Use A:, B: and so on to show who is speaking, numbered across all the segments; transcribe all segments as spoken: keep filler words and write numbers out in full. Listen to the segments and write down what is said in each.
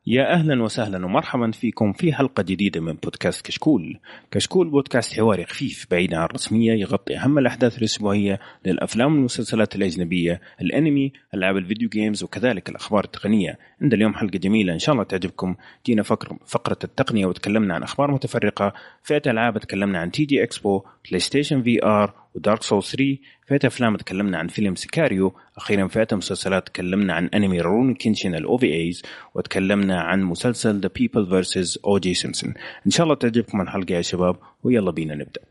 A: يا أهلا وسهلا ومرحبا فيكم في حلقة جديدة من بودكاست كشكول. كشكول بودكاست حواري خفيف بعيد عن الرسمية، يغطي أهم الأحداث الأسبوعية للأفلام والمسلسلات الأجنبية، الأنمي، ألعاب الفيديو جيمز، وكذلك الأخبار التقنية. عند اليوم حلقة جميلة إن شاء الله تعجبكم. جينا فقر فقرة التقنية وتكلمنا عن أخبار متفرقة. فئة ألعاب تكلمنا عن تي جي إكسبو، بلاي ستيشن في آر ودارك سول ثري. فئة أفلام تكلمنا عن فيلم سيكاريو. أخيرا فئة مسلسلات تكلمنا عن أنمي روني كينشن الأو في إيز، وتكلمنا عن مسلسل The People versus أو جي Simpson. إن شاء الله تعجبكم الحلقة يا شباب، ويلا بينا نبدأ.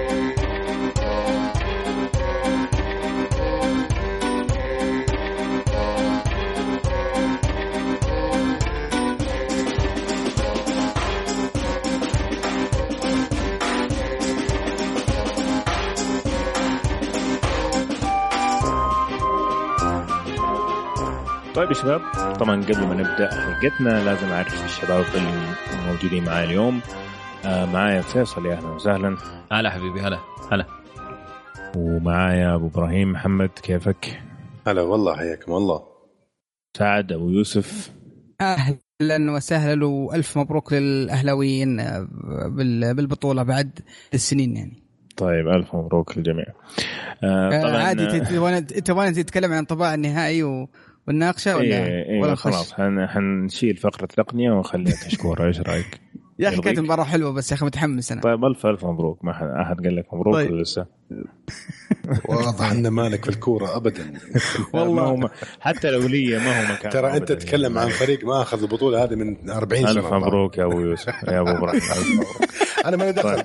A: طيب يا شباب، طبعا قبل ما نبدأ حلقتنا لازم أعرف الشباب الموجودين معايا اليوم. آه معايا فيصل، يا أهلا وسهلا.
B: هلا حبيبي، هلا هلا.
A: ومعايا أبو إبراهيم محمد، كيفك؟
C: هلا والله، حياكم الله.
A: سعد أبو يوسف،
D: أهلا وسهلا وألف مبروك للأهلاويين بالبطولة بعد السنين يعني.
A: طيب ألف مبروك للجميع.
D: آه طبعا عادي تبغى تتكلم عن طباع النهائي و والناقشة ولا
A: إيه إيه ولا خلاص حنشيل فقرة تقنية ونخليها كشكورة. إيش رأيك؟
D: يا أخي كانت مباراة حلوة بس يا أخي متحمس أنا.
A: طيب ألف ألف مبروك. ما أحد قال لك مبروك طيب. لسه
C: واضح أن مالك في الكورة أبدا
A: والله ما حتى لو لي ما هو مكان.
C: ترى أنت تتكلم عن فريق ما أخذ البطولة هذه من أربعين سنة.
A: ألف مبروك يا أبو يوسف، يا أبو إبراهيم ألف مبروك.
C: أنا ما ندخل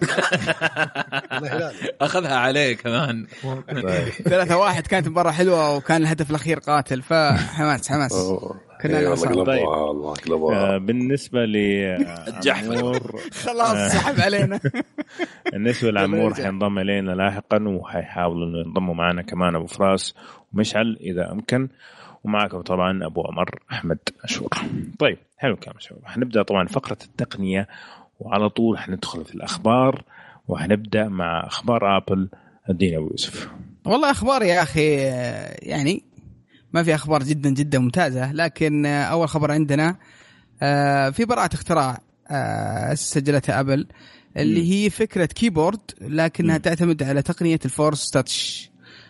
B: أخذها عليه كمان.
D: ثلاثة واحد كانت مباراة حلوة وكان الهدف الأخير قاتل، فحماس حماس كنا
C: إيه
D: نصر.
C: طيب الله
A: آه بالنسبة لعمور
D: خلاص سحب علينا.
A: بالنسبة لعمور حينضم إلينا لاحقا، وحيحاول إنه ينضموا معنا كمان أبو فراس ومشعل إذا أمكن، ومعكم طبعا أبو عمر أحمد أشور. طيب حلو كلام شباب، حنبدأ طبعا فقرة التقنية وعلى طول حندخل في الأخبار، وحنبدأ مع أخبار آبل. الدين أبو يوسف.
D: والله أخبار يا أخي يعني ما في أخبار جدا جدا ممتازة، لكن أول خبر عندنا في براءة اختراع سجلتها أبل، اللي هي فكرة كيبورد لكنها م. تعتمد على تقنية الفورس تاتش،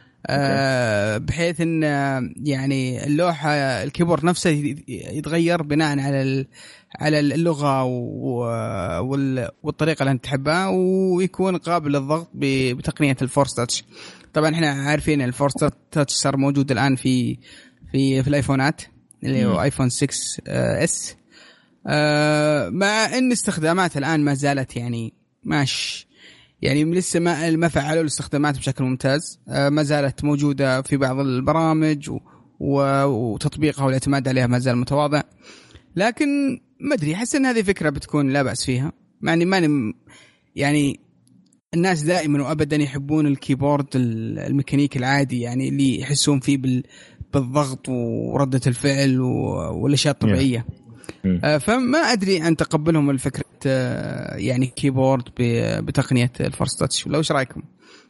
D: بحيث أن يعني اللوحة الكيبورد نفسه يتغير بناء على على اللغة والطريقة اللي أنت تحبها، ويكون قابل للضغط بتقنية الفورس تاتش. طبعا احنا عارفين الفورس تاتش صار موجود الآن في في في الايفونات اللي هو ايفون ستة اس، مع ان استخدامات الآن ما زالت يعني ماش يعني لسه ما ما فعلوا الاستخدامات بشكل ممتاز، ما زالت موجودة في بعض البرامج وتطبيقها والاعتماد عليها ما زال متواضع، لكن ما ادري احس ان هذه فكرة بتكون لا بأس فيها. يعني ما يعني الناس دائما وابدا يحبون الكيبورد الميكانيكي العادي، يعني اللي يحسون فيه بالضغط وردة الفعل والاشياء الطبيعية. yeah. فما ادري عن تقبلهم الفكرة يعني كيبورد بتقنية الفورس تاتش، ولا ايش رايكم؟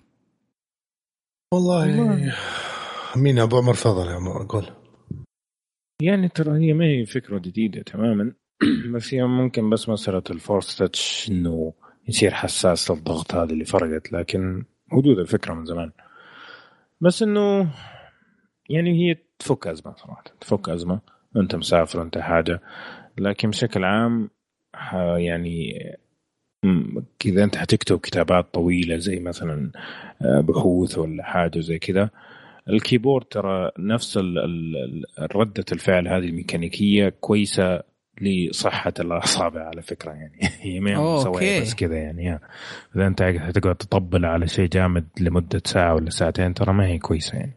C: والله مين ابو عمر تفضل يا عمر قول.
A: يعني ترى هي ما هي فكرة جديدة تماما بس هي ممكن بس مسألة الفورس تاتش انه يصير حساس للضغط هذا اللي فرقت، لكن حدود الفكرة من زمان. بس انه يعني هي تفك أزمة صراحة، تفك أزمة انت مسافر انت حاجة، لكن بشكل عام يعني كذا انت هتكتب كتابات طويلة زي مثلا بحوث ولا حاجة زي كذا، الكيبورد ترى نفس ردة الفعل هذه الميكانيكية كويسة لصحة الأصابع على فكرة. يعني هي ما مسوية بس كذا، يعني إذا أنت هتقعد تطبل على شيء جامد لمدة ساعة ولا ساعتين ترى ما هي كويسة يعني.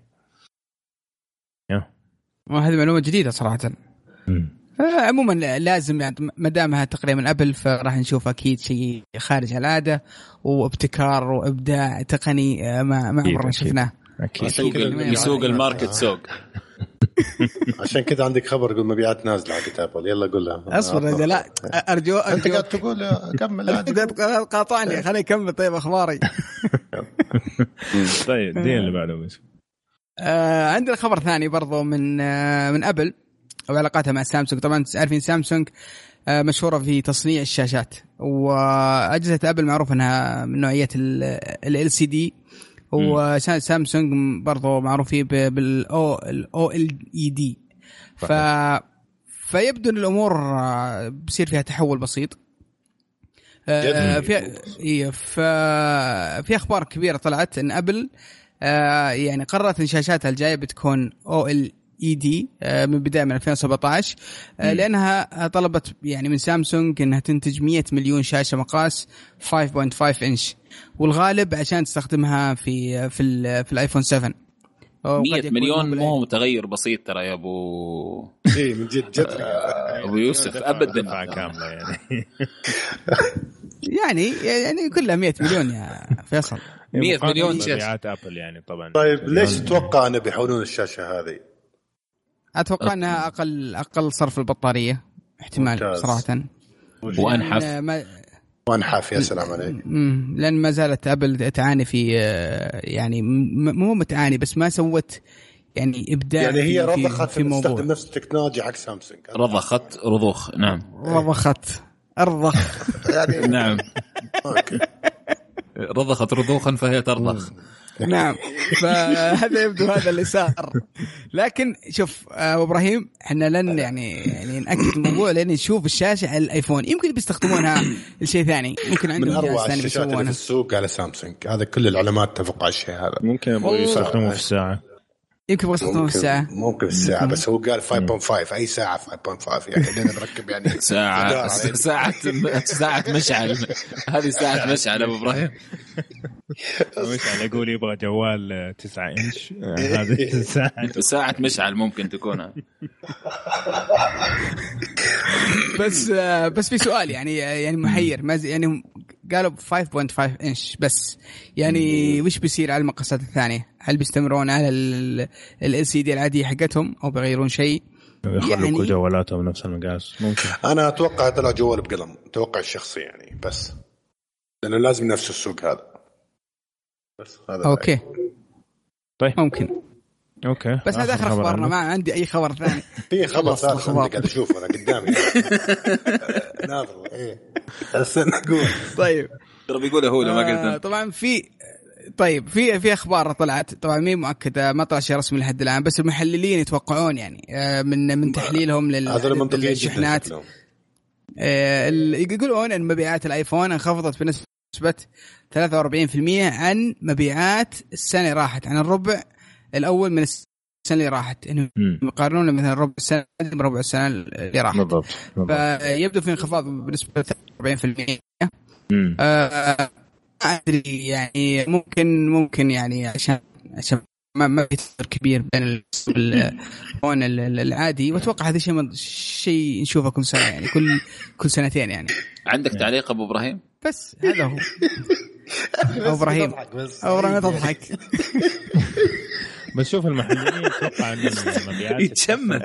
D: وهذه معلومة جديدة صراحة. عموما لازم يعني ما دامها تقريبا من أبل فراح نشوف أكيد شيء خارج العادة وابتكار وإبداع تقني ما ما عمرنا شفناه.
B: يسوق الماركت سوق.
C: عشان كده عندك خبر يقول مبيعات نازلة على كتاب، يلا قول لها
D: أصبر. لا أرجو
C: أنت قاعد تقول كمل
D: قاطعني خليني أكمل. طيب أخباري.
A: طيب دي اللي بعده بس.
D: آه عندنا خبر ثاني برضو من آه من أبل. او علاقاتها مع سامسونج. طبعا عارفين سامسونج مشهوره في تصنيع الشاشات، واجهزه ابل معروف انها من نوعيه ال إل سي دي، وسامسونج برضو معروفين بالاو الاو ال اي دي. ف فيبدو ان الامور بصير فيها تحول بسيط. آه في في اخبار كبيره طلعت ان ابل آه يعني قررت ان شاشاتها الجايه بتكون او ال اي دي آه من بدايه من ألفين وسبعة عشر، آه لانها طلبت يعني من سامسونج انها تنتج مية مليون شاشه مقاس خمسة فاصلة خمسة انش، والغالب عشان تستخدمها في في ال في الايفون سبعة.
B: مية مليون مو متغير بسيط ترى يا ابو
C: ايه من جد جد
B: ابو يوسف ابدا
A: كامله يعني
D: يعني يعني كلها مية مليون يا فيصل.
B: مية مليون
A: مبيعات ابل يعني طبعا.
C: طيب ليش تتوقع انه بيحولون الشاشه هذه؟
D: اتوقع انها اقل اقل صرف البطاريه احتمال ممتاز. صراحه
B: وانحف
D: ما...
C: وانحف يا سلام عليك.
D: لان ما زالت ابل تعاني في يعني مو متعاني بس ما سوت يعني ابداع
C: يعني هي
D: في
C: رضخت
D: في موضوع
C: تستخدم نفس التكنولوجيا حق سامسونج.
B: رضخت رضوخ نعم
D: رضخت ارضخ
C: يعني
B: نعم رضخت رضوخا فهي ترضخ.
D: نعم فهذا يبدو هذا اللي صار. لكن شوف ابو ابراهيم احنا لن يعني يعني ناكد الموضوع لان نشوف الشاشه على الايفون يمكن بيستخدمونها لشيء ثاني، ممكن عندهم
C: جهاز
D: ثاني
C: بيسوونه في السوق على سامسونج. هذا كل العلماء اتفقوا على الشيء هذا.
A: ممكن يستخدموه في الساعه،
D: يمكن بيستخدموه في الساعه،
C: ممكن في الساعه بس هو قال خمسة فاصلة خمسة اي ساعه خمسة فاصلة خمسة يعني لنا نركب يعني
B: ساعه ساعه ساعه مشعل. هذه ساعه مشعل ابو ابراهيم
A: مشعل يقول يبغى جوال تسعة انش. هذه ساعه
B: ساعه مشعل ممكن تكون.
D: بس بس في سؤال يعني يعني محير ما يعني قالوا خمسة فاصلة خمسة انش بس يعني وش بيصير على المقاسات الثانيه؟ هل بيستمرون على ال إل سي دي العادية حقتهم أو بيغيرون شيء؟
A: يخلوا يعني كل جوالاتهم نفس المقاس ممكن.
C: أنا أتوقع طلع جوال بقلم، توقع الشخصي يعني بس لأنه لازم نفس السوق هذا بس هذا.
D: أوكي
A: طيب
D: ممكن
A: أوكي
D: بس هذا آخر أخبارنا، ما عندي أي خبر ثاني.
C: في خبر ثالث قاعد أشوفه أنا قدامي ناظر إيه استنى أقول.
D: طيب
B: ترى بيقوله هو لما قلت
D: طبعا في طيب في في اخبار طلعت طبعا مين مؤكده ما طلع شيء رسمي لحد الان، بس المحللين يتوقعون يعني من من تحليلهم للشحنات يقولون ان مبيعات الايفون انخفضت بنسبه ثلاثة وأربعين بالمئة عن مبيعات السنه راحت عن الربع الاول من السنه اللي راحت، انهم يقارنون مثلا ربع السنه بربع السنه اللي راحت.
A: بالضبط.
D: فيبدو في انخفاض بنسبه ثلاثة وأربعين بالمئة. آه أدري يعني ممكن ممكن يعني عشان عشان ما ما في تغيير كبير بين الفون العادي، وأتوقع هذا شيء شيء نشوفه كل سنة يعني كل كل سنتين يعني.
B: عندك تعليق أبو إبراهيم؟
D: بس هذا هو. أبو إبراهيم أبو إبراهيم تضحك.
A: بس شوف المحللين يتوقع أن المبيعات
B: يتشمل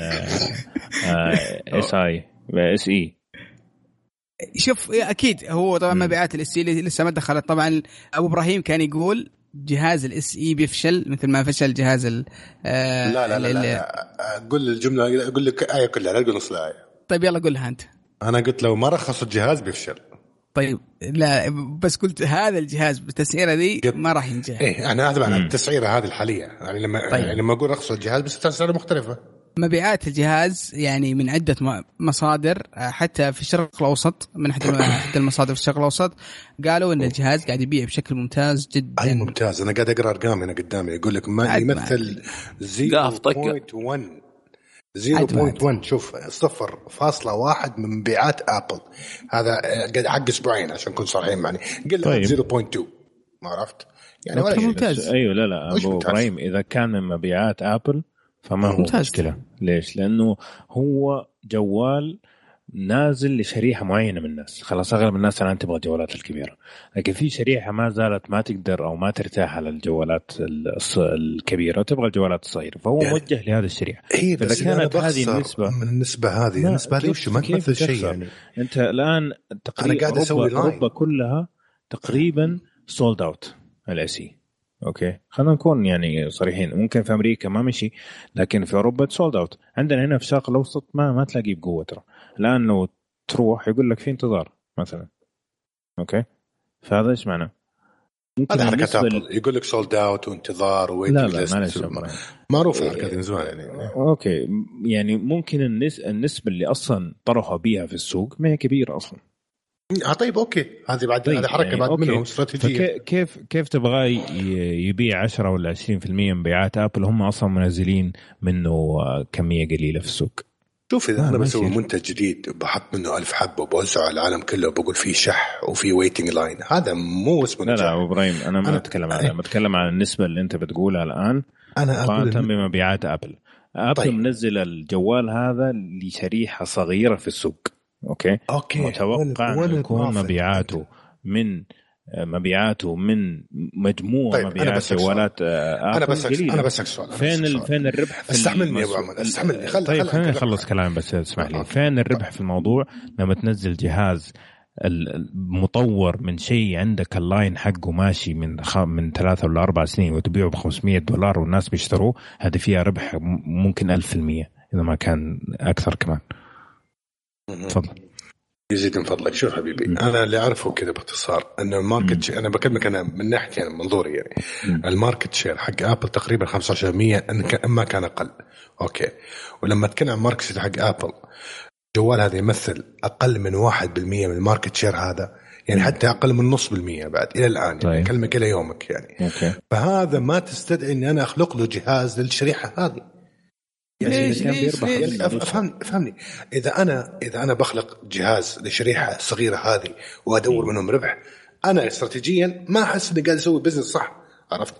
A: اس اي اس اي.
D: شوف اكيد هو طبعا مبيعات الاس اي لسه ما دخلت. طبعا ابو ابراهيم كان يقول جهاز الاس اي بيفشل مثل ما فشل جهاز ال
C: لا لا لا, لا, لا. قول الجمله اقول لك ايه كلها لا تقول نص الايه.
D: طيب يلا قولها انت.
C: انا قلت لو ما رخصوا الجهاز بيفشل.
D: طيب لا بس قلت هذا الجهاز بالتسعيره دي ما راح ينجح.
C: ايه انا هذا معنى التسعيره هذه الحاليه يعني لما طيب. يعني لما اقول رخصوا الجهاز بس تسعيره مختلفه.
D: مبيعات الجهاز يعني من عدة مصادر حتى في الشرق الأوسط، من أحد المصادر في الشرق الأوسط قالوا أن الجهاز قاعد يبيع بشكل ممتاز جدا.
C: أي ممتاز. أنا قاعد أقرأ أرقام هنا قدامي يقول لك ما يمثل صفر فاصلة واحد صفر فاصلة واحد شوف صفر فاصلة واحد من مبيعات أبل. هذا قاعد حق أسبوعين عشان نكون صريحين معي. قل
A: طيب.
C: صفر فاصلة اثنين ما عرفت يعني ولا
D: ممتاز.
A: أيوة لا لا أبو إبراهيم إذا كان من مبيعات أبل فما هو
D: ممتاز.
A: مشكلة. ليش؟ لأنه هو جوال نازل لشريحة معينة من الناس. خلاص أغلب الناس الآن تبغى الجوالات الكبيرة، لكن في شريحة ما زالت ما تقدر أو ما ترتاح على الجوالات الكبيرة، تبغى الجوالات الصغيرة، فهو يعني موجه لهذه الشريحة.
C: إيه إذا كانت هذه النسبة من النسبة هذه النسبة هذه وش ما تمثل شيء يعني.
A: أنت الآن تقريبا أوروبا, أوروبا كلها تقريبا سولد أوت الأسي اوكي خلينا نكون يعني صريحين، ممكن في امريكا ما مشي لكن في اوروبا سولد اوت. عندنا هنا في الشرق الاوسط ما ما تلاقيه بقوه ترى، الان لو تروح يقول لك في انتظار مثلا. اوكي فهذا ايش معناه؟
C: هذا حركات ابل يقول لك سولد اوت وانتظار وويتنج ليست، معروف حركات من زمان يعني.
A: اوكي يعني ممكن النس... النسبه اللي اصلا طرحوا بيها في السوق ما هي كبيره اصلا.
C: اه طيب اوكي هذه بعد هذه حركه يعني بعد أوكي. منهم استراتيجيه.
A: كيف كيف تبغى يبيع عشرة ولا عشرين بالمية من مبيعات ابل هم اصلا منزلين منه كميه قليله في السوق؟
C: شوف اذا انا بسوي منتج جديد بحط منه ألف حبه وبوزعه على العالم كله وبقول فيه شح وفي ويتنج لاين، هذا مو اسمه
A: لا لا ابراهيم انا ما اتكلم عن بتكلم عن النسبه اللي انت بتقولها الان.
C: انا
A: اقول بمبيعات ابل. ابل طيب. منزل الجوال هذا لشريحه صغيره في السوق. اوكي, أوكي. متوقع أن يكون مبيعاته من مبيعاته من مجموعه طيب. مبيعات جوالات ابل.
C: انا بس انا بسك سؤال
A: فين ال... فين الربح في
C: استحملني يا ابو عمر استحملني خل
A: طيب خليني اخلص كلام بس اسمح لي. فين الربح في الموضوع لما تنزل جهاز المطور من شيء عندك اللاين حقه ماشي من خ... من ثلاثة ولا أربع سنين وتبيعه بخمسمية دولار والناس بيشتروه، هذه فيها ربح ممكن ألف في المية إذا ما كان أكثر كمان. تفضل
C: يزيد من فضلك. شوف حبيبي م. أنا اللي أعرفه كده باختصار أن الماركت شير، أنا بكلمك أنا من ناحية يعني منظوري يعني م. الماركت شير حق أبل تقريبا خمسة وعشرين بالمية إن كان ما كان أقل. أوكي ولما أتكلم عن ماركت شير حق أبل جوال هذا يمثل أقل من واحد بالمية من الماركت شير هذا يعني م. حتى أقل من نص بالمية بعد إلى الآن يعني طيب. أكلمك إلى يومك يعني أوكي. فهذا ما تستدعي إن أنا أخلق له جهاز للشريحة هذه يعني ليش ليش ليش أفهم أفهمني. إذا أنا إذا أنا بخلق جهاز لشريحة صغيرة هذه وأدور منهم ربح، أنا استراتيجيا ما أحس إني قاعد أسوي بزنس صح. عرفت؟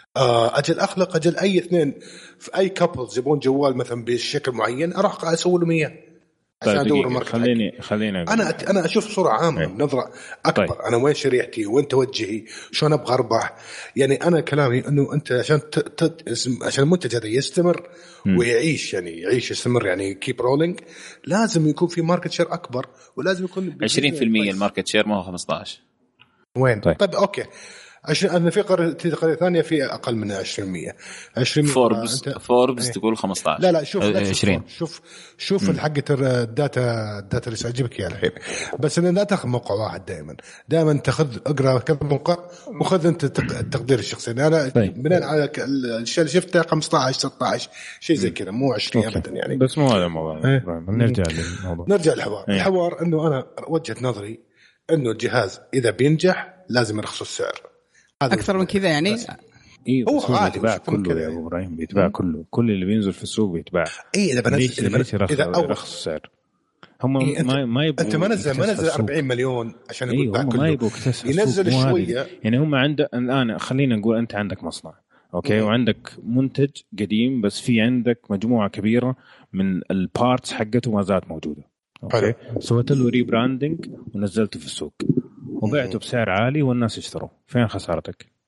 C: أجل أخلق أجل أي اثنين في أي كابلز يبون جوال مثلا بشكل معين أروح أسوي لهم إياه عشان أدور الماركت.
A: خليني خليني
C: أنا أنا أشوف صورة عامة نظرة أكبر. طيب. أنا وين شريحتي وين توجهي شلون أبغى أربح. يعني أنا كلامي إنه أنت عشان ت... ت... عشان المنتج هذا يستمر م. ويعيش يعني يعيش يستمر يعني كيب رولينج، لازم يكون في ماركت شير أكبر ولازم يكون
B: عشرين بالمية الماركت شير ما هو خمسة عشر.
C: وين؟ طيب, طيب أوكي عشان أنا في قرية قرية ثانية في أقل من عشرين بالمية. عشرين
B: فوربس أنت... فوربس ايه. تقول خمسة عشر.
C: لا لا شوف عشرين. شوف شوف الحقة الداتا الداتا اللي سأجيبك إياها الحين، بس إن لا تأخذ موقع واحد دائما دائما تأخذ اقرأ كذا موقع وخذ أنت التقدير الشخصي. أنا طيب. بناء على الشيء اللي شفته خمسة عشر ستة عشر شيء زي كذا مو عشرين أبدا يعني.
A: بس مو هذا الموضوع. ايه. نرجع للموضوع
C: نرجع للحوار. ايه. الحوار إنه أنا وجهة نظري إنه الجهاز إذا بينجح لازم يرخص السعر
D: أكثر من كذا يعني.
A: إيه هو عادي بيتباع كله يا أبو إبراهيم بيتباع م. كله كل اللي بينزل في السوق بيتباع.
C: إيه إذا بنزل إذا بنزل
A: إذا رخص السعر هم
C: إيه
A: ما ما يبغوا.
C: أنت ما نزل ما نزل أربعين مليون عشان يبيع
A: إيه
C: كله.
A: ما يبغوا يكتسح
C: ينزل شوية
A: يعني هم عنده الآن. خلينا نقول أنت عندك مصنع أوكي م. وعندك منتج قديم بس في عندك مجموعة كبيرة من البارتس حقته ما زالت موجودة. أوكي سويت له ريبراندنج ونزلته في السوق وبعته بسعر عالي والناس يشتروا. فين خسارتك؟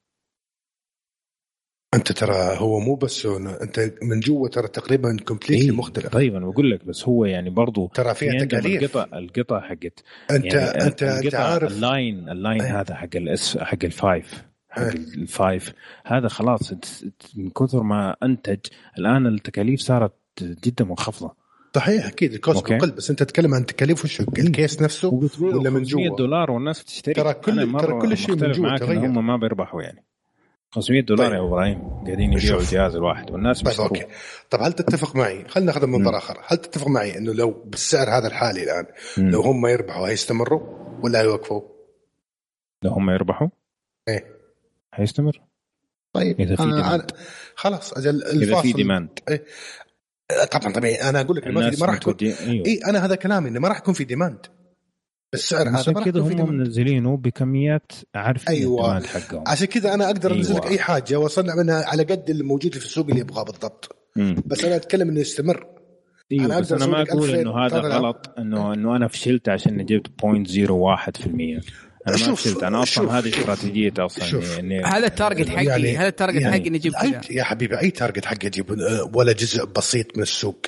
C: انت ترى هو مو بس انت من جوا ترى تقريبا كومبليتلي
A: إيه؟
C: مختلف.
A: طيب انا بقول لك بس هو يعني برضو
C: ترى فيها تكاليف.
A: القطع القطع حقت
C: انت يعني انت انت عارف
A: اللاين اللاين
C: ايه؟
A: هذا حق الاس حق الفايف حق ايه؟ الفايف هذا خلاص من كثر ما انتج الان التكاليف صارت جدا منخفضه.
C: صحيح اكيد الكوست بقل بس انت تتكلم عن تكاليف وش الكيس نفسه ولا من جوا
A: خمسمية دولار والناس تشتري.
C: ترى كل ترى كل شيء من جوا
A: تغير. هم ما بيربحوا يعني خمسمية دولار. طيب. يا ابراهيم قاعدين يبيعوا الجهاز الواحد والناس بيشتروا. طيب اوكي طب هل تتفق معي خلينا ناخذ من منظر اخر هل تتفق معي انه لو بالسعر هذا الحالي الان م. لو هم يربحوا هيستمروا ولا هيوقفوا؟ لو هم يربحوا
C: ايه
A: هيستمر.
C: طيب
A: اذا في
C: أنا خلاص اجل الفاصل
A: اذا في ديماند
C: إيه؟ طبعا طبيعي انا اقول لك ما في ما راح يكون دي... أيوه. اي انا هذا كلامي انه ما راح يكون في ديماند بالسعر هذا.
A: عشان كذا هم منزلينه بكميات عارف
C: أيوة.
A: الديماند حقهم.
C: عشان كذا انا اقدر انزل لك أيوة. اي حاجه واصنع منها على قد الموجود في السوق اللي يبغاه بالضبط. مم. بس انا اتكلم انه يستمر.
A: أيوة. انا بس انا ما اقول انه هذا غلط انه انه انا فشلت عشان جبت صفر فاصلة صفر واحد بالمية. انا ما فشلت انا اصلا هذه استراتيجيه اصلا يعني
D: هذا التارجت حقي يعني هذا التارجت
C: يعني
D: حقي نجيب
C: يا حبيبي اي تارجت حقي اجيب ولا جزء بسيط من السوق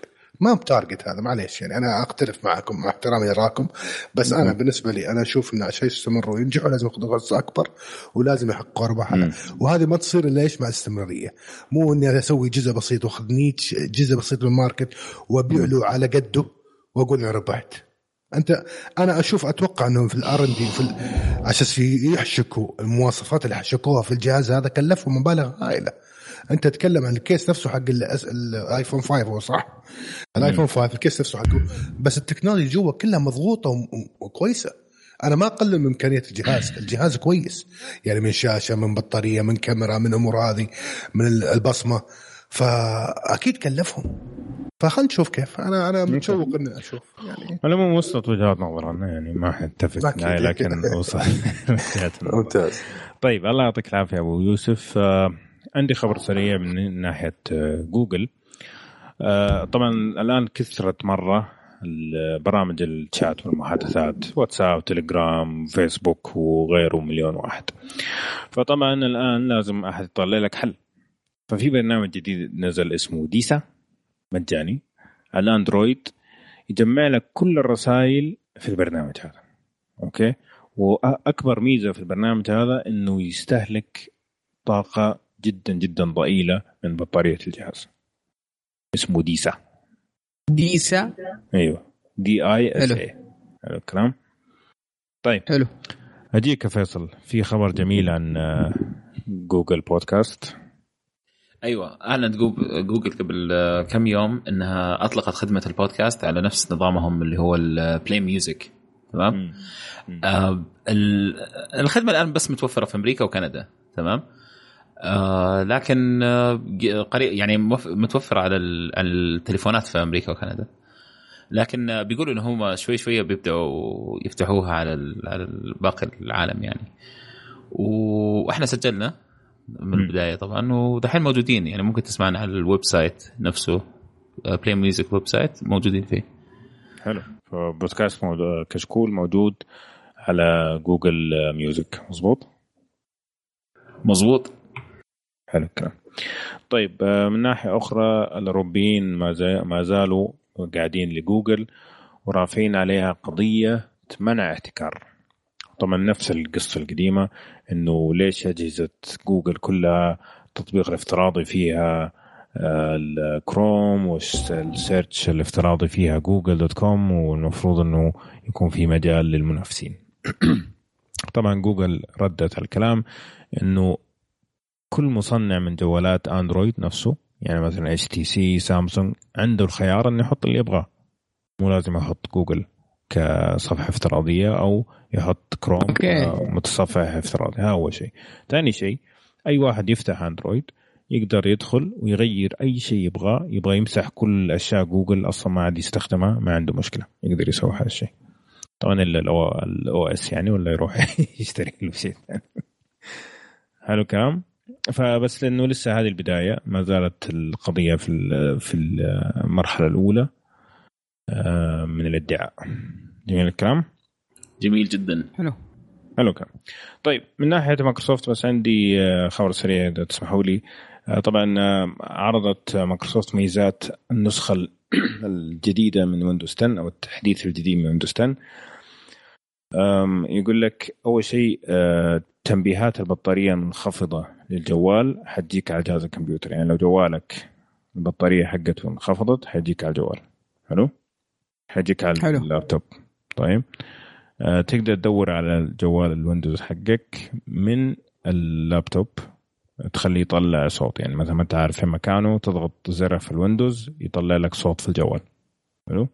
C: ما بتارجت هذا، معليش يعني أنا أختلف معكم مع احترامي لراكم، بس أنا بالنسبة لي أنا أشوف إن عشان يستمروا وينجحوا لازم ياخذوا قرص أكبر ولازم يحققوا أرباح، وهذه ما تصير إلا إيش مع الاستمرارية. مو إني أسوي جزء بسيط وأخذ نيتش جزء بسيط من الماركت وأبيع له على قده وأقول أنا ربحت. أنت أنا أشوف أتوقع أنهم في الآر إن دي في عشان يحشكوا المواصفات اللي حشكوها في الجهاز هذا كلفهم مبالغ هائلة. أنت تتكلم عن الكيس نفسه حق الآيفون خمسة هو صح، الآيفون خمسة الكيس نفسه حقه، بس التكنولوجيا جوا كلها مضغوطة وكويسة. أنا ما أقلل من إمكانية الجهاز، الجهاز كويس يعني من شاشة من بطارية من كاميرا من أمور هذه من البصمة، فأكيد كلفهم. فخلنا نشوف كيف. أنا أنا متشوق إني أشوف يعني.
A: أنا مو وصلت وجهات نظرنا يعني ما حنتفق معي لكن وصل.
C: ممتاز.
A: طيب الله يعطيك العافية أبو يوسف. آه عندي خبر سريع من ناحية آه جوجل. آه طبعا الآن كثرت مرة البرامج الشات والمحادثات واتساب تليجرام فيسبوك وغيره مليون واحد. فطبعا الآن لازم أحد يطلع لك حل. ففي برنامج جديد نزل اسمه ديسا مجاني على الاندرويد، يجمع لك كل الرسائل في البرنامج هذا. اوكي، واكبر ميزه في البرنامج هذا انه يستهلك طاقه جدا جدا ضئيله من بطاريه الجهاز. اسمه ديسا.
D: ديسا
A: ايوه دي اي اس اي. حلو الكلام. طيب
D: حلو.
A: اجيك فيصل في خبر جميل عن جوجل بودكاست.
B: ايوه اعلنت جوجل قبل كم يوم انها اطلقت خدمه البودكاست على نفس نظامهم اللي هو البلاي ميوزك. تمام. آه الخدمه الان بس متوفره في امريكا وكندا. تمام. آه لكن آه قريب يعني متوفره على التليفونات في امريكا وكندا، لكن آه بيقولوا انهم شوي شويه بيبداوا يفتحوها على على باقي العالم يعني. واحنا سجلنا من البداية طبعا ودحين موجودين يعني ممكن تسمعنا على الويب سايت نفسه بلاي ميوزك ويب سايت موجودين فيه.
A: حلو. فبودكاست موجود كشكول موجود على جوجل ميوزك. مظبوط
B: مظبوط.
A: حلو الكلام. طيب من ناحية أخرى الأوروبيين ما زالوا قاعدين لجوجل ورافعين عليها قضية منع احتكار. طبعا نفس القصة القديمة إنه ليش أجهزة جوجل كلها التطبيق الافتراضي فيها الكروم والسيرش الافتراضي فيها جوجل دوت كوم، والمفروض إنه يكون في مجال للمنافسين. طبعا جوجل ردت الكلام إنه كل مصنع من جوالات أندرويد نفسه يعني مثلا إتش تي سي سامسونج عنده الخيار إنه يحط اللي يبغاه، مو لازم يحط جوجل كصفحة افتراضية أو يحط كروم متصفح افتراضي. ها أول شيء. ثاني شيء أي واحد يفتح أندرويد يقدر يدخل ويغير أي شيء يبغاه، يبغى يمسح كل أشياء جوجل أصلا ما عاد يستخدمها ما عنده مشكلة، يقدر يسوي هذا الشيء طبعا إلا الأو إس يعني ولا يروح يشتري له شيء ثاني. حلو كلام. فبس لأنه لسه هذه البداية ما زالت القضية في في المرحلة الأولى من الادعاء. جميل الكلام.
B: جميل جدا.
D: حلو
A: حلو كلام. طيب من ناحية مايكروسوفت بس عندي خبر سريع إذا تسمحوا لي. طبعا عرضت مايكروسوفت ميزات النسخة الجديدة من ويندوز عشرة أو التحديث الجديد من ويندوز عشرة. يقول لك أول شيء تنبيهات البطارية المنخفضة للجوال حتجيك على جهاز الكمبيوتر، يعني لو جوالك البطارية حقته انخفضت حتجيك على الجوال. حلو. حيجيك على
D: حلو.
A: اللابتوب. طيب أه تقدر تدور على الجوال الويندوز حقك من اللابتوب تخليه يطلع صوت، يعني مثلا ما انت عارف في مكانه تضغط زر في الويندوز يطلع لك صوت في الجوال. حلو.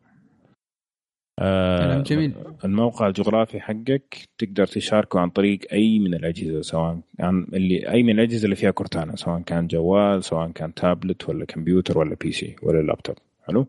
A: أه
D: جميل.
A: الموقع الجغرافي حقك تقدر تشاركه عن طريق أي من الأجهزة، سواء عن اللي أي من الأجهزة اللي فيها كورتانا، سواء كان جوال سواء كان تابلت ولا كمبيوتر ولا بي سي ولا لابتوب. حلو.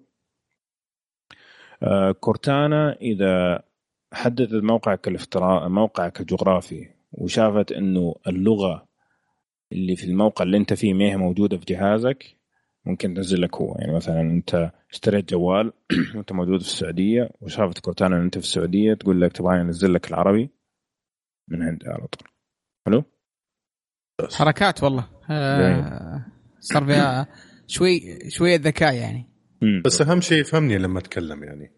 A: آه كورتانا إذا حددت موقعك الافتراء موقعك الجغرافي وشافت إنه اللغة اللي في الموقع اللي أنت فيه ما هي موجودة في جهازك ممكن تنزل لك هو. يعني مثلا أنت اشتريت جوال وأنت موجود في السعودية وشافت كورتانا إن أنت في السعودية تقول لك تبغى ينزل لك العربي من عندي على طول. حلو.
D: حركات والله. آه صار فيها شوي شوية ذكاء يعني.
C: بس اهم شيء يفهمني لما اتكلم يعني.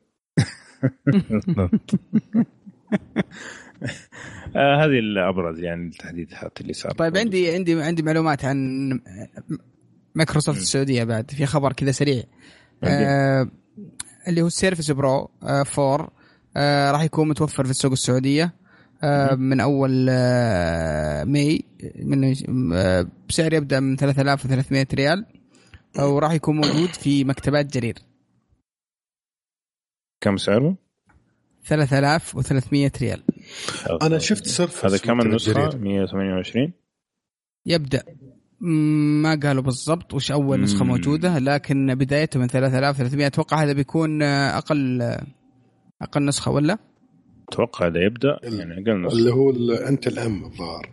A: آه هذه الابرز يعني التحديثات اللي صار.
D: طيب عندي عندي عندي معلومات عن مايكروسوفت السعوديه بعد. في خبر كذا سريع آه اللي هو السيرفس برو آه فور آه راح يكون متوفر في السوق السعوديه آه من اول آه ماي من آه بسعر يبدا من ثلاثة آلاف وثلاثمائة ريال وراح يكون موجود في مكتبات جرير.
A: كم سعره؟
D: ثلاثة آلاف وثلاثمائة ريال.
C: أنا شفت سيرفس
A: هذا كم النسخة؟ مية وثمانية وعشرين
D: يبدأ ما قالوا بالضبط وش أول مم. نسخة موجودة لكن بدايته من ثلاثة آلاف وثلاثمائة. أتوقع هذا بيكون أقل أقل نسخة ولا؟
A: أتوقع هذا يبدأ يعني أقل نسخة
C: اللي هو أنت الأم الظاهر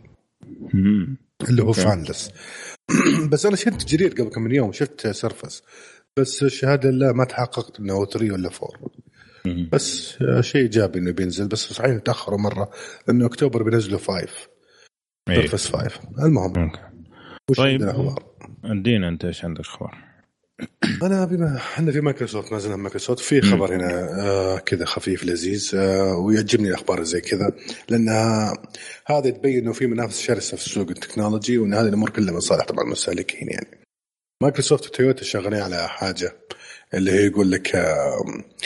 C: اللي هو فانلس. بس أنا شفت جرير قبل كم يوم شفت سيرفس بس الشهادة لا ما تحققت إنه ثلاثة ولا أربعة بس شيء إيجابي إنه بينزل بس صحيح تأخروا مرة لأنه أكتوبر بينزلوا خمسة سيرفس خمسة. المهم
A: طيب عندنا أنت إيش عندك خبر؟
C: أنا بما إحنا في مايكروسوفت نازلنا مايكروسوفت في خبر هنا آه كذا خفيف لذيذ آه ويعجبني الأخبار زي كذا لأن هذا تبين إنه في منافسة شرسة في السوق التكنولوجي وإن هذه الأمور كلها مصالح طبعا المستهلكين. يعني مايكروسوفت وتويوتا شغالين على حاجة اللي هي يقول لك آه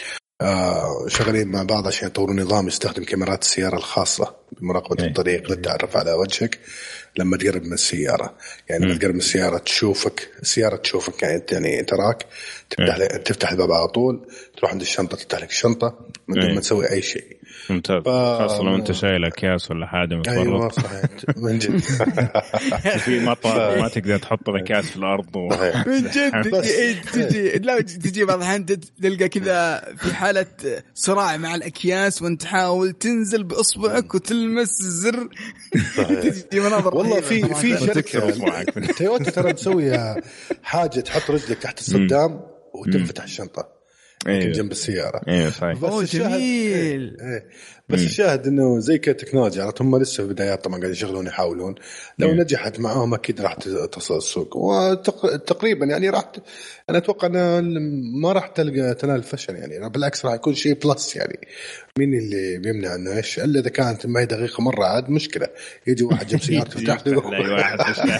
C: آه شغالين مع بعض عشان يطوروا نظام يستخدم كاميرات السيارة الخاصة بمراقبة الطريق للتعرف على وجهك لما تقرب من السيارة. يعني لما تقرب من السيارة تشوفك السيارة تشوفك يعني, يعني تراك تفتح تفتح الباب على طول تروح عند الشنطة تفتح لك الشنطة من دون ما تسوي أي شيء.
A: ممتاز ف... خاصة لو أنت شايل أكياس ولا حاجة مفرط.
C: أيوة صحيح من جد.
A: في مطر ما تقدر تحط الأكياس في الأرض و...
D: من جد تجي لا تجي بعض الأحيان تلقى كذا في حالة صراع مع الأكياس وأنت تحاول تنزل بإصبعك وتلمس الزر. تجي مناظر
C: والله في في شركة تويوتا ترى مسوية حاجة تحط رجلك تحت الصدام وتنفتح الشنطة
A: أيوة.
C: جنب السيارة.
A: أيوة صحيح.
C: بس الشاهد إيه إيه. بس مم. الشاهد إنه زي كتكنولوجيا هم لسه في بدايات طبعا قاعد يشغلون يحاولون لو مم. نجحت معهم أكيد راح تصل السوق وتقريبا يعني راح ت... أنا أتوقع أن ما راح تلقى تنال فشل يعني بالعكس راح يكون شيء بلس. يعني مين اللي بيمنع إنه إيش إلا إذا كانت ما هي دقيقة مرة عاد مشكلة يجي واحد جنب سيارته تفتح له
A: لا واحد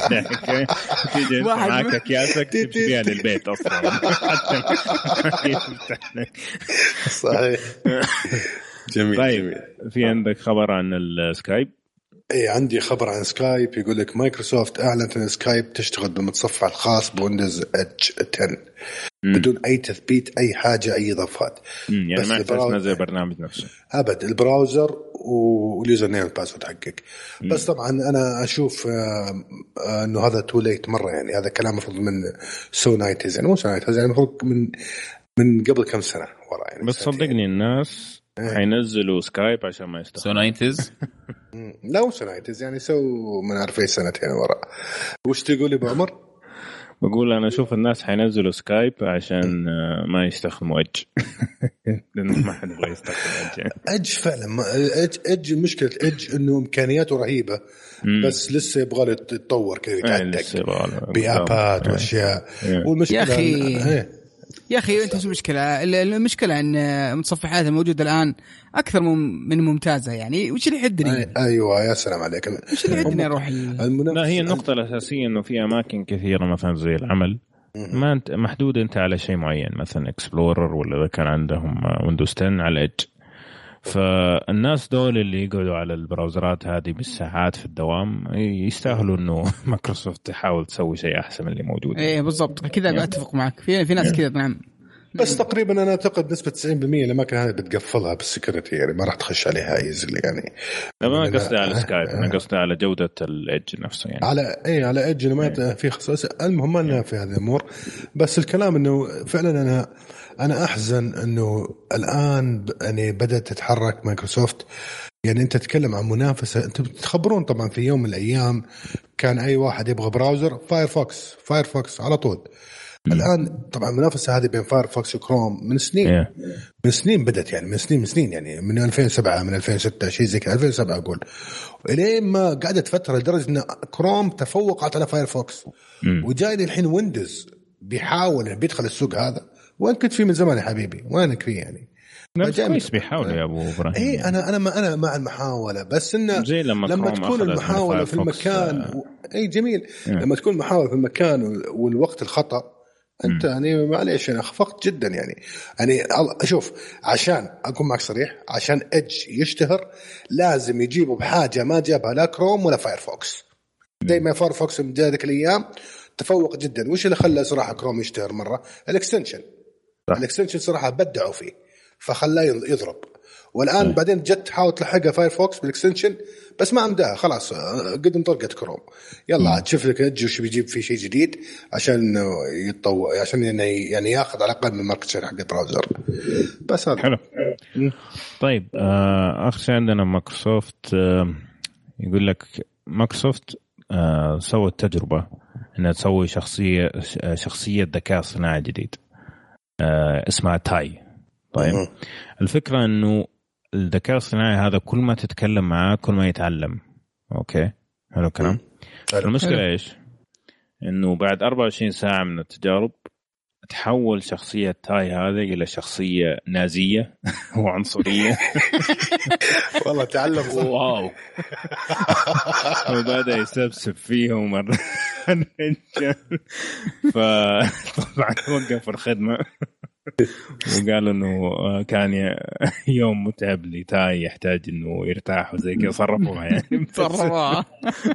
A: تيجي معك أكياسك تمشي بيها للبيت أصلا.
C: صحيح. جميل.
A: طيب
C: جميل.
A: في عندك خبر عن السكايب؟
C: اي عندي خبر عن سكايب يقول لك مايكروسوفت اعلنت ان سكايب تشتغل بالمتصفح الخاص بويندوز إدج عشرة مم. بدون اي تثبيت اي حاجه اي اضافات.
A: يعني ما يحتاج تنزل البرنامج نفسه
C: ابد البراوزر واليوزر نيم والباسورد حقك. بس طبعا انا اشوف انه هذا تو ليت مره. يعني هذا كلام مفروض من سو نايتز يعني مو سو نايتز يعني مفروض من من قبل كم سنه ورا يعني.
A: بس صدقني الناس حينزلوا سكايب عشان ما يستخدموا
B: سونايتز.
C: لا سونايتز يعني سو من عارف اي سنتين ورا. وش تقولي بعمر؟
A: بقول انا اشوف الناس حينزلوا سكايب عشان ما يستخدموا ايدج. لانه ما حد يبغى يستخدم ايدج.
C: ايدج فعلا ايدج ايدج مشكله ايدج انه امكانياته رهيبه بس لسه يبغى يتطور كذا يتعدل بآبات واشياء. والمشكله
D: يا اخي يا أخي أنت شو المشكلة؟ المشكلة أن متصفحات الموجودة الآن أكثر من ممتازة. يعني وش اللي يحدني؟
C: أيوة يا سلام عليك.
D: وش اللي يحدني أروح
A: ال... لا هي النقطة الأساسية إنه في أماكن كثيرة مثلا زي العمل ما أنت محدود أنت على شيء معين مثلا إكسبلورر ولا إذا كان عندهم ويندوز عشرة على إيدج. فالناس دول اللي يقعدوا على البراوزرات هذه بالساعات في الدوام يستاهلوا انه مايكروسوفت تحاول تسوي شيء احسن من اللي موجود.
D: ايه بالضبط كذا يعني. باتفق معك في في ناس كذا نعم.
C: بس تقريبا انا اعتقد نسبه تسعين بالمية الاماكن هذه بتقفلها بالسكيورتي يعني ما راح تخش عليها ايزلي يعني.
A: لا ما قصدي على سكايب انا قصدي على جوده الايدج نفسه يعني
C: على اي على ايدج ما في خصائص. المهم انها في هذه الامور. بس الكلام انه فعلا انا انا احزن انه الان يعني بدات تتحرك مايكروسوفت. يعني انت تتكلم عن منافسه. انتم تخبرون طبعا في يوم من الايام كان اي واحد يبغى براوزر فايرفوكس فايرفوكس على طول. الآن طبعا المنافسة هذه بين فايرفوكس وكروم من سنين yeah. من سنين بدت يعني من سنين من سنين يعني من ألفين وسبعة من ألفين وستة شيء زي كذا ألفين وسبعة أقول. إلين ما قعدت فترة لدرجة إن كروم تفوقت على فايرفوكس mm. وجاي الحين ويندوز بيحاول بيدخل السوق هذا وين كنت فيه من زمان يا حبيبي؟ وينك فيه يعني؟
A: كويس بيحاول يا ابو ابراهيم.
C: اي انا انا ما انا مع المحاوله، بس انه
A: لما,
C: لما تكون المحاوله في المكان و... اي جميل اه. لما تكون المحاوله في المكان والوقت الخطا انت م. يعني معليش انا اخفقت جدا يعني. يعني اشوف عشان اكون معك صريح، عشان ايدج يشتهر لازم يجيبوا بحاجه ما جابها لا كروم ولا فايرفوكس. زي ما فايرفوكس من ذلك الايام تفوق جدا. وش اللي خلى صراحه كروم يشتهر مره؟ الاكستنشن. الاكستنشن صراحه بدعوا فيه فخلاه يضرب. والآن م. بعدين جت تحاول تلحقها فايرفوكس بالاكستنشن بس ما عمدها خلاص قد انطلقت كروم. يلا تشوف لك ايدج وش بيجيب فيه شيء جديد عشان يتطور، عشان يعني يعني ياخذ على الاقل من الماركت شير حق البراوزر. بس هذا
A: حلو. طيب آه اخر شيء عندنا مايكروسوفت. آه يقول لك مايكروسوفت آه سوت تجربه انها تسوي شخصيه شخصيه ذكاء صناعي جديد آه اسمها تاي. طيب م- الفكره انه الذكاء الصناعي هذا كل ما تتكلم معاه كل ما يتعلم. اوكي حلو كلام. المشكله ايش؟ انه بعد أربعة وعشرين ساعه من التجارب تحول شخصيه تاي هذا الى شخصيه نازيه وعنصريه.
C: والله تعلم صح.
A: واو. وبدا يسبسب فيهم مره. فطبعا وقف الخدمه وقالوا انه كان يوم متعب لتاي يحتاج انه يرتاح وزي كذا. صرفوها يعني
D: صرفوها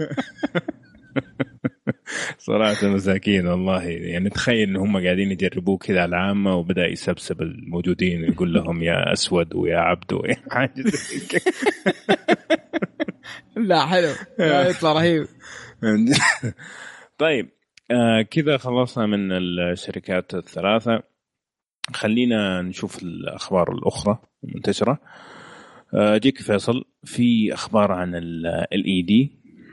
A: صراحه مساكين والله. يعني تخيل ان هم قاعدين يجربوه كذا على العامه وبدا يسبسب الموجودين يقول لهم يا اسود ويا عبد ويا حاجه زي كذا.
D: لا حلو لا يطلع رهيب.
A: طيب آه كذا خلصنا من الشركات الثلاثه. خلينا نشوف الأخبار الأخرى المنتشرة. أجيك فيصل في أخبار عن ال إي دي.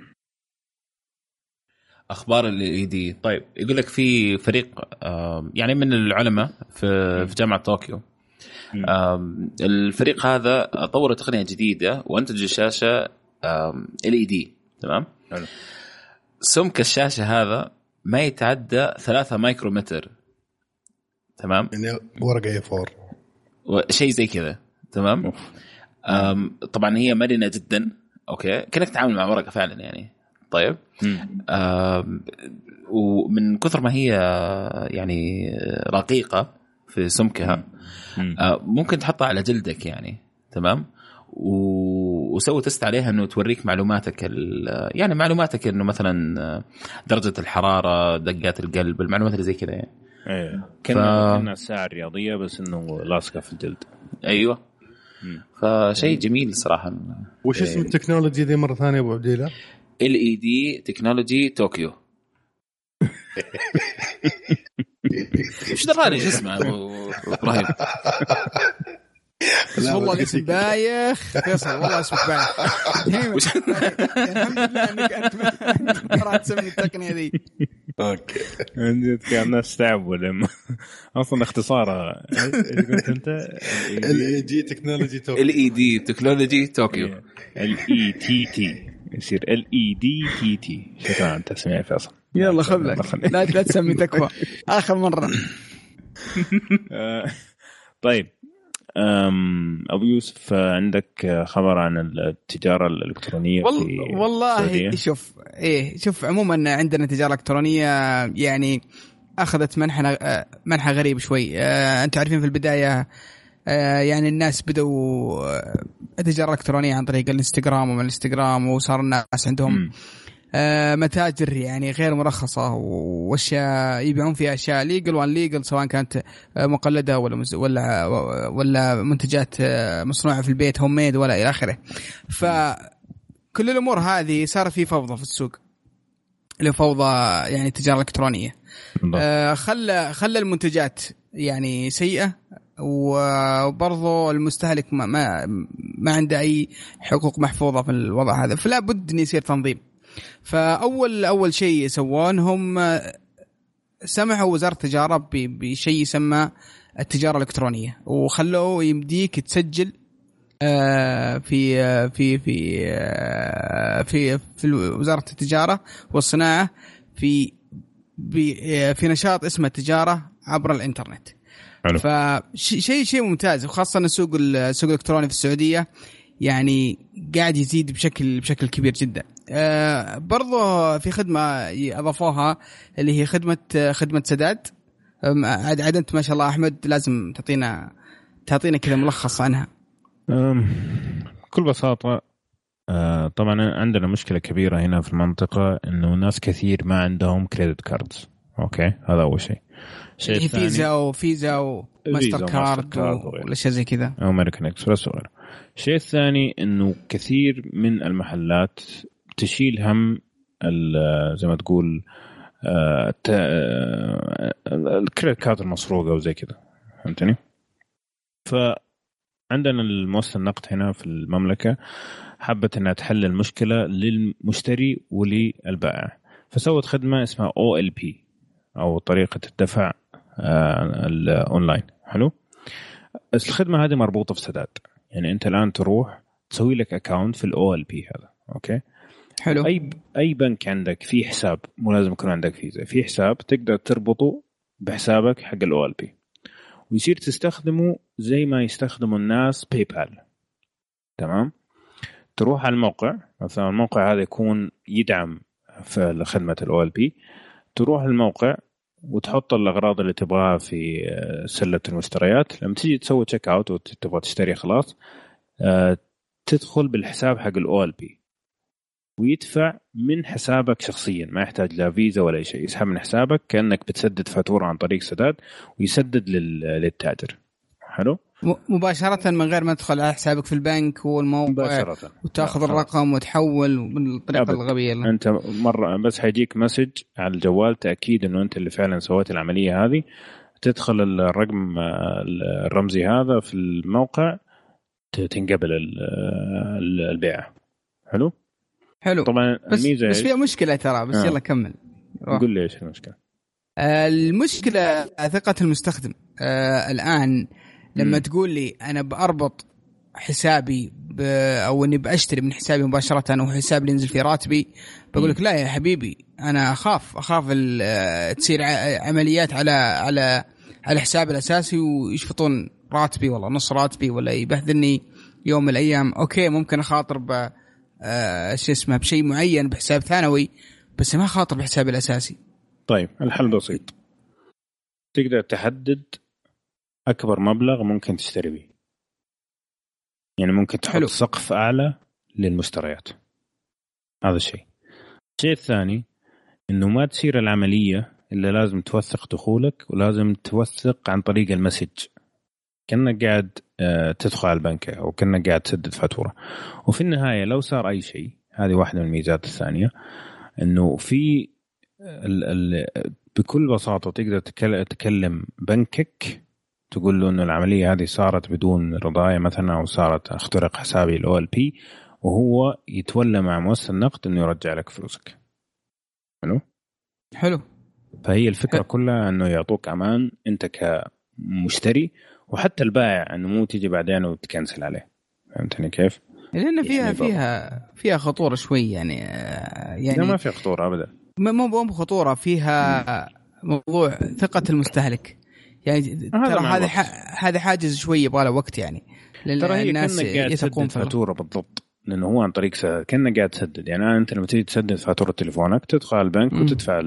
B: أخبار ال إي دي. طيب يقول لك في فريق يعني من العلماء في في جامعة طوكيو. الفريق هذا طور تقنية جديدة وانتج شاشة ال إي دي. تمام. سمك الشاشة هذا ما يتعدى ثلاثة مايكرومتر. تمام.
C: يعني ورقة إيه فور
B: شيء زي كذا. تمام. طبعا هي مرنة جدا. أوكي كأنك تتعامل مع ورقة فعلا يعني. طيب ومن كثر ما هي يعني رقيقة في سمكها ممكن تحطها على جلدك يعني. تمام. وسوي تست عليها انه توريك معلوماتك يعني معلوماتك انه مثلا درجة الحرارة دقات القلب المعلومات اللي زي كذا يعني.
A: ايه كنا ف... كنا ساعة رياضية بس انه لاصقة في الجلد.
B: ايوه م. فشيء جميل صراحة.
C: وش اسم إيه. التكنولوجي ذي مرة ثانية ابو عبديلة؟
B: ال إي دي تكنولوجي طوكيو. ايش دراني ايش اسمه ابو ابراهيم؟
D: والله الاسم بايخ فيصل والله اسمك بايخ. الحمد لله انك انت قرأت تسمي التقنية ذي.
C: اوكي
A: عندي كان ناس تعبوا لما اصلا اختصاره ايش قلت انت؟
C: ال إي دي تكنولوجي طوكيو.
B: ال إي دي تكنولوجي طوكيو.
A: ال إي تي تي يصير ال إي دي تي تي. شكرا انت تسمع فيصل.
D: يلا خذ لك لا لا تسمي تكفى اخر مرة.
A: طيب أبو يوسف عندك خبر عن التجارة الإلكترونية
D: والله
A: في
D: والله
A: السعودية؟
D: شوف إيه شوف عموما عندنا تجارة إلكترونية يعني أخذت منحى منحى غريب شوي. آه أنتوا عارفين في البداية آه يعني الناس بدأوا التجارة الإلكترونية عن طريق الانستغرام ومن الانستغرام وصار الناس عندهم م. آه متاجر يعني غير مرخصة واشياء يبيعون فيها اشياء ليجل وان ليجل سواء كانت مقلدة ولا ولا ولا منتجات مصنوعة في البيت هوم ميد ولا الى اخره. فكل الامور هذه صار في فوضى في السوق اللي فوضى يعني التجارة الالكترونية. آه خلى خلى المنتجات يعني سيئة وبرضو المستهلك ما ما, ما عنده اي حقوق محفوظة في الوضع هذا. فلا بد ان يصير تنظيم. فأول أول شيء سوون هم سمحوا وزارة التجارة بشيء يسمى التجارة الإلكترونية وخلوه يمديك تسجل في في في في في وزارة التجارة والصناعة في في نشاط اسمه التجارة عبر الإنترنت. فشيء شيء ممتاز، وخاصة السوق السوق الإلكتروني في السعودية يعني قاعد يزيد بشكل بشكل كبير جدا. آه برضو في خدمة أضافوها اللي هي خدمة خدمة سداد. عاد عاد أنت ما شاء الله أحمد لازم تعطينا تعطينا كذا ملخص عنها.
A: بكل بساطة آه طبعا عندنا مشكلة كبيرة هنا في المنطقة إنه ناس كثير ما عندهم كريدت كاردز. أوكي هذا أول شيء.
D: شيء ثاني فيزا وفيزا وماستر كارد والأشياء زي كذا
A: أو أمريكان إكسبرس وغيره. الشيء الثاني إنه كثير من المحلات تشيل هم زي ما تقول الكريدت كارد المسروقة وزي كذا، فهمتني؟ فعندنا المؤسسة النقد هنا في المملكة حبت أنها تحل المشكلة للمشتري وللبائع، فسوت خدمة اسمها أو إل بي أو طريقة الدفع الأونلاين. حلو. الخدمة هذه مربوطة في سداد، يعني أنت الآن تروح تسوي لك أكاونت في الأو إل بي هذا. أوكي
D: حلو.
A: أي أي بنك عندك في حساب، مو لازم يكون عندك فيزا، في حساب تقدر تربطه بحسابك حق الأو إل بي ويصير تستخدمه زي ما يستخدموا الناس باي بال. تمام. تروح على الموقع، مثلا الموقع هذا يكون يدعم في خدمة الأو إل بي، تروح الموقع وتحط الأغراض اللي تبغاها في سلة المشتريات. لما تيجي تسوي تشيك أوت وتبغى تشتري خلاص، تدخل بالحساب حق الأو إل بي ويدفع من حسابك شخصيا، ما يحتاج لا فيزا ولا أي شيء، يسحب من حسابك كأنك بتسدد فاتورة عن طريق سداد ويسدد للتاجر. حلو.
D: مباشرة من غير ما تدخل على حسابك في البنك والموقع وتأخذ الرقم وتحول بالطريقة الغبية.
A: أنت مرة بس حيجيك مسج على الجوال تأكيد إنه أنت اللي فعلا سويت العملية هذه، تدخل الرقم الرمزي هذا في الموقع تنقبل البيع. حلو.
D: حلو.
A: طبعا
D: بس, بس فيها مشكلة ترى، بس آه. يلا كمل.
A: قول لي إيش المشكلة.
D: آه المشكلة ثقة المستخدم. آه الآن لما م. تقول لي أنا بأربط حسابي ب... أو إني بأشتري من حسابي مباشرة أو حساب اللي ينزل فيه راتبي، بقول لك لا يا حبيبي، أنا أخاف أخاف تصير عمليات على على على حسابي الأساسي ويشفطون راتبي والله نص راتبي ولا يبهذلني يوم من الأيام. أوكي ممكن أخاطر ب آه شو اسمه بشيء معين بحساب ثانوي، بس ما خاطر بحسابي الأساسي.
A: طيب الحل بسيط، تقدر تحدد أكبر مبلغ ممكن تشتري به، يعني ممكن تحط حلو. سقف أعلى للمشتريات. هذا الشيء. الشيء الثاني إنه ما تصير العملية إلا لازم توثق دخولك، ولازم توثق عن طريق المسج كأنك قاعد تدخل على البنك أو كأنك قاعد تسدد فاتورة. وفي النهاية لو صار أي شيء، هذه واحدة من الميزات الثانية، إنه في ال ال بكل بساطة تقدر تكلم بنكك تقول له إنه العملية هذه صارت بدون رضايا مثلا، أو صارت اخترق حسابي الأو إل بي، وهو يتولى مع مؤسسة النقد إنه يرجع لك فلوسك. حلو.
D: حلو.
A: فهي الفكرة حلو. كلها إنه يعطوك أمان أنت كمشتري، وحتى البائع إنه مو تيجي بعدين وتكنسل عليه. فهمتني كيف؟
D: لأن فيها يعني فيها فيها خطورة شوي يعني يعني
A: لا ما في خطورة أبدا.
D: ما مو خطورة فيها موضوع ثقة المستهلك يعني. ترى هذا هذا حاجز شوي يبغى له وقت يعني.
A: ترى الناس يثقون في الفاتورة بالضبط، لأنه هو عن طريق سدد كأنك قاعد تسدد. يعني أنت لما تيجي تسدد فاتورة تليفونك تدخل على البنك م. وتدفع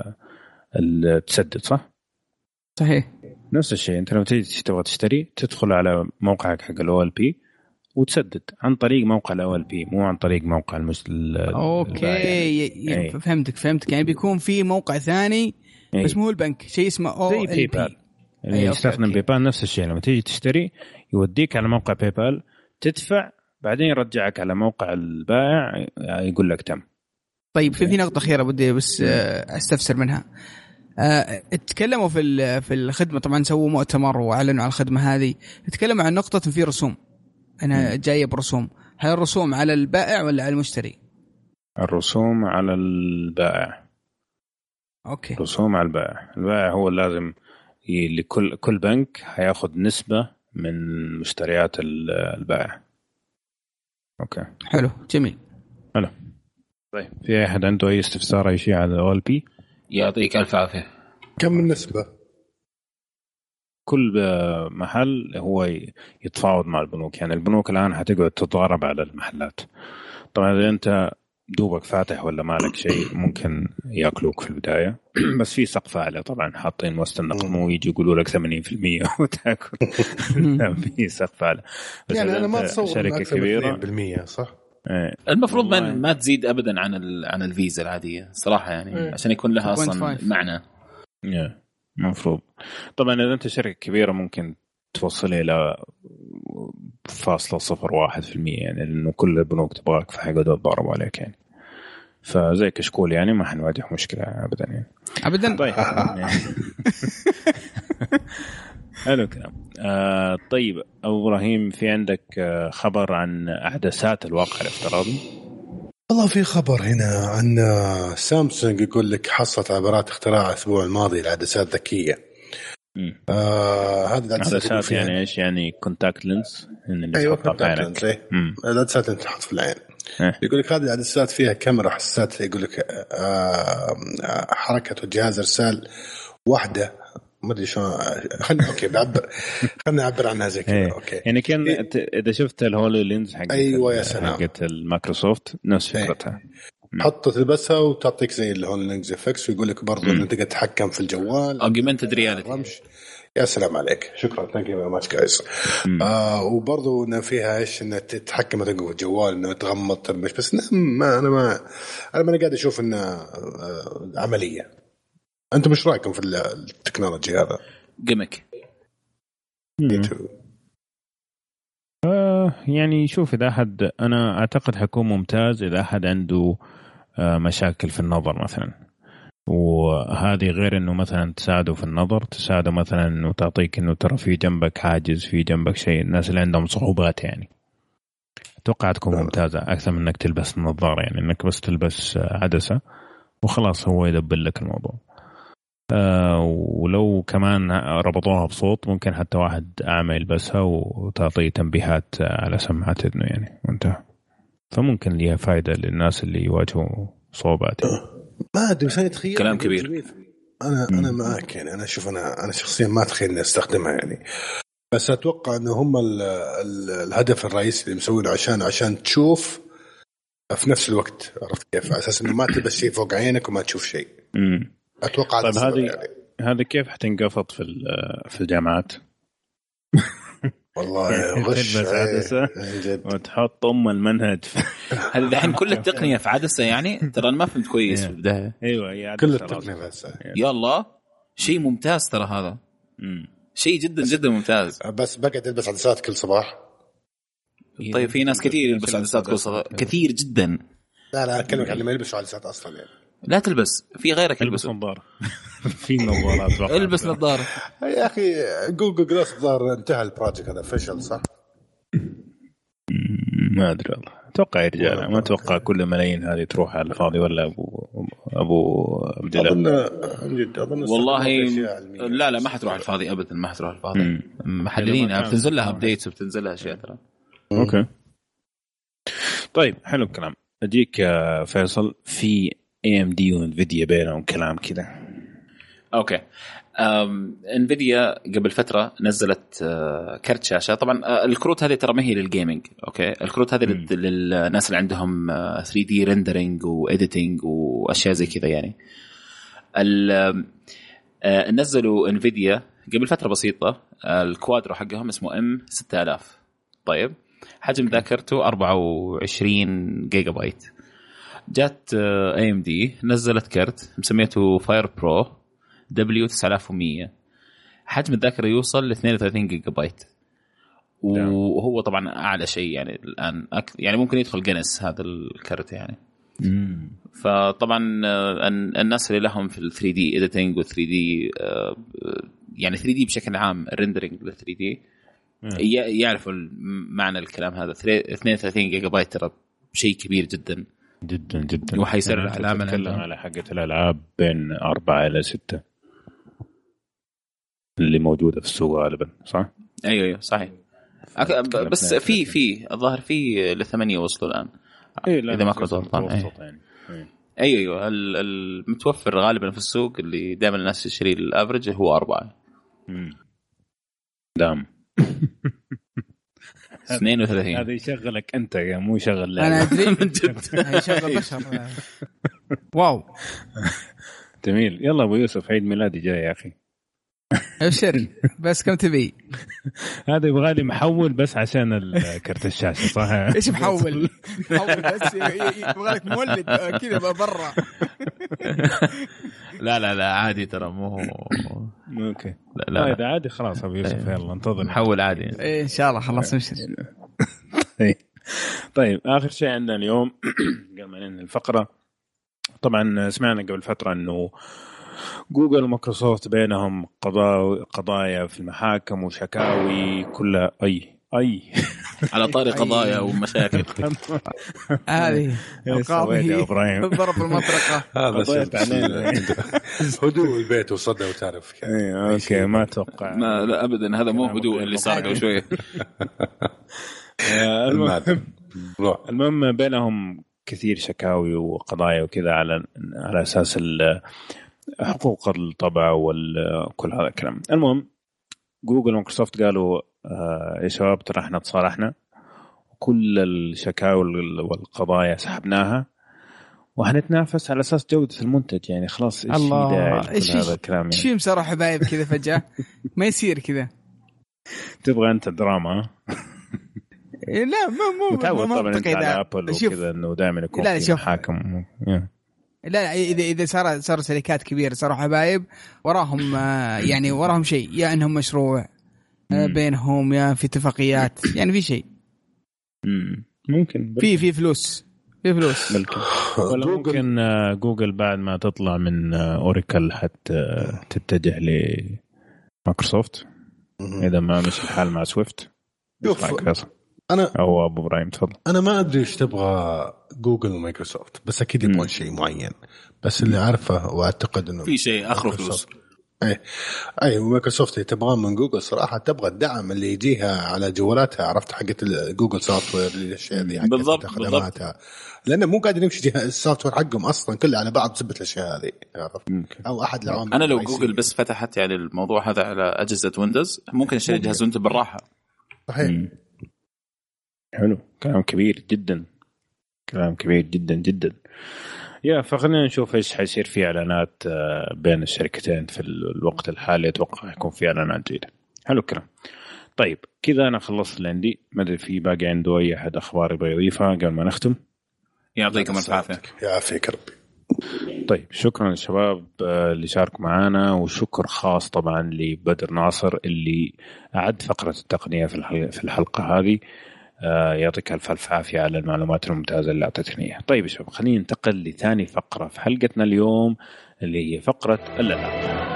A: التسدد، صح؟
D: صحيح.
A: نفس الشيء أنت لما تيجي تبغى تشتري تدخل على موقعك حق الأو إل بي وتسدد عن طريق موقع الأو إل بي، مو عن طريق موقع المسل.
D: أوكي ي... فهمتك فهمتك يعني بيكون في موقع ثاني أي. بس مو البنك، شيء اسمه أو إل بي
A: يعني يستخدم باي بال. نفس الشيء لما تيجي تشتري يوديك على موقع باي بال تدفع، بعدين يرجعك على موقع البائع يقول لك تم.
D: طيب في في نقطة أخيرة بدي بس أستفسر منها. أه تكلموا في في الخدمة، طبعا سووا مؤتمر وأعلنوا عن الخدمة هذه، تكلموا عن نقطة في رسوم. أنا جاية برسوم، هل الرسوم على البائع ولا على المشتري؟
A: الرسوم على البائع.
D: أوكي.
A: رسوم على البائع. البائع هو لازم لكل كل بنك هياخد نسبة من مشتريات البائع. أوكي.
D: حلو جميل.
A: حلو. طيب في أحد عنده أي استفسار أي شيء على الأو إل بي؟
B: يعطيك ألف عافية.
C: كم النسبة؟
A: كل محل هو يتفاوض مع البنوك. يعني البنوك الآن هتقعد تتضارب على المحلات. طبعا إذا أنت دوبك فاتح ولا مالك شيء ممكن يأكلوك في البداية بس في سقف أعلى طبعا حاطين وسط النقد، مو يجي يقولوا لك ثمانين بالمية وتأكل في سقف أعلى. بس
C: يعني أنا ما أتصور
A: شركة كبيرة
C: بالمية صح؟
B: المفروض ما ما تزيد ابدا عن عن الفيزا العاديه صراحه يعني ايه. عشان يكون لها اصلا معنى.
A: المفروض طبعا اذا انت شركه كبيره ممكن توصل الى فاصلة صفر واحد في المية يعني لانه كل البنوك تبغاك فحيقعدوا يتضاربوا عليك يعني. فزي كشكول يعني ما حنواجه مشكله ابدا يعني
D: ابدا.
A: طيب حلو كلام. آه طيب أبو إبراهيم في عندك آه خبر عن أحداثات الواقع الافتراضي؟
C: والله في خبر هنا عن سامسونج يقول لك حصلت عبارات اختراع الأسبوع الماضي لعدسات ذكية.
A: آه هذه العدسات يعني إيش يعني كونتاكت لينس؟
C: أيوة كونتاكت لينس. العدسات اللي تحط في العين. اه. يقول لك هذه العدسات فيها كاميرا حساسة يقول لك آه حركة الجهاز إرسال واحدة ما ادري شو خلينا اوكي بعبر خلينا نعبر عنها زي كذا اوكي
A: يعني كان إيه؟ اذا شفت الهولو لينز حق
C: ايوه يا سلام
A: حقت المايكروسوفت نفس فكرتها
C: إيه؟ حط تلبسها وتعطيك زي الهولو لينز افكس ويقول لك برضه انك تقدر تتحكم في الجوال
B: اوجمنتد رياليتي.
C: يا سلام عليك شكرا ثانك يو فيري ماتش جايز. وبرضه انه فيها ايش انه تتحكم في الجوال انه تغمض ترمش بس ما انا ما انا ما قاعد اشوف انه عمليه. أنتم مش رأيكم في التكنولوجيا هذا؟
B: جمك.
A: آه يعني شوف إذا أحد أنا أعتقد حيكون ممتاز إذا أحد عنده آه مشاكل في النظر مثلا، وهذه غير إنه مثلا تساعده في النظر تساعده مثلا إنه تعطيك إنه ترى في جنبك حاجز في جنبك شيء. الناس اللي عندهم صعوبات يعني أتوقع تكون ممتازة أكثر من إنك تلبس النظارة. يعني إنك بس تلبس عدسة وخلاص هو يدبر لك الموضوع. آه ولو كمان ربطوها بصوت ممكن حتى واحد أعمى يلبسها وتعطيه تنبيهات على سماعة إذنه يعني وانتهى. فممكن ليها فائدة للناس اللي يواجهوا صعوبات.
C: ما أدري بس تخيل
B: كلام كبير.
C: أنا أنا معك يعني أنا أشوف أنا أنا شخصيا ما أتخيل إني أستخدمها يعني بس أتوقع إنه هم ال ال الهدف الرئيسي اللي مسوينه عشان عشان تشوف في نفس الوقت. عرفت كيف؟ على أساس إنه ما تلبس شيء فوق عينك وما تشوف شيء.
A: امم
C: أتوقع.
A: طيب هذه يعني. هذا كيف حتنقفض في في الجامعات؟
C: والله غش
A: عدسة وتحط أم المنهج.
B: هذا الحين كل التقنية في عدسة يعني ترى أنا ما فهمت كويس في البداية.
A: أيوة
C: كل التقنية في عدسة.
B: يلا شيء ممتاز ترى هذا.
A: مم.
B: شيء جدا جدا ممتاز.
C: بس بقى تلبس عدسات كل صباح.
B: طيب في ناس كثير يلبس عدسات كل صباح كثير جدا.
C: لا لا أكلمك على ما يلبسوا عدسات أصلا يعني.
B: لا تلبس في غيرك
A: يلبس نظارة. في نظارات
B: البس نظارة
C: يا أخي جوجل جلاس ظهر انتهى البروجكت هذا فشل صح؟
A: ما أدري والله أتوقع يا رجال ما أتوقع كل ملايين هذه تروح على الفاضي ولا أبو أبو عبد الله.
C: أظن أظن
B: والله لا لا ما حتروح على الفاضي أبدا ما حتروح على الفاضي. محللين بتنزل لها أبديتس وبتنزل لها أشياء ترى.
A: أوكي طيب حلو الكلام. أجيك فيصل في إيه إم دي وانفيديا بينهم كلام كده.
B: اوكي أم انفيديا قبل فتره نزلت كرت شاشه. طبعا الكروت هذه ترى ما هي للجيمنج. اوكي الكروت هذه م. للناس اللي عندهم ثري دي ريندرينج وإيديتنج واشياء زي كذا يعني. نزلوا انفيديا قبل فتره بسيطه الكوادرو حقهم اسمه ام ستة آلاف. طيب حجم ذاكرته أربعة وعشرين جيجا بايت. جات إيه إم دي نزلت كرت مسميته فاير برو دبليو تسعة آلاف ومية. حجم الذاكرة يوصل ل اثنين وثلاثين جيجا بايت وهو طبعا أعلى شيء يعني الآن أك... يعني ممكن يدخل جينيس هذا الكرت يعني.
A: مم.
B: فطبعا الناس اللي لهم في ال ثري دي editing و ثري دي يعني ثري دي بشكل عام الريندرينج لل ثري دي يعرفوا معنى الكلام هذا. اثنين وثلاثين جيجا بايت ترى شيء كبير جدا
A: جدا جدا
B: وحيسرع يعني العمل.
A: نتكلم على حقة الألعاب بين أربعة إلى ستة اللي موجودة في السوق غالبا صح؟
B: أيوة أيوة صحيح. بس في في الظاهر في لثمانية وصلوا الآن.
A: إيه
B: إذا ما كنت غلطان. أيوة أيوة المتوفر غالبا في السوق اللي دائما الناس تشتري الأفرج هو أربعة.
A: مم. دام
B: اثنين وثلاثين.
A: هذا يشغلك انت يا مو يشغل
D: انا ادري من جد يشغل بشر. واو
A: جميل. يلا ابو يوسف عيد ميلادي جاي يا اخي.
D: ابشر بس كم تبي.
A: هذا يبغى لي محول بس عشان الكرت الشاشه صح.
D: ايش محول محول بس يبغى لك مولد كذا برا.
B: لا لا لا عادي ترى مو
A: اوكي.
B: لا لا
A: اذا عادي خلاص ابو يوسف يلا انتظر
B: محول عادي.
D: ايه ان شاء الله خلاص نمشي.
A: طيب اخر شيء عندنا اليوم قبل ما ننهي الفقره، طبعا سمعنا قبل فتره انه جوجل ومايكروسوفت بينهم قضايا قضايا في المحاكم وشكاوي كلها اي اي
B: على طاري قضايا ومشاكل.
D: هذه
A: القاضي ابراهيم
D: ضرب المطرقه.
C: هذا هدوء البيت وصدى وتعرف.
A: اوكي ما اتوقع.
B: ما لا ابدا هذا مو هدوء اللي صار قبل شويه.
A: المهم المهم بينهم كثير شكاوي وقضايا وكذا على على اساس حقوق الطبع وكل هذا الكلام. المهم جوجل ومايكروسوفت قالوا آه يا شباب ترى احنا تصالحنا وكل الشكاوي والقضايا سحبناها وحنتنافس على اساس جودة المنتج. يعني خلاص ايش
D: الله
A: ايش هذا الكلام يعني.
D: شيء مسرح حبايب كذا فجأة ما يصير كذا.
A: تبغى انت دراما؟
D: لا مو مو
A: متعود طبعا انت على ابل وكذا انه دائما يكون في محاكم.
D: لا اذا اذا صار صار شركات كبيره صاروا حبايب وراهم يعني وراهم شيء، يا انهم مشروع بينهم يا في اتفاقيات يعني في شيء
A: ممكن
D: في في فلوس في فلوس
A: ممكن. ولا ممكن جوجل بعد ما تطلع من أوراكل حتى تتجه لمايكروسوفت إذا ما مش الحال مع سويفت.
C: أنا
A: أو أبو إبراهيم تفضل.
C: أنا ما أدري إيش تبغى جوجل ومايكروسوفت، بس أكيد يبغون شيء معين، بس اللي عارفه وأعتقد إنه
B: في شيء آخره فلوس.
C: أي أي ومايكروسوفت تبغى من جوجل صراحة تبغى الدعم اللي يجيها على جوالاتها، عرفت حقت جوجل سوفت وير الأشياء دي
B: بالضبط بالضبط،
C: لأنه مو قادر يمشي السوفت وير حقهم أصلا كله على بعض سبت الأشياء هذه، عرفت؟ أو أحد العوامل.
B: أنا لو جوجل بس فتحت يعني الموضوع هذا على أجهزة ويندوز ممكن أشتري جهاز ويندوز بالراحة.
C: صحيح.
A: حلو، كلام كبير جدا، كلام كبير جدا جدا. يا فخلينا نشوف ايش حيصير في اعلانات بين الشركتين في الوقت الحالي. اتوقع يكون في اعلانات جديده. حلو الكلام. طيب كذا انا خلصت اللي عندي، ما ادري في باقي عنده اي احد اخبار يبغى يضيفها قبل ما نختم؟
B: يعطيكم العافيه.
C: يعافيك ربي.
A: طيب شكرا للشباب اللي شاركوا معنا، وشكر خاص طبعا لبدر ناصر اللي أعد فقرة التقنية في الحلقة هذه. يعطيك ألف ألف عافية على المعلومات الممتازة اللي أعطيتني. طيب يا شباب خلينا ننتقل لثاني فقرة في حلقتنا اليوم اللي هي فقرة الألعاب.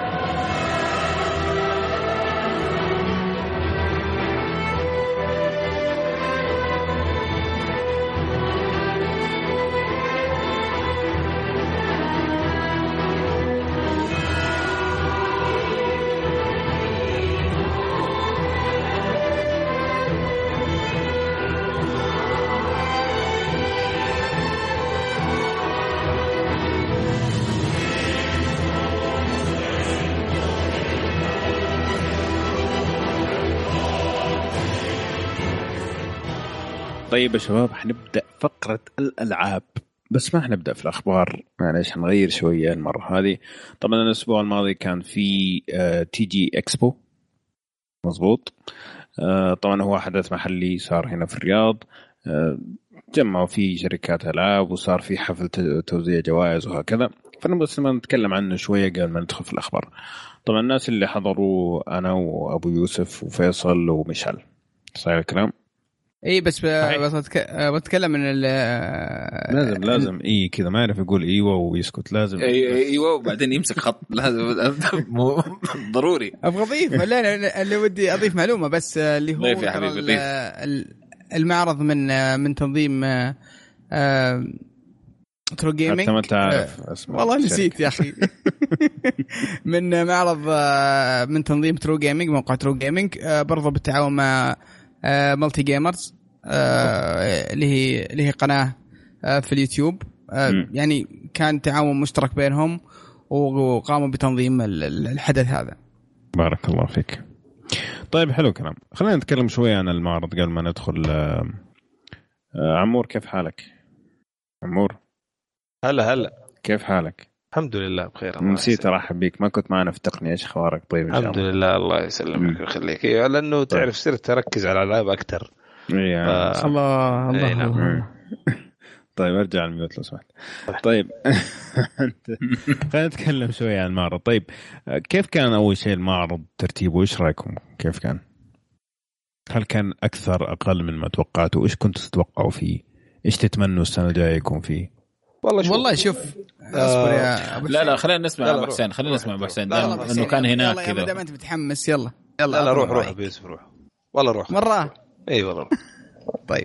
A: طيب يا شباب حنبدأ فقرة الألعاب، بس ما حنبدأ في الأخبار، معليش حنغير شوية المرة هذه. طبعا الأسبوع الماضي كان في تي جي إكسبو، مظبوط. طبعا هو حدث محلي صار هنا في الرياض، جمعوا فيه شركات ألعاب وصار في حفل توزيع جوائز وهكذا. فنبغى نتكلم عنه شوية قبل ما ندخل في الأخبار. طبعا الناس اللي حضروا أنا وأبو يوسف وفيصل ومشعل، صحيح الكلام؟
D: اي بس بس بتكلم من ال
A: لازم لازم اي كذا ما يعرف يقول ايوه ويسكت، لازم
B: اي ايوه وبعدين يمسك خط، لازم مو ضروري.
D: ابغى اضيف، لا اللي ودي اضيف معلومه بس اللي هو
B: ضيف يا حبيبي ضيف.
D: المعرض من من تنظيم ترو جيمينج،
A: ما تعرف اسمه
D: والله نسيت يا اخي. من معرض من تنظيم ترو جيمينج، موقع ترو جيمينج برضه بالتعاون مع مالتي جيمرز اللي هي اللي هي قناة في اليوتيوب. يعني كان تعاون مشترك بينهم وقاموا بتنظيم الحدث هذا.
A: بارك الله فيك. طيب حلو كلام. خلينا نتكلم شوي عن المعرض قبل ما ندخل. عمور كيف حالك؟ عمور
E: هلا هلا
A: كيف حالك؟
E: الحمد لله بخير. الله
A: نسيت ارحب بيك، ما كنت معنا في التقنيه. ايش اخبارك؟ طيب
E: الحمد لله الله يسلمك ويخليك. لانه طيب. تعرف صرت تركز على الالعاب اكثر.
A: ايه
D: ف... الله الله,
E: نعم.
D: الله.
A: طيب ارجع الميوت لو سمحت. طيب خلينا نتكلم شوي عن المعرض. طيب كيف كان اول شيء المعرض ترتيبه؟ ايش رايكم كيف كان؟ هل كان اكثر اقل من ما توقعتوا؟ ايش كنتوا تتوقعوا فيه؟ ايش تتمنوا السنه الجايه يكون فيه؟
D: والله شوف والله شوف اصبر يا
B: أبو لا لا خلينا نسمع ابو حسين خلينا نسمع ابو حسين انه كان هناك كذا.
D: يلا ما انت متحمس يلا
E: يلا لا, لا روح روح بيوسف روح والله روح
D: مره.
E: اي والله
D: طيب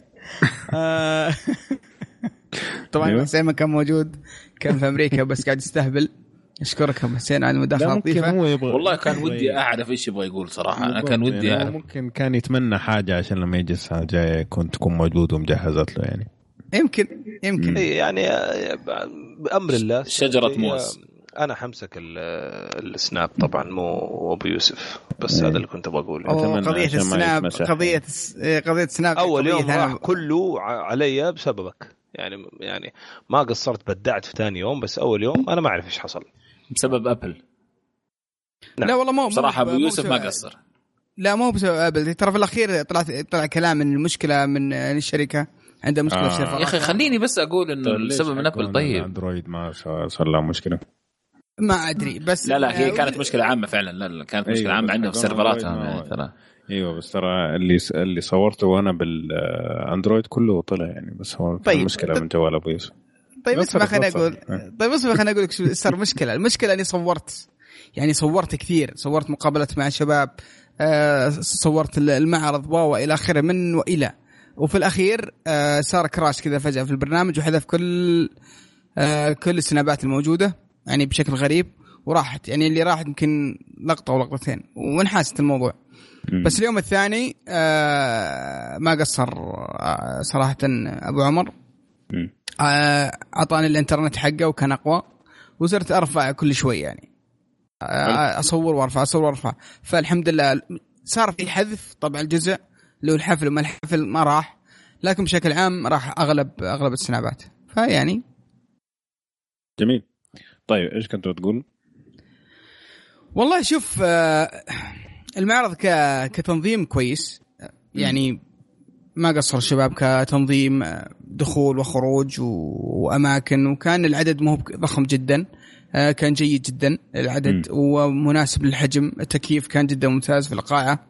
D: طبعا حسين ما كان موجود، كان في امريكا بس قاعد يستهبل. اشكرك ابو حسين على المداخله اللطيفه.
B: والله كان ودي اعرف ايش يبغى يقول صراحه. انا كان ودي اعرف.
A: ممكن كان يتمنى حاجه عشان لما يجي السنه الجايه كنت تكون موجود ومجهزت له يعني.
D: يمكن يمكن
E: يعني بأمر الله
B: شجرة موز.
E: أنا حمسك السناب طبعا مو أبو يوسف بس
A: مم.
E: هذا اللي كنت بقوله.
D: قضية السناب قضية قضية السناب
E: أول يوم راح كله علي بسببك يعني يعني ما قصرت بدعت في ثاني يوم بس أول يوم أنا ما أعرف إيش حصل
B: بسبب أبل.
D: نعم. لا والله مو
B: صراحة أبو يوسف ما قصر.
D: لا مو بسبب أبل، ترى في الأخير طلع طلع كلام من المشكلة من الشركة عندها مشكلة في
B: آه. يا أخي خليني بس أقول إنه السبب من أبل. طيب
A: أندرويد ما صار له مشكلة
D: ما أدري بس
B: لا لا هي كانت مشكلة عامة فعلا. لا لا كانت مشكلة
A: أيوة
B: عامة عندهم في سيرفراتهم يعني ترى.
A: ايوه بس ترى اللي اللي صورته وانا بالاندرويد كله طلع يعني بس هو
D: طيب.
A: المشكله من جوال ابو يوسف.
D: طيب اسمع خليني اقول طيب اسمع خليني اقول لك شو صار. مشكله المشكله اني صورت يعني صورت كثير، صورت مقابلات مع شباب، آه صورت المعرض واو الى اخره من والى، وفي الاخير آه صار كراش كذا فجاه في البرنامج وحذف كل آه كل السنابات الموجوده يعني بشكل غريب وراحت. يعني اللي راحت يمكن لقطه او لقطتين وانحاست الموضوع. بس اليوم الثاني آه ما قصر آه صراحة أبو عمر آه أعطاني الإنترنت حقه وكان أقوى وصرت أرفع كل شوي يعني آه أصور وأرفع أصور وأرفع. فالحمد لله صار في حذف طبعا الجزء لو الحفل وما الحفل ما راح، لكن بشكل عام راح أغلب أغلب السنابات. فيعني
A: جميل. طيب إيش كنت تقول؟
D: والله شوف آه المعرض كتنظيم كويس يعني ما قصر الشباب كتنظيم دخول وخروج وأماكن، وكان العدد مو ضخم جدا، كان جيد جدا العدد ومناسب للحجم. التكييف كان جدا ممتاز في القاعة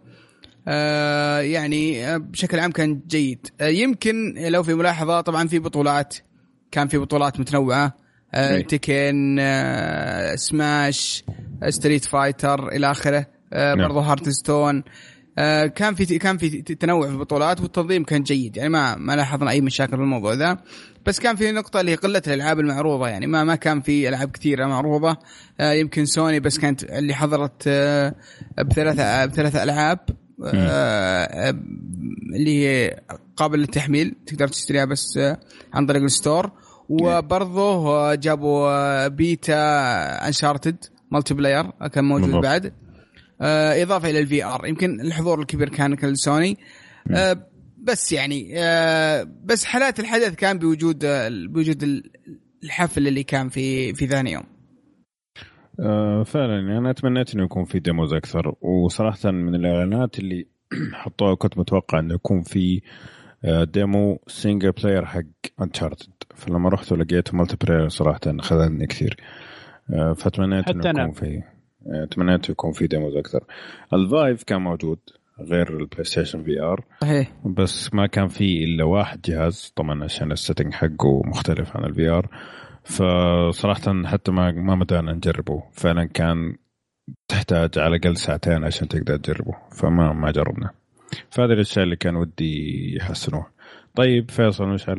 D: يعني بشكل عام كان جيد. يمكن لو في ملاحظة طبعا في بطولات، كان في بطولات متنوعة تيكن سماش ستريت فايتر إلى آخره برضو هارتستون. آه كان في كان في تنوع في البطولات والتنظيم كان جيد يعني ما ما لاحظنا اي مشاكل في الموضوع ذا. بس كان في نقطه اللي قله الالعاب المعروضه يعني ما ما كان في العاب كثيره معروضه. آه يمكن سوني بس كانت اللي حضرت آه بثلاثه بثلاثه العاب آه اللي هي قابل للتحميل تقدر تشتريها بس آه عن طريق الستور. وبرضه جابوا بيتا انشارتد مالتي بلاير كان موجود بالضبط. بعد آه إضافة إلى الفي آر. يمكن الحضور الكبير كان كالسوني آه بس يعني آه بس حالات الحدث كان بوجود آه بوجود الحفل اللي كان في في ثاني يوم.
A: آه فعلا يعني أنا أتمنيت إنه يكون في ديموز أكثر، وصراحة من الإعلانات اللي حطوها كنت متوقع إنه يكون في آه ديمو سينجل بلاير حق أنشارتد، فلما رحت ولقيته مالتي بلاير صراحة خذني كثير. آه فتمنيت إنه يكون في تمنيت يكون في ديموز أكثر. الفايف كان موجود غير البلاي ستيشن في آر بس ما كان فيه إلا واحد جهاز طبعا عشان السيتنج حقه مختلف عن الفي آر، فصراحة حتى ما ما مدانا نجربه. فعلا كان تحتاج على الأقل ساعتين عشان تقدر تجربه، فما ما جربنا. فهذه الأشياء اللي كان ودي يحسنوها. طيب فيصل مشعل؟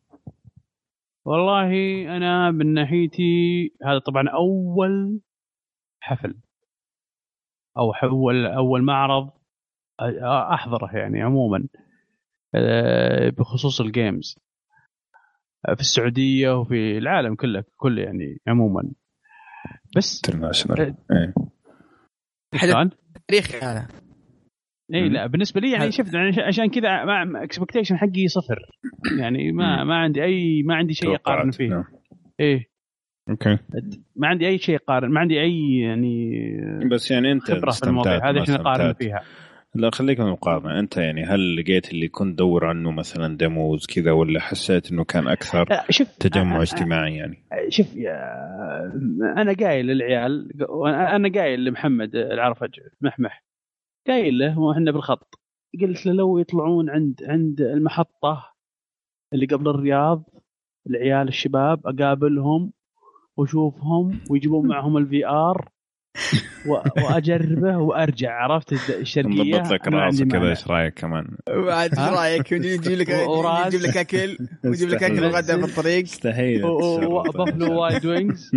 F: والله أنا من ناحيتي هذا طبعا أول حفل أو أول أول معرض أحضره يعني عموما بخصوص الجيمز في السعودية وفي العالم كله كله يعني عموما. بس
A: انترناشونال
D: حدث تاريخي هذا
F: اي لا بالنسبه لي يعني شفت يعني عشان كذا مع اكسبكتيشن حقي صفر يعني ما ما عندي اي ما عندي شيء اقارن فيه
A: نعم.
F: ايه
A: اوكي
F: ما عندي اي شيء اقارن ما عندي اي يعني
A: بس يعني انت
F: استمتعت هذه احنا نقارن فيها.
A: لا خليك مقارنة انت يعني هل لقيت اللي كنت دور عنه مثلا ديموز كذا ولا حسيت انه كان اكثر تجمع اجتماعي يعني؟
F: شوف انا قايل للعيال انا قايل لمحمد العرفج محمح قايل له واحنا بالخط قلت له لو يطلعون عند عند المحطة اللي قبل الرياض العيال الشباب اقابلهم واشوفهم ويجيبون معهم الفي ار واجربه وارجع عرفت الشرقيه
A: نضبط لك راسك كذا ايش رايك كمان
D: بعد ايش رايك نجيب لك نجيب لك اكل ونجيب لك اكل وغدا في الطريق
A: استحيل
F: وبافلو وايد وينجز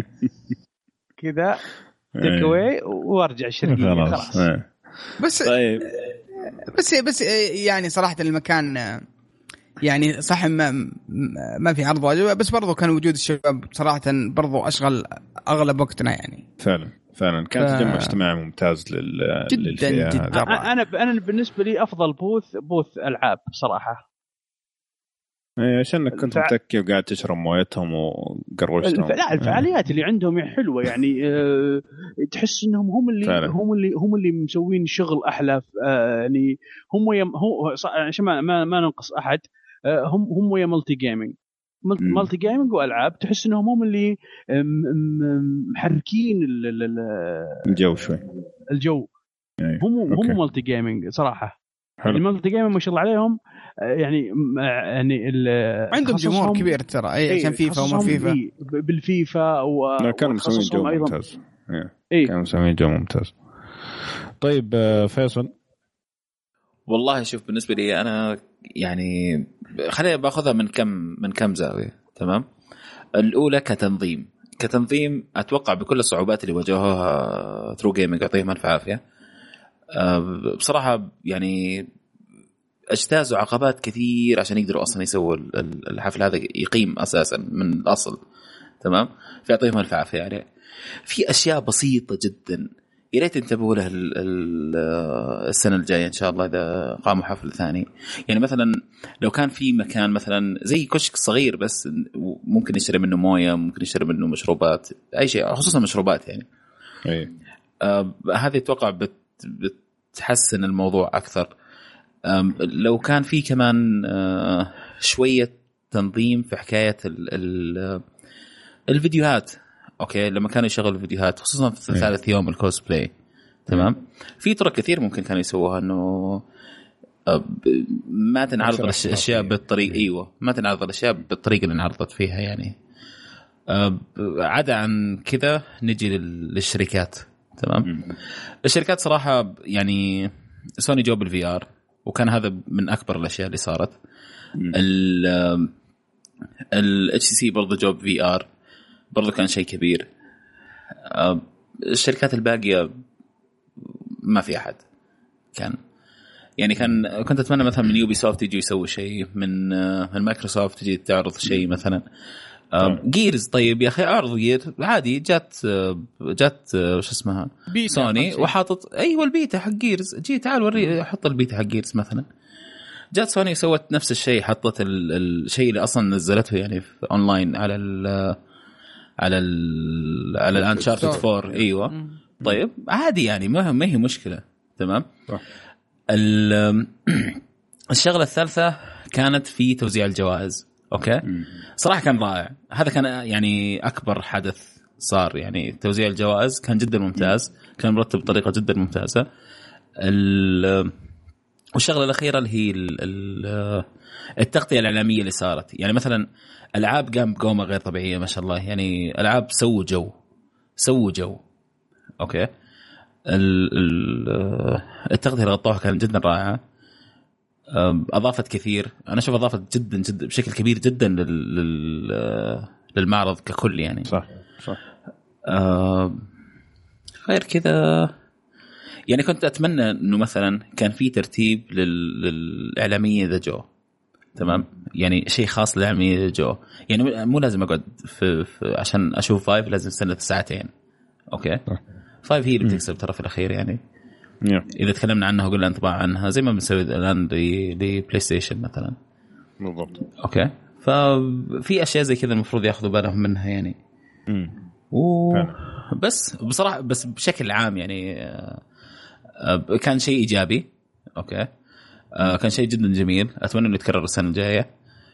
F: كذا تيك اواي وارجع الشرقيه خلاص.
D: بس طيب بس بس يعني صراحه المكان يعني صح ما ما في عرض واجب بس برضو كان وجود الشباب صراحه برضو اشغل اغلب وقتنا يعني
A: فعلا فعلا كان ف... تجمع اجتماعي ممتاز لل
D: جدا جدا.
F: انا انا بالنسبه لي افضل بوث بوث العاب بصراحه
A: اي عشانك كنت متكي وقاعد تشرب مويتهم وقروشتهم.
F: لا الفعاليات اللي عندهم حلوه يعني أه تحس انهم هم اللي فعلا. هم اللي هم اللي مسوين شغل احلى أه يعني هم يم هو عشان ما ما, ما ننقص احد أه هم هم يا مالتي جيمينج مالتي جيمينج والعاب تحس انهم هم اللي محركين
A: الجو شوي
F: الجو يعني. هم أوكي. هم مالتي جيمينج صراحه المالتي جيمينج ما شاء الله عليهم يعني يعني
D: عندهم جمهور كبير ترى اي عشان فيفا وما فيفا
F: بالفيفا
A: وكانوا مسوين جو ممتاز
F: إيه.
A: كانوا مسوين جو ممتاز. طيب فيصل
B: والله شوف بالنسبه لي انا يعني خلينا باخذها من كم من كم زاويه. تمام الاولى كتنظيم كتنظيم اتوقع بكل الصعوبات اللي واجهوها ثرو جيمنج يعطيهم الف عافيه بصراحه يعني اجتازوا عقبات كثير عشان يقدروا اصلا يسووا الحفل هذا يقيم اساسا من الاصل. تمام فيعطيهم الف عافيه يعني في اشياء بسيطه جدا يا ريت انتبهوا له السنه الجايه ان شاء الله اذا قاموا حفل ثاني. يعني مثلا لو كان في مكان مثلا زي كشك صغير بس ممكن يشتري منه مويه ممكن يشتري منه مشروبات اي شيء خصوصا مشروبات يعني
A: اي
B: آه هذه اتوقع بت بتحسن الموضوع اكثر. لو كان في كمان آه شويه تنظيم في حكايه ال ال الفيديوهات اوكي لما كانوا يشغلوا فيديوهات خصوصا في ثالث يوم الكوسبلاي. تمام في طرق كثير ممكن كانوا يسووها انه ما تنعرض الاشياء بالطريقه ايوه ما تنعرض الاشياء بالطريقه اللي انعرضت فيها يعني. عدا عن كذا نجي للشركات. تمام الشركات صراحه يعني سوني جوب الفي ار وكان هذا من اكبر الاشياء اللي صارت. ال ال اتش سي برضه جوب في ار برضو كان شيء كبير. الشركات الباقية ما في أحد كان يعني كان كنت أتمنى مثلا من يوبي سوفت يجي يسوي شيء من من مايكروسوفت تجي تعرض شيء مثلا جيرز. طيب يا أخي عرض جير عادي جات جات وش اسمها سوني وحاطط أيوة البيتا حق جيرز جي تعال وري حط البيتا حق جيرز مثلا. جات سوني سوت نفس الشيء حطت الشيء اللي أصلا نزلته يعني في أونلاين على ال على ال على الانشارتد فور ايوه طيب عادي يعني ما ما هي مشكله. تمام الشغله الثالثه كانت في توزيع الجوائز. اوكي صراحه كان رائع هذا كان يعني اكبر حدث صار يعني توزيع الجوائز كان جدا ممتاز كان مرتب بطريقه جدا ممتازه. والشغله الاخيره اللي هي التغطيه الاعلاميه اللي صارت يعني مثلا العاب قام بقومه غير طبيعيه ما شاء الله يعني العاب سووا جو سووا جو. اوكي التغطيه اللي غطوها كانت جدا رائعه اضافت كثير انا اشوف اضافت جدا جدا بشكل كبير جدا لل للمعرض ككل يعني
A: صح صح.
B: غير كذا يعني كنت اتمنى انه مثلا كان في ترتيب للاعلاميه ذا جو. تمام يعني شيء خاص للاعلاميه جو يعني مو لازم اقعد في, في عشان اشوف فايف لازم استنى ساعتين. اوكي فايف هي اللي بتكسب ترى في الاخير يعني اذا تكلمنا عنها وقلنا انطباع عنها زي ما بنسوي الان لبلاي ستيشن مثلا.
A: بالضبط.
B: اوكي ففي اشياء زي كذا المفروض ياخذوا بالهم منها يعني.
A: امم
B: و... بس بصراحه بس بشكل عام يعني كان شيء ايجابي. اوكي كان شيء جدا جميل، اتمنى انه يتكرر السنه الجايه.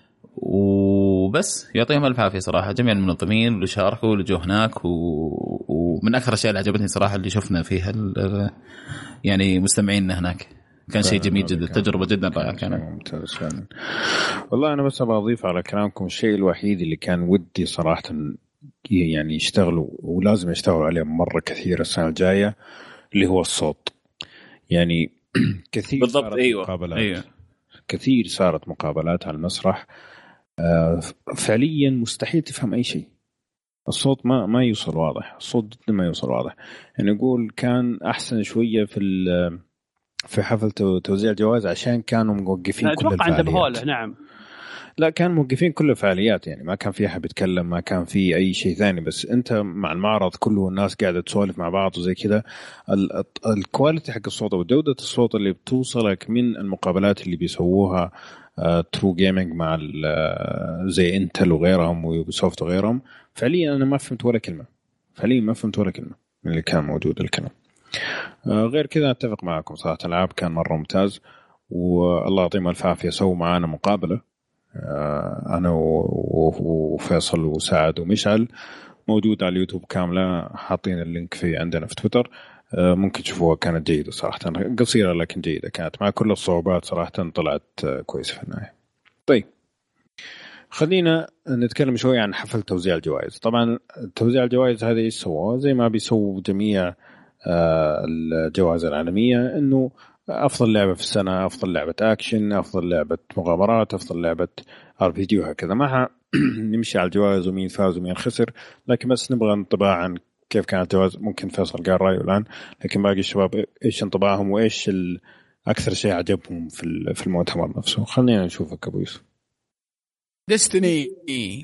B: وبس يعطيهم الف عافيه صراحه جميع المنظمين اللي شاركوا واللي جو هناك. و... ومن اكثر الاشياء اللي عجبتني صراحه اللي شفنا فيها ال... يعني مستمعيننا هناك كان شيء جميل جدا، تجربه جدا رائعه كانت.
A: ممتاز فعلا. والله انا بس بضيف على كلامكم الشيء الوحيد اللي كان ودي صراحه يعني يشتغلوا ولازم يشتغلوا عليه مره كثير السنه الجايه اللي هو الصوت. يعني كثير
B: بالضبط. أيوة.
A: مقابلات
B: أيوة.
A: كثير صارت مقابلات على المسرح آه فعليا مستحيل تفهم أي شيء. الصوت ما ما يوصل واضح، الصوت جدا ما يوصل واضح. يعني نقول كان أحسن شوية في في حفل توزيع الجوائز عشان كانوا موقفين كل الفعاليات.
F: نعم
A: لا كان موقفين كل الفعاليات، يعني ما كان في أحد بيتكلم، ما كان في أي شيء ثاني، بس أنت مع المعرض كله الناس قاعدة تسولف مع بعض وزي كذا. الكواليتي حق الصوت وجودة الصوت اللي بتوصلك من المقابلات اللي بيسووها ترو جيمينج مع زي انتل وغيرهم ويوبيسوفت وغيرهم، فعليا أنا ما فهمت ولا كلمة، فعليا ما فهمت ولا كلمة من اللي كان موجود الكلام. غير كذا أتفق معكم صراحة العاب كان مرة ممتاز، والله يعطيهم الف عافية. سووا معانا مقابلة أنا وفيصل وسعد ومشعل، موجود على اليوتيوب كاملة، حاطين اللينك في عندنا في تويتر، ممكن تشوفوها. كانت جيدة صراحة، قصيرة لكن جيدة كانت، مع كل الصعوبات صراحة طلعت كويسة في النهاية. طيب خلينا نتكلم شوي عن حفل توزيع الجوائز. طبعا توزيع الجوائز هذه ايش سووا؟ زي ما بيسووا جميع الجوائز العالمية، انه افضل لعبة في السنة، افضل لعبة اكشن، افضل لعبة مغامرات، افضل لعبة ار بي جي وهكذا. ما نمشي على الجوائز ومين فاز ومين خسر، لكن بس نبغى انطباع عن كيف كانت الجوائز. ممكن فيصل قال رأيه الآن، لكن باقي الشباب ايش انطباعهم وايش اكثر شيء عجبهم في في المؤتمر نفسه. خلينا نشوفك ابو يوسف.
D: ديستني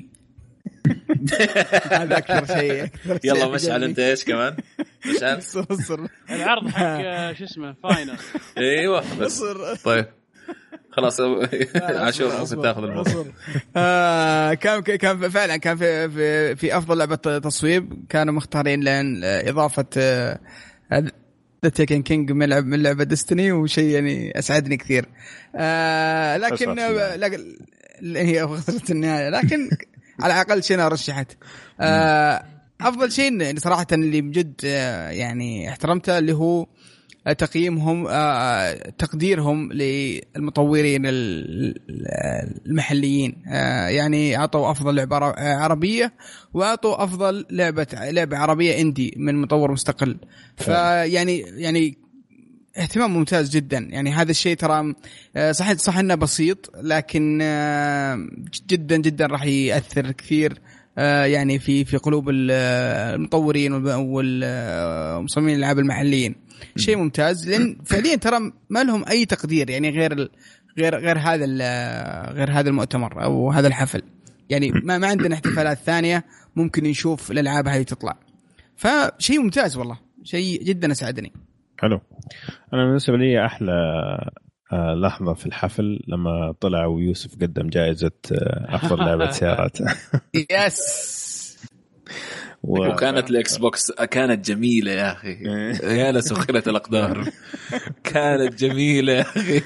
D: هذا أكثر شيء.
B: يلا مشعل أنت إيش كمان؟ مشعل
F: العرض حق شو اسمه فاينل.
B: أيوة بس طيب خلاص عاشور ممكن تأخذ الموضوع.
D: آه كان كان فعلا كان في في في أفضل لعبة تصويب كانوا مختارين لأن إضافة ذا تيكن كينج من لعبة من لعبة ديستني، وشيء يعني أسعدني كثير. آه لكن لا هي خسرت النهاية، لكن على الأقل شيء رشحت. أفضل شيء يعني صراحة اللي بجد يعني احترمته اللي هو تقييمهم، تقديرهم للمطورين المحليين. يعني أعطوا أفضل لعبة عربية وأعطوا أفضل لعبة لعبة عربية إندي من مطور مستقل. فيعني يعني اهتمام ممتاز جدا. يعني هذا الشيء ترى صح صح انه بسيط، لكن جدا جدا راح يأثر كثير يعني في في قلوب المطورين والمصممين الالعاب المحليين. شيء ممتاز، لان فعليا ترى ما لهم اي تقدير يعني غير غير غير هذا غير هذا المؤتمر او هذا الحفل. يعني ما ما عندنا احتفالات ثانيه ممكن نشوف الالعاب هذه تطلع. فشيء ممتاز والله، شيء جدا اسعدني.
A: حلو. أنا بالنسبة لي أحلى لحظة في الحفل لما طلع ويوسف قدم جائزة أفضل لعبة سيارات.
D: يس.
B: وكانت الإكس بوكس كانت جميلة يا أخي، يا لسخرة الأقدار كانت جميلة يا أخي.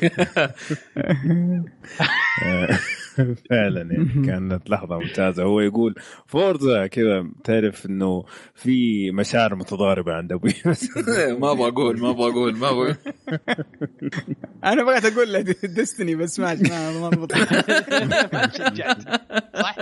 A: فعلا يعني كانت لحظة ممتازة. هو يقول فورزا كذا، تعرف انه في مشاعر متضاربة عند ابوي.
B: ما بقول ما بقول ما بقول
D: انا بغيت اقول له ديستني بس ما ما ضبط.
F: شجعت صح.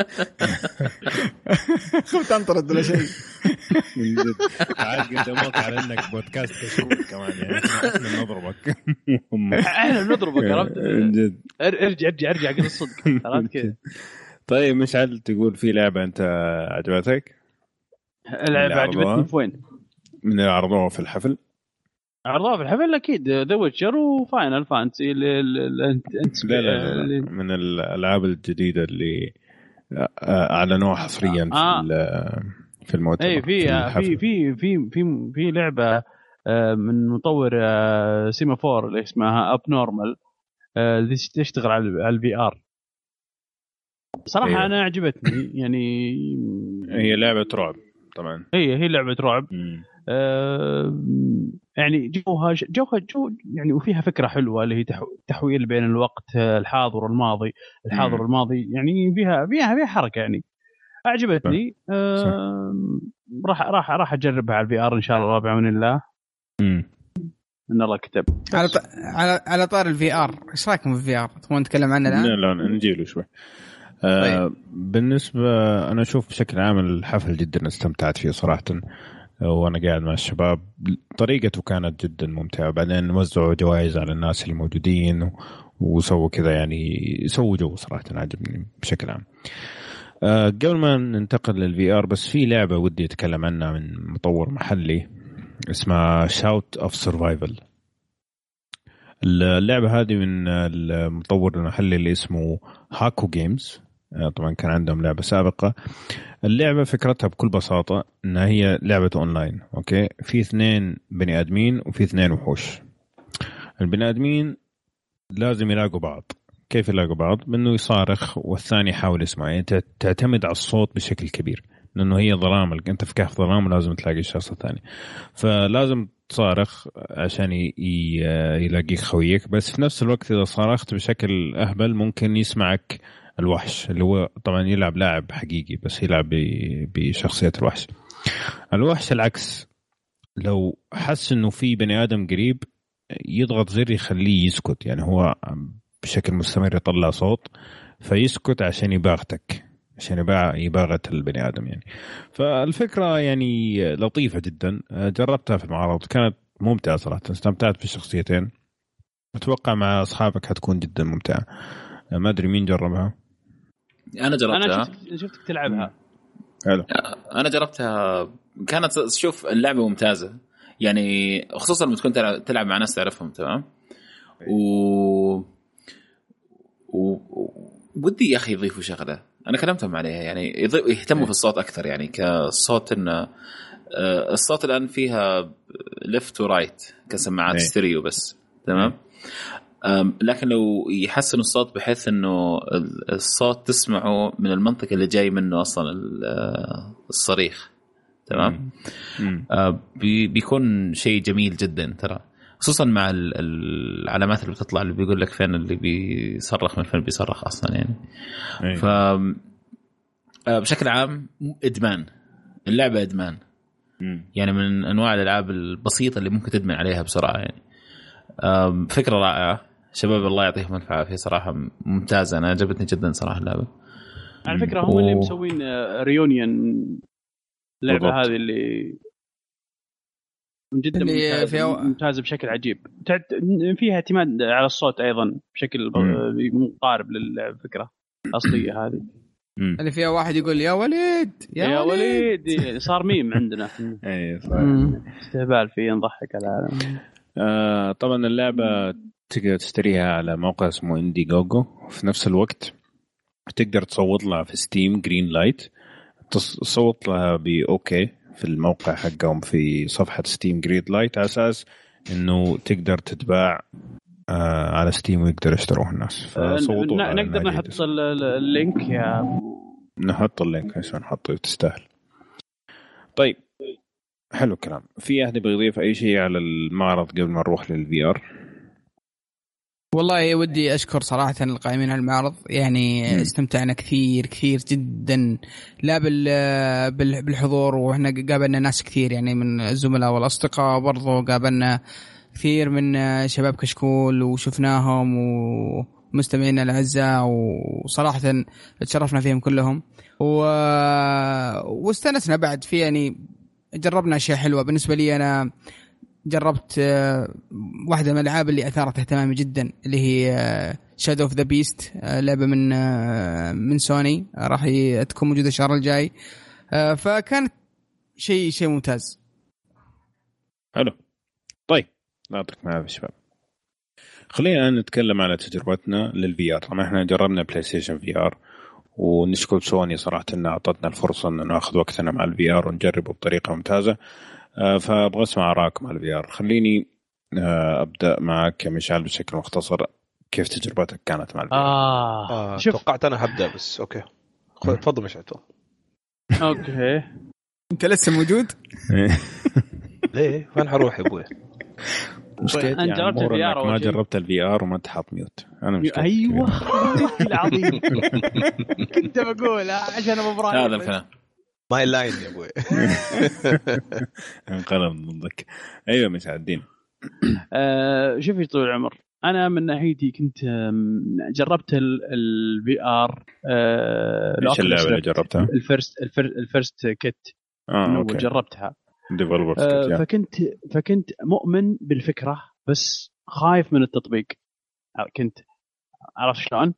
D: خفت انطرد ولا شيء.
A: عاد قدامك على انك بودكاست كشكول كمان، يعني احنا نضربك.
F: احنا نضربك عرفت. ارجع ارجع ارجع قل الصدق عرفت كذا.
A: طيب مشعل تقول في لعبة انت عجبتك؟
F: اللعبة عجبتني في وين؟
A: من عرضوها في الحفل؟
F: عرضوها في الحفل اكيد ذا ويتشر وفاينل فانتسي.
A: لا لا لا من الالعاب الجديدة اللي اعلنوها حصريا
F: آه.
A: في في المؤتمر.
F: اي في في في في في في لعبة من مطور سيمافور اللي اسمها اب نورمال، اللي تشتغل على الفي ار. صراحه أيوه. انا عجبتني يعني.
A: هي لعبه رعب طبعا.
F: هي هي لعبه رعب. آه يعني جوها جوها جو يعني، وفيها فكره حلوه اللي هي تحويل بين الوقت الحاضر والماضي. الحاضر مم. والماضي يعني فيها فيها فيها حركه يعني عجبتني. آه راح راح راح اجربها على الفي ار ان شاء الله بعون الله. امم ان الله كتب.
D: على ط... على على طار الفي ار، ايش رايكم في الفي ار؟ تبغون نتكلم عنه الان؟
A: لا لا نجي له شوي. آه طيب. بالنسبه انا اشوف بشكل عام الحفل جدا استمتعت فيه صراحه، وانا قاعد مع الشباب. طريقته كانت جدا ممتعه، بعدين وزعوا جوائز على الناس اللي موجودين وسووا كذا يعني، سووا جو صراحه عجبني بشكل عام. أه قبل ما ننتقل للفي ار، بس في لعبه ودي اتكلم عنها من مطور محلي اسمها شاوت اوف سرفايفل. اللعبه هذه من المطور المحلي اللي اسمه هاكو جيمز. أه طبعا كان عندهم لعبه سابقه. اللعبه فكرتها بكل بساطه ان هي لعبه اونلاين. اوكي، في اثنين بني ادمين وفي اثنين وحوش. البني ادمين لازم يلاقوا بعض. كيف يلاقوا بعض؟ بأنه يصارخ والثاني يحاول يسمع. يعني تعتمد على الصوت بشكل كبير، لأنه هي ظلام، أنت في كهف ظلام ولازم تلاقي الشخص الثاني، فلازم تصارخ عشان يلاقيك خويك. بس في نفس الوقت إذا صارخت بشكل أهبل ممكن يسمعك الوحش، اللي هو طبعا يلعب لاعب حقيقي بس يلعب بشخصية الوحش. الوحش العكس، لو حس إنه في بني آدم قريب يضغط زر يخليه يسكت، يعني هو بشكل مستمر يطلع صوت فيسكت عشان يباغتك، عشان يباغت البني آدم يعني. فالفكرة يعني لطيفة جدا، جربتها في المعرض كانت ممتعة صراحة، استمتعت بالشخصيتين. أتوقع مع أصحابك هتكون جدا ممتعة. ما أدري مين جربها.
B: أنا جربتها.
F: أنا شفت شفتك تلعبها.
A: حلو.
B: أنا جربتها، كانت شوف اللعبة ممتازة يعني، خصوصا لما تكون تلعب مع ناس تعرفهم. تمام. و ودي يا أخي يضيفوا شغلة أنا كلمتهم عليها، يعني يهتموا في الصوت أكثر. يعني كصوت إن الصوت الآن فيها ليفت ورايت كسماعات ستيريو بس. تمام. لكن لو يحسنوا الصوت بحيث إنه الصوت تسمعه من المنطقة اللي جاي منه أصلا الصريخ. تمام. بيكون شيء جميل جدا ترى، خصوصا مع العلامات اللي بتطلع اللي بيقول لك فين اللي بيصرخ من فين بيصرخ اصلا يعني. ف بشكل عام ادمان اللعبه ادمان. مم. يعني من انواع الالعاب البسيطه اللي ممكن تدمن عليها بسرعه يعني. فكره رائعه شباب، الله يعطيهم العافيه صراحه ممتازه. انا عجبتني جدا صراحه اللعبه.
F: على فكره هم و... اللي مسوين ريونيون اللعبه هذه اللي جدا ممتازة, فيها... ممتازة بشكل عجيب. فيها اعتماد على الصوت أيضا بشكل مقارب للفكرة الأصلية هذه.
D: مم. اللي فيها واحد يقول يا وليد
F: يا, يا وليد, وليد. صار ميم عندنا.
A: أي صار
F: استهبال فيه نضحك على العالم.
A: آه طبعا اللعبة تقدر تشتريها على موقع اسمه اندي جوجو، وفي نفس الوقت تقدر تصوت لها في ستيم جرين لايت، تصوت لها بأوكي في الموقع حقهم في صفحة ستيم جريد لايت، على أساس إنه تقدر تتباع آه على ستيم ويقدر يشتروه الناس. فصوتوا
F: نقدر نحط اللينك يا
A: نحط اللينك عشان نحطه تستاهل. طيب حلو الكلام. في أحد بيضيف أي شيء على المعرض قبل ما نروح للفي آر؟
D: والله ودي أشكر صراحة القائمين على المعرض، يعني م. استمتعنا كثير كثير جدا، لا بالحضور، وإحنا قابلنا ناس كثير يعني من الزملاء والأصدقاء، برضو قابلنا كثير من شباب كشكول وشفناهم ومستمعين الأعزاء، وصراحة تشرفنا فيهم كلهم و... واستنسنا بعد في يعني جربنا أشياء حلوة. بالنسبة لي أنا جربت واحدة من الألعاب اللي أثارت اهتمامي جدا اللي هي Shadow of the Beast، لعبة من من سوني راح تكون موجودة الشهر الجاي، فكانت شيء شيء ممتاز.
A: حلو. طيب نعطيك معاه شباب، خلينا نتكلم على تجربتنا للفي ار. طبعا احنا جربنا بلاي ستيشن في ار، ونشكر سوني صراحة انها اعطتنا الفرصة ان ناخذ وقتنا مع الفي ار ونجربه بطريقة ممتازة. آه فابغى اسمع اراءكم على الفي ار. خليني آه ابدا معك مشعل بشكل مختصر، كيف تجربتك كانت مع الفي ار؟
E: آه, آه توقعت انا هبدا بس اوكي تفضل مشعل.
F: اوكي
D: انت لسه موجود؟
E: ليه وين حروح يا ابوي؟
A: مشكلتي يعني جربت الفي ار ما جربت الفي ار وما تحط ميوت. انا مشكلتي
F: ايوه العظيم كنت بقول عشان ابو ابراهيم
B: هذا الكلام
E: ماي لاين يا ابوي.
A: انقلب ضدك. ايوه مساعدين.
F: آه شوفي طول العمر انا من ناحيتي كنت جربت الفي ار.
A: ايش اللعبه اللي جربتها؟
F: الفيرست الفيرست كيت
A: اه
F: جربتها
A: ديفلوبرز
F: آه
A: كيت.
F: فكنت فكنت مؤمن بالفكره بس خايف من التطبيق. كنت عرفت شلون؟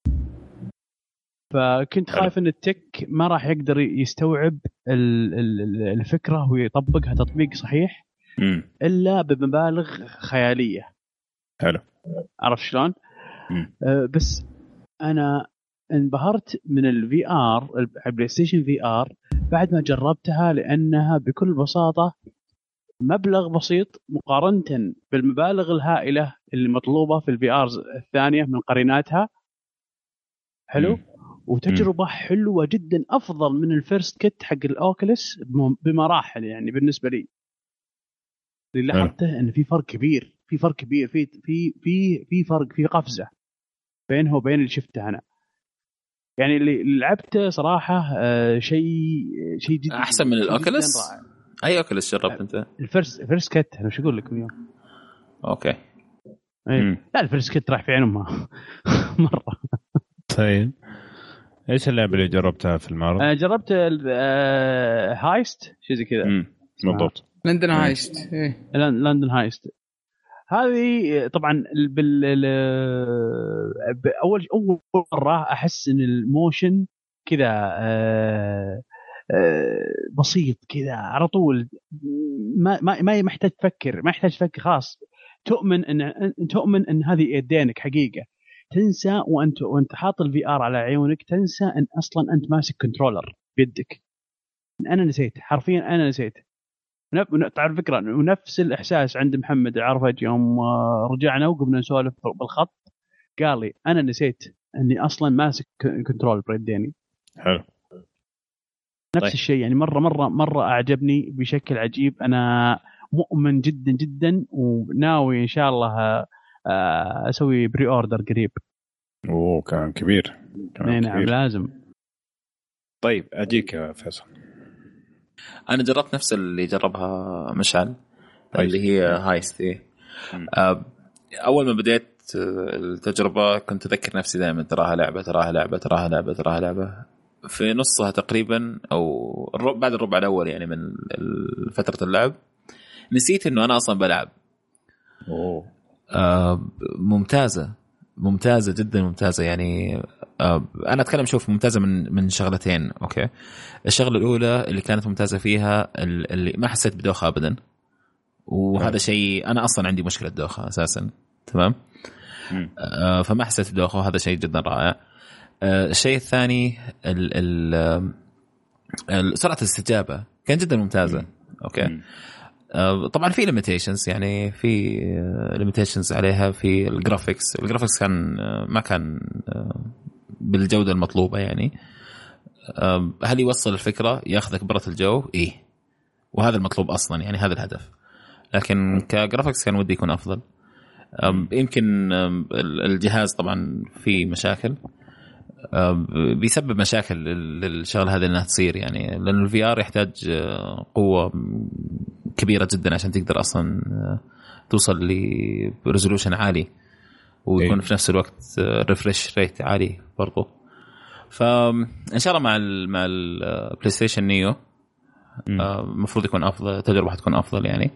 F: فكنت خايف ان التك ما راح يقدر يستوعب الفكره ويطبقها تطبيق صحيح
A: م.
F: الا بمبالغ خياليه.
A: حلو.
F: عرفت شلون؟ أه بس انا انبهرت من الفي ار البلاي ستيشن في ار بعد ما جربتها، لانها بكل بساطه مبلغ بسيط مقارنه بالمبالغ الهائله اللي مطلوبه في الفي ار الثانيه من قريناتها. حلو. م. وتجربة م. حلوة جدا، أفضل من الفيرست كيت حق الأوكلس بمراحل. يعني بالنسبة لي اللي لاحظته إن في فرق كبير في فرق كبير في في في في فرق في قفزة بينه وبين اللي شفته أنا. يعني اللي لعبته صراحة آه شيء شيء جدا
B: أحسن من الأوكلس. أي أوكلس جربت أنت؟
F: الفيرست الفيرست كيت أنا وش أقول لك اليوم؟
B: أوكي.
F: أيه. لا الفيرست كيت راح في عينهم مرة.
A: طيب ايش اللعبه اللي جربتها في المعرض؟
F: آه جربت آه هايست شيء زي كذا.
A: بالضبط
D: لندن هايست.
F: إيه. لندن هايست هذه طبعا بال اول اول مره احس ان الموشن كذا آه آه بسيط كذا على طول، ما ما ما محتاج تفكر ما يحتاج تفكر خلاص تؤمن ان تؤمن ان هذه يدينك حقيقه. تنسى وانت وانت حاط الفي ار على عيونك تنسى ان اصلا انت ماسك كنترولر بيدك. انا نسيت حرفيا انا نسيت. تعرف فكره ونفس الاحساس عند محمد عرفت يوم رجعنا وقمنا نسولف بالخط قال لي انا نسيت اني اصلا ماسك كنترول بيديني.
A: حلو.
F: نفس طيب. الشيء يعني مره مره مره اعجبني بشكل عجيب. انا مؤمن جدا جدا وناوي ان شاء الله اسوي بري اوردر قريب.
A: اوه كان كبير.
F: كان نعم كبير. لازم.
A: طيب اجيك يا فيصل.
B: انا جربت نفس اللي جربها مشعل اللي هي هايست. اول ما بديت التجربه كنت اذكر نفسي دائما تراها لعبه تراها لعبه تراها لعبه تراها لعبه. في نصها تقريبا او بعد الربع الاول يعني من فتره اللعب نسيت انه انا اصلا بلعب.
A: اوه
B: آه ممتازه ممتازه جدا ممتازه. يعني آه انا اتكلم شوف ممتازه من من شغلتين. اوكي الشغله الاولى اللي كانت ممتازه فيها اللي ما حسيت بدوخه ابدا، وهذا شيء انا اصلا عندي مشكله دوخه اساسا. تمام. آه فما حسيت بدوخه وهذا شيء جدا رائع. آه الشيء الثاني ال ال سرعه الاستجابه كانت جدا ممتازه. اوكي طبعا في ليميتيشنز يعني في ليميتيشنز عليها في الجرافيكس. الجرافيكس كان ما كان بالجوده المطلوبه. يعني هل يوصل الفكره ياخذك برة الجو؟ ايه وهذا المطلوب اصلا يعني هذا الهدف. لكن كجرافيكس كان ودي يكون افضل. يمكن الجهاز طبعا في مشاكل بيسبب مشاكل للشغله هذه انها تصير يعني لأن الفي ار يحتاج قوه كبيره جدا عشان تقدر اصلا توصل لريزولوشن عالي ويكون في نفس الوقت ريفرش ريت عالي برضه. فان شاء الله مع ال مع البلاي ستيشن نيو المفروض يكون افضل، التجربه حتكون افضل يعني.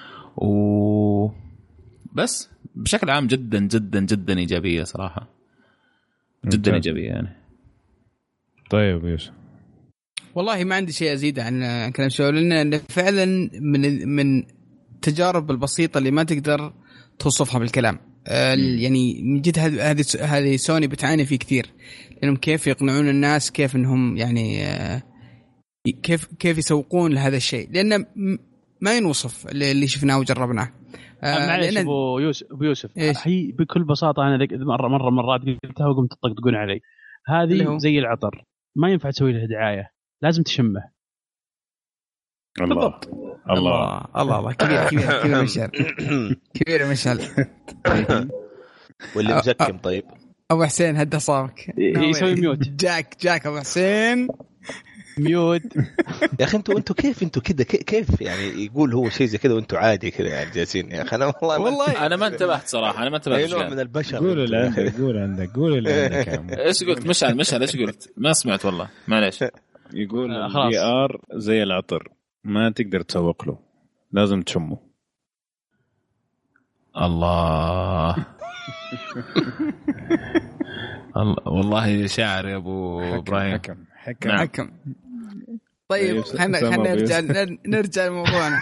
B: وبس بشكل عام جدا جدا جدا ايجابيه صراحه جدا ممتاز. ايجابيه يعني.
A: طيب يوسف
D: والله ما عندي شيء ازيد عن كلام شو، لان فعلا من من التجارب البسيطه اللي ما تقدر توصفها بالكلام. يعني من جد هذه هذه سوني بتعاني فيه كثير، لانهم كيف يقنعون الناس، كيف انهم يعني كيف كيف يسوقون لهذا الشيء، لان ما ينوصف اللي شفناه وجربناه.
F: آه معلش ابو يوسف ابو يوسف هي بكل بساطه انا مره مره مرات قلتها وقمت تطقطقون علي. هذه زي العطر ما ينفع تسوي له دعايه لازم تشمه.
A: الله
D: بالضبط.
A: الله
D: الله الله كبير كبير كبير مشعل كبير مشعل
E: واللي مزكم. طيب
D: ابو حسين هدى صابك
F: يسوي ميوت.
D: جاك جاك ابو حسين
F: ميوت.
E: يا اخي انتوا انتوا كيف انتوا كذا كيف يعني يقول هو شيء زي كذا وانتوا عادي كذا يعني جالسين. يا اخي انا والله
B: والله انا ما انتبهت صراحه. انا ما انتبهت.
E: اي نوع من البشر.
A: قول اللي عندك قول عندك قول اللي عندك.
B: ايش قلت مشعل مشعل ايش قلت؟ ما سمعت والله معليش.
A: يقول الفي ار زي العطر ما تقدر تسوق له لازم تشمه.
B: الله والله شاعر يا ابو ابراهيم.
A: حكم حكم
B: نعم.
D: حكم. طيب خلينا خلينا نرجع نرجع لموضوعنا.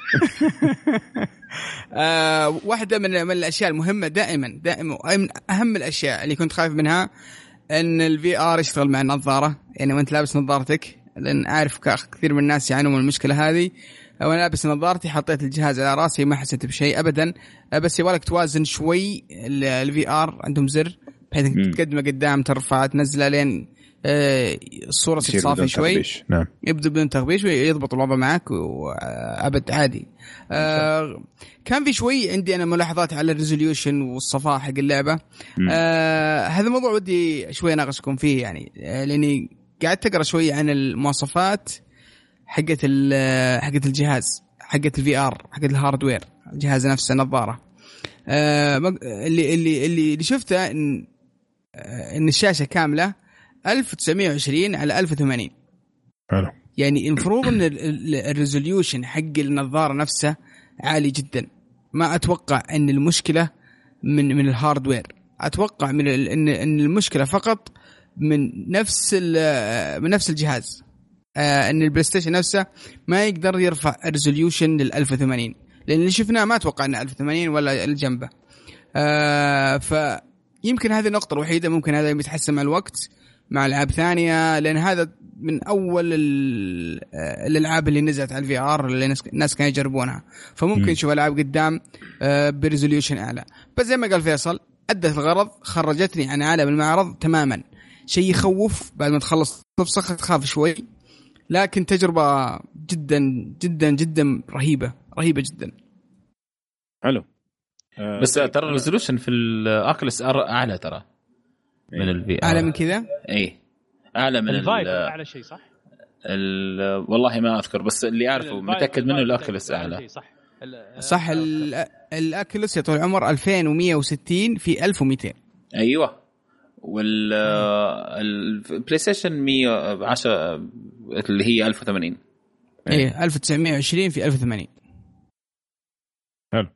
D: آه واحدة من من الأشياء المهمة دائما دائما من أهم الأشياء اللي كنت خايف منها إن الفي آر يشتغل مع النظارة. يعني وأنت لابس نظارتك لأن أعرف كثير من الناس يعانون من المشكلة هذه. وأنا لابس نظارتي حطيت الجهاز على راسي ما حسيت بشيء أبدا. بس يبغالك توازن شوي. الفي آر عندهم زر بحيث تقدمه قدام ترفع تنزله لين الصورة تتصافي شوي.
A: نعم.
D: يبدأ بدون تغبيش ويضبط الوضع معك وأبد عادي. آه كان في شوي عندي أنا ملاحظات على الريزوليوشن والصفاء حق اللعبة. آه هذا الموضوع ودي شوي أناقشكم فيه يعني آه لأني قاعد أقرأ شوي عن المواصفات حقة حقة الجهاز حقة الفي آر حقة الهاردوير الجهاز نفسه النظارة. آه اللي اللي اللي شفته إن إن الشاشة كاملة ألف وتسعمية وعشرين على ألف وثمانين.
A: حلو.
D: يعني المفروض ان الريزوليوشن حق النظارة نفسه عالي جدا. ما اتوقع ان المشكلة من من الهاردوير. اتوقع من ان ان المشكلة فقط من نفس من نفس الجهاز. آه ان البلاي ستيشن نفسه ما يقدر يرفع الريزوليوشن لل ألف وثمانين لان اللي شفناه ما اتوقع انه ألف وثمانين ولا الجنبه. آه فيمكن هذه النقطة الوحيدة ممكن هذا يتحسن مع الوقت مع ألعاب ثانية لأن هذا من أول الألعاب اللي نزلت على الفي آر اللي الناس كانوا يجربونها فممكن نشوف ألعاب قدام بريزوليوشن أعلى. بس زي ما قال فيصل أدت الغرض خرجتني عن عالم المعرض تماما. شيء يخوف بعد ما تخلص تفسخ تخاف شوي لكن تجربة جدا جدا جدا رهيبة رهيبة جدا.
A: حلو.
B: أه بس ترى الريزوليوشن في الأوكيوليس أعلى ترى من الفي
D: اعلى من كذا.
B: اي اعلى من
F: الفايف اعلى شيء صح.
B: والله ما اذكر بس اللي اعرفه متاكد منه الاوكيوليس اعلى
D: صح. صح الاوكيوليس يا طول العمر ألفين ومية وستين في ألف ومئتين.
B: ايوه والبلاي ستيشن مية وعشرة اللي هي ألف وثمانين.
D: ايه ألف وتسعمية وعشرين في ألف وثمانين.
A: حلو.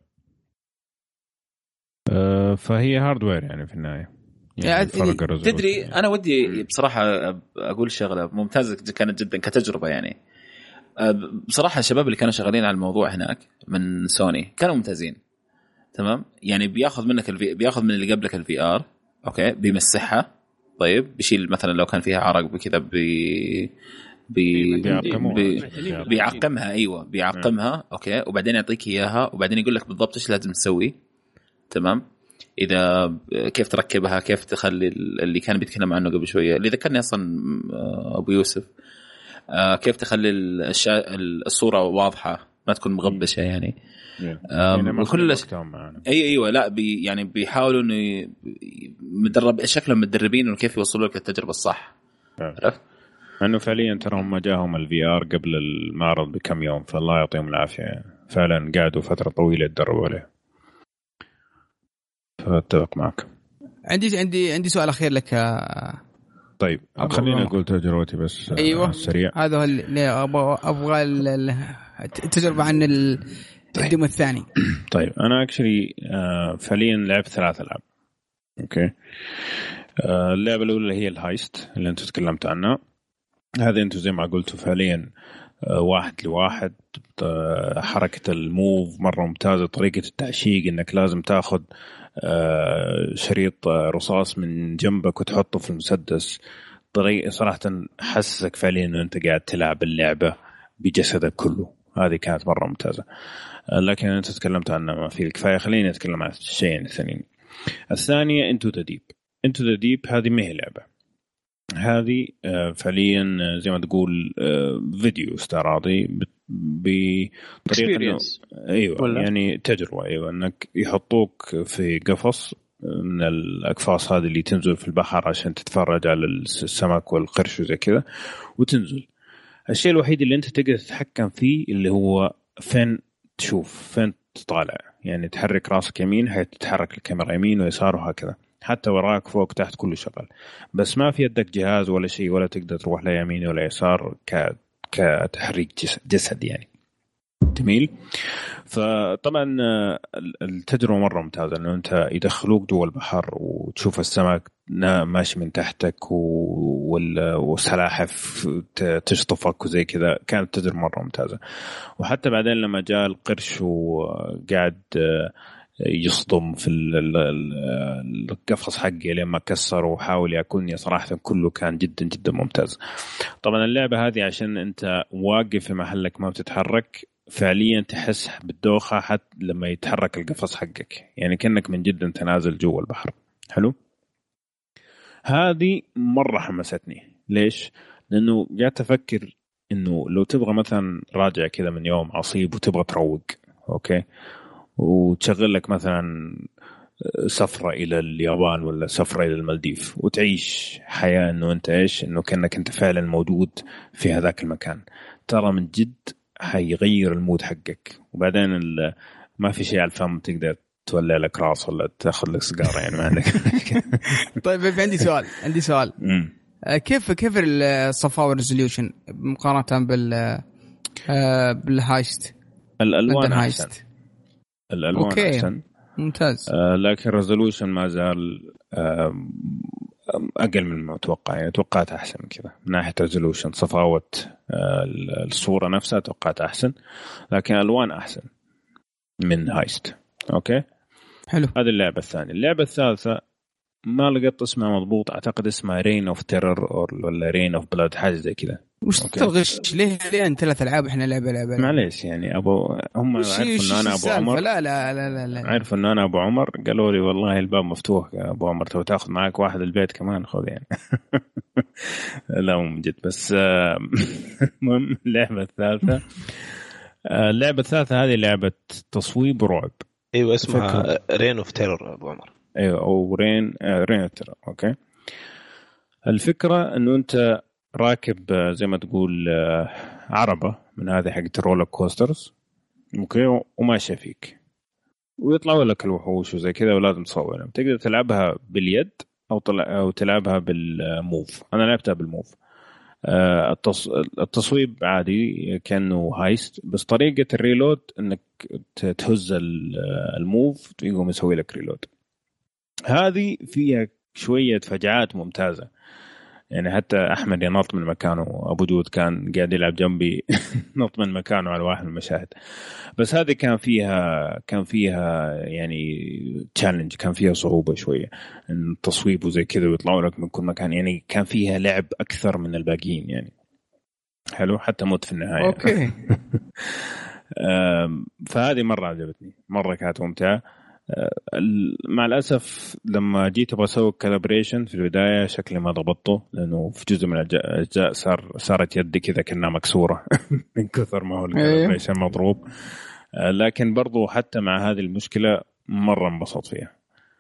A: أه فهي هاردوير يعني في النهايه.
B: يعني تدري أنا ودي بصراحة أقول شغلة ممتازة كانت جدا كتجربة يعني. بصراحة الشباب اللي كانوا شغالين على الموضوع هناك من سوني كانوا ممتازين تمام. يعني بياخذ منك الفي بياخذ من اللي قبلك الفي آر أوكي بيمسحها طيب بيشيل مثلا لو كان فيها عرق بكذا بي بي بي بيعقمها أيوة بيعقمها أوكي وبعدين يعطيك إياها وبعدين يقول لك بالضبط إيش لازم تسوي تمام. إذا كيف تركبها كيف تخلي اللي كان بيتكلم عنه قبل شوية اللي ذكرني أصلا أبو يوسف كيف تخلي الصورة واضحة ما تكون مغبشة يعني. يعني كل أي أيوة لا بي يعني بيحاولوا إنه مدرب شكلهم متدربين إنه كيف يوصلوا لك التجربة الصح. عرفت
A: إنه فعليا ترى هم جاهم الفي آر قبل المعرض بكم يوم فالله يعطيهم العافية يعني. فعلا قعدوا فترة طويلة يتدربوا عليه. فاتفق معك.
D: عندي عندي عندي سؤال أخير لك.
A: طيب خليني أقول تجربتي بس.
D: أيوة
A: السريع.
D: هذا اللي أبغى أبغى التجربة عن الديمو الثاني.
A: طيب أنا أكشلي فعليا لعبت ثلاث ألعاب. أوكي. اللعبة الأولى هي الهايست اللي أنتوا تكلمت عنها. هذا أنتوا زي ما قلتوا فعليا واحد لواحد حركة الموف مرة ممتازة. طريقة التعشيق إنك لازم تأخذ شريط رصاص من جنبك وتحطه في المسدس. طريقة صراحة حسسك فعليا إنه أنت قاعد تلعب اللعبة بجسدك كله. هذه كانت مرة ممتازة. لكن أنت تكلمت عنها ما في الكفاية، خليني أتكلم عن الشيء الثاني. الثانية Into the Deep. Into the Deep هذه ما هي لعبة، هذه فعليا زي ما تقول فيديو استعراضي بطريقة أيوة ولا. يعني تجربة أيوة أنك يحطوك في قفص من الأقفاص هذه اللي تنزل في البحر عشان تتفرج على السمك والقرش وزي كذا وتنزل. الشيء الوحيد اللي أنت تقدر تتحكم فيه اللي هو فين تشوف، فين تطالع، يعني تحرك راسك يمين هتتحرك الكاميرا يمين ويسار وهكذا، حتى وراك فوق تحت كله شغال، بس ما في يدك جهاز ولا شيء ولا تقدر تروح لا يمين ولا يسار ك كتحريك جسد يعني. جميل. فطبعا التجربة مرة ممتازة انه انت يدخلوك جوا البحر وتشوف السمك ماشي من تحتك والسلاحف تشطفك وزي كذا، كانت تجربة مرة ممتازة. وحتى بعدين لما جاء القرش وقاعد يصدم في القفص حقي لما كسر وحاول يكون صراحة كله كان جدا جدا ممتاز. طبعا اللعبة هذه عشان انت واقف في محلك ما بتتحرك فعليا تحس بالدوخة حتى لما يتحرك القفص حقك، يعني كأنك من جدا تنازل جوا البحر. حلو. هذه مرة حمستني. ليش؟ لأنه قاعد أفكر إنه لو تبغى مثلا راجع كذا من يوم عصيب وتبغى تروق، أوكي، وتشغل لك مثلا سفرة إلى اليابان ولا سفرة إلى المالديف وتعيش حياة إنه أنت إيش، إنه كأنك أنت فعلا موجود في هذاك المكان، ترى من جد حيغير المود حقك. وبعدين ما في شيء على الفم تقدر تولع لك راس ولا تاخذ لك سيجاره يعني ما عندك.
D: طيب عندي سؤال عندي سؤال كيف كيف الصفاء والريزوليوشن مقارنه بال بالهايست؟
A: الالوان احسن، الالوان
D: أوكي.
A: احسن
D: ممتاز.
A: آه لكن الريزولوشن ما زال آه اقل من ما اتوقع، يعني توقعت احسن كذا من ناحيه ريزولوشن، صفاوه آه الصوره نفسها توقعت احسن، لكن الوان احسن من هايست. اوكي
D: حلو.
A: هذه اللعبه الثانيه. اللعبه الثالثه ما لقيت اسمها مضبوط، اعتقد اسمها رين اوف تيرر ولا رين اوف بلاد، حاجه زي كذا.
D: وش تغش ليه ليه انت ثلاث العاب احنا لعبه لعبه
A: معليش يعني ابو هم عرفوا ان انا ابو عمر.
D: لا لا لا لا, لا.
A: عرفوا ان انا ابو عمر، قالوا لي والله الباب مفتوح يا ابو عمر، تو تاخذ معك واحد البيت كمان خذ يعني. لا من جد. بس المهم اللعبه الثالثه اللعبه الثالثه هذه لعبه تصويب ورعب.
E: ايوه اسمها رين اوف تيرر ابو عمر.
A: ايوه او رين رين اوف تيرر. اوكي. الفكره انه انت راكب زي ما تقول عربة من هذه حقت الرولر كوسترز، اوكي، وماشي فيك ويطلعوا لك الوحوش وزي كذا ولازم تصورهم. تقدر تلعبها باليد او طلع او تلعبها بالموف. انا لعبتها بالموف. التص... التصويب عادي كأنه هايست، بس طريقة الريلود انك تهز الموف يقوم يسوي لك ريلود. هذه فيها شوية فجعات ممتازة، يعني حتى أحمد ينط من مكانه، أبو جود كان قاعد يلعب جنبي نط من مكانه على واحد من المشاهد. بس هذه كان فيها كان فيها يعني تشالنج، كان فيها صعوبة شوية التصويب وزي كذا ويطلعوا لك من كل مكان، يعني كان فيها لعب أكثر من الباقيين يعني. حلو. حتى موت في النهاية.
D: أوكي.
A: فهذه مرة عجبتني، مرة كانت ممتعة. مع الأسف لما جيت أبغى أسوي كالبريشن في البداية شكلي ما ضبطته، لأنه في جزء من الأجزاء صار صارت يدي كذا كأنها مكسورة من كثر ما هو الكالبريشن مضروب. لكن برضو حتى مع هذه المشكلة مرة انبسط فيها.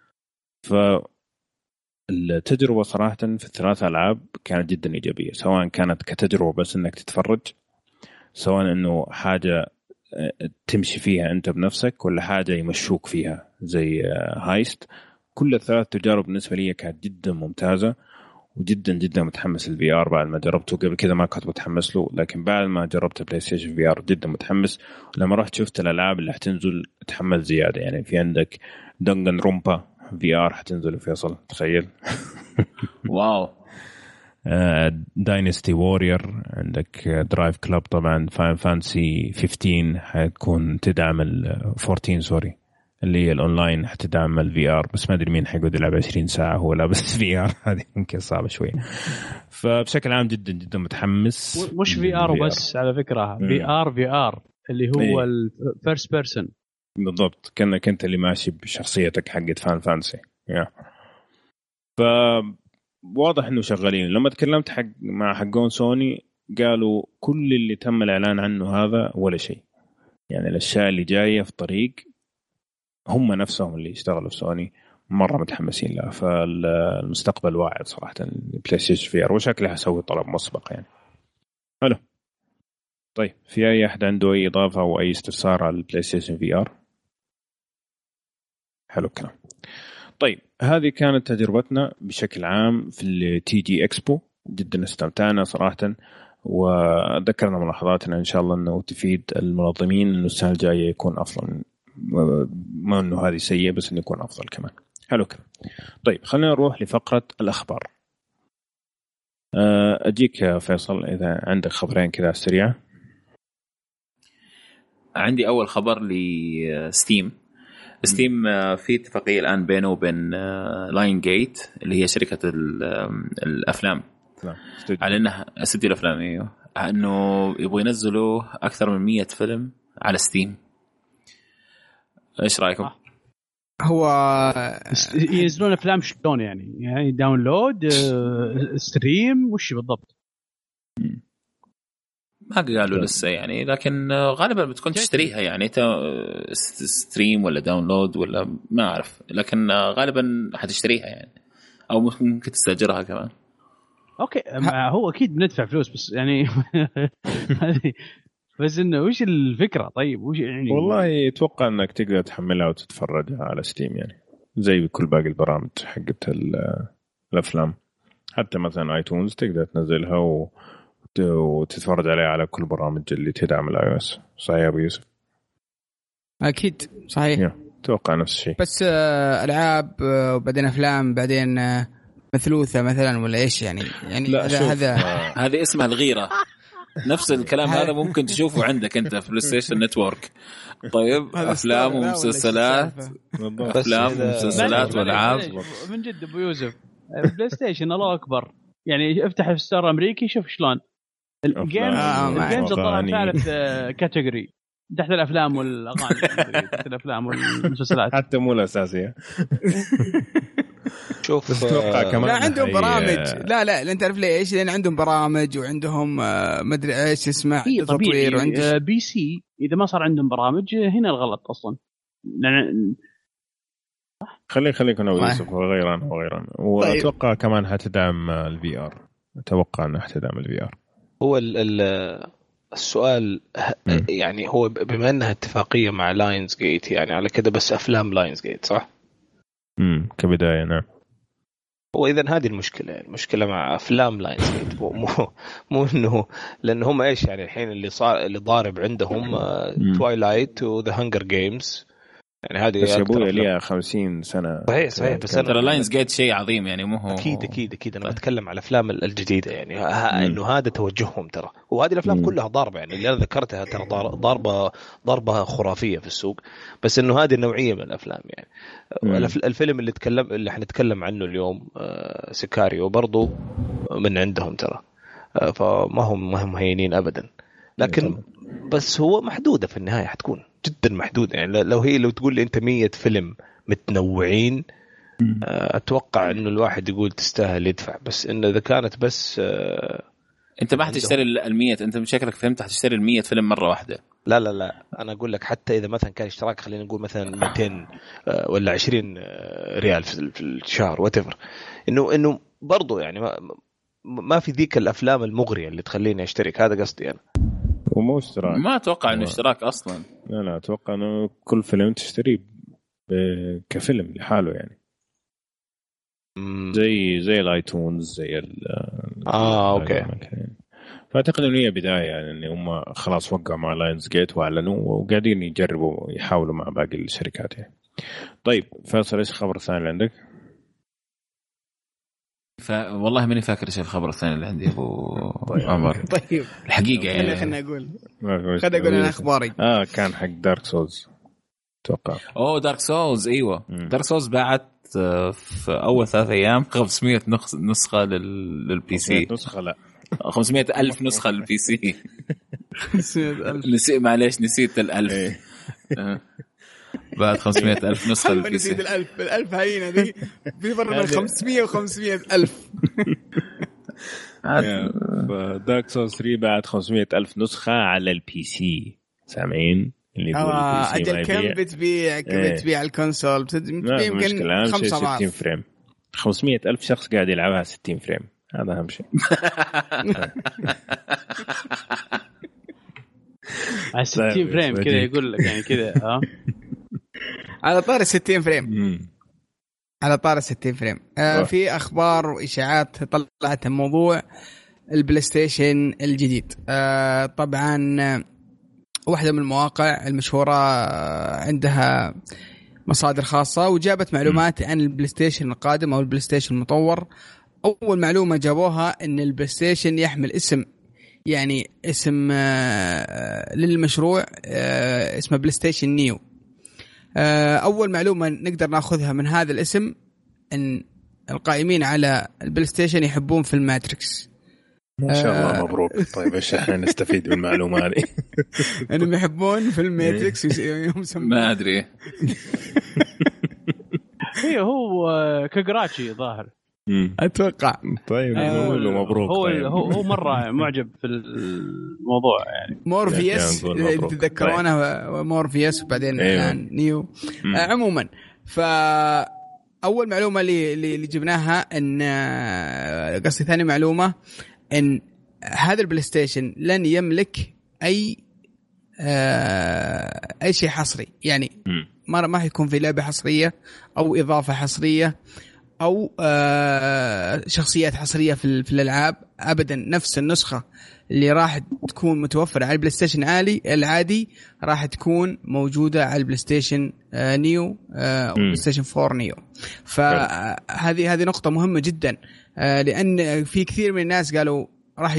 A: فالتجربة صراحة في الثلاث ألعاب كانت جدا إيجابية، سواء كانت كتجربة بس إنك تتفرج، سواء إنه حاجة تمشي فيها أنت بنفسك، ولا حاجة يمشوك فيها زي هايست. كل الثلاث تجارب بالنسبة لي كانت جدا ممتازة، وجدا جدا متحمس للفي آر بعد ما جربته. قبل كذا ما كنت متحمس له، لكن بعد ما جربت بلاي ستيشن في آر جدا متحمس. لما رحت شفت الألعاب اللي حتنزل تحمس زيادة. يعني في عندك دنجن رومبا في آر حتنزل فيصل، تخيل.
B: واو.
A: داينستي وورير، عندك درايف كلاب، طبعا فاين فانسي خمستاشر حتكون تدعم ال أربعتاشر سوري اللي هي الاونلاين حتدعم الفي ار، بس ما ادري مين حيقعد يلعب عشرين ساعه هو لابس في ار. هذه ممكن صعبه شويه. فبشكل عام جدا جدا متحمس.
F: مش في ار بس على فكره، في ار في ار اللي هو الفيرست بيرسون
A: بالضبط، كأنك انت اللي ماشي بشخصيتك حقت فان فانسي. yeah. فواضح انه شغالين. لما تكلمت حق مع حقون سوني قالوا كل اللي تم الاعلان عنه هذا ولا شيء، يعني الاشياء اللي جايه في طريق هم نفسهم اللي يشتغلوا في سوني مره متحمسين لها. فالمستقبل واعد صراحه البلاي ستيشن في ار، وشكله حسوي طلب مسبق يعني. حلو. طيب في اي احد عنده اي اضافه او اي استفسار على البلاي ستيشن في ار؟ حلو الكلام. طيب هذه كانت تجربتنا بشكل عام في التي جي اكسبو، جدا استمتعنا صراحه، وذكرنا ملاحظاتنا ان شاء الله انه تفيد المنظمين انه السنه الجايه يكون افضل، ما انه هذه سيئه بس انه يكون افضل كمان. حلو كده. طيب خلينا نروح لفقره الاخبار. اجيك يا فيصل اذا عندك خبرين كذا سريعه.
B: عندي اول خبر لستيم. ستيم في اتفاقيه الان بينه وبين لاين جيت اللي هي شركه الافلام على انها استديو الافلام، ايوه، انه يبغوا ينزلوا اكثر من مية فيلم على ستيم. ايش رايكم؟
F: هو ينزلون افلام شلون يعني؟ يعني داونلود ستريم وش بالضبط؟
B: ما قالوا لسه يعني، لكن غالبا بتكون تشتريها يعني ستريم ولا داونلود ولا ما أعرف، لكن غالبا حتشتريها يعني، أو ممكن تستأجرها كمان.
F: أوكي هو أكيد بندفع فلوس بس يعني بس إنه وش الفكرة؟ طيب وش يعني؟
A: والله أتوقع إنك تقدر تحملها وتتفرجها على ستيم يعني زي بكل باقي البرامج حقت الأفلام، حتى مثلا آيتونز تقدر تنزلها و وتتفرج عليه على كل برامج اللي تدعم الاي او اس. صحيح يا ابو يوسف؟
D: اكيد صحيح.
A: اتوقع نفس الشيء،
D: بس آه العاب آه وبعدين افلام بعدين آه مثلوثه مثلا ولا ايش يعني؟ يعني هذا هذا
B: هذه اسمها الغيره. نفس الكلام هذا ممكن تشوفه عندك انت في بلاي ستيشن نتورك. طيب افلام ومسلسلات، افلام ومسلسلات والعاب.
F: من جد ابو يوسف بلاي ستيشن الله اكبر يعني، افتح في ستار امريكي شوف شلون الجيمز. الجيمز طلع ثالث كاتيجوري تحت الافلام والاغاني تحت الافلام والمسلسلات،
A: حتى مو الاساسيه.
F: شوف
A: اتوقع كمان
D: لا عندهم برامج، لا لا لا انت عارف ليش؟ لان عندهم برامج وعندهم ما ادري ايش اسمه
F: تطوير، وعندهم بي سي. اذا ما صار عندهم برامج هنا الغلط اصلا.
A: خلي خليك انا ويوسف وغيران وغيران. واتوقع كمان حتدعم الفي ار، اتوقع انها حتدعم الفي ار.
E: هو ال السؤال يعني هو بما انها اتفاقيه مع لاينز جيت يعني على كده بس افلام لاينز جيت صح؟
A: امم كبدايه نعم.
E: واذا هذه المشكله يعني المشكله مع افلام لاينز جيت مو مو, مو انه لان هم ايش يعني الحين اللي صار اللي ضارب عندهم توايلايت وذا هانجر جيمز يعني هذه
A: بس يا ابوي ليها خمسين سنه.
E: صحيح صحيح بس
B: ترى لاينز جيت شيء عظيم يعني مو هو
E: اكيد اكيد اكيد انا بتكلم على الافلام الجديده يعني ها انه هذا توجههم ترى، وهذه الافلام مم. كلها ضاربه يعني اللي انا ذكرتها ترى ضاربه ضربه خرافيه في السوق، بس انه هذه النوعيه من الافلام يعني مم. الفيلم اللي تكلم اللي حنتكلم عنه اليوم آه سيكاريو برضو من عندهم ترى آه فما هم ما هم هينين ابدا، لكن بس هو محدوده في النهايه حتكون جدا محدود يعني. لو هي لو تقول لي انت مية فيلم متنوعين اتوقع انه الواحد يقول تستاهل يدفع، بس انه اذا كانت بس
B: انت ما حتشتري المية، انت بشكلك فهمت حتشتري المية فيلم مره واحده.
E: لا لا لا انا اقول لك حتى اذا مثلا كان اشتراك خلينا نقول مثلا مئتين ولا عشرين ريال في الشهر واتفر، انه انه برضو يعني ما, ما في ذيك الافلام المغريه اللي تخليني اشترك. هذا قصدي انا.
A: ومو اشتراك،
B: ما اتوقع انه اشتراك اصلا.
A: لا لا اتوقع انه كل فيلم تشتريه كفيلم لحاله يعني مم. زي زي الايتونز زي ال
E: اه اوكي.
A: فاعتقد انه هي بدايه يعني ان هم خلاص وقعوا مع لاينز جيت واعلنوا وقاعدين يجربوا يحاولوا مع باقي الشركات يعني. طيب فيصل ايش الخبر الثاني اللي عندك؟
B: ف... والله ماني فاكر ايش الخبر الثاني اللي عندي ابو عمر.
D: طيب
B: الحقيقه يعني
D: خليني اقول خليني اقول انا اخباري.
A: اه كان حق دارك سولز اتوقع.
B: اوه دارك سولز ايوه مم. دارك سولز باعت في اول ثلاث ايام خمسمية نسخه لل... للبي سي.
A: نسخه لا
B: خمسمية ألف نسخه للبي سي.
D: خمسمية ألف
B: نسيت معليش نسيت الألف بعد خمسمية ألف نسخة
D: البي سي. نسيت الألف الألف هاينا دي بيضرب من خمسمية وخمسمية ألف.
A: دارك سولز ثري بعد خمسمية ألف نسخة على البي سي. سامعين اللي يقول
D: آه أجل كم بتبيع كم
A: ايه.
D: بتبيع الكونسول بتبيع يمكن خمسة
A: ستين فريم. خمسمية ألف شخص قاعد يلعبها ستين فريم هذا أهم شيء.
F: على ستين فريم كذا يقول لك يعني كذا اه
D: على طار ستين فريم على طار ستين فريم. آه في أخبار وإشاعات طلعت موضوع البلاي ستيشن الجديد. آه طبعا واحدة من المواقع المشهورة عندها مصادر خاصة وجابت معلومات عن البلاي ستيشن القادم أو البلاي ستيشن المطور. أول معلومة جابوها أن البلاي ستيشن يحمل اسم يعني اسم آه للمشروع آه اسمه بلاي ستيشن نيو. آه أول معلومة نقدر نأخذها من هذا الاسم أن القائمين على البلاي ستيشن يحبون في الماتريكس.
A: ما شاء الله مبروك. طيب ايش احنا نستفيد من المعلومه هذه؟
D: انهم يحبون في الماتريكس يوم
B: ما ادري.
F: ايه هو كاغراتشي ظاهر
D: اتوقع.
A: طيب نقول له مبروك.
F: هو
A: طيب.
F: هو هو مره معجب في الموضوع يعني.
D: مورفيس تتذكرونه مورفيس وبعدين
A: أيوه.
D: نيو. آه عموما فاول معلومه اللي اللي جبناها ان قصدي ثاني معلومه ان هذا البلاي ستيشن لن يملك اي آه اي شيء حصري يعني ما ما حيكون في لعبه حصريه او اضافه حصريه او آه شخصيات حصريه في في الالعاب ابدا. نفس النسخه اللي راح تكون متوفره على البلاي ستيشن العادي العادي راح تكون موجوده على البلاي ستيشن آه نيو آه بلاي ستيشن فور نيو. فهذه هذه نقطه مهمه جدا آه لان في كثير من الناس قالوا راح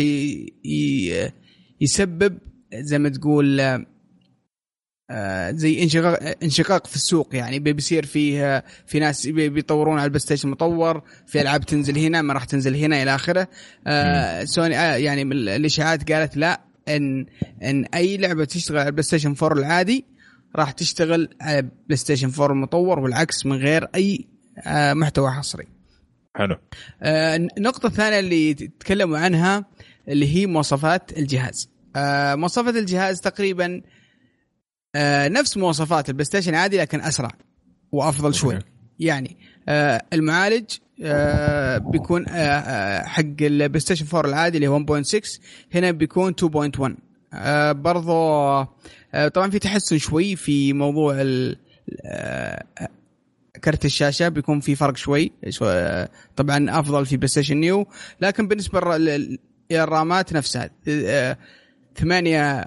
D: يسبب زي ما تقول آه زي انشقاق انشقاق في السوق يعني بيصير فيه في ناس بيطورون على البلاي ستيشن مطور في العاب تنزل هنا ما راح تنزل هنا الى اخره. آه سوني آه يعني من الاشاعات قالت لا ان ان اي لعبه تشتغل على البلاي ستيشن فور العادي راح تشتغل على بلاي ستيشن فور المطور والعكس من غير اي آه محتوى حصري.
A: حلو.
D: آه النقطه الثانيه اللي تكلموا عنها اللي هي مواصفات الجهاز. آه مواصفات الجهاز تقريبا آه نفس مواصفات البلاي ستيشن عادي لكن أسرع وأفضل شوي. يعني آه المعالج آه بيكون آه حق البلاي ستيشن فور العادي اللي هو ون بوينت سكس هنا بيكون تو بوينت ون. آه برضو آه طبعا في تحسن شوي في موضوع آه كرت الشاشة بيكون في فرق شوي آه طبعا أفضل في بلاي ستيشن نيو لكن بالنسبة للرامات نفسها آه ثمانية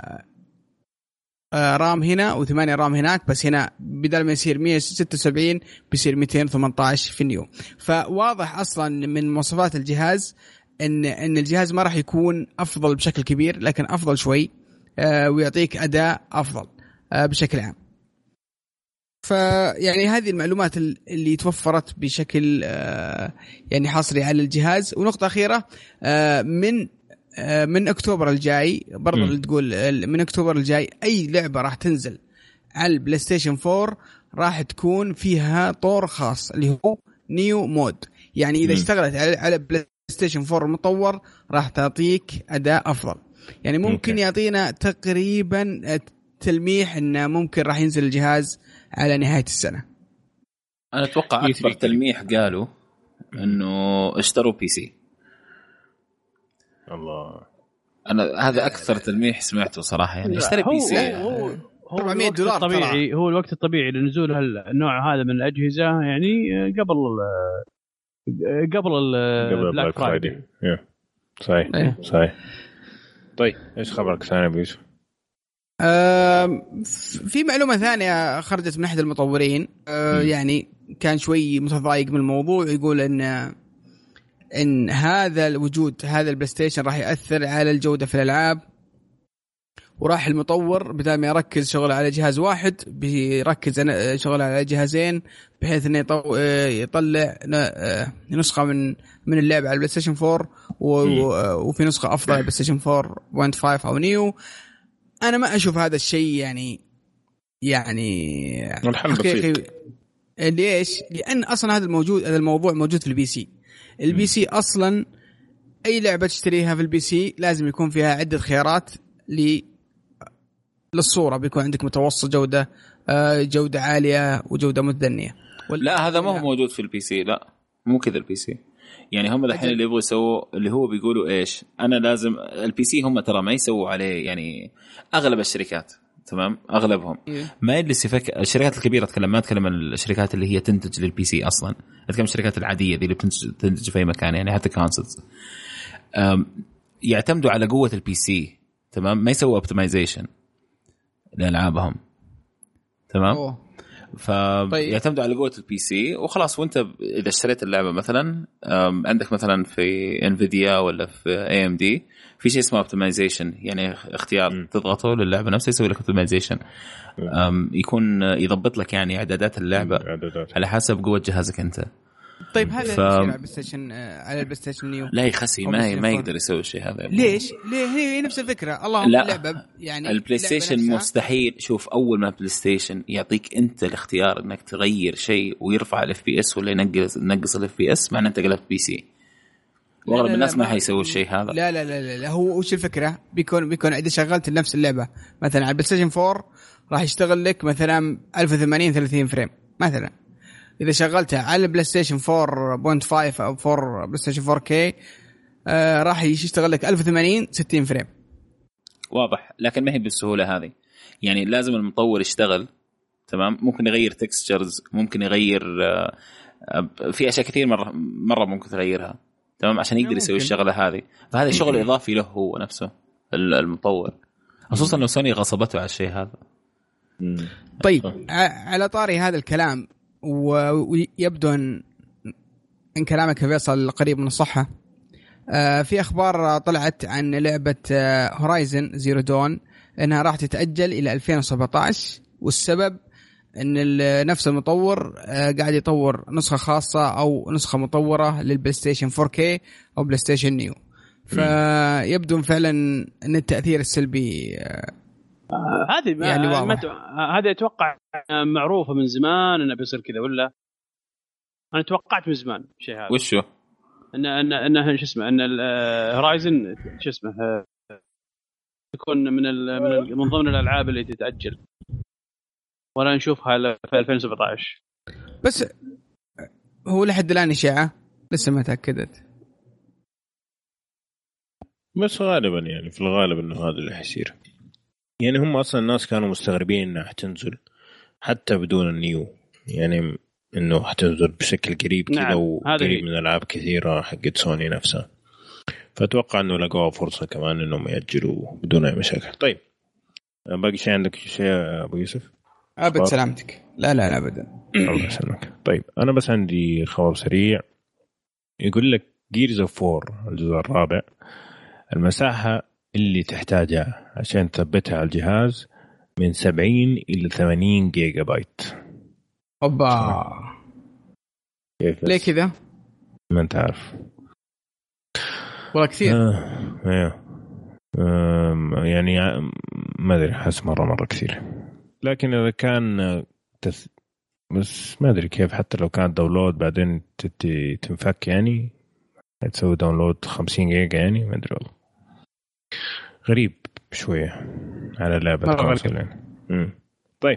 D: رام هنا وثمانية رام هناك بس هنا بدل ما يصير مية وستة وسبعين بيصير مئتين وثمانية عشر في النيو. فواضح أصلا من مواصفات الجهاز إن إن الجهاز ما راح يكون أفضل بشكل كبير لكن أفضل شوي آه ويعطيك أداء أفضل آه بشكل عام. فيعني هذه المعلومات اللي توفرت بشكل آه يعني حصري على الجهاز. ونقطة أخيرة آه من من أكتوبر الجاي برضو اللي تقول من أكتوبر الجاي أي لعبة راح تنزل على البلاي ستيشن فور راح تكون فيها طور خاص اللي هو نيو مود. يعني إذا م. اشتغلت على بلاي ستيشن فور المطور راح تعطيك أداء أفضل. يعني ممكن ممكن. يعطينا تقريبا تلميح إنه ممكن راح ينزل الجهاز على نهاية السنة.
B: أنا أتوقع أكبر تلميح قالوا إنه اشتروا بي سي.
A: الله
B: انا هذا اكثر تلميح سمعته صراحه يعني اشتري بي سي
F: هو هو أربعمية دولار طبيعي. هو الوقت الطبيعي لنزول هالنوع هذا من الاجهزه يعني قبل قبل البلاك فرايدي.
A: صحيح صحيح. طيب ايش خبرك ثاني ابو يوسف؟
D: في معلومه ثانيه خرجت من احد المطورين أه يعني كان شوي متضايق من الموضوع يقول ان إن هذا الوجود هذا البلاي ستيشن راح يأثر على الجودة في الألعاب وراح المطور بدل ما يركز شغل على جهاز واحد بيركز شغل على جهازين بحيث إنه يطلع نسخة من من اللعبة على البلاي ستيشن فور وفي نسخة أفضل على البلاي ستيشن فور بوينت فايف أو نيو. انا ما اشوف هذا الشيء يعني يعني حقيقي. ليش؟ لان اصلا هذا الموجود هذا الموضوع موجود في البي سي. البي سي اصلا اي لعبه تشتريها في البي سي لازم يكون فيها عده خيارات ل للصوره، بيكون عندك متوسط جوده، جوده عاليه وجوده متدنيه.
B: لا هذا ما هو موجود في البي سي، لا مو كذا البي سي. يعني هم الحين اللي يبغوا يسووا اللي هو بيقولوا ايش، انا لازم البي سي هم ترى ما يسووا عليه، يعني اغلب الشركات تمام اغلبهم ما يجلس يفكر. الشركات الكبيره اتكلم، ما اتكلم الشركات اللي هي تنتج للبي سي اصلا، اتكلم الشركات العاديه دي اللي بتنتج تنتج في اي مكان، يعني حتى كونسولز يعتمدوا على قوه البي سي تمام، ما يسووا اوبتمايزيشن لالعابهم تمام. فيعتمدوا على قوة البي سي وخلاص. وانت اذا اشتريت اللعبة مثلا عندك مثلا في انفيديا ولا في اي ام دي في شيء اسمه اوبتمايزيشن، يعني اختيار م. تضغطه للعبة نفسها يسوي لك اوبتمايزيشن، يكون يضبط لك يعني اعدادات اللعبة عددات. على حسب قوة جهازك انت.
D: طيب هذا ف... على البلاي ستيشن على البلاي ستيشن نيو
B: لا يخسي، ما ما يقدر يسوي الشيء هذا.
D: ليش؟ ليه هي نفس الفكره. اللهم اللعبه يعني
B: البلاي ستيشن مستحيل. شوف اول ما البلاي ستيشن يعطيك انت الاختيار انك تغير شيء ويرفع الاف بي اس ولا ينقص ينقص الاف بي اس، معناه انت قلبت بي سي. واغلب الناس ما حيسوي الشيء هذا.
D: لا لا لا لا هو وش الفكره؟ بيكون بيكون اذا شغلت نفس اللعبه مثلا على البلاي ستيشن فور راح يشتغل لك مثلا ألف وثمانين ثلاثين فريم مثلا. إذا شغلتها على البلاي ستيشن فور بوينت فايف أو فور بلاي ستيشن فور كي آه راح يشتغل لك ألف وثمانين ستين فريم.
B: واضح، لكن ما هي بالسهولة هذه. يعني لازم المطور يشتغل تمام، ممكن يغير تكستشرز، ممكن يغير آه في أشياء كثير مرة مرة ممكن تغيرها تمام عشان يقدر يسوي الشغلة هذه. فهذا شغل إضافي له هو نفسه المطور، خصوصا لو سوني غصبته على الشيء هذا.
D: طيب على طاري هذا الكلام، ويبدو أن إن كلامك فيصل قريب من الصحة، في أخبار طلعت عن لعبة هورايزن زيرو دون أنها راح تتأجل إلى ألفين وسبعة عشر، والسبب أن نفس المطور قاعد يطور نسخة خاصة أو نسخة مطورة للبلاي ستيشن فور كي أو بلاي ستيشن نيو. فيبدو فعلا أن التأثير السلبي
F: هذه يعني هذا اتوقع معروفه من زمان انه بيصير كذا، ولا انا توقعت من زمان شيء هذا.
B: وشو
F: ان ان انه شو اسمه ان الهورايزن شو اسمه تكون من من من ضمن الالعاب اللي تتاجل، ولا نشوفها في ألفين وسبعة عشر.
D: بس هو لحد الان اشاعه لسه ما تاكدت،
A: بس غالبا يعني في الغالب انه هذا اللي حيصير. يعني هم أصلا الناس كانوا مستغربين إنها حتنزل حتى بدون النيو، يعني إنه حتنزل بشكل قريب كذا. نعم. وقريب من ألعاب كثيرة حقت سوني نفسها، فأتوقع إنه لقوا فرصة كمان إنهم يأجلوا بدون أي مشاكل. طيب باقي شيء عندك شيء أبو يوسف؟
D: أبد سلامتك. لا لا لا أبدا.
A: الله يسلمك. طيب أنا بس عندي خبر سريع يقول لك Gears of War الجزء الرابع المساحة اللي تحتاجها عشان تثبتها على الجهاز من سبعين إلى ثمانين جيجا بايت.
D: أوبا
A: كيف
D: ليه كذا؟
A: ما أنت عارف
D: والله كثير.
A: آه. آه. يعني ما أدري، حس مرة مرة كثير. لكن إذا كان تث... بس ما أدري كيف، حتى لو كان داونلود بعدين تت... تنفك يعني تسوي داونلود خمسين جيجا يعني ما أدري والله. غريب شوية على لعبة كونسول يعني. طيب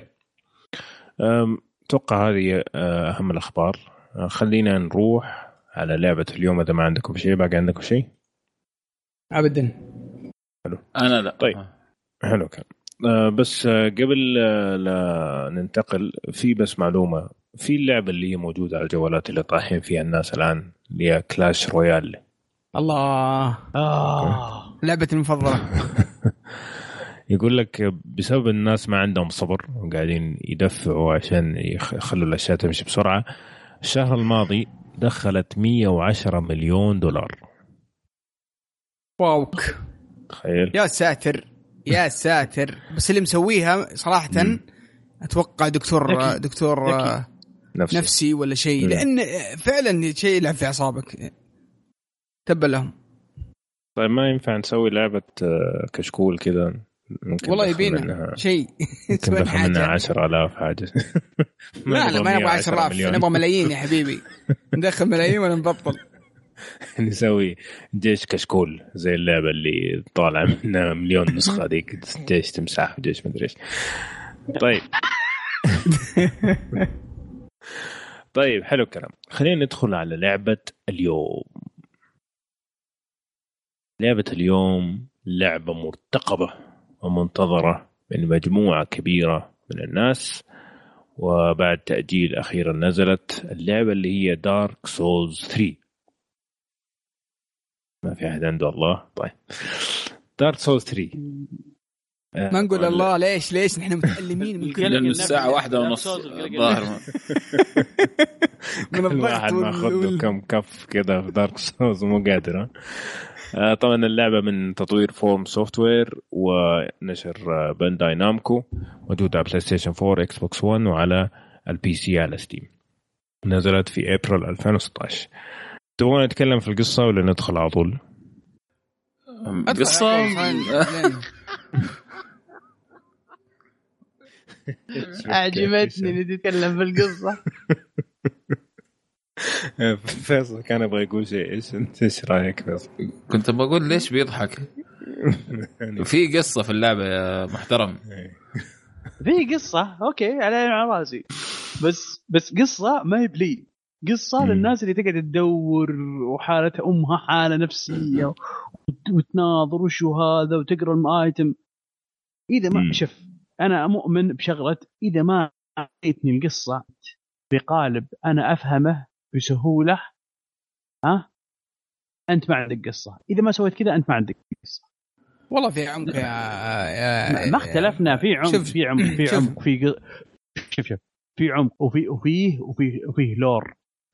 A: أتوقع هذه أهم الأخبار. خلينا نروح على لعبة اليوم إذا ما عندكم شيء. باقي عندكم شيء؟
D: أبدا.
A: حلو.
B: أنا لا.
A: طيب حلو كان. بس قبل لا ننتقل في بس معلومة في اللعبة اللي هي موجودة على الجوالات اللي طاحين فيها الناس الآن اللي هي كلاش رويال.
D: الله آه. لعبة المفضلة.
A: يقول لك بسبب الناس ما عندهم صبر وقاعدين يدفعوا عشان يخلوا الأشياء تمشي بسرعة، الشهر الماضي دخلت مية وعشرة مليون دولار.
D: واوك
A: تخيل.
D: يا ساتر يا ساتر. بس اللي مسويها صراحة أتوقع دكتور أكيد. دكتور أكيد. نفسي. نفسي ولا شيء، لأن فعلا شيء يلعب في أعصابك. تبا لهم.
A: طيب ما ينفع نسوي لعبة كشكول كذا
D: والله يبينا شيء
A: يسوي حاجه عشرة آلاف حاجه.
D: لا لا ما نبغى عشرة آلاف نبغى ملايين يا حبيبي. ندخل ملايين ولا نبطل.
A: نسوي جيش كشكول زي اللعبه اللي طالع منها مليون نسخه ذيك جيش تمساح وجيش مدري ايش. طيب طيب حلو الكلام. خلينا ندخل على لعبه اليوم. لعبه اليوم لعبه مرتقبه ومنتظره من مجموعه كبيره من الناس، وبعد تأجيل أخيرا نزلت اللعبة اللي هي دارك سولز ثري. ما في أحد عنده الله. طيب دارك سولز ثري
D: ما نقول الله ليش ليش نحن متألمين من
B: كل الساعة واحدة ونص الظاهر
A: من الواحد ما أخذ كم كف كده في دارك سولز مو قادر. طبعا اللعبة من تطوير فورم سوفتوير ونشر بانداي نامكو، موجودة على بلاي ستيشن فور اكس بوكس ون وعلى البي سي على ستيم. نزلت في ابريل ألفين وستة عشر. تبغون نتكلم في القصة ولا ندخل على طول؟
B: قصة
F: أعجبتني اللي تتكلم في القصة.
A: فيصل كان يبغى يقول شيء. ايش انت ايش رايك فيصل؟
B: كنت بقول ليش بيضحك. في قصة في اللعبة يا محترم.
F: في قصة اوكي على على راسي، بس بس قصة ما هي بلي قصة م. للناس اللي تقعد تدور وحالتها امها حالة نفسية وتناظر وشو هذا وتقرا المايتم. اذا ما شف انا مؤمن بشغلة، اذا ما اعطيتني القصة بقالب انا افهمه بسهولة ها انت ما عندك قصة. اذا ما سويت كذا انت ما عندك قصة.
D: والله في عمق يا, يا
F: ما اختلفنا في عمق في عمق في عمق في شوف شوف في عمق وفي وفيه وفيه وفيه لور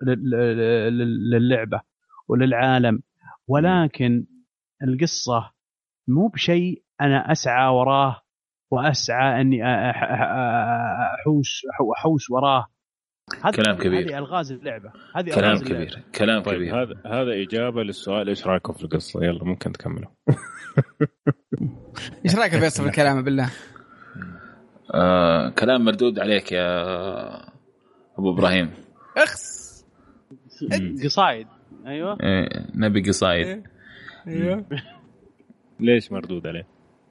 F: للعبة وللعالم، ولكن القصة مو بشيء أنا أسعى وراه وأسعى أني أحوس أحوس وراه.
B: هذا كلام كبير.
F: هذه ألغاز اللعبة. هذه
B: كلام كبير اللعبة. كلام
A: طيب
B: كبير.
A: هذا هذا إجابة للسؤال إيش رأيكم في القصة؟ يلا ممكن تكملوا.
D: إيش رأيك في يصف الكلام بالله؟
B: آه، كلام مردود عليك يا أبو إبراهيم.
D: أخس
F: قصايد. أيوة
B: إيه، نبي قصايد.
D: أيوة.
A: ليش مردود عليه؟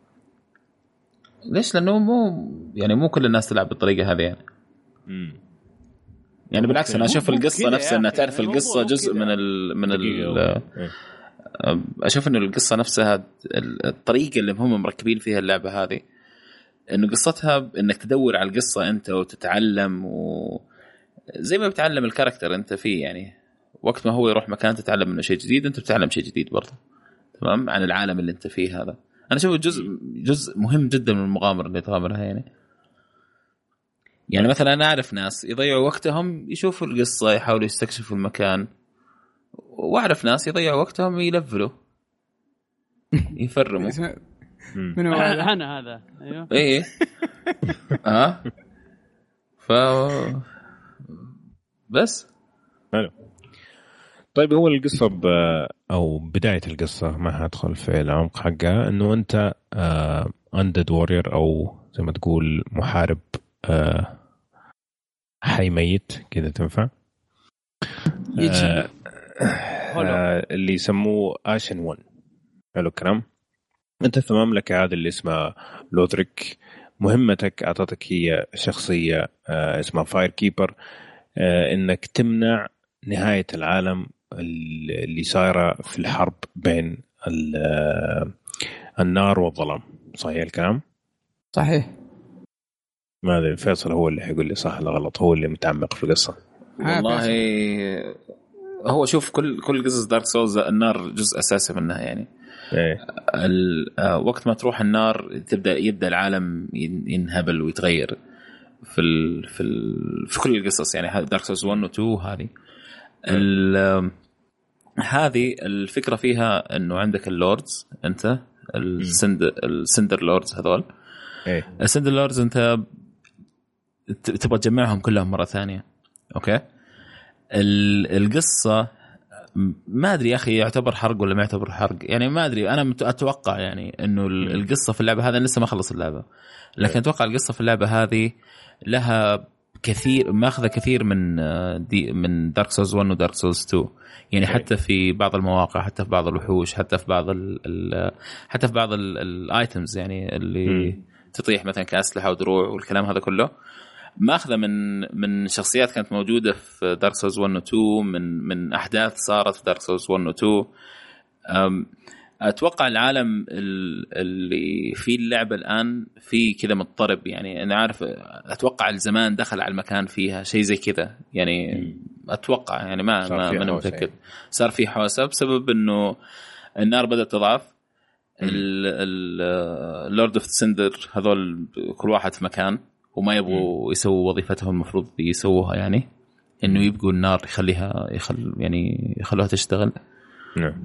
B: ليش؟ لأنه مو يعني مو كل الناس تلعب بالطريقة هذه يعني.
A: مم.
B: يعني بالعكس أنا أشوف القصة نفسها أنها تعرف القصة جزء من ال من ال أشوف إنه القصة نفسها الطريقة اللي هم مركبين فيها اللعبة هذه، إنه قصتها إنك تدور على القصة أنت وتتعلم، وزي ما بتعلم الكاركتر أنت فيه يعني وقت ما هو يروح مكان تتعلم منه شيء جديد أنت بتتعلم شيء جديد برضه تمام عن العالم اللي أنت فيه. هذا أنا أشوفه جزء جزء مهم جدا من المغامرة اللي تغامرها يعني. يعني مثلا أنا أعرف ناس يضيعوا وقتهم يشوفوا القصة يحاولوا يستكشفوا المكان، وأعرف ناس يضيعوا وقتهم يلفلوا يفرموا.
F: من هو أنا هذا؟ أيوه
B: إيه ها ف بس
A: حلو. طيب هو القصة ب... أو بداية القصة ما هدخل في العمق حقها، إنه أنت أندد وورير أو زي ما تقول محارب آه حي ميت كذا تنفع آه آه اللي يسموه آشن ون. حلو الكلام. أنت في المملكة هذه اللي اسمها لودريك، مهمتك أعطتك هي شخصية آه اسمها فاير كيبر، آه إنك تمنع نهاية العالم اللي صايرة في الحرب بين النار والظلام. صحيح الكلام؟
D: صحيح.
A: ما أدري فيصل هو اللي حيقول لي صح ولا غلط، هو اللي متعمق في القصة.
B: والله هو شوف كل كل قصص دارك سولز النار جزء أساسي منها يعني.
A: إيه.
B: وقت ما تروح النار تبدأ يبدأ العالم ينهبل ويتغير في ال في ال في كل القصص يعني. دارك سولز ون و تو هذه هذه الفكرة فيها إنه عندك اللوردز أنت السند السندر لوردز هذول.
A: إيه.
B: السندر لوردز أنت تبغى تجمعهم كلهم مرة ثانية. أوكي. القصة ما ادري يا اخي يعتبر حرق ولا ما يعتبر حرق يعني ما ادري. انا اتوقع يعني انه القصه في اللعبه هذا لسه ما خلص اللعبه لكن اتوقع القصه في اللعبه هذه لها كثير ماخذه كثير من دي من دارك سولز واحد ودارك سولز اثنين يعني حتى في بعض المواقع حتى في بعض الوحوش حتى في بعض ال حتى في بعض الايتمز يعني اللي م. تطيح مثلا كاسلحه ودروع والكلام هذا كله ماخذه من من شخصيات كانت موجوده في دارك سولز واحد و اثنين من من احداث صارت في دارك سولز واحد و اثنين. اتوقع العالم اللي في اللعبه الان في كذا مضطرب يعني انا عارف اتوقع الزمان دخل على المكان فيها شيء زي كذا يعني اتوقع يعني ما ما انا متاكد صار في حوسه بسبب انه النار بدات تضعف. اللورد اوف سندر هذول كل واحد في مكان وما يبغوا يسووا وظيفتهم المفروض يسووها يعني انه يبقوا النار يخليها يخل يعني يخلوها تشتغل.
A: نعم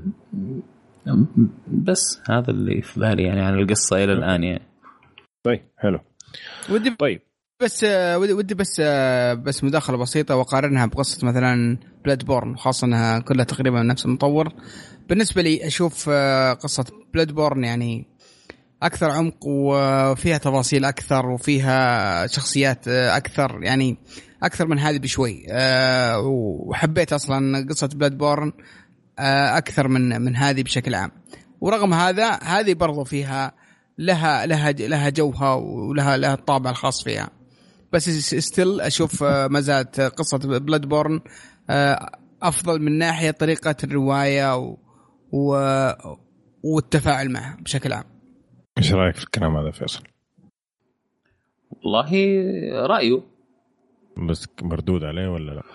B: بس هذا اللي في بالي يعني عن القصة إلى الآن يعني.
A: طيب حلو.
D: ودي
A: طيب
D: بس ودي ودي بس بس مداخلة بسيطة وقارنها بقصة مثلا بلاد بورن خاصة أنها كلها تقريبا نفس المطور. بالنسبة لي أشوف قصة بلاد بورن يعني أكثر عمق وفيها تفاصيل أكثر وفيها شخصيات أكثر يعني أكثر من هذه بشوي. وحبيت أصلا قصة بلاد بورن أكثر من من هذه بشكل عام. ورغم هذا هذه برضو فيها لها لها لها جوها ولها لها الطابع الخاص فيها بس ستيل أشوف مزات قصة بلاد بورن أفضل من ناحية طريقة الرواية و... و... والتفاعل معها بشكل عام.
A: إيش رأيك في الكلام هذا فيصل؟
B: والله رأيه
A: بس مردود عليه ولا لا؟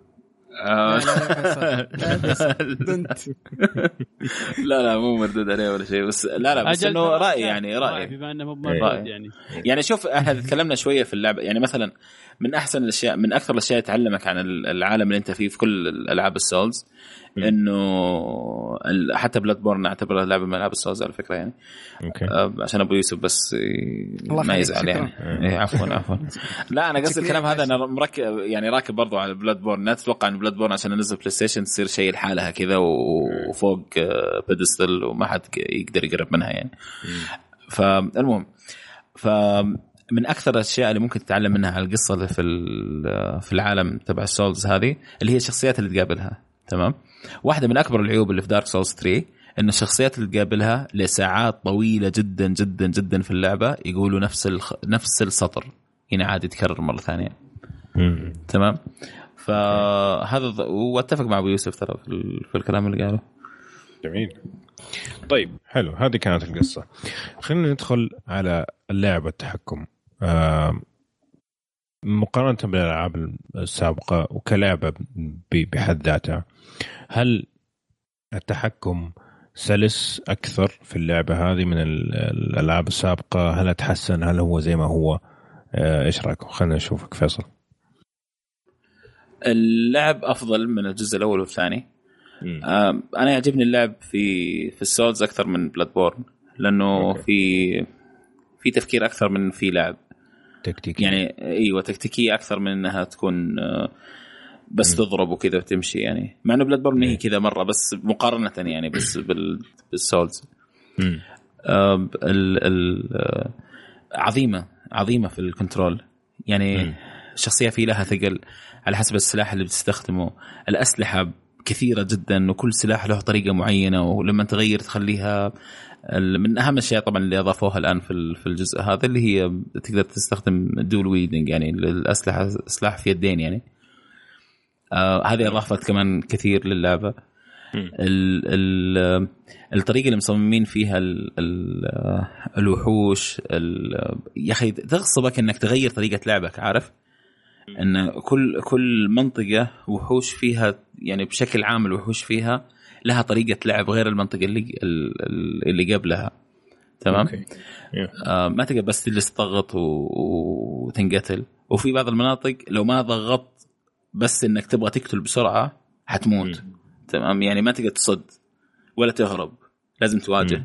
B: لا لا مو مردود عليه ولا شيء بس لا لا بس انه راي يعني راي
F: بما انه مردود يعني
B: يعني شوف احنا تكلمنا شويه في اللعبه يعني مثلا من احسن الاشياء من اكثر الاشياء تعلمك عن العالم اللي انت فيه في كل الالعاب السولز انه حتى بلاد بورن اعتبرها لعبه من العاب السولز على فكره يعني
A: أوكي.
B: عشان ابو يوسف بس ما يزعل يعني إيه عفوا عفوا لا انا قصدي الكلام هذا انا مركب يعني راكب برضو على بلاد بورن. لا تتوقع ان بلاد بورن عشان ننزل بلاي ستيشن تصير شيء لحالها كذا وفوق بيدستل وما حد يقدر يقرب منها يعني. فالمهم فمن اكثر الاشياء اللي ممكن تتعلم منها على القصه اللي في في العالم تبع السولز هذه اللي هي الشخصيات اللي تقابلها. تمام. واحدة من أكبر العيوب اللي في دارك سولز ثلاثة إن الشخصيات اللي تقابلها لساعات طويلة جدا جدا جدا في اللعبة يقولوا نفس الخ... نفس السطر هنا عادي يتكرر مرة ثانية.
A: مم.
B: تمام. فهذا واتفق مع أبو يوسف ترى في, في الكلام اللي قاله.
A: جميل. طيب حلو هذه كانت القصة. خلينا ندخل على اللعبة التحكم آه... مقارنة بالألعاب السابقة وكلعبة بحد ذاتها هل التحكم سلس أكثر في اللعبة هذه من الألعاب السابقة؟ هل تحسن؟ هل هو زي ما هو؟ إيش رأيكم؟ خلنا نشوفك فيصل.
B: اللعب أفضل من الجزء الأول والثاني. أنا يعجبني اللعب في في السولز أكثر من بلاد بورن لأنه أوكي. في في تفكير أكثر من في لعب
A: تكتيكي
B: يعني ايوه تكتيكيه اكثر من انها تكون بس م. تضرب وكذا وتمشي يعني مع انه بلاد بورن هي كذا مره بس مقارنه يعني بس بالسولز آه ال ال عظيمه عظيمه في الكنترول يعني م. الشخصيه في لها ثقل على حسب السلاح اللي بتستخدمه. الاسلحه كثيره جدا وكل سلاح له طريقه معينه ولما تغير تخليها من أهم الأشياء طبعا اللي أضافوها الآن في في الجزء هذا اللي هي تقدر تستخدم دول ويدنج يعني الأسلحة سلاح في يدين يعني آه هذه أضافت كمان كثير للعبة. ال ال الطريقة اللي مصممين فيها ال ال الوحوش يا أخي تغصبك إنك تغير طريقة لعبك. عارف إن كل كل منطقة وحوش فيها يعني بشكل عام الوحوش فيها لها طريقة لعب غير المنطقة اللي اللي قبلها. تمام. آه ما تقدر بس تجلس تضغط وتنقتل. وفي بعض المناطق لو ما ضغطت بس إنك تبغى تقتل بسرعة حتموت. تمام يعني ما تقدر تصد ولا تهرب لازم تواجه.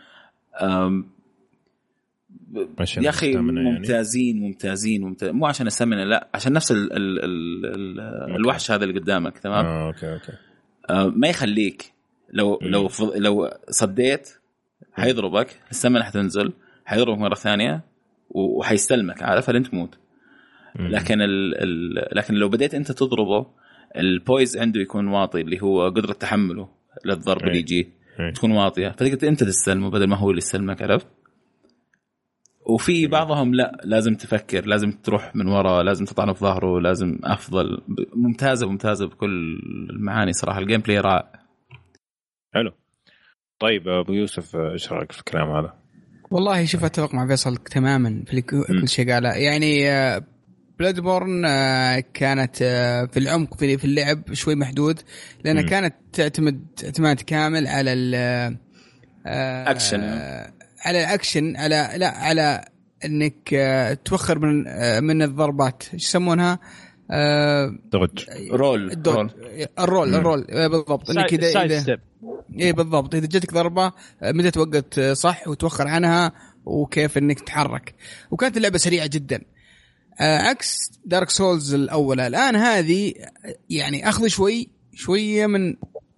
B: يا أخي ممتازين يعني. ممتازين ممتاز مو عشان السمنة لا عشان نفس ال ال ال ال الوحش هذا اللي قدامك. تمام.
A: آه، أوكي أوكي.
B: آه ما يخليك لو م. لو لو صديت حيضربك السمنه حتنزل حيضربك مره ثانيه وحيستلمك عارف انت تموت. لكن ال ال لكن لو بديت انت تضربه البويز عنده يكون واطي اللي هو قدره تحمله للضرب اللي يجي تكون واطيه فتقدر انت تستلمه بدل ما هو اللي يستلمك عرفت. وفي بعضهم لا لازم تفكر لازم تروح من وراء لازم تطعنه في ظهره لازم افضل ممتازه ممتازه بكل المعاني صراحه الجيم بلاي رائع. حلو. طيب ابو يوسف ايش رايك في الكلام هذا؟
D: والله شوف اتفق مع فيصل تماما في كل شيء قاله. يعني بلاد بورن كانت في العمق في في اللعب شوي محدود لأنها م. كانت تعتمد اعتماد كامل على
B: الأكشن
D: على الأكشن على لا على إنك توخر من من الضربات ايش يسمونها
B: ضغط رول
D: الرول الرول, الرول. بالضبط إنك إذا إذا إيه بالضبط إذا جتك ضربة متى توقت صح وتوخر عنها وكيف إنك تتحرك. وكانت اللعبة سريعة جدا عكس دارك سولز الأولى. الآن هذه يعني أخذ شوي شوية من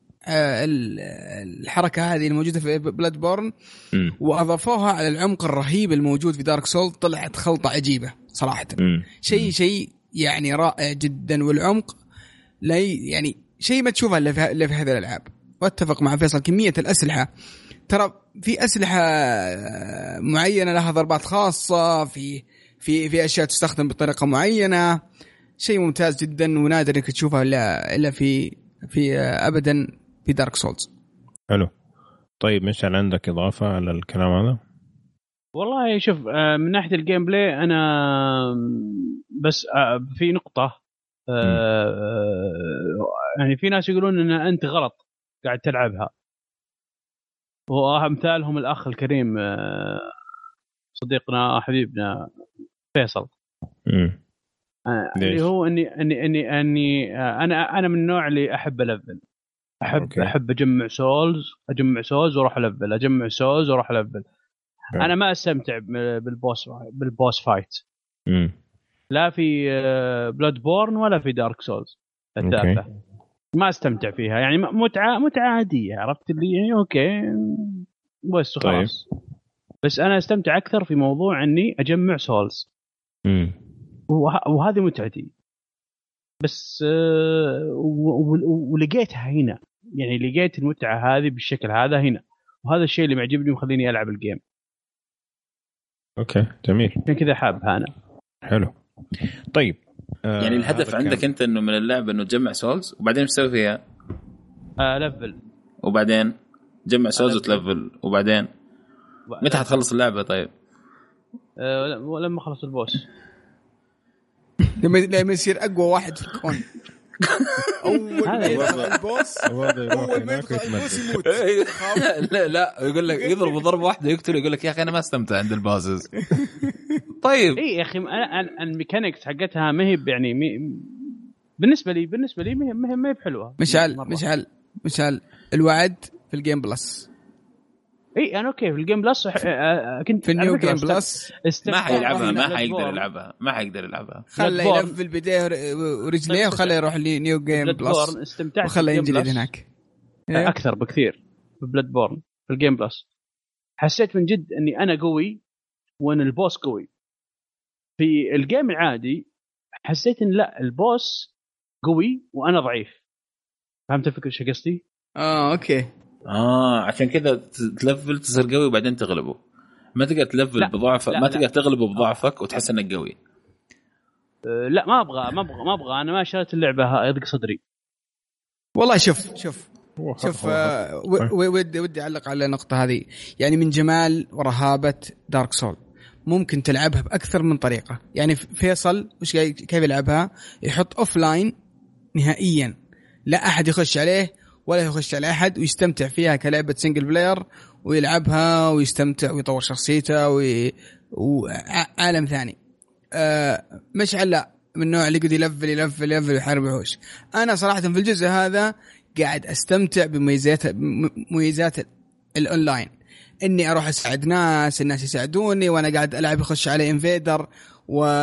D: الحركة هذه الموجودة في بلاد بورن وأضافوها على العمق الرهيب الموجود في دارك سولز. طلعت خلطة عجيبة صراحة شيء شيء يعني رائع جدا والعمق لا يعني شيء ما تشوفه إلا في, إلا في هذه الألعاب. واتفق مع فيصل كمية الأسلحة ترى في أسلحة معينة لها ضربات خاصة في في في أشياء تستخدم بطريقة معينة شيء ممتاز جدا ونادر إنك تشوفها إلا إلا في في أبدا في دارك سولز.
A: حلو. طيب مش هل عندك إضافة على الكلام هذا؟
F: والله شوف من ناحية الجيم بلاي أنا بس في نقطة يعني في ناس يقولون إن أنت غلط قاعد تلعبها وأمثالهم الأخ الكريم صديقنا حبيبنا فيصل اللي هو اني اني اني اني انا انا من النوع اللي احب الفل احب أوكي. احب اجمع سولز اجمع سولز واروح الفل اجمع سولز واروح الفل. انا ما استمتع بالبوس بالبوس فايت م. لا في بلاد بورن ولا في دارك سولز الثالثه ما استمتع فيها يعني متعه متعه عاديه عرفت اللي يعني اوكي بس خلاص طيب. بس أنا أستمتع أكثر في موضوع أني أجمع سولز وهذه متعتي بس ولقيتها هنا يعني لقيت المتعة هذه بالشكل هذا هنا وهذا الشيء اللي معجبني ومخليني ألعب الجيم.
A: أوكي جميل
F: عشان كذا حابها أنا.
A: حلو. طيب
B: آه يعني الهدف عندك كان... أنت إنه من اللعبة إنه تجمع سولز وبعدين إيش تسوي فيها؟
F: آه ليفل
B: وبعدين جمع سولز وتلفل وبعدين متى حتخلص اللعبة؟ طيب
F: أه لما خلص البوس
D: لما لما يصير أقوى واحد في الكون أول ما يدخل البوس أول ما يدخل البوس يموت.
B: لا لا يقول لك يضرب ضربة واحدة يقتل يقول لك يا أخي أنا ما استمتع عند البوسز. طيب
F: إيه يا أخي أنا الميكانيكس حقتها ما هي يعني بالنسبة لي بالنسبة لي ما هي ما هي بحلوة.
D: مشعل مشعل مشعل الوعد في الجيم بلس
F: اي انا اوكي في الجيم بلس كنت
D: في النيو جيم بلس
B: ما حيلعبها ما حيقدر يلعبها ما حيقدر يلعبها
D: خلى يلفل بديه ورجليه وخلى يروح لنيو جيم بلس وخلى ينزل هناك
F: اكثر بكثير في بلاد بورن في الجيم بلس. حسيت من جد اني انا قوي وان البوس قوي. في الجيم العادي حسيت ان لا البوس قوي وانا ضعيف. فهمت الفكره ايش قصدي؟
D: اه اوكي
B: اه عشان كذا تلفل تصير قوي وبعدين تغلبه ما تقدر تلفل بضعفك ما تقدر تغلبه بضعفك وتحس انك قوي.
F: أه لا ما ابغى ما ابغى ما ابغى انا ما شريت اللعبه يضيق صدري
D: والله. شوف شوف شوف آه ودي ودي اعلق على النقطه هذه. يعني من جمال ورهابه دارك سول ممكن تلعبها باكثر من طريقه. يعني فيصل وش كيف يلعبها؟ يحط اوف لاين نهائيا لا احد يخش عليه ولا يخش على أحد ويستمتع فيها كلعبة سينجل بلاير ويلعبها ويستمتع ويطور شخصيته وي... وعالم ثاني. أه مش على من النوع اللي قد يلفل يلفل يلفل ويحارب وحوش. أنا صراحة في الجزء هذا قاعد أستمتع بميزات مميزات الأونلاين إني أروح أساعد ناس الناس يساعدوني وأنا قاعد ألعب يخش على إنفيدر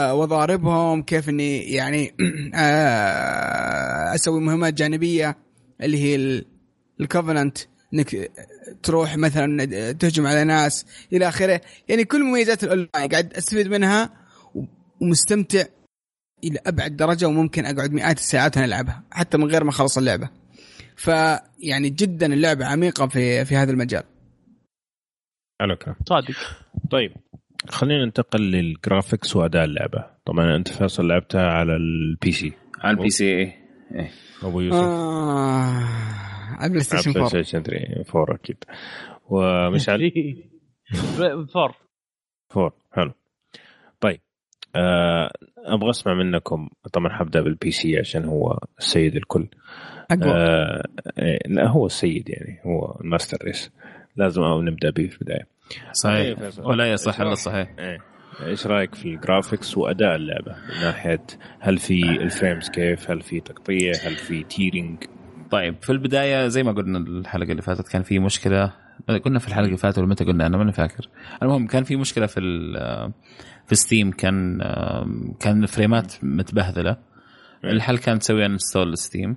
D: وضاربهم كيف إني يعني أسوي مهمات جانبية اللي هي الكوفننت، انك تروح مثلا تهجم على ناس الى اخره. يعني كل مميزات الاونلاين قاعد استفيد منها ومستمتع الى ابعد درجه، وممكن اقعد مئات الساعات انا العبها حتى من غير ما اخلص اللعبه. فيعني جدا اللعبه عميقه في في هذا المجال.
A: على كلام
F: صادق.
A: طيب خلينا ننتقل للجرافيكس واداء اللعبه. طبعا انت فاصل لعبتها على البي سي.
B: على البي سي ايه
A: ابو يوسف؟
D: آه... على بلاي ستيشن فور.
A: بلاي ستيشن ثري فور اكيد. ومش على
F: فور
A: فور حلو. طيب أه ابغى اسمع منكم. طبعا حبدا بالبي سي عشان هو السيد الكل. أه لا هو السيد يعني هو الماستر ريس، لازم أو نبدا به في البدايه.
B: صحيح ولا يصح الا صحيح.
A: ايه ايش رايك في الجرافيكس واداء اللعبه من ناحيه هل في الفريمز كيف، هل في تقطيع، هل في تيرينج؟
B: طيب في البدايه زي ما قلنا الحلقه اللي فاتت كان في مشكله، قلنا في الحلقه اللي فاتت ولا متى قلنا انا ما فاكر. المهم كان في مشكله في في ستيم، كان كان الفريمات متبهذله. الحل كان تسوي انستول ستيم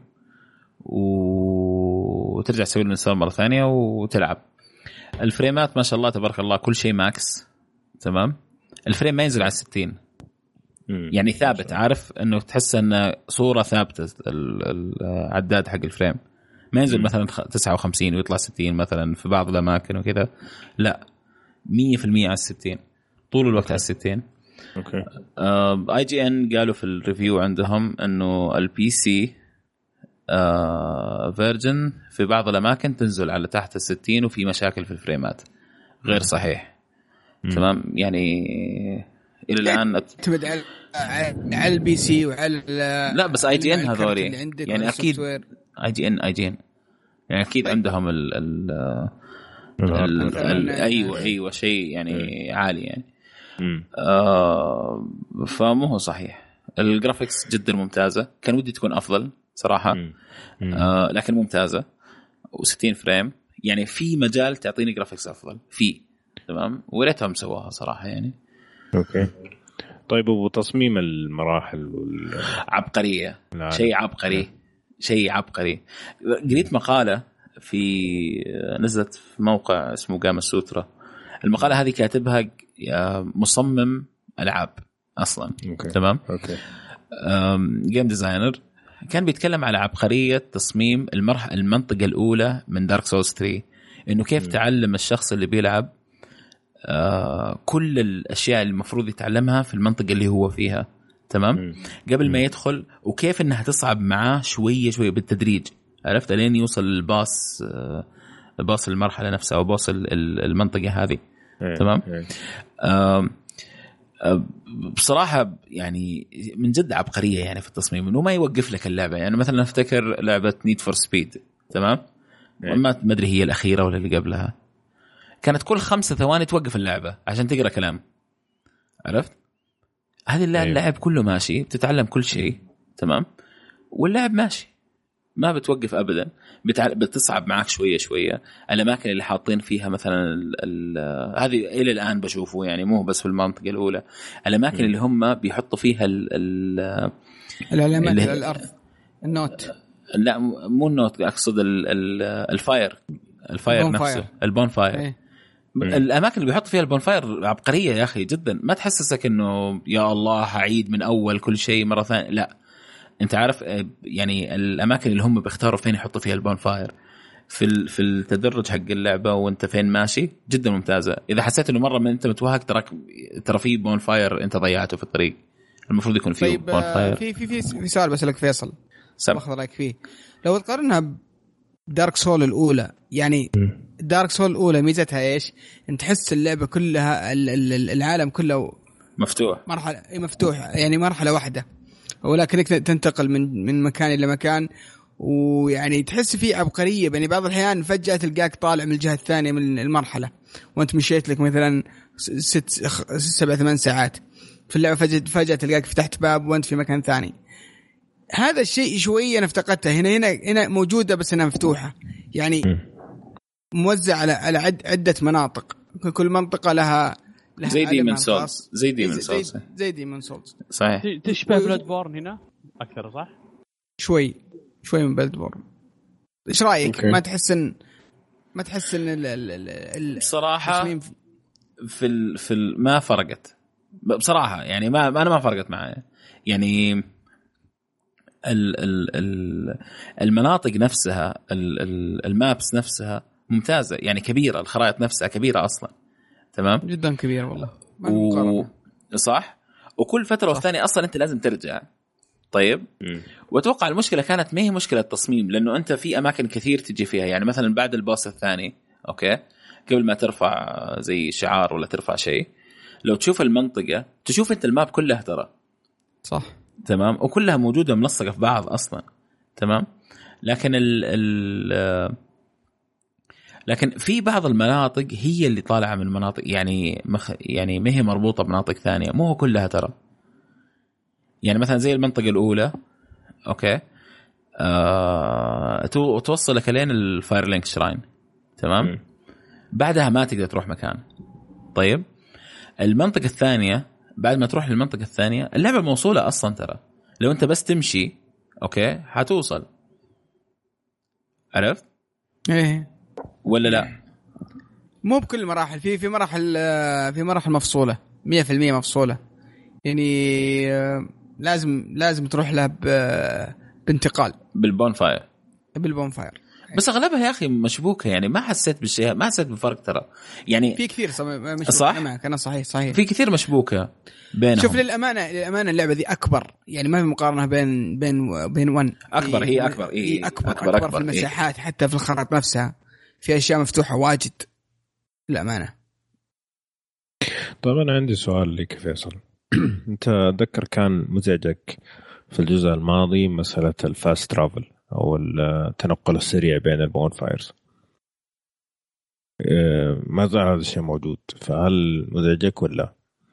B: وترجع تسوي الانستول مره ثانيه وتلعب. الفريمات ما شاء الله تبارك الله كل شيء ماكس تمام. الفريم ما ينزل على ستين يعني ثابت، عارف انه تحس ان صوره ثابته العداد حق الفريم، ما ينزل مثلا تسعة وخمسين ويطلع ستين مثلا في بعض الاماكن وكذا، لا مية بالمية على ستين طول الوقت على ستين.
A: اوكي.
B: اي جي ان قالوا في الريفيو عندهم انه البي سي فيرجن في بعض الاماكن تنزل على تحت الستين وفي مشاكل في الفريمات. غير صحيح. مم. تمام يعني الى الان
D: تعتمد على على البي سي وعلى
B: لا بس اي جي ان هذول يعني اكيد اي جي ان اي جي ان يعني اكيد عندهم ال ال ال ال ايوه ايوه شيء يعني عالي يعني. آه فمو هو صحيح. الجرافيكس جدا ممتازه، كان ودي تكون افضل صراحه. آه لكن ممتازه وستين فريم يعني في مجال تعطيني جرافيكس افضل في تمام، وريتهم سواها صراحه يعني.
A: اوكي. طيب وتصميم المراحل وال...
B: عبقريه، شيء عبقري شيء عبقري. قريت مقاله في نزلت في موقع اسمه جاما سوترا. المقاله هذه كاتبها مصمم العاب اصلا.
A: أوكي.
B: تمام.
A: اوكي.
B: جيم ديزاينر، كان بيتكلم على عبقريه تصميم المرحله المنطقه الاولى من دارك سولز ثري، انه كيف م. تعلم الشخص اللي بيلعب آه كل الاشياء اللي المفروض يتعلمها في المنطقه اللي هو فيها تمام م. قبل م. ما يدخل، وكيف انها تصعب معاه شويه شويه بالتدريج، عرفت لين يوصل الباص آه باص المرحله نفسها او باص المنطقه هذه. م. تمام. م. آه بصراحة يعني من جد عبقرية يعني في التصميم، إنه ما يوقف لك اللعبة. يعني مثلا أفتكر لعبة نيد فور سبيد تمام، ما ما أدري هي الأخيرة ولا اللي قبلها، كانت كل خمسة ثواني توقف اللعبة عشان تقرأ كلام، عرفت؟ هذه اللعب كله ماشي، بتتعلم كل شيء تمام، واللعب ماشي ما بتوقف أبدا، بتصعب معك شوية شوية. الأماكن اللي حاطين فيها مثلا ال ال هذه إلى الآن بشوفه يعني مو بس في المنطقة الأولى، الأماكن م. اللي هم بيحطوا فيها ال ال
D: العلامات على الأرض، النوت
B: لا مو النوت، أقصد ال ال الفاير الفاير نفسه فاير. البون فاير ايه. الأماكن اللي بيحط فيها البون فاير عبقرية يا أخي جدا، ما تحسسك إنه يا الله هعيد من أول كل شيء مرة ثانية، لا انت عارف يعني الاماكن اللي هم بيختاروا فين يحطوا فيها البون فاير في في التدرج حق اللعبه وانت فين ماشي جدا ممتازه. اذا حسيت انه مره من انت متوهق ترى ترى في بون فاير انت ضيعته في الطريق، المفروض يكون فيه
D: طيب
B: بون فاير.
D: في في في في سؤال بسالك فيصل، باخذ رايك فيه. لو تقارنها بدارك سول الاولى، يعني دارك سول الاولى ميزتها ايش؟ انت تحس اللعبه كلها العالم كله
B: مفتوح،
D: مرحله مفتوحه يعني مرحله واحده، ولكنك تنتقل من من مكان إلى مكان، ويعني تحس فيه عبقرية. يعني بعض الأحيان فجأة تلقاك طالع من الجهة الثانية من المرحلة وأنت مشيت لك مثلا ست سبع ثمان ساعات في اللعبة، فجأة فجأة تلقاك فتحت باب وأنت في مكان ثاني. هذا الشيء شوية أنا افتقدته هنا هنا هنا موجودة بس أنها مفتوحة، يعني موزع على على عدة مناطق، كل منطقة لها
B: زي دي من سولز زي دي من سولز
D: زي دي من سولز
B: صحيح.
F: تشبه بلاد بورن هنا أكثر صح؟
D: شوي شوي من بلاد بورن ايش رايك؟ ما تحس ان ما تحس ان ال ال ال
B: بصراحه في ال في ال ما فرقت بصراحه يعني ما انا ما فرقت معي يعني ال ال ال المناطق نفسها ال ال المابس نفسها ممتازه يعني كبيره الخرائط نفسها كبيره اصلا تمام
D: جدا كبيره والله ما
B: و... صح وكل فتره والثانيه اصلا انت لازم ترجع طيب م. واتوقع المشكله كانت ما هي مشكله تصميم لانه انت في اماكن كثير تجي فيها يعني مثلا بعد الباص الثاني اوكي قبل ما ترفع زي شعار ولا ترفع شيء لو تشوف المنطقه تشوف انت الماب كلها ترى
D: صح
B: تمام وكلها موجوده ملصقه في بعض اصلا تمام لكن ال ال لكن في بعض المناطق هي اللي طالعه من مناطق يعني مخ يعني ما هي مربوطه بمناطق ثانيه مو هو كلها ترى يعني مثلا زي المنطقه الاولى اوكي آه توصلك لين الفاير لينك شراين تمام م. بعدها ما تقدر تروح مكان طيب المنطقه الثانيه بعد ما تروح للمنطقه الثانيه اللعبه موصوله اصلا ترى لو انت بس تمشي اوكي حتوصل عرفت
D: ايه
B: ولا لا
D: مو بكل المراحل في في مراحل في مراحل مفصوله مية بالمية مفصوله يعني لازم لازم تروح له بانتقال
B: بالبون فاير
D: بالبون فاير
B: بس اغلبها يا اخي مشبوكه يعني ما حسيت بالشيء ما حسيت بفرق ترى يعني
D: في كثير مشبوكه
B: صح
D: معك انا صحيح صحيح
B: في كثير مشبوكه بينهم
D: شوف للامانه للامانه اللعبه دي اكبر يعني ما في مقارنه بين بين بين ون
B: اكبر هي اكبر
D: هي
B: إيه
D: أكبر,
B: أكبر,
D: أكبر,
B: أكبر
D: أكبر في المساحات
B: إيه؟
D: حتى في الخرائط نفسها في اشياء مفتوحه واجد للامانه.
A: طيب انا عندي سؤال لك فيصل انت اتذكر كان مزعجك في الجزء الماضي مساله الفاست ترافل او التنقل السريع بين البون فايرز ما زال هذا الشيء موجود فهل مزعجك ولا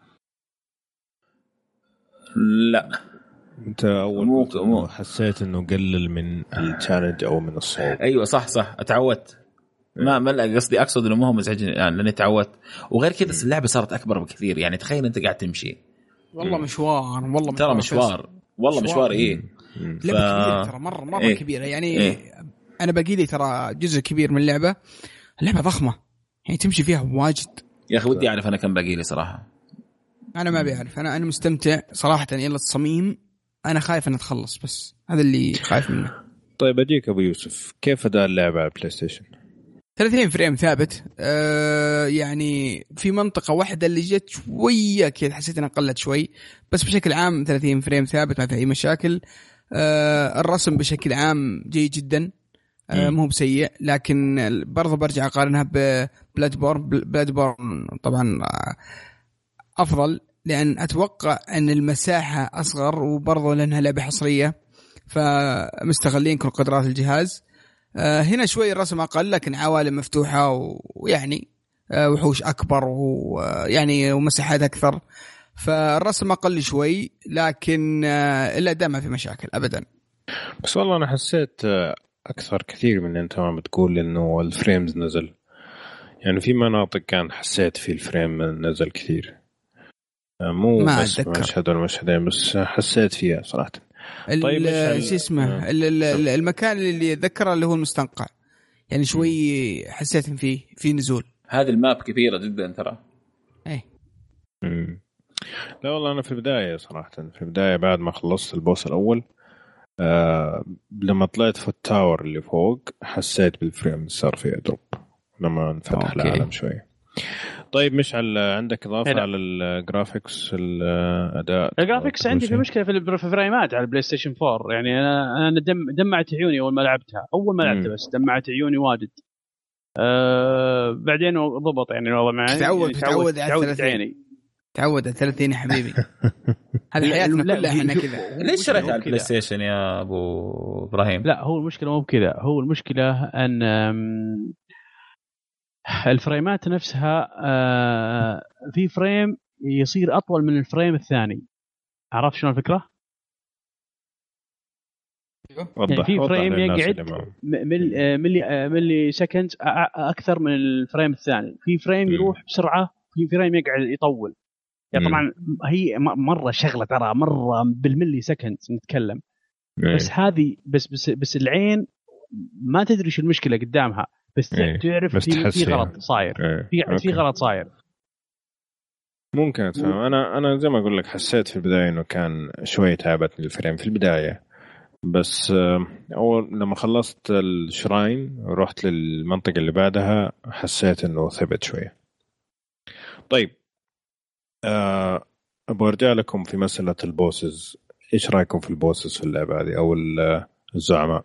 B: لا
A: انت اول مو مو حسيت انه قلل من التشالنج او من الصعوبه؟
B: ايوه صح صح اتعودت ما ما قصدي اقصد انه ما هو مزعج يعني لاني تعودت وغير كذا اللعبه صارت اكبر بكثير يعني تخيل انت قاعد تمشي
D: والله مشوار والله
B: ترى مشوار والله مشوار ايه
D: لعبه ف... كبيره ترى مره مره إيه؟ كبيره يعني إيه؟ انا باقي لي ترى جزء كبير من اللعبه اللعبه ضخمه يعني تمشي فيها واجد
B: يا اخي ودي اعرف انا كم باقي لي صراحه
D: انا ما بعرف انا انا مستمتع صراحه يلا التصميم انا خايف ان اتخلص بس هذا اللي خايف منه.
A: طيب اجيك ابو يوسف كيف اداء اللعبه على البلاي ستيشن؟
D: ثلاثين فريم ثابت أه يعني في منطقة واحدة اللي جت شوية كده حسيت انها قلت شوي بس بشكل عام ثلاثين فريم ثابت ما في اي مشاكل. أه الرسم بشكل عام جيد جدا أه مو بسيء لكن برضو برجع اقارنها ببلاد بورن بلاد بورن طبعا افضل لان اتوقع ان المساحة اصغر وبرضو لانها لعبة حصرية فمستغلين كل قدرات الجهاز. آه هنا شوي الرسم أقل لكن عوالم مفتوحة ويعني آه وحوش أكبر ويعني ومساحات أكثر فالرسم أقل شوي لكن آه الأداء ما في مشاكل أبدا.
A: بس والله أنا حسيت أكثر كثير من أنت ما بتقول إنه الفريمز نزل يعني في مناطق كان حسيت في الفريم نزل كثير آه مو
D: ما
A: بس مشهد والمشهدين بس حسيت فيها صراحة.
D: طيب ايش اسمه المكان اللي ذكره اللي هو المستنقع يعني شوي حسيت ان فيه في نزول.
B: هذه الماب كبيره جدا ترى
D: ايه
A: امم لا والله انا في البدايه صراحه في البدايه بعد ما خلصت البوس الاول آه لما طلعت في التاور اللي فوق حسيت بالفريم صار فيه دروب لما انفتح العالم شوي. طيب مش على عندك اضافه هنا. على الجرافيكس الاداء
F: الجرافيكس عندي في مشكله في الفريمات على البلاي ستيشن فور يعني انا انا دم دمعت عيوني اول ما لعبتها اول ما لعبتها بس دمعت عيوني واجد أه بعدين ضبط يعني الوضع معي
D: تعود تعود على عيني تعود على ثلاثين يا حبيبي هذه حياتنا كلها احنا كذا.
B: ليش شريت على البلاي ستيشن يا ابو ابراهيم؟
F: لا هو المشكله مو بكذا هو المشكله ان الفريمات نفسها آه في فريم يصير أطول من الفريم الثاني عرفت شنو الفكرة؟ يعني في فريم يقعد ملي ملي سكند أكثر من الفريم الثاني في فريم م. يروح بسرعة في فريم يقعد يطول يعني طبعا هي مرة شغلة ترى مرة بالملي سكند نتكلم م. بس هذه بس بس بس العين ما تدري شو المشكله قدامها، بس إيه. تعرف بس في في غلط صاير، إيه. في في غلط صاير.
A: ممكن أتفهم. انا انا زي ما اقول لك حسيت في البدايه انه كان شويه تعبتني الفريم في البدايه، بس اول لما خلصت الشراين ورحت للمنطقه اللي بعدها حسيت انه ثبت شويه. طيب أه ابغى ارجع لكم في مساله البوسز. ايش رايكم في البوسز في اللعبه هذه او الزعماء؟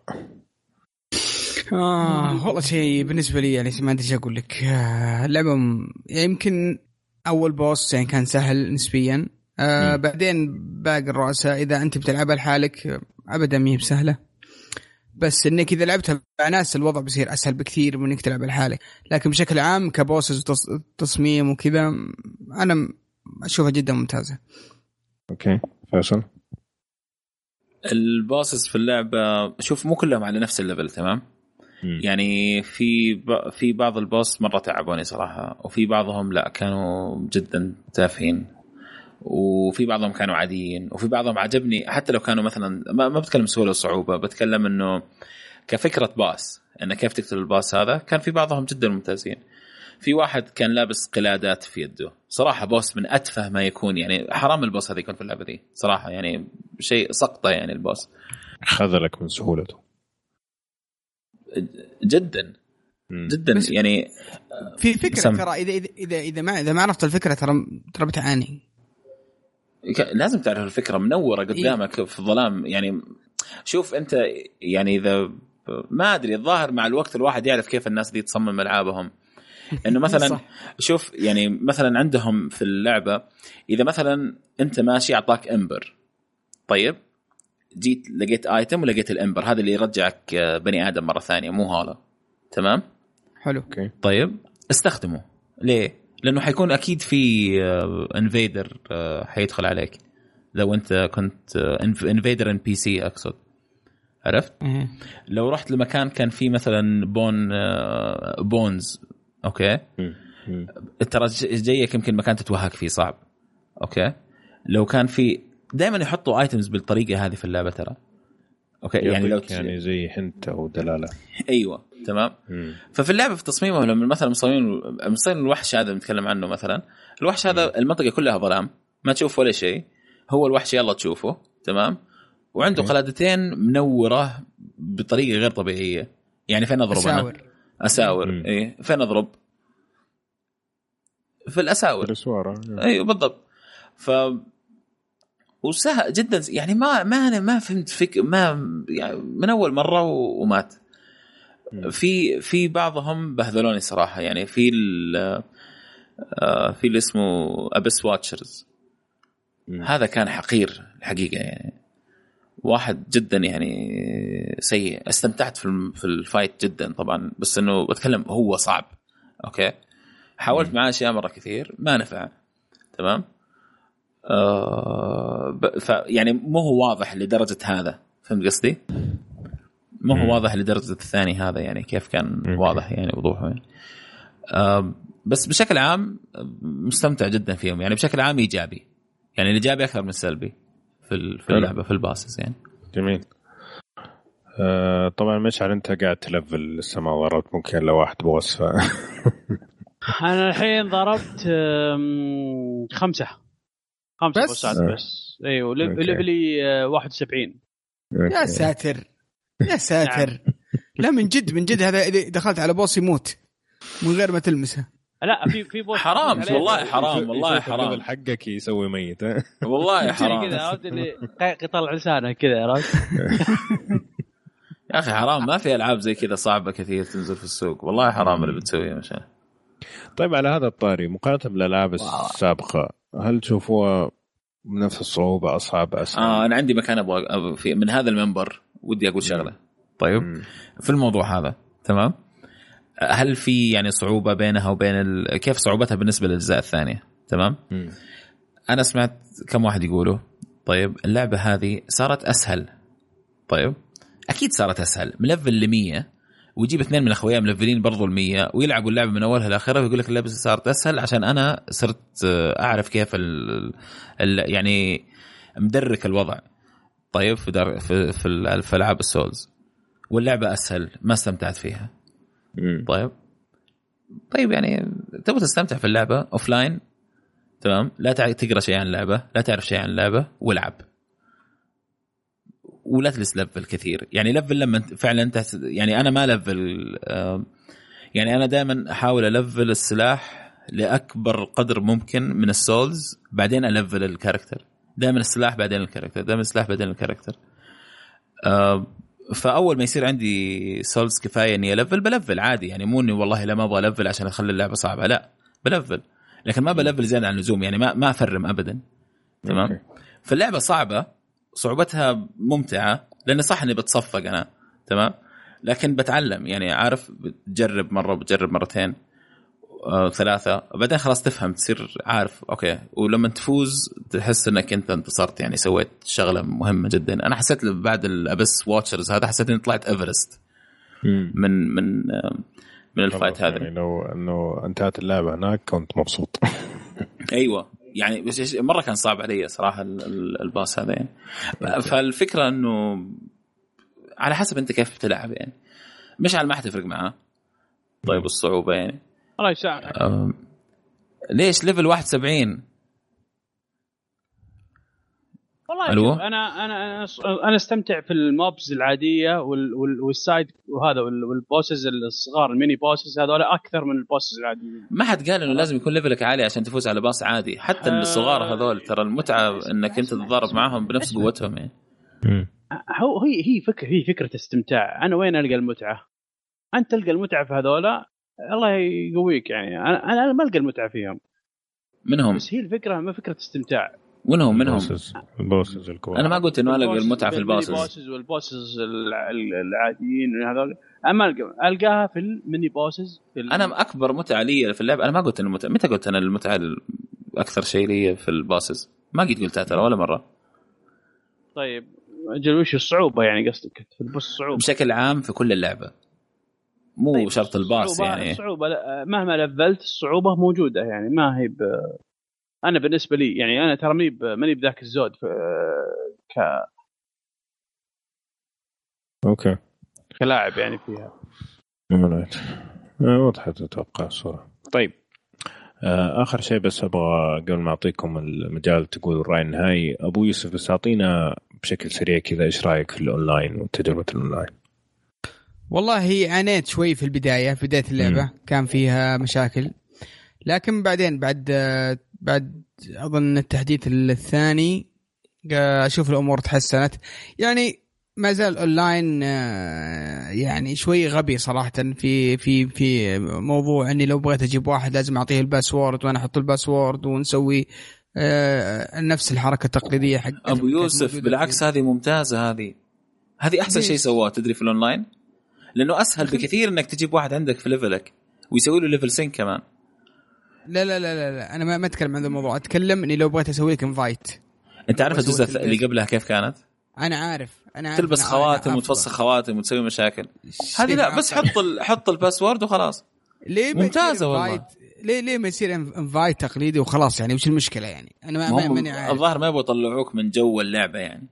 D: آه والله شيء بالنسبة لي يعني ما أدري أقول لك. اللعبة يمكن أول بوس يعني كان سهل نسبيا، آه بعدين باقي الرؤساء إذا أنت بتلعبها لحالك أبدا ما هي بسهلة، بس إنك إذا لعبتها مع ناس الوضع بيصير أسهل بكثير من إنك تلعبها لحالك. لكن بشكل عام كبوسز وتصميم وكذا أنا أشوفها جدا ممتازة.
A: أوكي فيصل.
B: البوسز في اللعبة شوف مو كلهم على نفس الليفل تمام. يعني في ب... في بعض البوس مرة تعبوني صراحة، وفي بعضهم لا كانوا جدا تافهين، وفي بعضهم كانوا عاديين، وفي بعضهم عجبني حتى لو كانوا مثلا ما, ما بتكلم سهولة وصعوبة، بتكلم انه كفكرة باس انه كيف تقتل الباس هذا، كان في بعضهم جدا ممتازين. في واحد كان لابس قلادات في يده صراحة، بوس من أتفه ما يكون، يعني حرام البوس هذا يكون في اللعبة دي صراحة، يعني شيء سقطة يعني البوس
A: خذلك من سهولته
B: جدا جدا. يعني
D: في فكرة ترى إذا إذا إذا إذا ما إذا ما عرفت الفكرة ترى ترى بتعاني.
B: لازم تعرف الفكرة منورة قدامك إيه؟ في الظلام يعني. شوف أنت يعني إذا ما أدري الظاهر مع الوقت الواحد يعرف كيف الناس دي تصمم ألعابهم. إنه مثلا شوف يعني مثلا عندهم في اللعبة إذا مثلا أنت ماشي أعطاك إمبر، طيب جيت لقيت آيتم ولقيت الإمبر هذا اللي يرجعك بني آدم مرة ثانية مو هاله تمام
D: حلو.
B: طيب استخدمه ليه؟ لأنه حيكون أكيد في انفيدر حيدخل عليك لو أنت كنت انفيدر ان بي سي أقصد، عرفت؟ لو رحت لمكان كان فيه مثلا بون بونز أوكي ترى جايك يمكن مكان تتوهق فيه صعب أوكي. لو كان في دائما يحطوا ايتمز بالطريقه هذه في اللعبه ترى اوكي يعني لو
A: يعني زي حنت او دلاله
B: ايوه تمام. مم. ففي اللعبه في تصميمه لما مثلا مصممين مصممين الوحش هذا نتكلم عنه مثلا، الوحش هذا مم. المنطقه كلها ظلام ما تشوف ولا شيء، هو الوحش يلا تشوفه تمام، وعنده مم. قلادتين منوره بطريقه غير طبيعيه. يعني فين اضرب
D: اساور
B: انا اساور ايه فين اضرب في الاساور
A: الاسوار
B: ايوه بالضبط. ف وسهل جدا يعني ما ما أنا ما فهمت فك ما يعني من أول مرة ومات. في في بعضهم بهذلوني صراحة يعني في ال في اللي اسمه أبس واتشرز هذا كان حقير الحقيقة يعني، واحد جدا يعني سيء. استمتعت في في الفايت جدا طبعا، بس إنه بتكلم هو صعب أوكي. حاولت معاه أشياء مرة كثير ما نفع تمام. آه ف يعني مو هو واضح لدرجة هذا، فهمت قصدي؟ مو هو واضح لدرجة الثاني هذا يعني كيف كان واضح يعني وضوحه يعني. آه بس بشكل عام مستمتع جدا فيهم يعني، بشكل عام إيجابي يعني، الإيجابي أكثر من السلبي في في اللعبة في الباسس يعني.
A: جميل. آه طبعا مشعل أنت قاعد تلفل السماوات ممكن لو واحد بوصفة.
F: أنا الحين ضربت خمسة خمسة بس بس, بس. ايوه ليفلي واحد وسبعين.
D: يا ساتر يا ساتر. لا من جد من جد هذا اذا دخلت على بوس يموت من غير ما تلمسه.
F: لا في في بوس
B: حرام والله حرام والله حرام
A: حقك يسوي ميت
B: والله حرام
F: كذا عرفت اللي يطلع لسانه كذا عرفت.
B: يا اخي حرام ما في العاب زي كذا صعبه كثير تنزل في السوق والله حرام اللي بتسويه مشان. طيب
A: على هذا الطاري مقارنه بالالعاب السابقه هل تشوفوها نفس الصعوبة أصعب أسهل؟
B: آه أنا عندي مكان أبغى في من هذا المنبر ودي أقول شغلة. طيب مم. في الموضوع هذا تمام، هل في يعني صعوبة بينها وبين ال... كيف صعوبتها بالنسبة للأجزاء الثانية تمام؟ مم. أنا سمعت كم واحد يقولوا طيب اللعبة هذه صارت أسهل. طيب أكيد صارت أسهل، ملفل لمية ويجيب اثنين من أخويا ملفلين برضو المية ويلعبوا اللعبة من أولها لآخرها ويقول لك اللعبة صارت أسهل عشان أنا صرت أعرف كيف ال ال يعني مدرك الوضع. طيب في در في في, في ألعاب السولز واللعبه اسهل ما استمتعت فيها.
A: مم.
B: طيب طيب يعني تبغى تستمتع في اللعبه اوفلاين تمام، لا تقرا شيء عن اللعبه، لا تعرف شيء عن اللعبه، والعب ولا تلس ليفل كثير. يعني ليفل لما فعلا انت يعني انا ما ليفل آه يعني انا دائما احاول الفل السلاح لاكبر قدر ممكن من السولز، بعدين الفل الكاركتر. دائما السلاح بعدين الكاركتر، دائما السلاح بعدين الكاركتر. آه فاول ما يصير عندي سولز كفايه اني الفل بلفل عادي، يعني مو اني والله لا ما ابغى الفل عشان اخلي اللعبه صعبه، لا بلفل، لكن ما بلفل زياده عن اللزوم، يعني ما ما افرم ابدا. تمام. فاللعبه صعبه، صعوبتها ممتعه لان صح اني بتصفق انا تمام، لكن بتعلم يعني عارف، بتجرب مره بتجرب مرتين آه، ثلاثه، وبعدين خلاص تفهم تصير عارف اوكي. ولما تفوز تحس انك انت انتصرت، يعني سويت شغله مهمه جدا. انا حسيت بعد الابس واتشرز هذا حسيت اني طلعت ايفرست من من آه، من الفايت هذا.
A: يعني لو انه انتهت اللعبه هناك كنت مبسوط.
B: ايوه يعني بس مره كان صعب علي صراحه الباص هذا يعني. فالفكره انه على حسب انت كيف بتلعب يعني، مش على ما حتفرق معاه. طيب الصعوبه يعني
F: الله يساعدك.
B: ليش ليفل واحد وسبعين؟
F: والله شوف انا انا انا استمتع في الموبز العاديه والسايد وهذا والبوسز الصغار الميني بوسز هذول اكثر من البوسز العاديه.
B: ما حد قال انه لازم يكون ليفلك عالي عشان تفوز على باص عادي، حتى أه الصغار هذول ترى المتعه انك انت تتضارب معهم بنفس قوتهم يعني.
F: هو هي هي فكره هي فكره استمتاع. انا وين القى المتعه؟ انت تلقى المتعه في هذول الله يقويك يعني. انا انا ما القى المتعه فيهم
B: منهم،
F: بس هي الفكره ما فكره استمتاع.
B: منهم منهم
A: البوسز الكبار.
B: انا ما قلت انه القى المتعه في البوسز
F: البوسز والبوسز العاديين هذول انا ما القى القاها في الميني بوسز.
B: انا اكبر متعه لي في اللعبه، انا ما قلت انه المتعه، متى قلت انا المتعه اكثر شيء لي في البوسز؟ ما قد قلتها ترى ولا مره.
F: طيب اجل وش الصعوبه يعني قصدك في البوس؟ الصعوبه
B: بشكل عام في كل اللعبه مو طيب شرط الباص
F: الصعوبة
B: يعني.
F: الصعوبة مهما لفلت الصعوبة موجودة يعني، ما هي ب... أنا بالنسبة لي يعني أنا ترى ماني ماني بذاك الزود في... ك
A: أوكي
F: كلاعب يعني فيها.
A: ممنوعت وضحت أتوقع الصورة. طيب آخر شيء بس أبغى قبل ما أعطيكم المجال تقول الرأي النهائي، أبو يوسف بس أعطينا بشكل سريع كذا إيش رأيك في الأونلاين وتجربة الأونلاين؟
D: والله عانيت شوي في البداية، في بداية اللعبة م. كان فيها مشاكل، لكن بعدين بعد بعد أظن التحديث الثاني أشوف الأمور تحسنت. يعني ما زال أونلاين يعني شوي غبي صراحة في في في موضوع أني لو بغيت أجيب واحد لازم أعطيه الباسورد وأنا أحط الباسورد ونسوي نفس الحركة التقليدية حق
B: أبو يوسف. بالعكس هذه ممتازة، هذه هذه أحسن شيء سواه تدري في الأونلاين، لأنه أسهل بكثير إنك تجيب واحد عندك في ليفلك ويسوي له ليفل سين كمان.
D: لا لا لا لا, لا. أنا ما ما أتكلم عن هذا الموضوع، أتكلم إني لو بغيت أسوي لك انفايت.
B: أنت عارف الجزء اللي قبلها كيف كانت؟
D: أنا عارف أنا عارف
B: تلبس خواتم وتفسخ خواتم وتسوي مشاكل. هذه لا بس حط ال... حط الباسورد وخلاص.
D: ليه
B: ممتازة والله.
D: ليه ليه ما يصير انفايت تقليدي وخلاص يعني؟ وش المشكلة يعني؟ أنا ما ماني عارف.
B: الظاهر ما يبغوا يطلعوك من جو اللعبة يعني.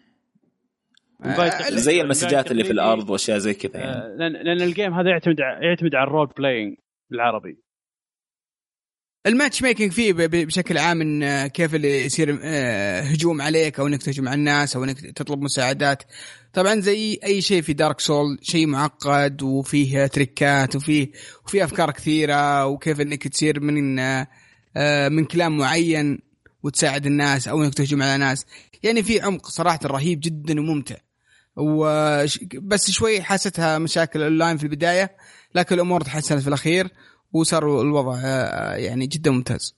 B: زي المسجات اللي في الأرض وأشياء زي كذا يعني.
F: لأن لأن الجيم هذا يعتمد يعتمد على الرول بلاينج بالعربي.
D: الماتش ميكينج فيه بشكل عام إن كيف اللي يصير هجوم عليك أو إنك تهجم على الناس أو إنك تطلب مساعدات. طبعا زي أي شيء في دارك سول شيء معقد وفيه تريكات وفيه وفيه أفكار كثيرة، وكيف إنك تصير من من كلام معين وتساعد الناس أو إنك تهجم على ناس. يعني في عمق صراحة رهيب جدا وممتع، وبس شوي حاستها مشاكل أونلاين في البداية، لكن الأمور تحسنت في الأخير وصار الوضع يعني جدا ممتاز.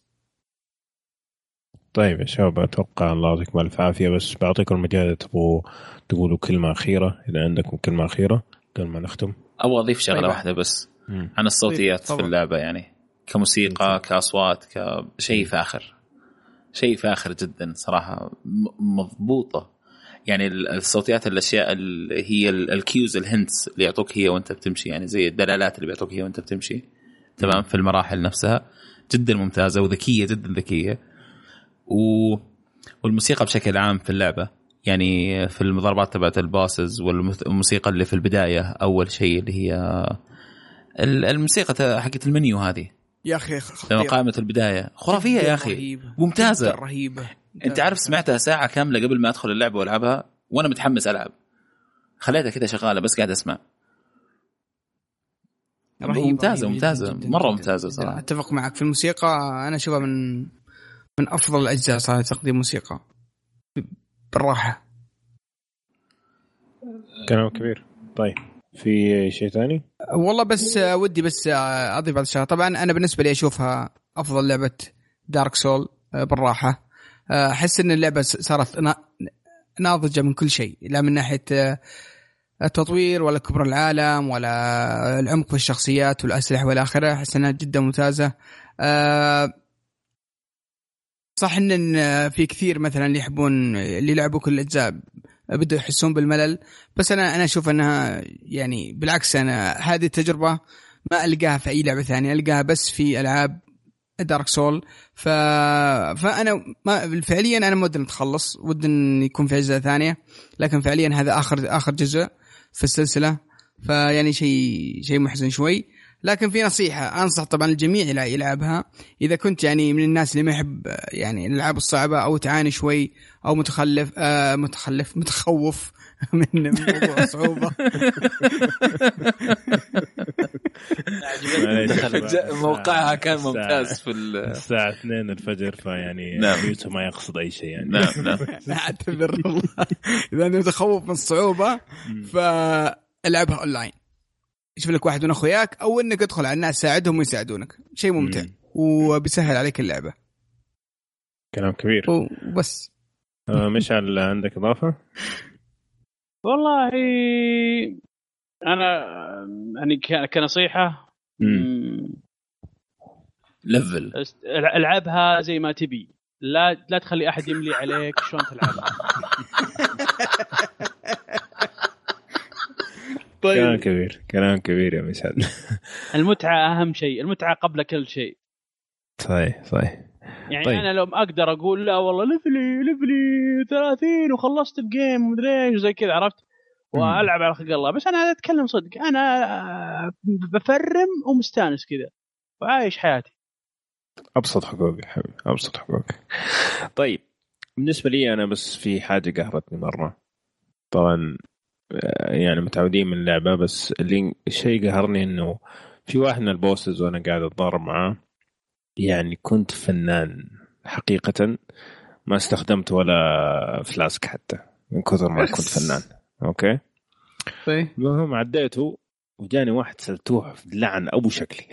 A: طيب يا شباب أتوقع الله يعطيكم ألف عافية، بس بعطيكم المجال تبغوا تقولوا كلمة أخيرة إذا عندكم كلمة أخيرة قبل ما نختم.
B: أبغى أضيف شغلة طيب. واحدة بس م. عن الصوتيات طيب. في اللعبة يعني كموسيقى كأصوات كشيء فاخر، شيء فاخر جدا صراحة، مضبوطة يعني الصوتيات الأشياء اللي هي الكيوز الهنتس اللي يعطوك هي وانت بتمشي، يعني زي الدلالات اللي بيعطوك هي وانت بتمشي تمام في المراحل نفسها جدا ممتازة وذكية جدا ذكية. و... والموسيقى بشكل عام في اللعبة يعني في المضاربات تبعت الباسز والموسيقى اللي في البداية أول شيء اللي هي الموسيقى حقت المنيو هذه
D: يا أخي
B: لما قائمة البداية خرافية يا أخي
D: رهيبة.
B: ممتازة
D: رهيبة.
B: أنت عارف سمعتها ساعة كاملة قبل ما أدخل اللعبة وألعبها وأنا متحمس ألعب خليتها كده شغالة بس قاعد أسمع رهيبة. ممتازة رهيبة ممتازة جداً مرة جداً ممتازة صراحة.
D: أتفق معك في الموسيقى أنا أشوفها من من أفضل الأجزاء صار تقديم موسيقى بالراحة.
A: كلام كبير. طيب في شيء ثاني؟
D: والله بس ودي بس أضيف بعض الشيء. طبعا أنا بالنسبة لي أشوفها أفضل لعبة دارك سول بالراحة. أحس إن اللعبة صارت ناضجة من كل شيء لا من ناحية التطوير ولا كبر العالم ولا العمق في الشخصيات والأسلحة والآخرة. أحس إنها جدا ممتازة. صح إن في كثير مثلا اللي يحبون اللي لعبوا كل الأجزاء بدوا يحسون بالملل بس أنا أنا أشوف أنها يعني بالعكس أنا هذه التجربة ما ألقاها في أي لعبة ثانية ألقاها بس في ألعاب دارك سول. ف... فأنا ما فعليا أنا مود نتخلص ود إن يكون في أجزاء ثانية لكن فعليا هذا آخر آخر جزء في السلسلة فيعني شيء شيء محزن شوي. لكن في نصيحة أنصح طبعا الجميع يلعبها إذا كنت يعني من الناس اللي ما يحب يعني الألعاب الصعبة أو تعاني شوي أو متخلف آه متخلف متخوف من موضوع صعوبة.
B: موقعها كان ممتاز في
A: الساعة اثنين الفجر فيعني يوسف ما يقصد أي شيء يعني.
B: نعم نعم.
D: أعتذر والله إذا أنت متخوف من الصعوبة فالعبها أونلاين يشوف لك واحد من أخوياك أو إنك تدخل على الناس ساعدهم ويساعدونك شيء ممتع وبيسهل عليك اللعبة.
A: كلام كبير
D: وبس.
A: مشعل عندك إضافة؟
F: والله أنا يعني كنصيحة
B: ليفل
F: العبها زي ما تبي لا لا تخلي أحد يملي عليك شلون تلعبها.
A: طيب. كلام كبير كلام كبير يا مشعل.
F: المتعة أهم شيء المتعة قبل كل شيء.
A: صحيح صحيح.
F: يعني طيب. أنا لو أقدر أقول لا والله ليفلي ليفلي ثلاثين وخلصت الجيم ومدري إيش وزي كذا عرفت وألعب على خلق الله بس أنا أتكلم صدق أنا بفرم ومستانس كذا وعايش حياتي.
A: أبسط حقوقي حبيبي أبسط حقوقي. طيب بالنسبة لي أنا بس في حاجة قهرتني مرة طبعا يعني متعودين من اللعبة بس اللي الشيء قهرني إنه في واحد من البوسز وأنا قاعد أتضارب معاه يعني كنت فنان حقيقة ما استخدمت ولا فلاسك حتى من كثر ما كنت فنان. أوكي
D: طيب
A: المهم عديته وجاني واحد سلتوه لعن أبو شكلي.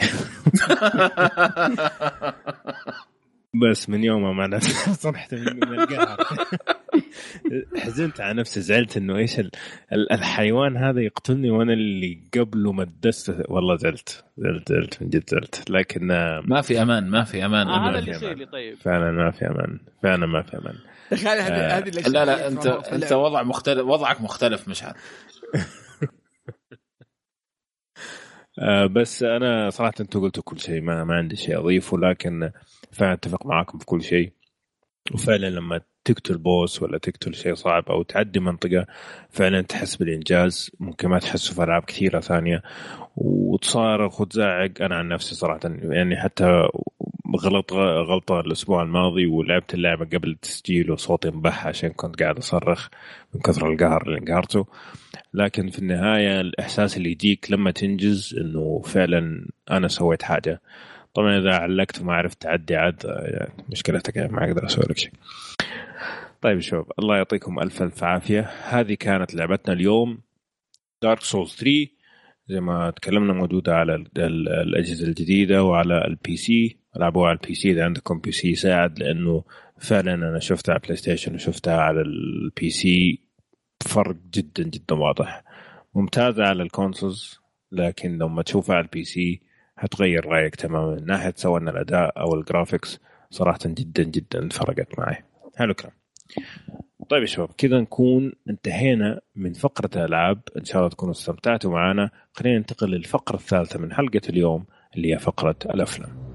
A: بس من يوم ما نفسي صرحت من القهر حزنت على نفسي زعلت انه ايش الحيوان هذا يقتلني وانا اللي قبله مدست والله زعلت زعلت زعلت من جد زعلت لكن
B: ما في امان ما في امان
F: آه هذا اللي يصير لي. طيب
A: فعلا ما في امان فعلا ما في امان.
D: هذه
B: لا لا انت انت وضع مختلف وضعك مختلف مش عارف.
A: آه بس أنا صراحة أنتوا قلتوا كل شيء ما ما عندي شيء أضيفه لكن فعلا أتفق معاكم في كل شيء. وفعلا لما تقتل بوس ولا تقتل شيء صعب أو تعدي منطقة فعلا تحس بالإنجاز ممكن ما تحسه في ألعاب كثيرة ثانية وتصارخ وتزعق. أنا عن نفسي صراحة يعني حتى غلط غلطة الأسبوع الماضي ولعبت اللعبة قبل التسجيل وصوتي مبح عشان كنت قاعد أصرخ من كثر القهر اللي انقهرته. لكن في النهاية الإحساس اللي يجيك لما تنجز إنه فعلا أنا سويت حاجة. طبعا إذا علقت وما عرفت تعدي عاد يعني مشكلتك يعني ما أقدر أسوي لك شيء. طيب شباب الله يعطيكم ألف ألف عافية. هذه كانت لعبتنا اليوم دارك سولز ثري زي ما تكلمنا موجودة على الأجهزة الجديدة وعلى البي سي. لعبوها على البي سي إذا عندكم بي سي يساعد لأنه فعلا أنا شفتها على بلاي ستيشن وشفتها على البي سي فرق جدا جدا واضح. ممتازة على الكونسولز لكن لما تشوفها على البي سي هتغير رأيك تماما من ناحية سواء الأداء أو الجرافيكس صراحة جدا جدا فرقت معي. حلو كلام. طيب يا شباب كذا نكون انتهينا من فقرة الألعاب إن شاء الله تكونوا استمتعتوا معنا. خلينا ننتقل للفقرة الثالثة من حلقة اليوم اللي هي فقرة الأفلام.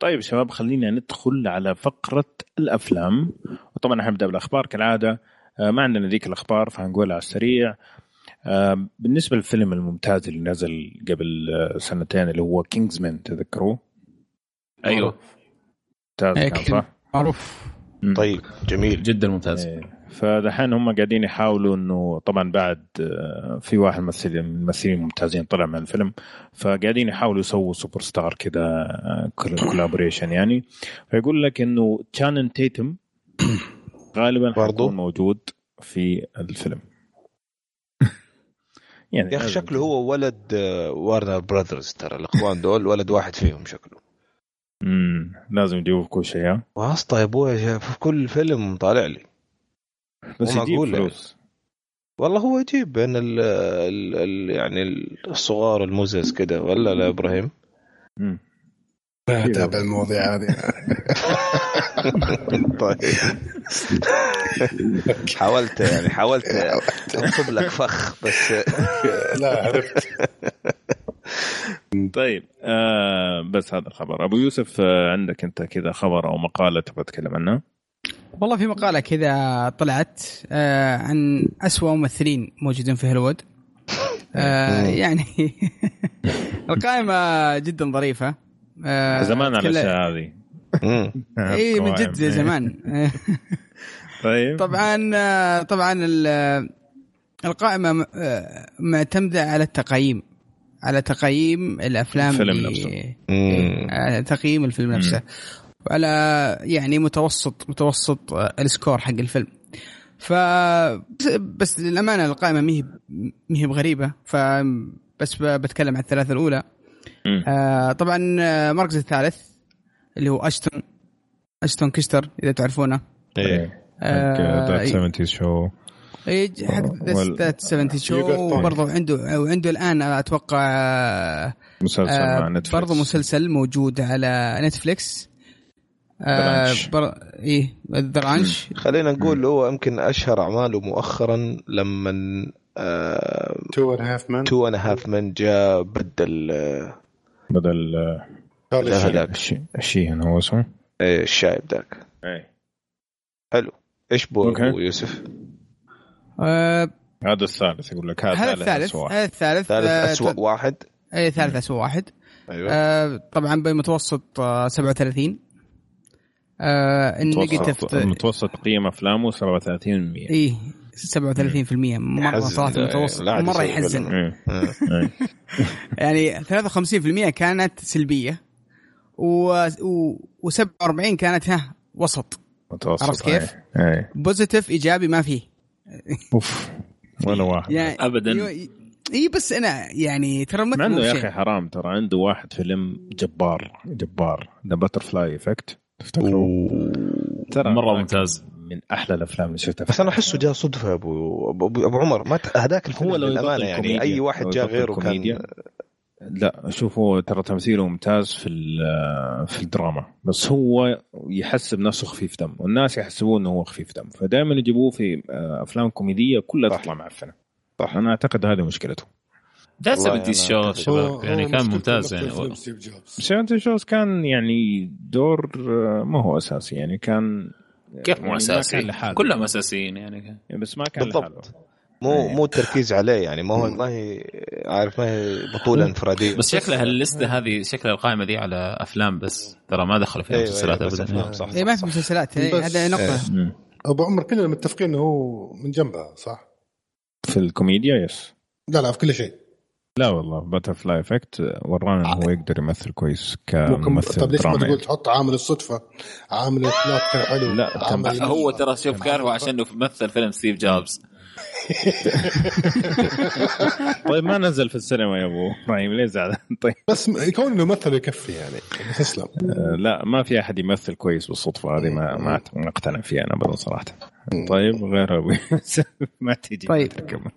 A: طيب شباب خلينا ندخل على فقرة الأفلام. وطبعا حنبدأ بالأخبار كالعادة. ما عندنا ذيك الأخبار فهنقولها على السريع. بالنسبة للفيلم الممتاز اللي نزل قبل سنتين اللي هو كينجزمان تذكروه؟
B: أيوه
A: ممتاز كان صح؟
D: معروف.
E: طيب جميل
B: جدا ممتاز.
A: فدحين هم قاعدين يحاولوا انه طبعا بعد في واحد ممثل من الممثلين الممتازين طلع من الفيلم فقاعدين يحاولوا يسووا سوبر ستار كده كولابوريشن يعني. فيقول لك انه تشانن تيتم غالبا حيكون موجود في الفيلم.
E: يعني يا اخي شكله هو ولد وارنر براذرز ترى الاخوان دول ولد واحد فيهم شكله.
A: امم لازم يجيبوا كل شيء
E: واسطه يا ابوي في كل فيلم طالع لي
A: بس يجيب فلوس.
E: والله هو يجيب بين ال ال ال يعني الصغار الموزز كده ولا لا ابراهيم؟
C: امم ما تابع المواضيع هذه.
E: طيب حاولت يعني حاولت انصب لك فخ بس
C: لا عرفت.
A: طيب آه بس هذا الخبر. ابو يوسف آه عندك انت كذا خبر او مقاله تبغى تتكلم عنها؟
D: والله في مقالة كذا طلعت آه عن أسوأ ممثلين موجودين في هوليوود. آه يعني القائمة جدا ظريفة.
A: آه زمان على الأشياء هذه.
D: إيه من جد زمان.
A: طيب.
D: طبعا طبعا القائمة معتمدة على التقييم على تقييم الأفلام.
A: الفيلم نفسه.
D: على تقييم الفيلم نفسه. على يعني متوسط متوسط السكور حق الفيلم. ف بس للأمانة القائمة مهي مهي غريبة. فبس بتكلم عن الثلاثة الأولى. آه طبعا المركز الثالث اللي هو أشتون أشتون كشتر إذا تعرفونه.
A: إيه. حق ذات سبعين شو.
D: إيه حق ذات سبعين شو. برضو عنده وعنده الآن أتوقع
A: مسلسل
D: آه
A: مع نتفليكس.
D: برضو مسلسل موجود على نتفليكس. آه بر... إيه الدرانش.
E: خلينا نقول هو يمكن أشهر أعماله مؤخرا لما
C: تو and a half men
E: تو and a half men جاء بدل
A: بدل
E: هذاك
A: الشيء هنا هو اسمه
E: إيه الشايب ذاك.
A: إيه
E: حلو. إيش بو يوسف؟
D: آه...
A: هذا الثالث يقول لك
D: هذا الثالث هذا الثالث
E: ثالث أسوأ واحد.
D: إيه ثالث أسوأ واحد.
E: أيوة.
D: آه طبعا بمتوسط آه سبعة وثلاثين. آه
A: النيجاتيف متوسط قيمة أفلامه سبعة وثلاثين بالمية.
D: إيه سبعة وثلاثين بالمية مرة صراحة متوسط مرة يحزن. يعني ثلاثة وخمسين بالمية كانت سلبية و وسبعة وأربعين كانت ها وسط. عرفت كيف؟
A: ايه
D: بوزيتيف إيجابي ما فيه.
A: اوف ولا واحد
D: يعني
B: ابدا.
D: اي بس انا يعني ترى
A: ما عنده يا اخي حرام ترى عنده واحد فيلم جبار جبار ذا باترفلاي إفكت تفتكروا؟
B: ترى مره ممتاز
A: من احلى الافلام اللي شفتها.
E: بس انا احسه جاء صدفه يا ابو ابو عمر ما هذاك الفيلم هو للامانه يعني اي واحد جاء غيره كان.
A: لا شوفوا ترى تمثيله ممتاز في في الدراما بس هو يحسب نفسه خفيف دم والناس يحسبون انه هو خفيف دم فدائما يجيبوه في افلام كوميديه كلها تطلع معفنه. صح انا اعتقد هذه مشكلته.
B: ده سبعين شو شباب يعني كان ممتاز يعني.
A: سبعين شوز كان يعني دور ما هو اساسي يعني كان
B: كيف مو اساسي كلهم اساسيين يعني
A: بس ما كان لحاله.
E: مو مو التركيز عليه يعني ما هو ما هي عارف ما هي بطولة انفرادية.
B: بس شكلها الليستة هذه شكل القائمة دي على أفلام بس ترى ما دخل فيها مسلسلات أبدا.
D: صح إيه ما في مسلسلات هذا نقطة.
C: أبو عمر كلنا متفقين إنه هو من جنبها صح
A: في الكوميديا يس.
C: لا لا في كل شيء.
A: لا والله باترفلاي إفكت ورانا إنه هو يقدر يمثل كويس كممثل.
C: طب ليش ما تقول تحط عامل الصدفة عامل الإطلاق كان حلو؟
B: لا هو ترى شوف كان هو عشان إنه مثل فيلم ستيف جوبز.
A: طيب ما نزل في السينما يا ابو ابراهيم ليه زعلان؟ طيب
C: بس يكون انه مثل يكفي يعني تسلم.
A: آه لا ما في احد يمثل كويس بالصدفه هذه ما ما اقتنع فيها انا ابدا صراحه. طيب غير ابو ما تيجي.
D: طيب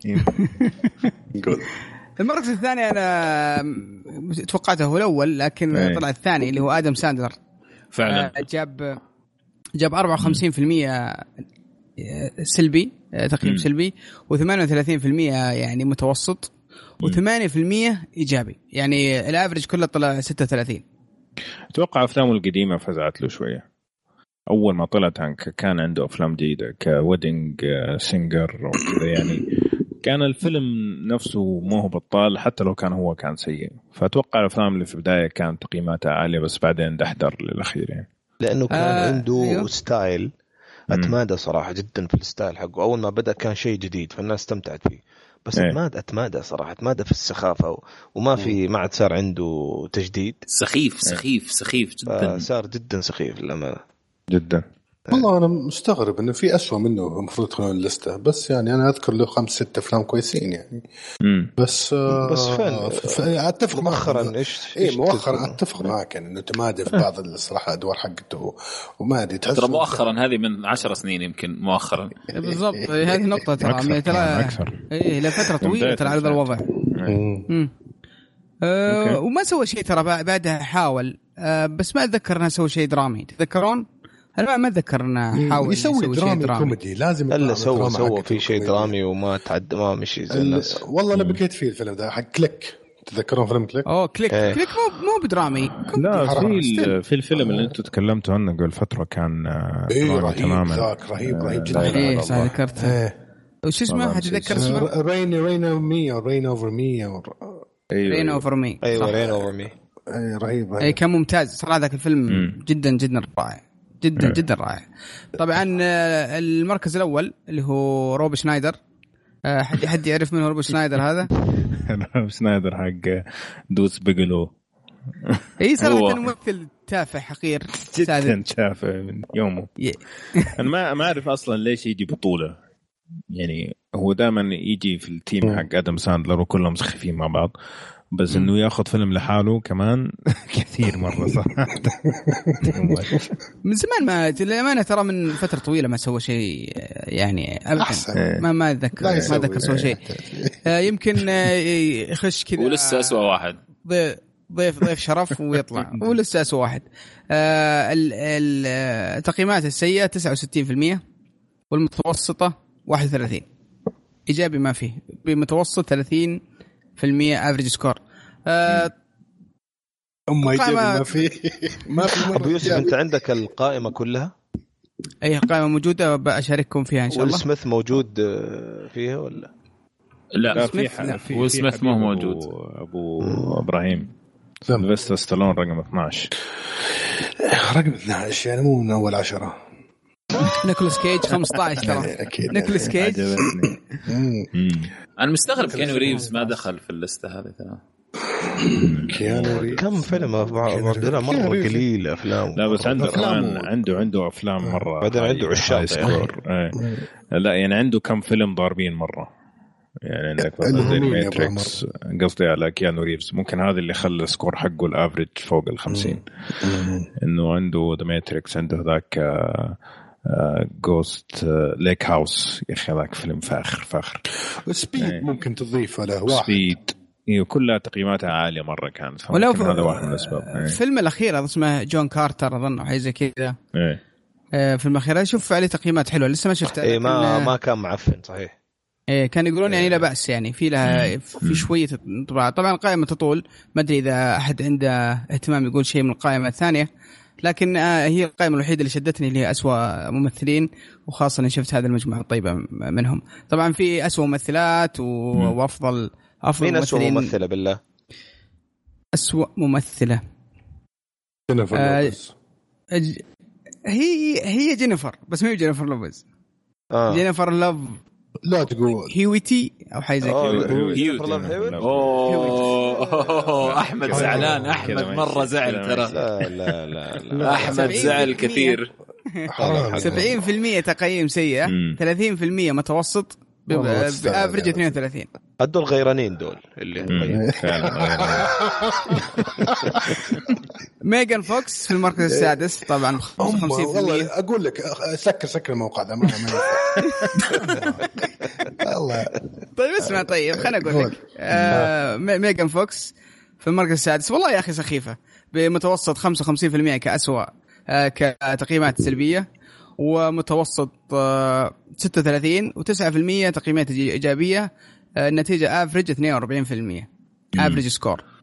D: المركز الثاني انا توقعته هو الاول لكن طلع الثاني اللي هو ادم ساندلر
B: فعلا
D: جاب جاب أربعة وخمسين بالمية سلبي تقييم م. سلبي وثمانية وثلاثين بالمية يعني متوسط وثمانية بالمية إيجابي يعني الافريج كله طلع ستة وثلاثين.
A: أتوقع أفلامه القديمة فزعت له شوية. أول ما طلعت كان عنده أفلام جيدة كودينج سينجر وكذا يعني، كان الفيلم نفسه ما هو بطال حتى لو كان هو كان سيء. فأتوقع الأفلام اللي في البداية كانت تقييماتها عالية بس بعدين دحدر للأخير يعني.
E: لأنه كان
D: آه
E: عنده
D: أيوه.
E: ستايل أتمادى صراحة جدا في الستايل حقه. أول ما بدأ كان شيء جديد فالناس استمتعت فيه، بس
A: أيه.
E: أتمادى أتمادى صراحة أتمادى في السخافة وما في ما عاد صار عنده تجديد.
B: سخيف سخيف سخيف جدا،
E: صار جدا سخيف للأمانة
A: جدا.
C: والله أنا مستغرب إنه في أسوأ منه المفروض يدخلون الليستة، بس يعني أنا أذكر له خمس ست أفلام كويسين يعني.
A: مم.
C: بس
E: بس فين
C: ف... أتفق
E: مؤخرا إيش
C: إيه مؤخرا أتفق معك يعني إنه تمادى في بعض الصراحة أدوار حقته وما أدري تحس.
B: ترى مؤخرا هذه من عشر سنين يمكن مؤخرا.
D: بالضبط هذه نقطة ترى ترى إيه لفترة طويلة ترى على هذا الوضع. امم أه وما سوى شيء ترى بعدها حاول أه بس ما أتذكر أنه سوى شيء درامي. تذكرون؟ أنا ما أتذكر أنه حاول
C: يسوي, يسوي درامي, درامي كوميدي. لازم
E: إلا سوى سوى في شيء درامي وما تعد ما مشي زي الناس.
C: والله أنا بكيت فيه الفيلم ده حق كليك. تذكرون فيلم كليك؟
D: أوه كليك
E: ايه.
D: كليك مو مو بدرامي.
A: لا في في الفيلم اللي أنتوا تكلمتوا عنه قبل فترة كان
C: إيه رهيب تماما. ذاك رهيب رهيب جدا.
D: إيه صح ذكرته. وش اسمه هتذكر اسمه؟
C: رين رين أوفر مي أو رين أوفر مي أو
D: رين أوفر مي.
E: أيوة رين أوفر مي.
C: أي رهيب.
D: أي كان ممتاز صراحة ذاك الفيلم. مم. جدا جدا رائع جدا جدا رائع. طبعا المركز الأول اللي هو روب شنايدر. حد حد يعرف من هو روب شنايدر هذا؟
A: روب شنايدر حق دوس بيجلو.
D: اي صراحة ممثل تافه حقير
A: جدا تافه من يومه. انا ما ما اعرف اصلا ليش يجي بطولة يعني. هو دائما يجي في التيم حق ادم ساندلر وكلهم سخيفين مع بعض، بس انه ياخذ فيلم لحاله كمان كثير مره صراحه.
D: من زمان ما للامانه ترى من فتره طويله ما سوى شيء يعني ابدا. ما ما اتذكر ما اتذكر سوى شيء. يمكن يخش كذا
B: ولسه اسوء واحد
D: ضيف ضيف شرف ويطلع ولسه اسوء واحد. التقييمات السيئه تسعة وستين بالمئة والمتوسطه واحد وثلاثين. ايجابي ما فيه، بمتوسط ثلاثين في المية افريج سكور. أه
C: أما يجيب ما في
E: ما في. أبو يوسف أنت عندك القائمة كلها؟
D: أي قائمة موجودة بأشارككم فيها إن شاء الله.
E: والسميث موجود فيها ولا؟
B: لا,
A: لا في في
B: والسميث ما هو موجود.
A: أبو, أبو إبراهيم سيلفستر ستالون رقم اثناشر.
C: رقم اثناشر يعني مو من أول عشرة.
D: نيكولاس كيج خمسة عشر ترى. نيكولاس كيج.
B: أنا مستغرب كيانو ريفز ما دخل في الليستة هذه ترى.
C: كيانو ريفز
E: كم فيلم عندنا مرة قليل أفلام.
A: لا بس عنده كمان عنده عنده أفلام مرة.
E: بعدين عنده عشاق.
A: لا يعني عنده كم فيلم ضاربين مرة. يعني عندك مثلا ماتريكس قصدي على كيانو ريفز. ممكن هذا اللي خلى السكور حقه الافريج فوق الخمسين. إنه عنده ذا ماتريكس، عنده ذاك جوست ليك هاوس يا أخي ذاك فيلم فاخر فاخر.
C: سبيد ايه. ممكن تضيف له واحد.
A: سبيد إيه كلها تقييماتها عالية مرة كانت. ولو ف... هذا واحد من الأسباب.
D: الفيلم الأخير اسمه جون كارتر أظن أو حاجة زي كذا.
A: إيه.
D: آه في الأخير شوف عليه تقييمات حلوة لسه ما شفتها.
E: إيه ما ما كان معفن صحيح.
D: إيه كان يقولون يعني لا بأس يعني في لها في شوية طبعا طبعا القائمة تطول. ما أدري إذا أحد عنده اهتمام يقول شيء من القائمة الثانية، لكن هي القائمة الوحيدة اللي شدتني اللي هي أسوأ ممثلين، وخاصة إن شفت هذه المجموعة الطيبة منهم. طبعا في أسوأ ممثلات وأفضل أفضل
E: مين أسوأ ممثلة بالله؟
D: أسوأ ممثلة
C: جينيفر
D: آه
C: لوبيز.
D: هي هي جينيفر بس مو جينيفر لوبيز.
E: آه.
D: جينيفر لوف
C: لا تقول
D: هيويتي أو حاجة زي
B: كذا. أوه أحمد زعلان. أحمد مرة زعل ترى.
E: لا لا لا, لا.
B: أحمد زعل كثير.
D: سبعين في المية تقييم سيء، ثلاثين في المية متوسط، بأفرج اثنين وثلاثين.
E: هدول غيرانين دول اللي
D: ميغان فوكس في المركز السادس طبعا خمسين في المية.
C: أقول لك سكر سكر الموقع ده ما الله.
D: طيب اسمع طيب خلنا أقول لك آه ميغان فوكس في المركز السادس والله يا أخي سخيفة بمتوسط خمسة وخمسين في المية كأسوأ آه كتقييمات سلبية، ومتوسط آه ستة وثلاثين وتسعة في المية تقييمات إيجابية. آه النتيجة أفريج اثنين وأربعين في المية أفريج سكور.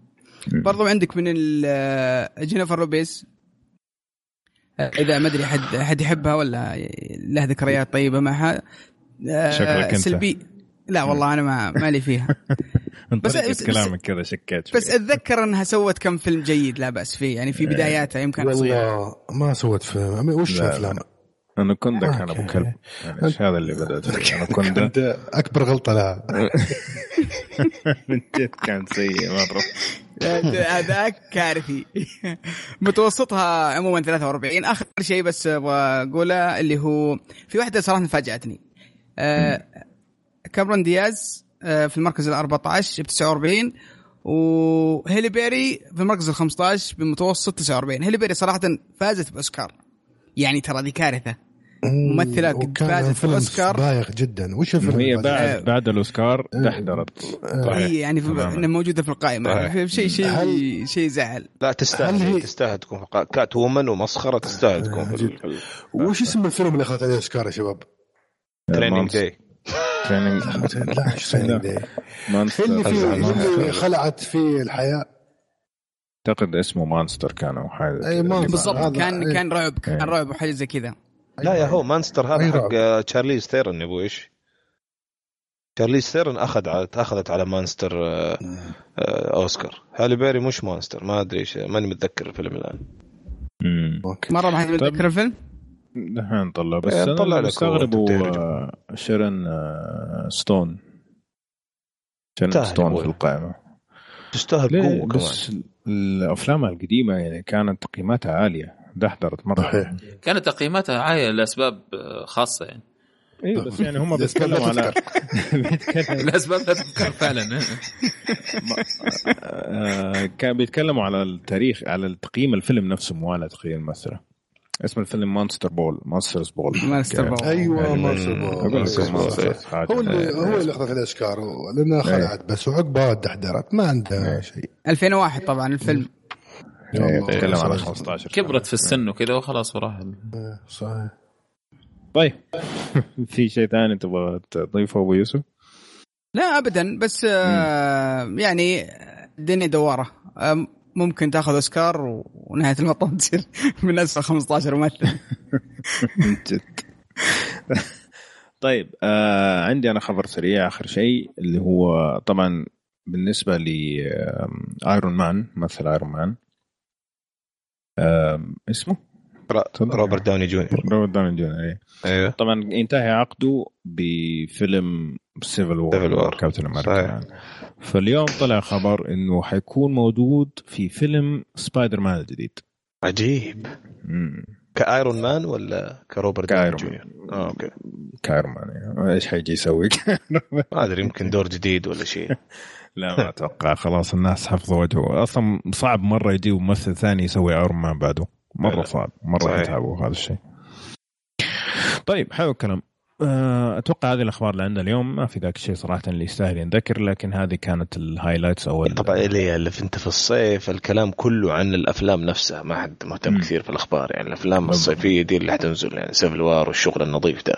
D: برضو عندك من جينيفر لوبيز، اذا ما ادري حد حد يحبها ولا له ذكريات طيبه معها.
A: شكلك
D: سلبي. لا والله انا ما مالي فيها.
A: بس, بس كلامك كذا شكيت.
D: بس اتذكر انها سوت كم فيلم جيد لا باس فيه يعني في بداياتها يمكن
C: والله ما سوت فيلم. وش افلام؟
A: انا كنت كان ابو كلب يعني ايش هذا اللي بدأت انا كنت
C: اكبر غلطه لها.
A: من جد كان سيء مره.
D: هذاك كارثي. متوسطها عموما ثلاثة وأربعين. اخر شيء بس بقوله اللي هو في واحده صراحه فاجأتني. أه كامرون دياز في المركز الأربعة عشر بتسعة وأربعين، وهيلي بيري في المركز الخمسة عشر بمتوسط تسعة وأربعين. هيلي بيري صراحة فازت بأوسكار يعني ترى دي كارثة. ممثلة قد فازت بأوسكار
C: بايخ جدا. وش الفيلم
A: هي بعد بعد الأوسكار تحضرت
D: هي يعني إنها موجودة في القائمة. شيء شيء شيء زعل.
E: لا تستاهل تستاهل تكون في كات وومن ومسخرة تستاهل تكون في.
C: وش اسم الفيلم اللي أخذت عليه أوسكار يا شباب؟
E: تريننج داي.
A: تريننج
C: لا مش تريننج داي. اللي في خلعت في الحياة
A: أعتقد اسمه مانستر كان أو حاجة.
C: أي
D: بالضبط كان كان رعب كان رعب وحاجة زي كذا.
E: لا يا هو مانستر هذا حق تشارليز ثيرن يا ابو ايش. تشارليز ثيرن اخذ على اخذت على مانستر اوسكار. هالي بيري مش مانستر ما ادري ايش ماني متذكر الفيلم الان.
D: مره ما حد متذكر الفيلم.
A: دحين طلع بس انا مستغرب شيرن ستون شيرن ستون في القائمه
E: تستاهل قوه
A: بس كمان. الافلام القديمه يعني كانت تقييماتها عاليه دحضرت مره.
B: كانت تقييماتها عاليه لاسباب خاصه يعني.
A: ايوه بس يعني هم بيتكلموا على
B: الاسباب لا تذكر فعلا.
A: كان بيتكلموا على التاريخ على التقييم الفيلم نفسه مو على تقييم مثلا. اسم الفيلم مانستر بول مانسترز بول
D: مانستر بول
C: ايوه مانستر بول هو اللي هو اللي اخذ الأوسكار لأنه خلعت بس وعقبها دحدرت ما عنده شيء.
D: ألفين وواحد طبعا الفيلم
A: يتكلم على خمسة عشر
B: كبرت في السن وكذا وخلاص وراح.
C: صحيح.
A: طيب في شيء ثاني تبغى تضيفه أبو يوسف؟
D: لا أبدا بس آه يعني الدنيا دوارة. آه ممكن تاخذ أوسكار ونهاية المطاف تصير من أسفل خمسة عشر ممثل.
A: جد. طيب آه عندي أنا خبر سريع آخر شيء اللي هو طبعا بالنسبة لآيرون مان مثل آيرون مان آه اسمه
E: روبرت داوني جونيور.
A: روبرت داوني جونيور
E: أيوة.
A: طبعا انتهى عقده بفيلم سيفل وور كابتن أمريكا. فاليوم طلع خبر انه حيكون موجود في فيلم سبايدر مان الجديد.
E: عجيب.
A: مم.
E: كايرون مان ولا كروبرت داوني جونيور؟ اه اوكي
A: كايرون مان يعني. ايش حيجي يسوي؟
E: ما ادري يمكن دور جديد ولا شيء.
A: لا ما اتوقع خلاص الناس حفظوا وجهه اصلا. صعب مره يجي ممثل ثاني يسوي ايرون مان بعده مره صعب مره يتعبوا هذا الشيء. طيب حلو الكلام. اتوقع هذه الاخبار اللي عندنا اليوم ما في ذاك الشيء صراحه اللي يستاهل ينذكر لكن هذه كانت الهايلايتس او
E: طبعا اللي اللي انت في الصيف الكلام كله عن الافلام نفسها ما حد مهتم م. كثير في الاخبار يعني الافلام الصيفيه دي اللي حتنزل يعني سيفل وار والشغل النظيف ده.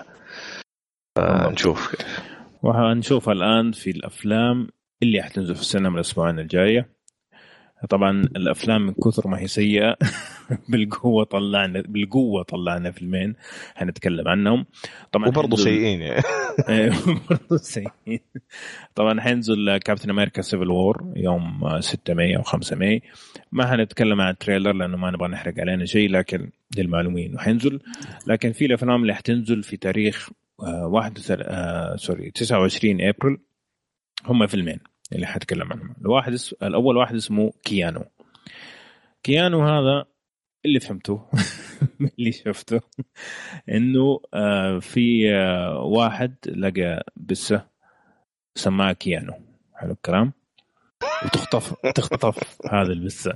E: نشوف
A: وهنشوف الان في الافلام اللي حتنزل في السينما الاسبوعين الجايه. طبعا الافلام من كثر ما هي سيئه بالقوه طلعنا بالقوه طلعنا فيلمين حنتكلم عنهم طبعا
E: وبرضه سيئين يعني
A: برضه سيئين. طبعا حينزل كابتن امريكا سيفل وور يوم ستة مايو او خمسة مايو. ما حنتكلم عن التريلر لانه ما نبغى نحرق علينا شيء لكن للمعلومين وحينزل. لكن في الافلام اللي حتنزل في تاريخ واحد آه سوري تسعة وعشرين ابريل هم فيلمين اللي حتكلم عنهم. الواحد اس... الأول واحد اسمه كيانو. كيانو هذا اللي فهمته اللي شفته إنه آه في آه واحد لقى بسة سماها كيانو. حلو الكلام. وتخطف تخطف هذا البسة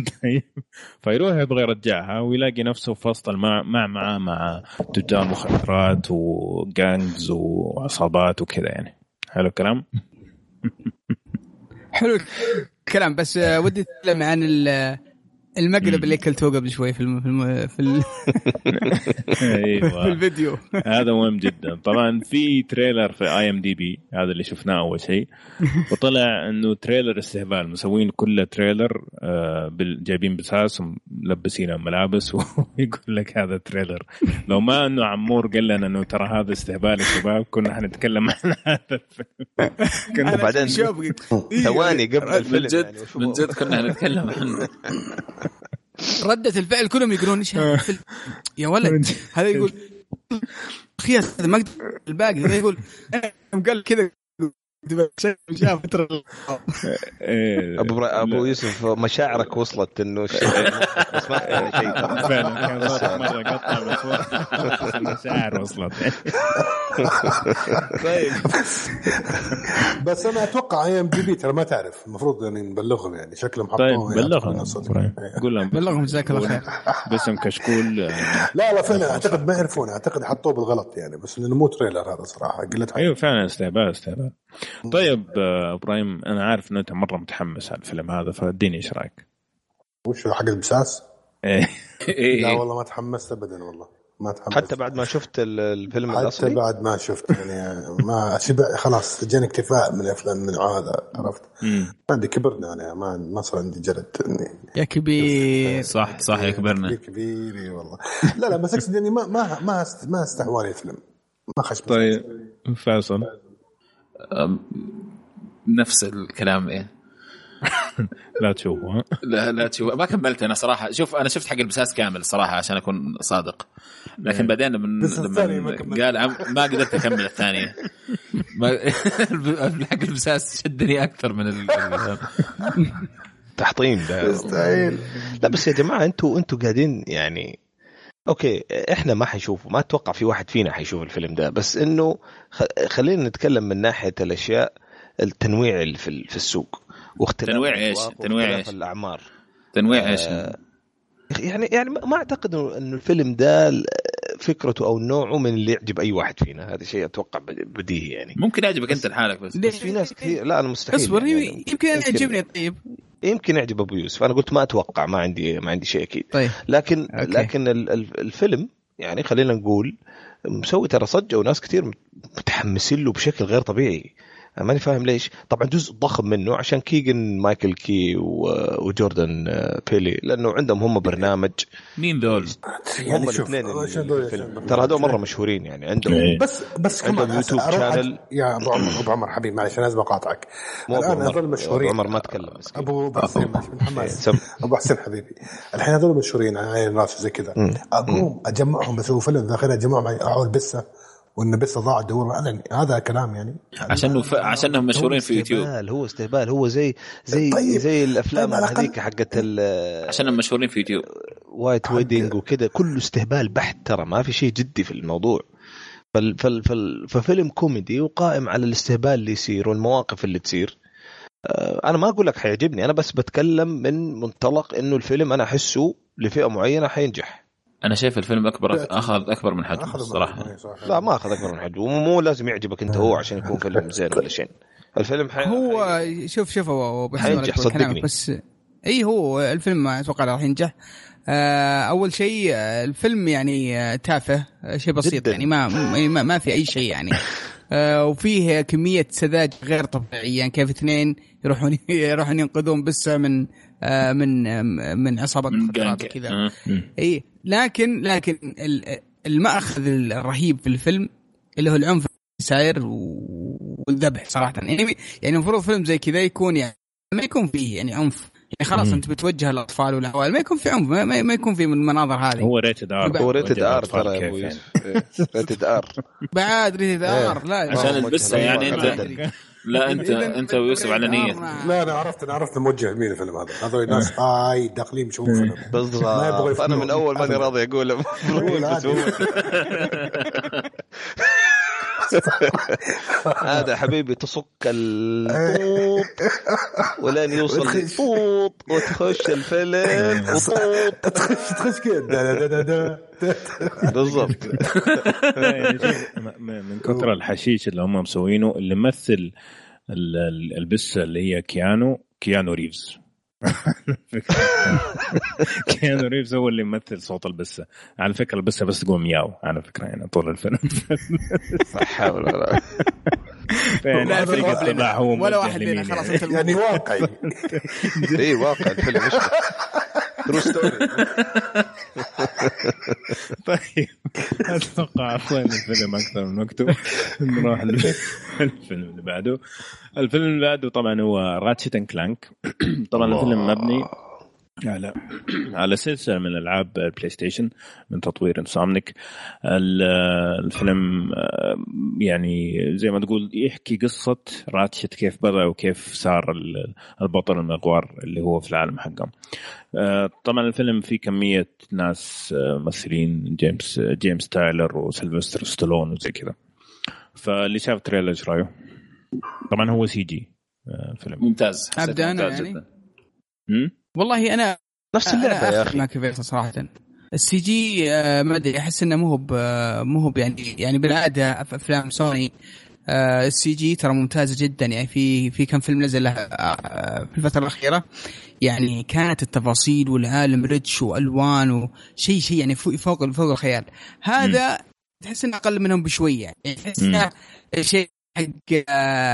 A: فيروح يبغى يرجعها ويلاقي نفسه في وسط الماء مع مع مع تجار مخدرات وجانجز وعصابات وكذا يعني. حلو الكلام.
D: حلو الكلام بس ودي أتكلم عن المقلب اللي كلته قبل شوي في الم... في الم... في, ال...
A: أيوة.
D: في الفيديو
A: هذا مهم جدا. طبعا في تريلر في اي ام دي بي، هذا اللي شفناه اول شيء، وطلع انه تريلر استهبال، مسوين كله تريلر آه جايبين بساس وملبسين ملابس ويقول لك هذا تريلر. لو ما انه عمور قال لنا انه ترى هذا استهبال يا شباب كنا حنتكلم عن هذا الفيلم.
E: كنا بعدين ثواني قبل الفيلم
B: من جد يعني من جد كنا هنتكلم عنه.
D: ردة الفعل كلهم يقولون ايش هذا الفيلم يا ولد، هذا يقول اخي هذا ما الباقي، هذا يقول قال كذا شاف فترة.
E: ابو ابو يوسف مشاعرك وصلت انه شيء بس ما يعني شيء
A: فعلا كان صوتك مره قطع بس المشاعر وصلت.
C: طيب بس انا اتوقع اي ام دي بي ترى ما تعرف، المفروض يعني نبلغهم يعني شكلهم حطوه.
A: طيب بلغهم قول لهم
D: بلغهم جزاك الله خير
A: باسم كشكول.
C: لا لا فعلا اعتقد ما يعرفون، اعتقد حطوه بالغلط يعني، بس انه مو تريلر هذا صراحه قلت.
A: ايوه فعلا استهبال استهبال. طيب ابراهيم انا عارف انه انت مره متحمس على الفيلم هذا، فاديني ايش رايك؟
C: وش حق البساس؟
A: ايه
C: لا والله ما تحمست ابدا، والله ما تحمست
E: حتى بعد ما شفت الفيلم
C: حتى
E: الاصلي،
C: حتى بعد ما شفت يعني ما شبع خلاص، جاني اكتفاء من الافلام من هذا، عرفت؟ عندي كبرنا انا، ما ما صار عندي جلد
D: يا كبير.
B: صح صح يا كبرنا
C: يا كبير والله. لا لا بس اقصد يعني ما ما ما ما استهواني الفيلم، ما خش.
A: طيب فاصل
B: نفس الكلام ايه.
A: لا تشوفه
B: لا لا تشوفه، ما كملت انا صراحه. شوف انا شفت حق البساس كامل صراحه عشان اكون صادق، لكن بعدين من لما قال عم ما قدرت اكمل الثانيه. ما حق البساس شدني اكثر من ال...
E: تحطيم ده. لا بس يا جماعه انتوا انتوا قاعدين يعني اوكي احنا ما حنشوفه، ما اتوقع في واحد فينا حيشوف الفيلم ده، بس انه خلينا نتكلم من ناحيه الاشياء التنويع اللي في في السوق واختلاف
B: تنويع ايش تنويع ايش
E: الاعمار
B: تنويع ايش
E: آه يعني يعني ما اعتقد انه الفيلم ده فكرته او نوعه من اللي يعجب اي واحد فينا، هذا شيء اتوقع بديهي يعني.
B: ممكن يعجبك انت لحالك بس,
E: بس في ناس كثير لا انا مستحيل
D: اصبر
E: يعني
D: يمكن يعجبني. طيب
E: يمكن يعجب ابو يوسف، انا قلت ما اتوقع، ما عندي ما عندي شيء اكيد.
D: طيب.
E: لكن
D: أوكي.
E: لكن الفيلم يعني خلينا نقول مسوي ترى صجة وناس كثير متحمسين له بشكل غير طبيعي، ماني فاهم ليش. طبعا جزء ضخم منه عشان كيغن مايكل كي وجوردن بيلي، لانه عندهم هم برنامج.
B: مين ذول؟
E: هم الاثنين ترى هذول مره مشهورين يعني عندهم.
C: بس بس
E: عندهم يوتيوب شانل.
C: يا ابو عمر ابو عمر حبيبي معلش انا لازم اقاطعك. الان هذول مشهورين.
E: عمر ما تكلم
C: ابو حسين من حماس. ابو حسين حبيبي الحين هذول مشهورين على الناس زي كذا، اقوم اجمعهم بسوي فيلم ذاخره اجمعهم اعول بسه وإن بس ضاع الدور علني، هذا كلام يعني
B: عشانه ف... عشانهم مشهورين في يوتيوب.
E: هو استهبال، هو زي زي
C: طيب.
E: زي الافلام هذيك حقت ال
B: عشانهم مشهورين في يوتيوب
E: وايت ويدنج وكذا، كله استهبال بحت، ترى ما في شيء جدي في الموضوع. فال... فال... فال... ففيلم كوميدي وقائم على الاستهبال اللي يصير والمواقف اللي تصير. انا ما اقول لك حيعجبني، انا بس بتكلم من منطلق انه الفيلم انا احسه لفئة معينة حينجح.
B: انا شايف الفيلم اكبر اخذ اكبر من حجمه الصراحه.
E: لا ما اخذ اكبر من حجمه، مو لازم يعجبك انت هو عشان يكون فيلم زين ولا شيء. الفيلم حي...
D: هو
E: حي...
D: شوف شوف هو
E: حينجح صدقني.
D: بس اي هو الفيلم ما اتوقع راح ينجح. اول شيء الفيلم يعني تافه، شيء بسيط جداً. يعني ما ما, ما في اي شيء يعني. وفيه كميه سذاجه غير طبيعيه، يعني كيف اثنين يروحون يروحون ينقذون بس من من من عصابه مخدرات كذا. اي لكن لكن المأخذ الرهيب في الفيلم اللي هو العنف ساير والذبح صراحه. يعني يعني المفروض فيلم زي كذا يكون يعني ما يكون فيه يعني عنف، يعني خلاص انت بتوجه الاطفال والاهوال، ما يكون في عنف، ما, ما يكون في من المناظر هذه.
A: هو ريتد ار،
E: هو ريتد ار ترى يا ابو يوسف. ريتد ار
D: بعد ريتد ار لا
B: عشان البسه يعني انت لا انت انت ويوسف على نيه.
C: لا انا عرفت انا عرفت موجه مين الفيلم هذا، هذول الناس هاي داخلين يشوفوا فيلم
E: بالضبط. انا من اول ماني راضي اقول هذا حبيبي تصك الطوط ولين يوصل الطوط وتخش الفيلم وطوط
C: تخش تخش كده
E: بالضبط.
A: من كثر الحشيش اللي هم مسوينه، اللي مثل البسة اللي هي كيانو كيانو ريفز كيانو ريفز هو اللي يمثل صوت البسة. على فكرة البسة بس تقول مياو على فكرة يعني طول الفيلم.
E: صح ولا
A: لا
D: لا هو ولا واحد لنا خلاص
C: يعني واقعي.
E: اي واقع الفيلم مش ترو ستوري.
A: طيب اتوقع عفوا الفيلم اكثر من وقته. نروح للفيلم اللي بعده. الفيلم اللي بعده طبعا هو راتشيت اند كلانك. طبعا الفيلم مبني على على سلسلة من ألعاب البلاي ستيشن من تطوير انسومنيك. الفيلم يعني زي ما تقول يحكي قصة راتشيت كيف بدأ وكيف صار البطل المغوار اللي هو في العالم حقهم. طبعا الفيلم فيه كمية ناس ممثلين جيمس جيمس تايلر وسيلفستر ستالون وزي كذا. فاللي شاف تريلر ايش رايه؟ طبعا هو سي جي فيلم
B: ممتاز.
D: أبدأ أنا يعني والله أنا
E: نفس اللعبة يا أخي.
D: ما كيف صراحة السي جي ما أدري أحس إنه مو هو مو هو يعني يعني بالعادة في أفلام سوني السي جي ترى ممتازة جدا. يعني في في كم فيلم نزل في الفترة الأخيرة يعني كانت التفاصيل والعالم ريتش وألوان وشيء شيء يعني فوق فوق فوق الخيال. هذا تحس إنه أقل منهم بشوية يعني تحس إنه شيء حق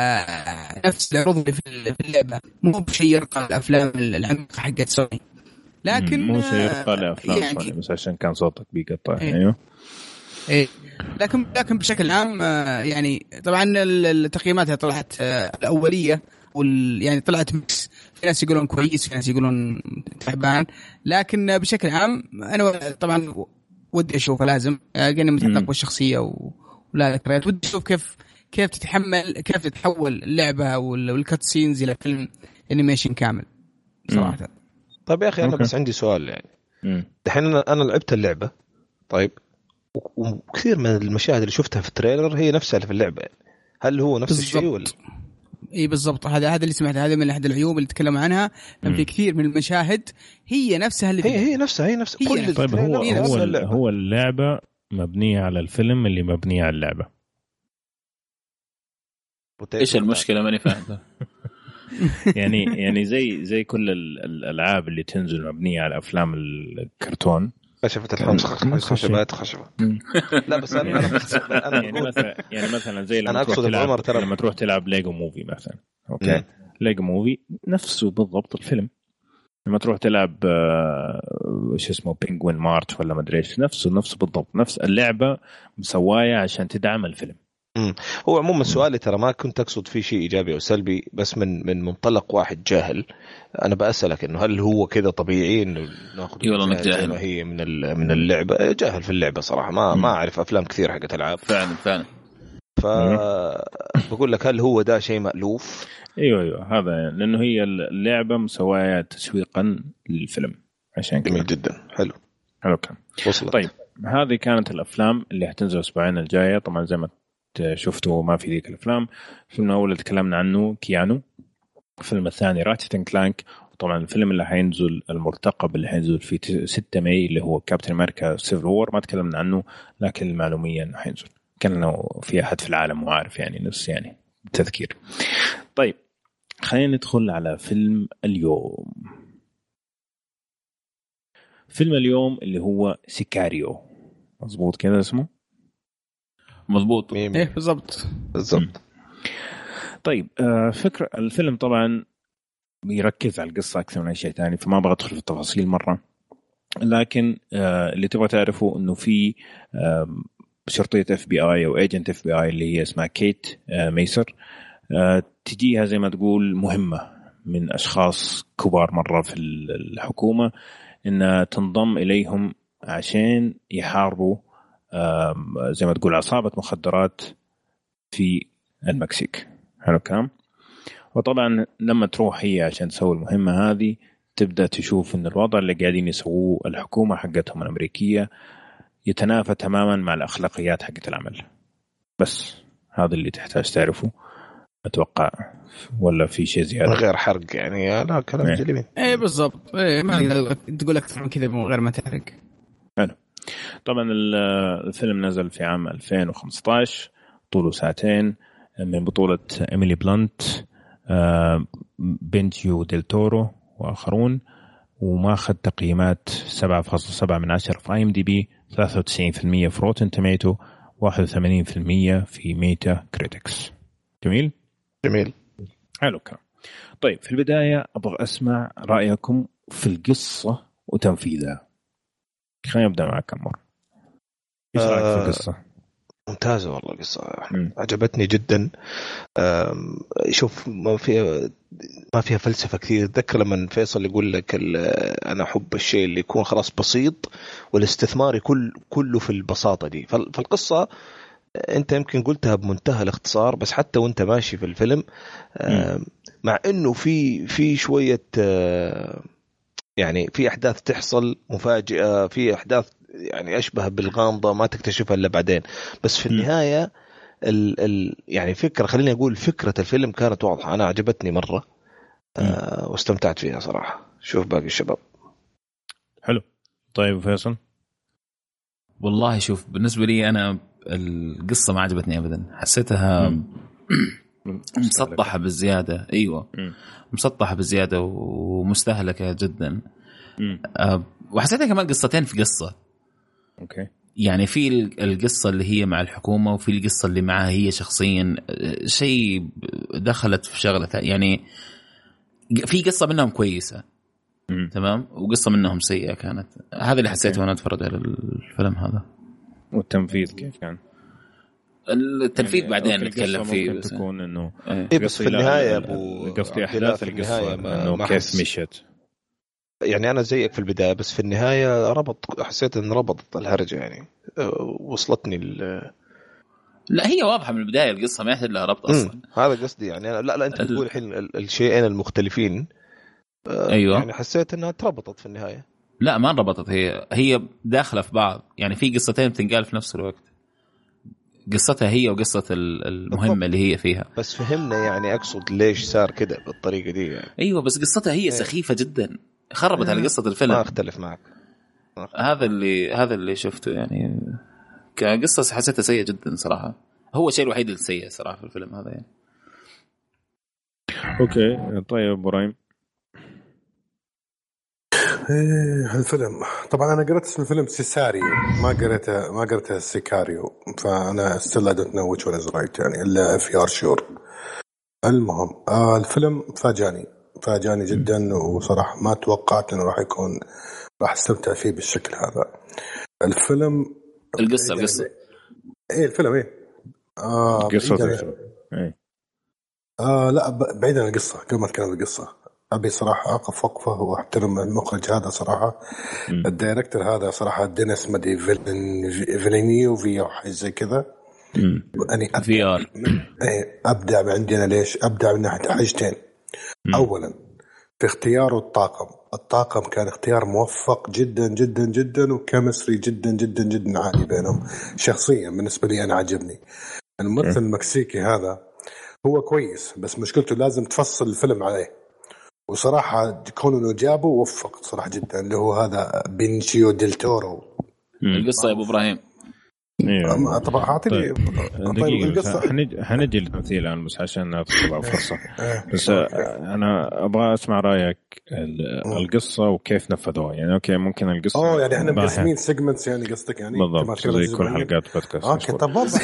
D: نفس العروض اللي في اللعبة مو بشيء يرقى الأفلام العميقة حقت سوني. لكن
A: مو شيء يرقى الأفلام يعني سوني بس عشان كان صوتك بيقطع.
D: إيه.
A: أيوه
D: إيه. لكن لكن بشكل عام يعني طبعا التقييمات طلعت الأولية وال يعني طلعت ميكس. في ناس يقولون كويس في ناس يقولون تعبان. لكن بشكل عام أنا طبعا ودي أشوفه لازم قلنا متعلق بالشخصية ولا ذكريات. ودي أشوف كيف كيف تتحمل كيف تتحول اللعبة والكات سينز إلى فيلم انيميشن كامل صراحة.
E: طيب يا أخي أنا بس عندي سؤال يعني دحين أنا أنا لعبت اللعبة طيب وكثير من المشاهد اللي شفتها في التريلر هي نفسها اللي في اللعبة. هل هو نفس الشيء ولا؟
D: اي بالضبط. هذا هذا اللي سمعته. هذا من احد العيوب اللي تكلموا عنها. في كثير من المشاهد هي نفسها اللي
E: هي هي نفسها هي نفسها
D: هي
E: كل.
A: طيب هو هو, هو اللعبة مبنية على الفيلم اللي مبنية على اللعبة.
B: ايش المشكله ماني فاهم.
A: يعني يعني زي زي كل الالعاب اللي تنزل مبنيه على افلام الكرتون
E: خشبت الخمس خشبات خشبه. لا بس انا انا
A: يعني مثلا يعني مثلا زي لما تروح تلعب لما تروح تلعب ليجو موفي مثلا. اوكي ليجو موفي نفسه بالضبط الفيلم. لما تروح تلعب ايش اسمه بينغوين مارت ولا ما ادري ايش نفسه نفسه بالضبط. نفس اللعبه مسوايه عشان تدعم الفيلم.
E: مم. هو عموما سؤالي ترى ما كنت أقصد فيه شيء إيجابي أو سلبي بس من من منطلق واحد جاهل. أنا بأسألك إنه هل هو كذا طبيعي إنه نأخذ
B: جاهل
E: هي من من اللعبة. جاهل في اللعبة صراحة ما مم. ما أعرف أفلام كثير حقت ألعاب
B: فعلا فعلا.
E: فبقول لك هل هو ده شيء مألوف؟
A: أيوة أيوة هذا يعني لأنه هي اللعبة مسواية تسويقا للفيلم عشان
E: جميل جدا. حلو
A: حلو كان
E: وصلت.
A: طيب هذه كانت الأفلام اللي هتنزل أسبوعين الجاية. طبعا زي ما شفتوا ما في ذيك الأفلام. الفيلم الأول اللي تكلمنا عنه كيانو. الفيلم الثاني راتشيت اند كلانك. وطبعا الفيلم اللي حينزل المرتقب اللي حينزل في ستة ماي اللي هو كابتن أمريكا سيفل وور ما تكلمنا عنه لكن المعلومية إنه حينزل. كأنه في أحد في العالم وعارف يعني نفس يعني تذكير. طيب خلينا ندخل على فيلم اليوم. فيلم اليوم اللي هو سيكاريو. مظبوط كذا اسمه؟
B: مظبوط
D: ايه بالضبط
E: بالضبط.
A: طيب آه فكرة الفيلم طبعا بيركز على القصة أكثر من أي شيء ثاني فما بغى أدخل في التفاصيل مرة. لكن آه اللي تبغى تعرفه إنه في آه شرطية اف بي اي أو ايجنت اف بي اي اللي هي اسمها كيت آه ميسر. آه تجيها زي ما تقول مهمة من أشخاص كبار مرة في الحكومة إنها تنضم إليهم عشان يحاربوا زي ما تقول عصابة مخدرات في المكسيك. حلو الكلام. وطبعا لما تروح هي عشان تسوي المهمة هذه تبدأ تشوف إن الوضع اللي قاعدين يسووه الحكومة حقتهم الأمريكية يتنافى تماما مع الأخلاقيات حقت العمل. بس هذا اللي تحتاج تعرفه أتوقع ولا في شيء زيادة
E: غير حرق يعني. لا كلام
A: ايه.
E: جميل.
D: ايه بالضبط. ايه ما تقول أكثر من كذا من غير ما تحرق.
A: حلو. طبعا الفيلم نزل في عام ألفين وخمسة عشر طوله ساعتين من بطولة إيميلي بلانت بنتيو ديل تورو وآخرون، وماخذ تقييمات سبعة فاصلة سبعة من عشرة في آي إم دي بي، ثلاثة وتسعين بالمئة في روتن توميتو، واحد وثمانين بالمئة في ميتا كريتكس. جميل
E: جميل
A: حلو كلام. طيب في البداية أبغى أسمع رأيكم في القصة وتنفيذها. خلينا نبدأ معك عمر، إيش رأيك في القصة؟
E: ممتازة والله القصة، عجبتني جدا. شوف ما فيها ما فيها فلسفة كثير. تذكر لما فيصل يقول لك أنا أحب الشيء اللي يكون خلاص بسيط والاستثمار كل كله في البساطة دي. فالقصة أنت يمكن قلتها بمنتهى الاختصار، بس حتى وأنت ماشي في الفيلم مع إنه في في شوية يعني في أحداث تحصل مفاجئة، في أحداث يعني أشبه بالغامضة ما تكتشفها إلا بعدين، بس في النهاية ال ال يعني فكرة، خليني أقول فكرة الفيلم كانت واضحة. أنا عجبتني مرة آه واستمتعت فيها صراحة. شوف باقي الشباب.
A: حلو. طيب فيصل؟
B: والله شوف بالنسبة لي أنا القصة ما عجبتني أبدا، حسيتها مسطحة بالزيادة. أيوة م. مسطحة بالزيادة ومستهلكة جدا. أه وحسيتها كمان قصتين في قصة.
A: أوكي.
B: يعني في القصة اللي هي مع الحكومة، وفي القصة اللي معها هي شخصيا، شيء دخلت في شغلة يعني. في قصة منهم كويسة م. تمام، وقصة منهم سيئة كانت. هذا اللي حسيته وانا اتفرج على الفيلم هذا.
A: والتنفيذ كيف كان؟
B: التنفيذ يعني بعدين نتكلم فيه،
A: بس تكون انه
E: إيه بس في النهايه ابو
A: قصدي احداث القصه انه كيف مشت.
E: يعني انا زيك في البدايه، بس في النهايه ربط، حسيت ان ربطت الهرجه يعني وصلتني ال...
B: لا هي واضحه من البدايه القصه ما يحتاج لها ربط اصلا.
E: هذا قصدي يعني أنا لا لا انت ال... تقول الحين الشيئين المختلفين.
B: ايوه
E: يعني حسيت انها تربطت في النهايه.
B: لا ما ربطت، هي هي داخله في بعض. يعني في قصتين بتنقال في نفس الوقت، قصتها هي وقصة المهمة اللي هي فيها.
E: بس فهمنا يعني أقصد ليش صار كده بالطريقة دي يعني.
B: أيوة بس قصتها هي سخيفة جدا، خربت على قصة الفيلم.
E: ما أختلف معك.
B: هذا اللي هذا اللي شفته يعني كقصة حسيتها سيئة جدا صراحة. هو الشيء الوحيد اللي سيء صراحة في الفيلم هذا يعني.
A: أوكي طيب برايم.
C: ايه الفيلم طبعا انا قرأت اسم الفيلم سيساريو، ما قرأته ما قرأته سيكاريو، فانا still I don't know which one is right يعني الا if you are sure. المهم آه الفيلم فاجاني فاجاني جدا، وصراحة ما توقعت انه راح يكون راح استمتع فيه بالشكل هذا. الفيلم
B: القصة القصة
C: ايه الفيلم ايه
A: آه قصة
C: ايه آه لا بعيد عن القصة. قبل ما اتكلم القصة أبي صراحة أقف وقفة وأحترم المخرج هذا صراحة. م. الدايركتور هذا صراحة دينيس مدي فيلن فيلينيوفي أو حاجة زي كذا.
B: يعني أبدع,
C: أبدع عندنا. ليش أبدع؟ من ناحية حاجتين. م. أولا في اختياره الطاقم الطاقم كان اختيار موفق جدا جدا جدا، وكيمستري جدا جدا جدا عالي بينهم. شخصيا بالنسبة لي أنا عجبني الممثل المكسيكي هذا. هو كويس بس مشكلته لازم تفصل الفيلم عليه، وصراحة كونه إنه جابه وفق صراحة جدا، اللي هو هذا بينشيو ديل تورو.
B: القصة يا أبو إبراهيم.
A: ايوه
C: طبعا اعطيني
A: دقيقه. حنجي حنجي للتمثيل الان بس عشان نعطي فرصه. بس انا ابغى اسمع رايك القصه وكيف نفذوها. يعني اوكي ممكن القصه
C: اه يعني احنا مقسمين سيجمنتس يعني قصدك يعني
A: بالضبط زي كل حلقات بودكاست.
C: اوكي طب وضح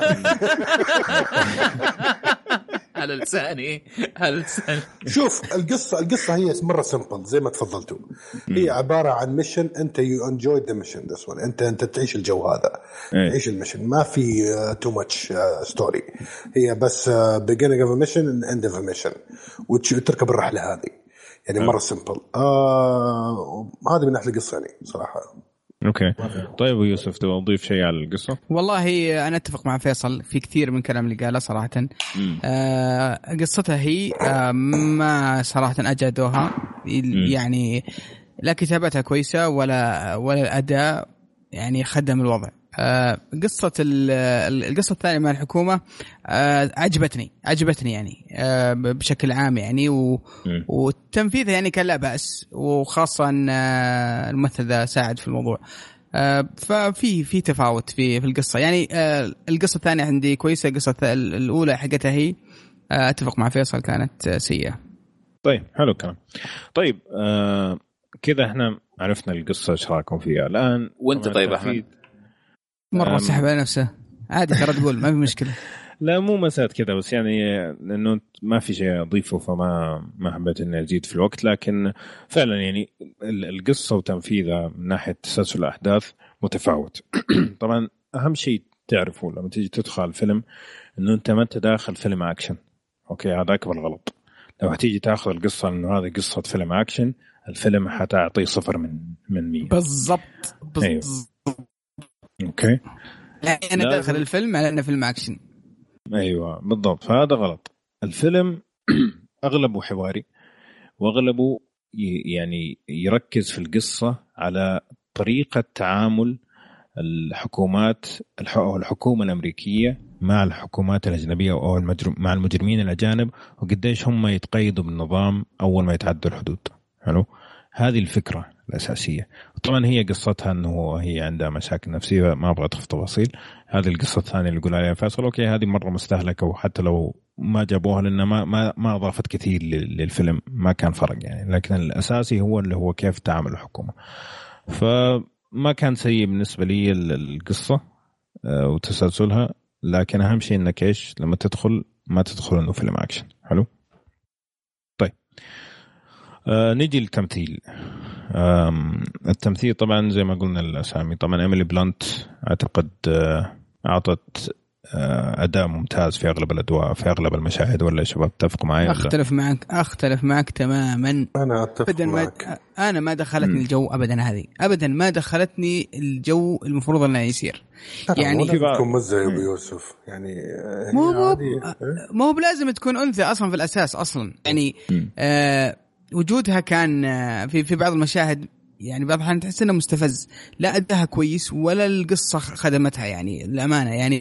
B: على لساني على لساني.
C: شوف القصة القصة هي مرة سمبل زي ما تفضلتوا. هي عبارة عن ميشن، انت يو انجوي ذا ميشن ذس وان، انت انت تعيش الجو هذا. تعيش الميشن، ما في تو ماتش ستوري. هي بس beginning of a mission and end of a mission، وتركب الرحلة هذه يعني مرة سمبل. آه هذا من ناحية القصة يعني صراحة.
A: اوكي طيب يوسف تبغى تضيف شيء على القصه؟
D: والله انا اتفق مع فيصل في كثير من كلام اللي قاله صراحه. آه قصتها هي آه ما صراحه اجادوها يعني، لا كتابتها كويسه ولا ولا الاداء يعني خدم الوضع. آه قصة القصة الثانية مع الحكومة آه عجبتني عجبتني يعني آه بشكل عام يعني، والتنفيذ يعني كان لا بأس، وخاصة آه الممثل ذا ساعد في الموضوع. آه ففي في تفاوت في في القصة يعني. آه القصة الثانية عندي كويسة، القصة الأولى حقتها هي آه أتفق مع فيصل كانت آه سيئة.
A: طيب حلو الكلام. طيب آه كذا احنا عرفنا القصه ايش رايكم فيها الان.
B: وانت طيب احمد؟
D: مره سحب على نفسه عادي ترى تقول ما في مشكله.
A: لا مو مسألة كذا بس يعني لأنه ما في شيء أضيفه فما ما حبيت إني أزيد في الوقت. لكن فعلا يعني القصة وتنفيذها من ناحية تسلسل الأحداث متفاوت. طبعا أهم شيء تعرفه لما تيجي تدخل الفيلم إنه أنت ما تداخل فيلم أكشن. أوكي هذا أكبر غلط. لو هتيجي تأخذ القصة إنه هذه قصة فيلم أكشن الفيلم حتعطيه صفر من من مية
D: بالضبط.
A: أيوه. أوكي
D: لا أنا داخل الفيلم على إنه فيلم أكشن.
A: ايوه بالضبط. فهذا غلط. الفيلم اغلبه حواري واغلبه يعني يركز في القصه على طريقه تعامل الحكومات او الحكومه الامريكيه مع الحكومات الاجنبيه او المجرم مع المجرمين الاجانب وقديش هم يتقيدوا بالنظام اول ما يتعدوا الحدود. حلو. هذه الفكره الاساسيه. طبعا هي قصتها انه هي عندها مشاكل نفسيه ما ابغى ادخل في تفاصيل. هذه القصه الثانيه اللي يقول عليها فيصل اوكي هذه مره مستهلكه وحتى لو ما جابوها لان ما ما ما اضافت كثير للفيلم ما كان فرق يعني. لكن الاساسي هو اللي هو كيف تعامل الحكومه. فما كان سيء بالنسبه لي القصه وتسلسلها. لكن اهم شيء انك ايش لما تدخل ما تدخل انه فيلم اكشن. حلو. طيب آه نيجي للتمثيل. التمثيل طبعا زي ما قلنا الأسامي. طبعا إيميلي بلانت أعتقد أعطت أداء ممتاز في أغلب الأدوار في أغلب المشاهد. ولا شباب تتفقوا معي؟
D: أختلف معك أختلف معك تماما.
C: أنا أتفق معك.
D: ما أنا ما دخلتني م. الجو أبدا. هذه أبدا ما دخلتني الجو المفروض أنه يصير. يعني
C: في تكون مزة يا أبو يوسف يعني
D: مو مو مو بلازم تكون أنثى أصلا في الأساس أصلا يعني آه وجودها كان في في بعض المشاهد يعني بعض الأحيان تحس إنه مستفز. لا أداها كويس ولا القصة خدمتها يعني الأمانة يعني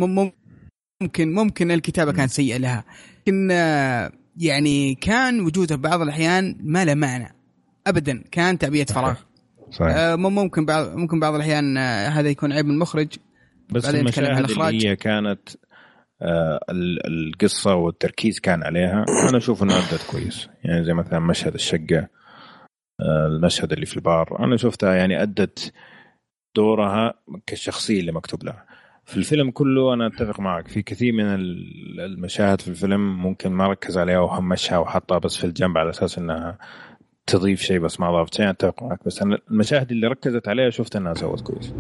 D: ممكن ممكن الكتابة كانت سيئة لها. لكن يعني كان وجودها بعض الأحيان ما له معنى أبدا. كان تعبئة فراغ. ممكن بعض ممكن بعض الأحيان هذا يكون عيب من المخرج.
A: بس المشاهد اللي هي كانت آه القصة والتركيز كان عليها أنا أشوف أنه أدت كويس. يعني زي مثلا مشهد الشقة آه المشهد اللي في البار أنا شفتها يعني أدت دورها كشخصية اللي مكتوب لها. في الفيلم كله أنا أتفق معك في كثير من المشاهد في الفيلم ممكن ما ركز عليها وهمشها وحطها بس في الجنب على أساس أنها تضيف شيء بس ما أضافت شيء. أتفق معك بس أنا المشاهد اللي ركزت عليها شفت أنها سوت كويس.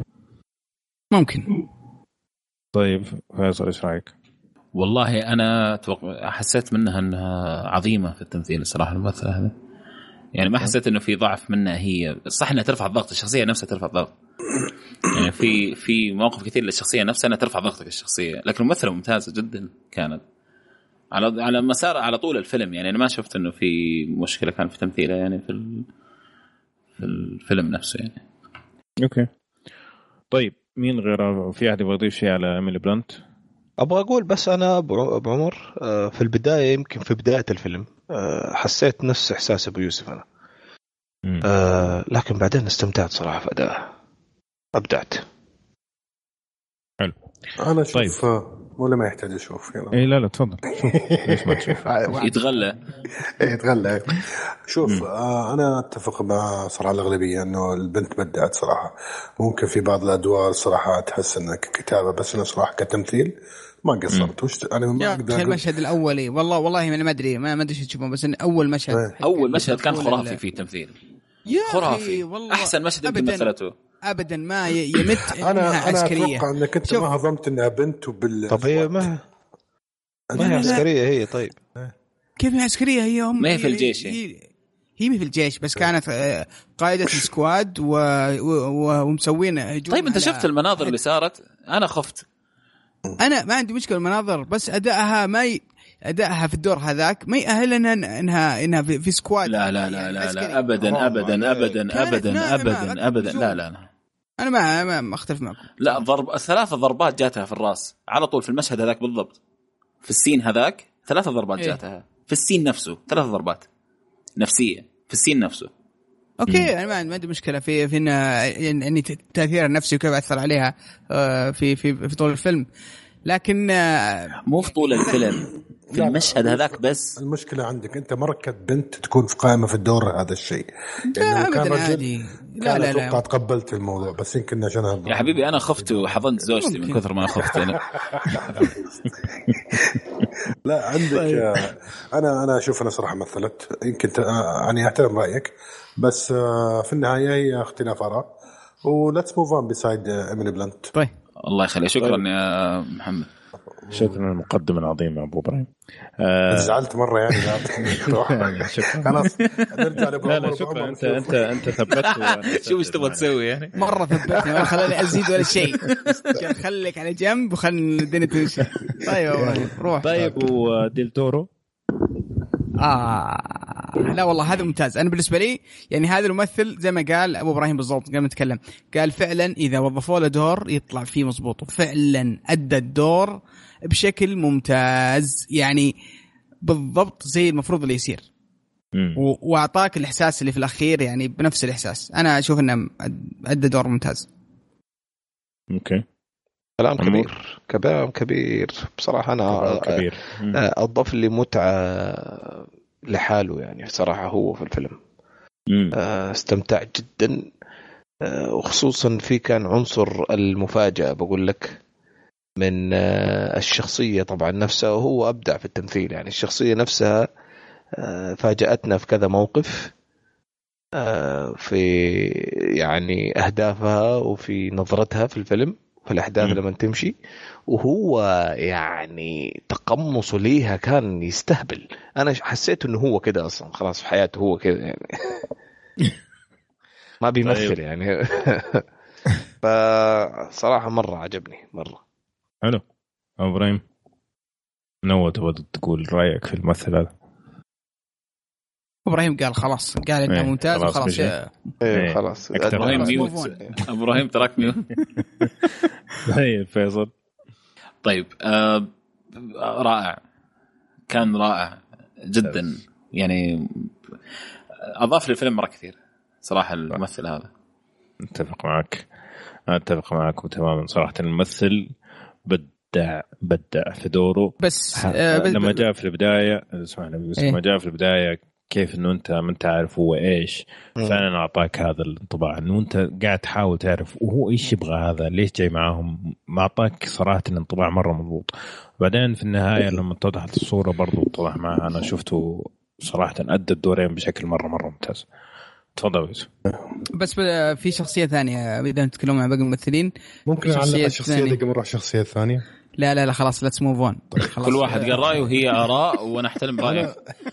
D: ممكن.
A: طيب فيصل إيش رأيك؟
B: والله أنا توقع حسيت منها أنها عظيمة في التمثيل الصراحة الممثلة هذا. يعني ما حسيت إنه في ضعف منها. هي صح إنها ترفع الضغط. الشخصية نفسها ترفع الضغط. يعني في في مواقف كثير للشخصية نفسها أنها ترفع ضغطك الشخصية. لكن الممثلة ممتازة جدا كانت على على مسار على طول الفيلم. يعني أنا ما شفت إنه في مشكلة كان في تمثيلها يعني في في الفيلم نفسه يعني.
A: أوكي طيب مين غير في أحد يبغى يضيف شيء على إيميلي بلانت؟
E: أبغى أقول بس أنا أبو عمر في البداية يمكن في بداية الفيلم حسيت نفس إحساس أبو يوسف أنا أه لكن بعدين استمتعت صراحة في أداءه. أبدعت.
A: حلو.
C: أنا شوف طيب. ولا ما يحتاج أشوف يلا.
A: إيه لا لا تفضل شوف ليش ما تشوف
B: يتغلى
C: يتغلى. شوف آه أنا أتفق مع صراحة الأغلبية إنه البنت بدعت صراحة. ممكن في بعض الأدوار صراحة تحس إنك كتابة بس أنا صراحة كتمثيل ما قصرت. وش أنا ما
D: أقدر. المشهد الأولي والله والله أنا ما أدري ما ما أدري شو تشوفون بس إن أول مشهد
B: أول مشهد كان خرافي في التمثيل. خرافي أحسن مشهد يمكن مثلته
D: أبدا ما يمت
C: أنا أنا عسكرية. أتوقع أنك أنت ما هضمت إنها بنت وبال.
E: طب هي ما ما هي عسكرية هي. طيب
D: كيف هي عسكرية؟ هي هم
B: ما هي في الجيش.
D: هي هي في الجيش بس كانت قائدة السكواد و... و... ومسوين هجوم.
B: طيب أنت شفت المناظر اللي صارت؟ أنا خفت.
D: أنا ما عندي مشكلة المناظر بس أدائها ما ي... أدائها في الدور هذاك ما يأهل إنها إنها إنها في, في سكواد.
B: لا لا لا لا, لا أبدا أبدا أبدا أبدا أبدا أبدا لا لا لا
D: أنا ما ما, ما أختلف معكم.
B: لا ضرب ثلاثة ضربات جاتها في الرأس على طول في المشهد هذاك بالضبط. في السين هذاك ثلاثة ضربات جاتها في السين نفسه. ثلاثة ضربات نفسية في السين نفسه.
D: اوكي انا ما عندي مشكله في في ان يعني التاثير النفسي وكيف اثر عليها في في في طول الفيلم. لكن
B: مو في طول الفيلم في المشهد هذاك بس.
C: المشكله عندك انت مركز بنت تكون في قائمه في الدور هذا الشيء
D: يعني لو كان رجل
C: لا لا لا تقبلت الموضوع بس يمكن عشان
B: يا حبيبي انا خفت وحضنت زوجتي من كثر ما خفت انا.
C: لا عندك انا انا اشوف انا صراحه مثلت يمكن يعني احترم رايك بس في النهايه هي اختلاف اراء وليتس موف اون بيسايد إيميلي بلانت.
D: طيب
B: الله يخليك شكرا طيب. يا محمد
A: شكرا المقدمة العظيمة أبو إبراهيم.
C: آه زعلت مرة يعني خلاص نرجع لأبو
A: لا لا شكرا أنت أنت أنت ثبت.
B: شو إيش تبغى تسوي يعني؟
D: مرة ثبتني ما خلاني أزيد ولا شيء. خليك على جنب وخلنا الدنيا تمشي. طيب روح.
A: طيب وديل تورو
D: آه لا والله هذا ممتاز. أنا بالنسبة لي يعني هذا الممثل زي ما قال أبو إبراهيم بالضبط قبل ما نتكلم قال فعلا إذا وظفوا له دور يطلع فيه مزبوط وفعلا أدى الدور بشكل ممتاز يعني بالضبط زي المفروض اللي يصير وأعطاك الإحساس اللي في الأخير يعني بنفس الإحساس. أنا أشوف إنه أدى دور ممتاز.
A: أوكي
E: كلام كبير كلام كبير بصراحة. أنا
A: كبير.
E: أضاف لي متعة لحاله يعني صراحة هو في الفيلم
A: مم.
E: استمتع جدا وخصوصا في كان عنصر المفاجأة بقول لك من الشخصية طبعا نفسها وهو أبدع في التمثيل يعني الشخصية نفسها فاجأتنا في كذا موقف في يعني أهدافها وفي نظرتها في الفيلم في الأحداث لما تمشي وهو يعني تقمصه ليها كان يستهبل. أنا حسيت إنه هو كده أصلا خلاص في حياته هو كده يعني ما بيمثل يعني فصراحة مرة عجبني مرة.
A: حلو أبو إبراهيم نوى تبغى تقول رأيك في الممثل هذا؟
D: إبراهيم قال خلاص قال إنه
A: ايه
D: ممتاز
A: خلاص
D: وخلاص
E: ايه, ايه خلاص
B: إبراهيم ميوت. إبراهيم ترك ميوت.
A: هاي فيصل.
B: طيب آه رائع كان رائع جدا يعني أضاف للفيلم مرة كثير صراحة الممثل هذا.
A: اتفق معك اتفق معك وتماما صراحة الممثل بدع بدع في دوره
D: بس
A: آه لما جاء في البداية اسمعنا بس لما جاء في البداية كيف انه انت ما انت عارف هو ايش فعلا اعطاك هذا الانطباع انه انت قاعد تحاول تعرف وهو ايش يبغى هذا ليش جاي معاهم ما اعطاك صراحة الانطباع مرة مضبوط. بعدين في النهاية لما اتضحت الصورة برضو اتضح معها انا شفته صراحة أدى الدورين بشكل مرة مرة ممتاز. تفضل يوسف.
D: بس في شخصية ثانية إذا نتكلم عن باقي الممثلين
C: ممكن على الشخصية اللي قبل نروح شخصية ثانية.
D: لا لا لا خلاص let's move on.
B: كل واحد قال رأيه وهي آراء وأنا أحترم رأيك.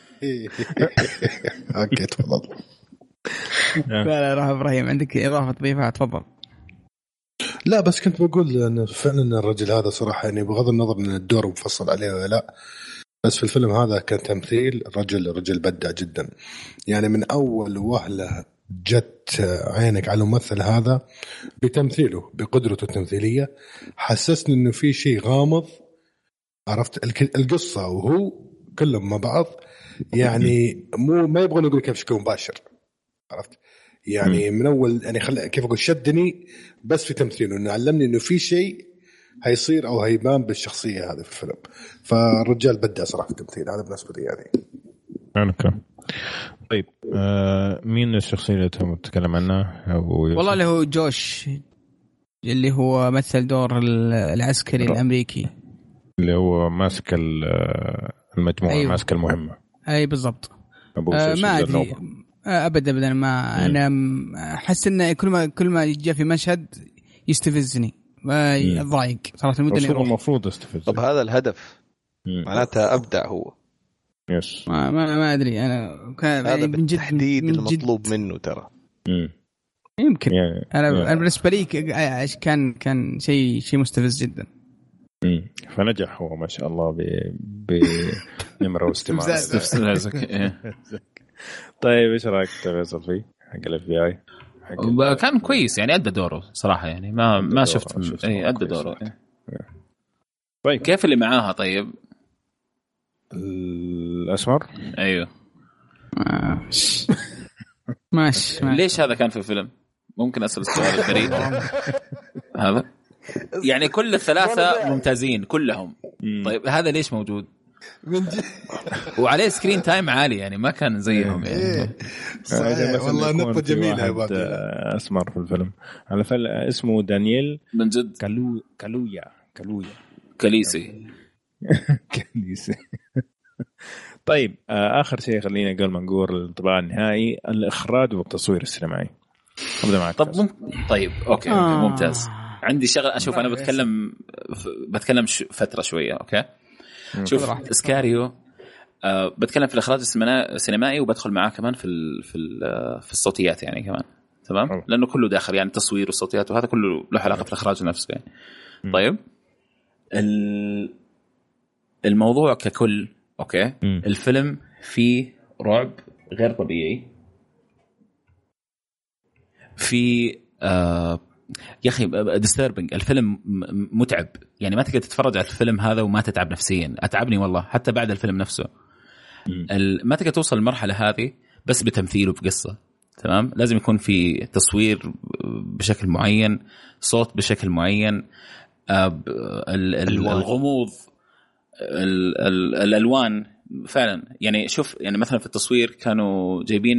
C: أوكي تفضل.
D: لا لا راح إبراهيم عندك إضافة تضيفها تفضل.
C: لا بس كنت بقول أن فعلا الرجل هذا صراحة يعني بغض النظر من الدور مفصل عليه ولا لا بس في الفيلم هذا كان تمثيل الرجل الرجل بدع جدا يعني من أول وهلة جت عينك على الممثل هذا بتمثيله بقدرته التمثيلية حسسني إنه في شيء غامض عرفت القصة وهو كلهم مع بعض يعني مو ما يبغون يقول كيف شكل مباشر عرفت يعني من أول يعني خل كيف أقول شدني بس في تمثيله إنه علمني إنه في شيء هيصير أو هيبان بالشخصية هذه في الفيلم فالرجال بدع صراحة في التمثيل هذا بالنسبة لي يعني.
A: أوكي طيب آه مين الشخصية اللي تم تتكلم عنها؟
D: والله اللي هو جوش اللي هو مثل دور العسكري الأمريكي
A: اللي هو ماسك المجموعة أيوه. ماسك المهمة
D: أي بالضبط. آه ما أدري آه أبدا أبدا ما م. أنا أحس إنه كل ما كل ما جاء في مشهد يستفزني ما يضايق صراحة المدة اللي
A: المفروض يستفز.
E: طب هذا الهدف معناتها أبدع هو
A: يس
D: ما ما, ما أدري أنا كان
E: هذا من جد تحديد المطلوب منه ترى
A: مم.
D: يمكن
A: يعني
D: أنا
A: يعني.
D: أنا بالنسبة لي كان كان شيء شيء مستفز جدا.
A: مم. فنجح هو ما شاء الله ب بنمرة واستماع. طيب إيش رأيك تفضل فيه حق الإف بي آي؟
B: كان كويس يعني أدى دوره صراحة يعني ما ما شفت, شفت أي أدى دوره يعني.
A: طيب
B: كيف اللي معاها طيب
A: الأسمر
B: أيوه
D: ماشي ماشي
B: ليش هذا كان في الفيلم ممكن أسأل السؤال الغريب هذا يعني كل الثلاثة ممتازين كلهم طيب هذا ليش موجود
C: من جد
B: وعليه سكرين تايم عالي يعني ما كان زيهم يعني.
C: إيه. صحيح والله نقطة جميلة يا بابا.
A: أسمر في الفيلم على فل اسمه دانييل
B: من جد
A: كالو كالويا كالويا
B: كاليسي
A: كاليسي. طيب آخر شيء خلينا قبل ما نقول الانطباع النهائي الإخراج والتصوير السينمائي. أبدأ معك.
B: طب مم... طيب أوكي آه. ممتاز. عندي شغل أشوف أنا بتكلم بتكلم فترة شوية أوكي. شوف إسكاريو أه بتكلم في الإخراج السينمائي وبدخل معاه كمان في ال في ال في الصوتيات يعني كمان تمام أوه. لأنه كله داخل يعني التصوير والصوتيات وهذا كله له علاقة في الإخراج نفسه يعني. طيب الموضوع ككل أوكي م. الفيلم فيه رعب غير طبيعي في آه يا أخي disturbing. الفيلم متعب يعني ما تقدر تتفرج على الفيلم هذا وما تتعب نفسيا. أتعبني والله حتى بعد الفيلم نفسه. ما تقدر توصل المرحلة هذه بس بتمثيل وبقصة تمام. لازم يكون في تصوير بشكل معين صوت بشكل معين الغموض الألوان فعلا يعني. شوف يعني مثلا في التصوير كانوا جايبين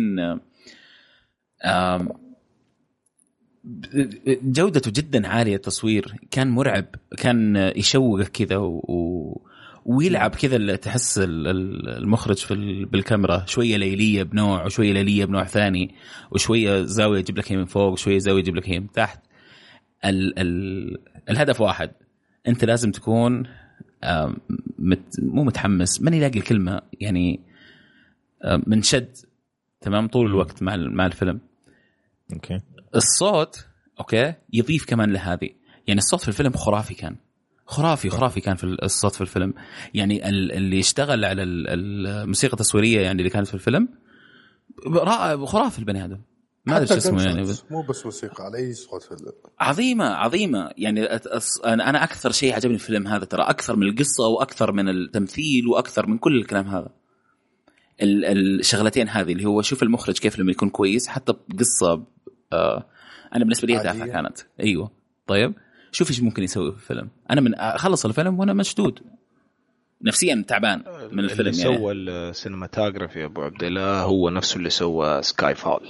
B: جودته جدا عالية. التصوير كان مرعب كان يشوقك كذا و... ويلعب كذا تحس المخرج في بالكاميرا شوية ليلية بنوع وشوية ليلية بنوع ثاني وشوية زاوية يجيب لك هي من فوق وشوية زاوية يجيب لك هي من تحت. ال... ال... الهدف واحد أنت لازم تكون مت... مو متحمس من يلاقي الكلمة يعني منشد تمام طول الوقت مع مع الفيلم.
A: أوكي.
B: الصوت أوكي يضيف كمان لهذه يعني. الصوت في الفيلم خرافي كان خرافي خرافي كان في الصوت في الفيلم يعني. اللي اشتغل على الموسيقى التصويرية يعني اللي كانت في الفيلم رائع خرافي البني آدم ما أدري شو اسمه يعني بس.
C: مو بس موسيقى على أي صوت في الفيلم
B: عظيمة عظيمة يعني. أنا أكثر شيء عجبني الفيلم هذا ترى أكثر من القصة وأكثر من التمثيل وأكثر من كل الكلام هذا الشغلتين هذه اللي هو شوف المخرج كيف لما يكون كويس حتى قصة آه أنا بالنسبة لي تافهة كانت. أيوة طيب شوف إيش ممكن يسوي في الفيلم. أنا من أخلص الفيلم وأنا مشدود نفسيا تعبان من الفيلم
E: اللي
B: يعني.
E: سوى السينماتوغرافي أبو عبد الله هو نفسه اللي سوى سكاي فال.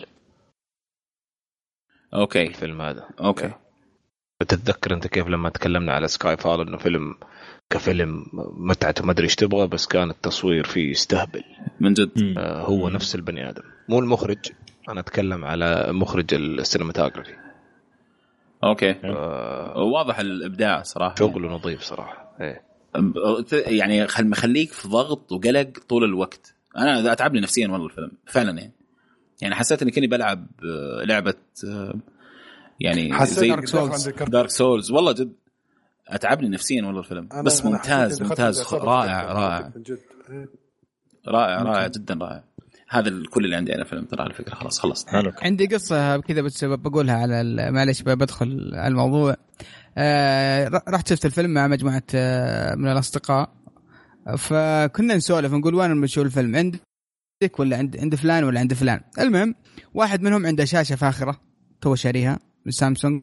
B: أوكي
E: الفيلم هذا
B: أوكي.
E: بتتذكر أنت كيف لما تكلمنا على سكاي فال إنه فيلم كفيلم متعته ما أدري إيش تبغى بس كان التصوير فيه يستهبل
B: من جد.
E: آه هو نفس البني آدم مو المخرج. أنا أتكلم على مخرج السينماتوغرافي.
B: أوكي آه واضح الإبداع صراحة
E: شغله نظيف صراحة. إيه.
B: يعني خل مخليك في ضغط وقلق طول الوقت. أنا أتعبني نفسيا والله الفيلم فعلا يعني. يعني حسيت إني كني بلعب لعبة يعني زي دارك سولز. دارك سولز والله جد أتعبني نفسيا والله الفيلم بس ممتاز ممتاز رائع رائع رائع رائع جدا رائع. هذا الكل اللي عندي أنا فيلم ترى على فكرة. خلاص خلصت.
D: عندي قصة كذا بس بقولها على معلش بدخل على الموضوع. آه رحت شفت الفيلم مع مجموعة آه من الأصدقاء فكنا نسولف نقول وين بنشوف الفيلم عندك ولا عند عند فلان ولا عند فلان. المهم واحد منهم عنده شاشة فاخرة تو شاريها من سامسونج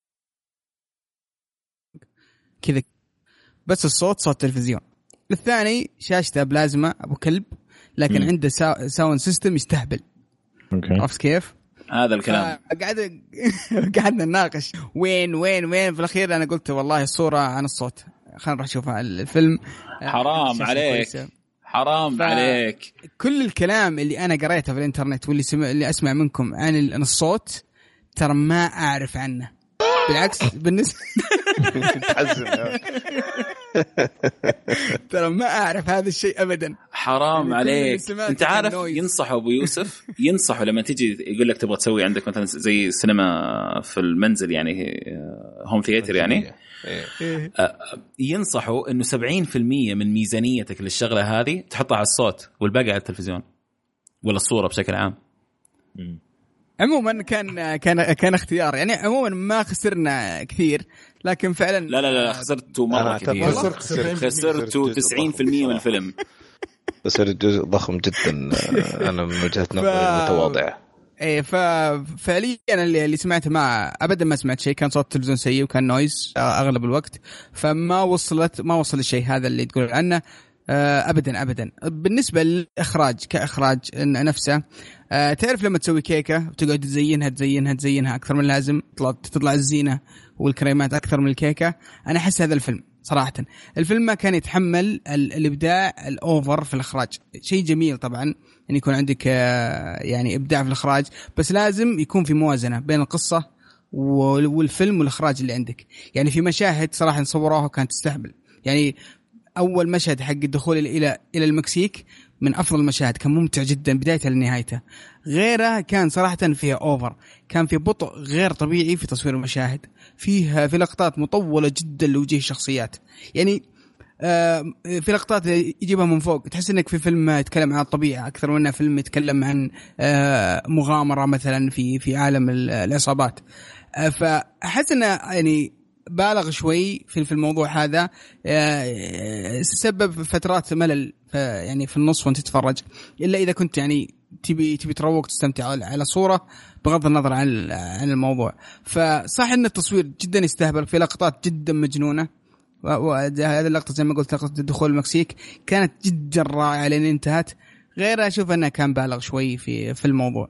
D: كذا بس الصوت صوت تلفزيون. الثاني شاشته بلازما أبو كلب لكن م. عنده سا... ساوند سيستم يستهبل. عرفت كيف
B: هذا الكلام؟
D: قاعد قاعدنا نناقش وين وين وين في الأخير أنا قلت والله الصورة عن الصوت خلينا نروح نشوف الفيلم.
B: حرام عليك حرام ف... عليك.
D: كل الكلام اللي أنا قريته في الإنترنت واللي سمع... اللي أسمع منكم عن الصوت ترى ما أعرف عنه بالعكس بالنسبة ترى ما أعرف هذا الشيء أبدا.
B: حرام عليك. أنت عارف ينصحوا أبو يوسف ينصحوا لما تيجي يقول لك تبغى تسوي عندك مثلا زي سينما في المنزل يعني هوم ثياتر يعني ينصحوا إنه سبعين في المية من ميزانيتك للشغلة هذه تحطها على الصوت والباقي على التلفزيون ولا الصورة بشكل عام.
D: عموما كان كان كان اختيار يعني. عموما ما خسرنا كثير لكن فعلا
B: لا لا لا خسرتوا مرة كثير. خسرتوا تسعين في المية من الفيلم.
E: خسرت جزء ضخم جدا. أنا من وجهة نظري المتواضعة.
D: ايه ففعليا اللي اللي سمعته ما ابدا ما سمعت شيء. كان صوت التلفزيون سيء وكان نويز اغلب الوقت فما وصلت ما وصل الشيء هذا اللي تقول عنه. ابدا ابدا. بالنسبه للاخراج كاخراج نفسه، أه تعرف لما تسوي كيكه وتقعد تزينها تزينها تزينها اكثر من اللازم، تطلع تطلع الزينه والكريمات اكثر من الكيكه. انا احس هذا الفيلم صراحه الفيلم ما كان يتحمل الابداع الاوفر في الاخراج. شيء جميل طبعا ان يكون عندك يعني ابداع في الاخراج، بس لازم يكون في موازنه بين القصه والفيلم والاخراج اللي عندك. يعني في مشاهد صراحه صوروها كانت تستهبل. يعني اول مشهد حق الدخول الى الى المكسيك من افضل المشاهد، كان ممتع جدا بدايته لنهايته. غيره كان صراحه فيها اوفر، كان في بطء غير طبيعي في تصوير المشاهد، فيها في لقطات مطوله جدا لوجه الشخصيات. يعني في لقطات يجيبها من فوق، تحس انك في فيلم يتكلم عن الطبيعه اكثر منه فيلم يتكلم عن مغامره مثلا في في عالم العصابات. فاحس انه يعني بالغ شوي في في الموضوع هذا، سبب فترات ملل يعني في النص وانت تتفرج، الا اذا كنت يعني تبي تبي تروق تستمتع على صوره بغض النظر عن عن الموضوع. فصح ان التصوير جدا يستهبل، في لقطات جدا مجنونه، وهذه اللقطه زي ما قلت لقطه الدخول المكسيك كانت جدا رائعه لين انتهت. غير اشوف انه كان بالغ شوي في في الموضوع.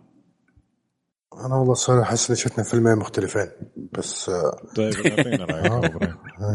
C: أنا والله صراحة أحس إن شفنا فيلمين مختلفين بس.
A: طيب أعطينا رأيك.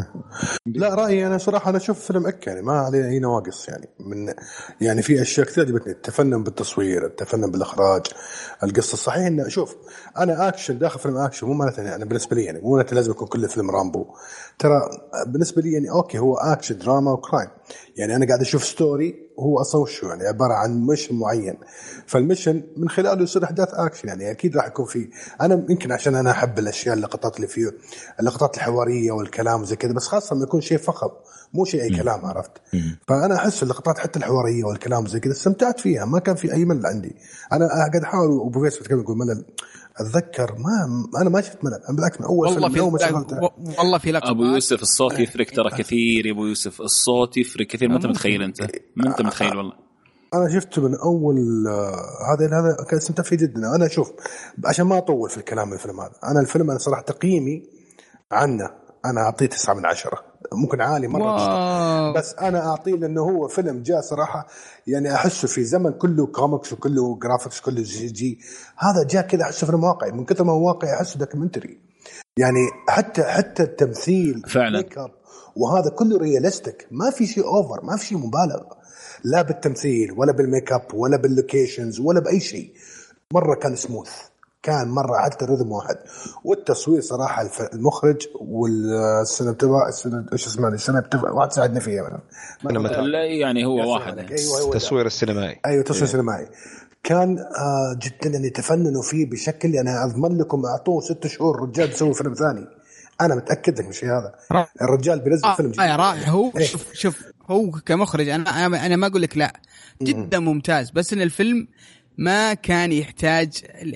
C: لا رأيي أنا صراحة أنا أشوف فيلم أك يعني ما عليه أي نواقص، يعني من يعني في أشياء كثير عجبتني، التفنن بالتصوير، التفنن بالإخراج، القصة. صحيح إن شوف أنا أكشن داخل فيلم أكشن مو معناته يعني بالنسبة لي يعني مو معناته لازم يكون كل فيلم رامبو. ترى بالنسبة لي يعني أوكي هو أكشن دراما وكرايم، يعني أنا قاعد أشوف ستوري هو أصلا وشو يعني عبارة عن مشن معين، فالمشن من خلاله يصير أحداث أكشن. يعني أكيد راح يكون فيه، أنا يمكن عشان أنا أحب الأشياء اللقطات اللي فيه اللقطات الحوارية والكلام وزي كذا، بس خاصة لما يكون شيء فخم مو شيء أي كلام، عرفت؟ فأنا أحس اللقطات حتى الحوارية والكلام زي كذا استمتعت فيها، ما كان في أي ملل عندي. أنا قاعد أحاول أبو فيس بتكلم يقول ملل، أتذكر ما أنا ما شفت ملل، أنا بالعكس من أول
D: والله
C: فيلم
D: في
C: شغلته.
D: والله في لقطة
B: أبو يوسف الصوت يفرق ترى كثير يا أبو يوسف، الصوت يفرق كثير، ما أنت متخيل أنت ما أنت متخيل والله.
C: أنا شفته من أول هذا هذا كان استمتع فيه جدا. أنا أشوف عشان ما أطول في الكلام الفيلم هذا، أنا الفيلم أنا صراحة تقييمي عنه أنا أعطيه تسعة من عشرة، ممكن عالي مرة بس أنا أعطيه لأنه هو فيلم جاء صراحة يعني أحسه في زمن كله كوميكس وكله جرافيكس كله جي جي، هذا جاء كذا أحسه فيلم واقعي من كثر ما هو واقعي، أحسه دوكيومنتري. يعني حتى حتى التمثيل
B: فعلا
C: وهذا كله رياليستيك، ما في شيء أوفر، ما في شيء مبالغ لا بالتمثيل ولا بالميك اب ولا باللوكيشنز ولا بأي شيء. مرة كان سموث، كان مرة حتى رذم واحد. والتصوير صراحة المخرج والسنة بتبع ايش اسمه السنة بتبع واحد ساعدنا فيها
B: أنا مثلا يعني هو واحد
C: أيوة
E: التصوير السينمائي
C: أيوة تصوير سينمائي كان آه جدا يعني تفننوا فيه بشكل يعني أضمن لكم أعطوه ست شهور رجال يسوي فيلم ثاني. أنا متأكد لك مش هذا الرجال بينزل
D: آه
C: فيلم جديد.
D: آه رائع هو إيه؟ شوف شوف هو كمخرج أنا أنا أنا ما أقول لك لا جدا ممتاز، بس إن الفيلم ما كان يحتاج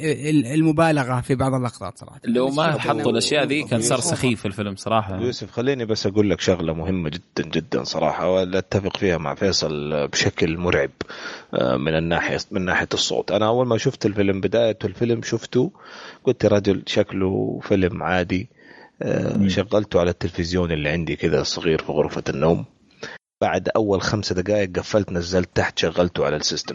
D: المبالغة في بعض اللقطات صراحة.
B: لو ما حطوا الأشياء ذي كان صار سخيف الفيلم صراحة.
E: يوسف خليني بس أقول لك شغلة مهمة جدا جدا صراحة، ولا أتفق فيها مع فيصل بشكل مرعب من الناحية من ناحية الصوت. أنا أول ما شفت الفيلم بداية الفيلم شفته قلت رجل شكله فيلم عادي، شغلته على التلفزيون اللي عندي كذا صغير في غرفة النوم. بعد أول خمسة دقائق قفلت نزلت تحت شغلته على السيستم.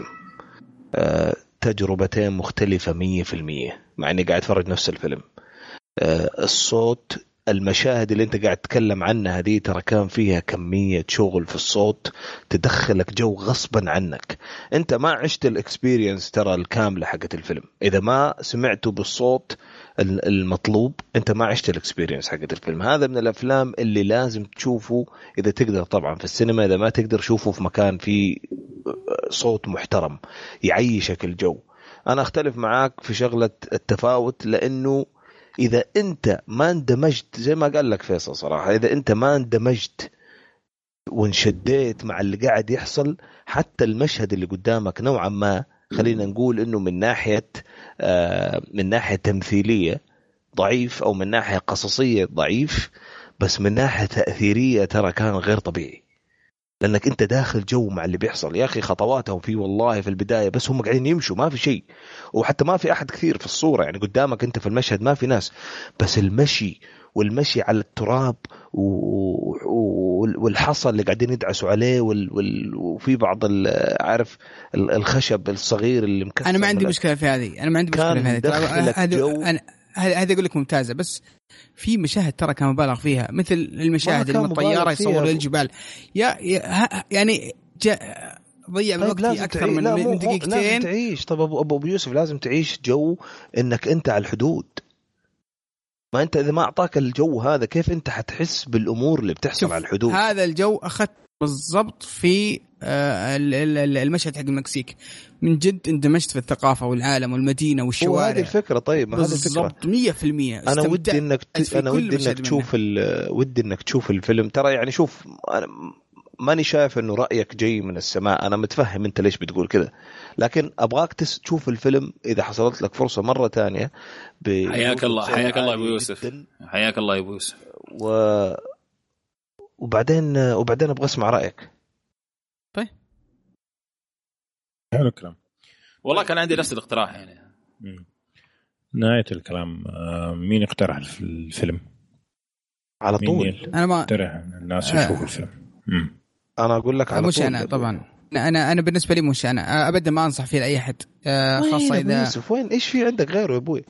E: أه تجربتين مختلفة مية في المية مع أني قاعد أتفرج نفس الفيلم. أه الصوت، المشاهد اللي أنت قاعد تتكلم عنها هذه ترى كان فيها كمية شغل في الصوت تدخلك جو غصبا عنك. أنت ما عشت الإكسبيرينس ترى الكاملة حقت الفيلم، إذا ما سمعته بالصوت المطلوب أنت ما عشت الإكسبيرينس حقت الفيلم. هذا من الأفلام اللي لازم تشوفه إذا تقدر طبعا في السينما، إذا ما تقدر شوفه في مكان فيه صوت محترم يعيشك الجو. أنا أختلف معاك في شغلة التفاوت، لأنه إذا أنت ما اندمجت زي ما قال لك فيصل صراحة، إذا أنت ما اندمجت وانشديت مع اللي قاعد يحصل، حتى المشهد اللي قدامك نوعا ما خلينا نقول إنه من ناحية آه من ناحية تمثيلية ضعيف أو من ناحية قصصية ضعيف، بس من ناحية تأثيرية ترى كان غير طبيعي، لأنك أنت داخل جو مع اللي بيحصل. يا أخي خطواتهم فيه والله في البداية بس هم قاعدين يمشوا ما في شيء، وحتى ما في أحد كثير في الصورة، يعني قدامك أنت في المشهد ما في ناس، بس المشي والمشي على التراب والحصى اللي قاعدين يدعسوا عليه وفي بعض عارف الخشب الصغير اللي مكسر.
D: انا ما عندي مشكله في هذه انا ما عندي مشكله في هذه هذه هذا اقول لك ممتازه، بس في مشاهد ترى كان مبالغ فيها، مثل المشاهد اللي من الطياره يصوروا الجبال يا يعني جاء ضيع الوقت
E: طيب
D: اكثر من, من دقيقتين.
E: لازم تعيش. طب ابو ابو يوسف لازم تعيش جو انك انت على الحدود. ما انت اذا ما اعطاك الجو هذا كيف انت حتحس بالامور اللي بتحصل على الحدود؟
D: هذا الجو اخذت بالضبط في المشهد حق المكسيك، من جد اندمجت في الثقافه والعالم والمدينه والشوارع.
E: وهذه الفكره. طيب هذه الفكره
D: مية في المية.
E: انا ودي انك ت... انا ودي انك تشوف ال... ودي انك تشوف الفيلم. ترى يعني شوف أنا ماني شايف انه رايك جاي من السماء، انا متفهم انت ليش بتقول كذا، لكن ابغاك تشوف الفيلم اذا حصلت لك فرصه مره تانية. ب...
B: حياك الله حياك الله ابو يوسف جداً. حياك الله ابو يوسف.
E: و... وبعدين وبعدين ابغى اسمع رايك.
D: طيب
A: حلو الكلام.
B: والله كان عندي نفس الاقتراح يعني.
A: مم. نهاية الكلام مين اقترح الفيلم
E: على طول؟
D: انا ما
A: اقترح الناس يشوفوا الفيلم. مم.
E: انا اقول لك على
D: مش
E: طول.
D: انا طبعا انا انا بالنسبه لي مش انا ابدا ما انصح فيه لاي احد، خاصه اذا
E: يوسف وين ايش في عندك غيره يا ابوي؟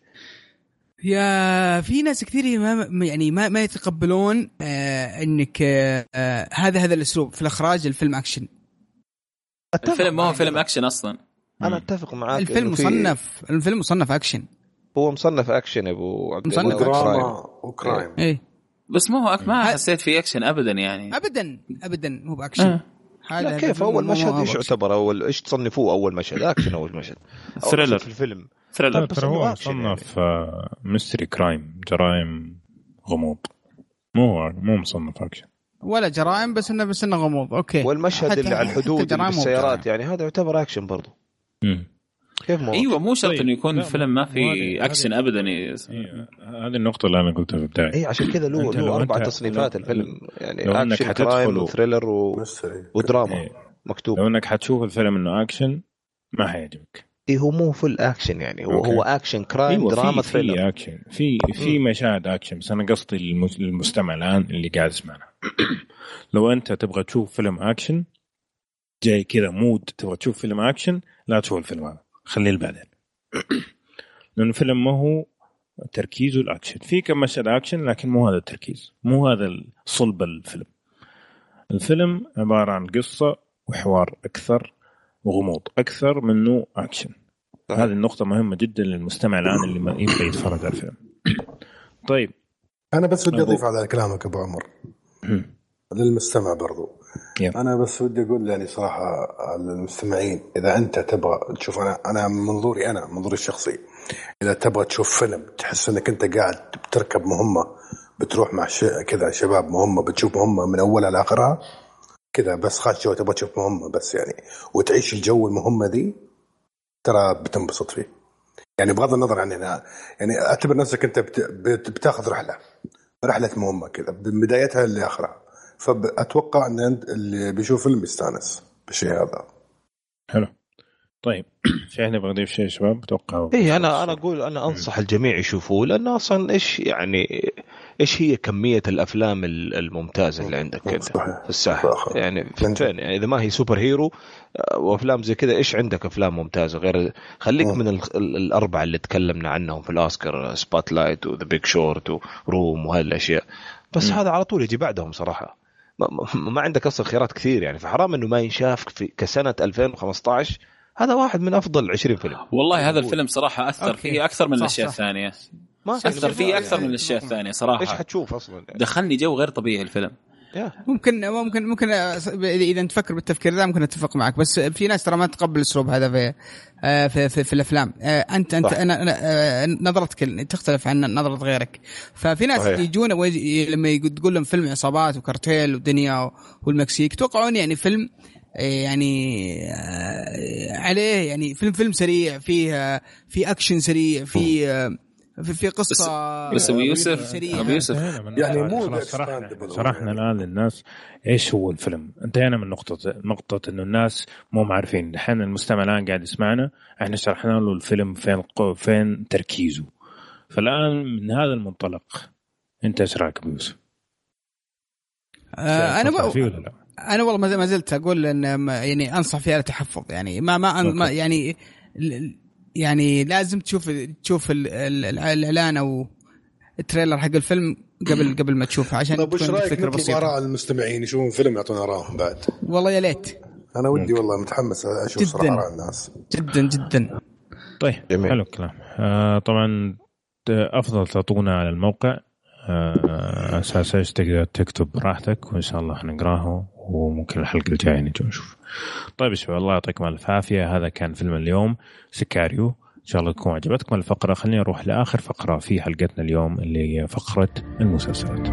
D: يا في ناس كثير ما يعني ما ما يتقبلون آه انك آه هذا هذا الاسلوب في الاخراج. الفيلم اكشن،
B: الفيلم ما هو فيلم اكشن اصلا.
E: انا اتفق معاك.
D: الفيلم مصنف الفيلم مصنف اكشن.
E: هو مصنف اكشن يا ابو عبد
D: الله.
C: مصنف دراما وكرايم.
D: ايه
B: بس ما هو ما حسيت في اكشن ابدا يعني.
D: ابدا ابدا مو باكشن.
B: أه.
E: هذا كيف اول مشهد ايش يعتبر اول ايش تصنفوه اول مشهد؟ اكشن اول مشهد
B: ثريلر
E: في الفيلم.
B: ثريلر
A: بس هو مصنف يعني. ميستري كرايم، جرائم غموض، مو مو مصنف اكشن
D: ولا جرائم، بس انه بس انه غموض. اوكي.
E: والمشهد اللي على الحدود بالسيارات يعني هذا يعتبر اكشن برضو.
A: امم
E: كيف مو
B: ايوه مو شرط انه يكون الفيلم ما في اكشن ابدا.
A: هذه النقطه اللي انا قلتها في البدايه.
E: اي عشان كذا له له اربع تصنيفات الفيلم يعني اكشن كرايم وثريلر و... ودراما إيه. مكتوب.
A: لو انك حتشوف الفيلم انه اكشن ما حيعجبك.
E: ايه هو مو فل اكشن يعني هو, هو اكشن كرايم أيوة دراما
A: في
E: ثريلر.
A: في اكشن في في مشاهد اكشن، بس انا قصدي للمستمع الان اللي قاعد يسمعنا لو انت تبغى تشوف فيلم اكشن جاي كذا مود تبغى تشوف فيلم اكشن، لا تشوف الفيلم هذا، خليه بعدين. لأنه الفيلم ما هو تركيزه الأكشن، في كم مشهد أكشن لكن مو هذا التركيز، مو هذا صلب الفيلم. الفيلم عبارة عن قصة وحوار أكثر وغموض أكثر منه أكشن. هذه النقطة مهمة جدا للمستمع الآن اللي ما يبغى يتفرج على الفيلم. طيب
C: أنا بس ودي أضيف على كلامك أبو عمر للمستمع برضو. yeah. أنا بس ودي أقول يعني صراحة للمستمعين، إذا أنت تبغى تشوف، أنا أنا منظوري أنا منظوري الشخصي، إذا تبغى تشوف فيلم تحس إنك أنت قاعد بتركب مهمة، بتروح مع ش... كذا شباب مهمة، بتشوف مهمة من أولها لآخرها كذا، بس خاش جو تبغى تشوف مهمة بس يعني وتعيش الجو المهمة دي، ترى بتنبسط فيه يعني بغض النظر عن هنا. يعني اعتبر نفسك أنت بت... بت... بتاخذ رحلة رحلة مهمة كذا من بدايتها لآخرها، فأتوقع أن اللي بيشوف فيلم يستانس بالشيء هذا.
A: حلو. طيب في أحد يبغى يضيف شيء شباب؟ أتوقع
E: إيه أنا أنا أقول أنا أنصح الجميع يشوفوه، لأن أصلا إيش يعني إيش هي كمية الأفلام الممتازة اللي عندك كده في الساحة يعني فين يعني إذا ما هي سوبر هيرو وأفلام زي كده، إيش عندك أفلام ممتازة غير خليك من الأربعة اللي تكلمنا عنهم في الأوسكار، سبوت لايت وذا بيج شورت وروم وهالأشياء، بس م. هذا على طول يجي بعدهم صراحة. ما, ما عندك أصلا خيارات كثير يعني، فحرام إنه ما ينشاف في كسنة ألفين وخمسة عشر. هذا واحد من أفضل عشرين فيلم
B: والله. هذا الفيلم صراحة أثر أوكي. فيه أكثر من الأشياء الثانية، أثر فيه أكثر من الأشياء الثانية صراحة.
E: إيش حتشوف أصلا يعني.
B: دخلني جو غير طبيعي الفيلم.
D: ممكن ممكن ممكن إذا تفكر بالتفكير ذا ممكن أتفق معك، بس في ناس ترى ما تقبل الأسلوب هذا في في في, في الأفلام. أنت أنت أنا نظرتك تختلف عن نظرة غيرك، ففي ناس يجون لما تقول لهم فيلم عصابات وكارتيل ودنيا والمكسيك توقعون يعني فيلم يعني عليه يعني فيلم فيلم سريع فيه في أكشن سريع في في, في قصة.
B: بس أبو يوسف أبو يوسف
C: يعني مو
A: شرحنا الآن للناس إيش هو الفيلم. انتهينا من نقطة نقطة إنه الناس مو معرفين. الحين المستمع الآن قاعد يسمعنا، إحنا شرحنا له الفيلم فين فين تركيزه. فالآن من هذا المنطلق انت ايش رايك يوسف؟
D: آه انا ب... انا والله ما زلت اقول ان يعني انصح فيها التحفظ يعني ما ما, ما يعني يعني لازم تشوف تشوف الاعلان او التريلر حق الفيلم قبل قبل ما تشوفه عشان
C: طيب وش رايك نطلب آراء المستمعين يشوفون فيلم يعطونا آراءهم بعد؟
D: والله يا ليت
C: انا ودي والله متحمس اشوف صراحه آراء الناس
D: جدا جدا.
A: طيب جميل. حلو الكلام. آه طبعا افضل تعطونا على الموقع آه اساسا تقدر تكتب براحتك وان شاء الله نقراه وممكن الحلقه الجايه نجي نشوف. طيب يا شباب الله يعطيكم الف عافيه. هذا كان فيلم اليوم سيكاريو. ان شاء الله تكون عجبتكم الفقره. خلينا نروح لاخر فقره في حلقتنا اليوم اللي هي فقره المسلسلات.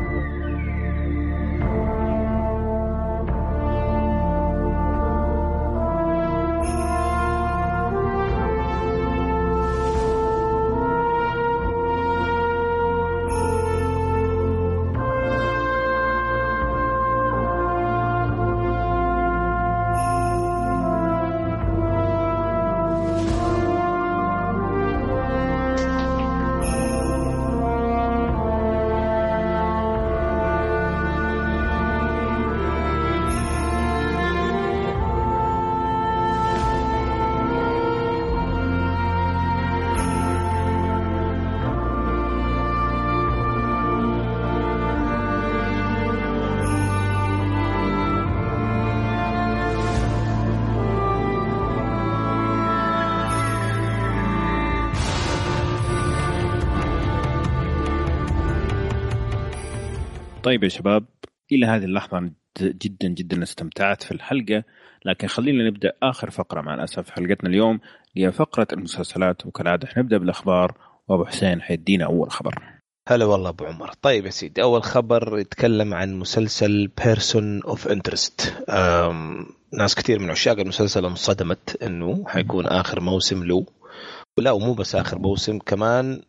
A: طيب يا شباب إلى هذه اللحظة جدا جدا استمتعت في الحلقة، لكن خلينا نبدأ آخر فقرة مع الأسف حلقتنا اليوم هي فقرة المسلسلات. وكالعادة نبدأ بالأخبار وأبو حسين حيدينا أول خبر.
E: هلا والله أبو عمر. طيب يا سيدي أول خبر يتكلم عن مسلسل Person of Interest. ناس كتير من عشاق المسلسل انصدمت إنه حيكون آخر موسم له، ولا ومو بس آخر موسم كمان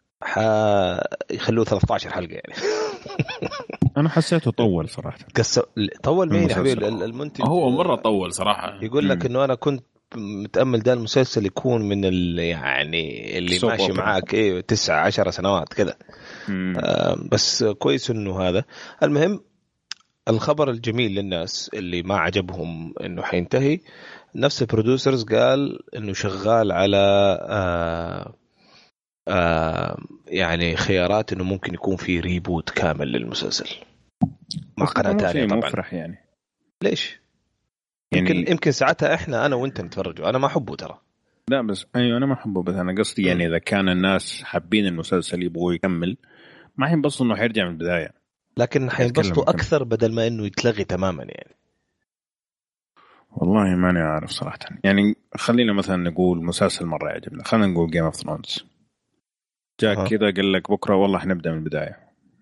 E: حيخلوه ثلاثة عشر حلقة يعني.
A: أنا حسيته طول صراحة.
E: قص... طول مين يا حبيبي المنتج؟
B: هو مرة طول صراحة.
E: يقول لك إنه أنا كنت متأمل ده المسلسل يكون من ال... يعني اللي ماشي معاك إيه تسعة عشر سنوات كذا. آه بس كويس إنه هذا. المهم الخبر الجميل للناس اللي ما عجبهم إنه حينتهي، نفس البروديوسرز قال إنه شغال على آه آه يعني خيارات إنه ممكن يكون في ريبوت كامل للمسلسل مع قناة تانية. طبعا
A: مفرح يعني.
E: ليش؟
A: يعني
E: يمكن يمكن ساعتها إحنا أنا وأنت نتفرجوا. أنا ما أحبه ترى.
A: لا بس أيوة أنا ما أحبه، بس أنا قصدي يعني إذا كان الناس حابين المسلسل يبغوا يكمل ما حينبسطوا إنه حيرجع من البداية،
E: لكن حينبسطوا أكثر بدل ما إنه يتلغي تماما يعني.
A: والله ماني عارف صراحة. يعني خلينا مثلا نقول مسلسل مرة يعجبنا، خلينا نقول Game of Thrones جاء كذا قال لك بكرة والله حنبدأ من البداية،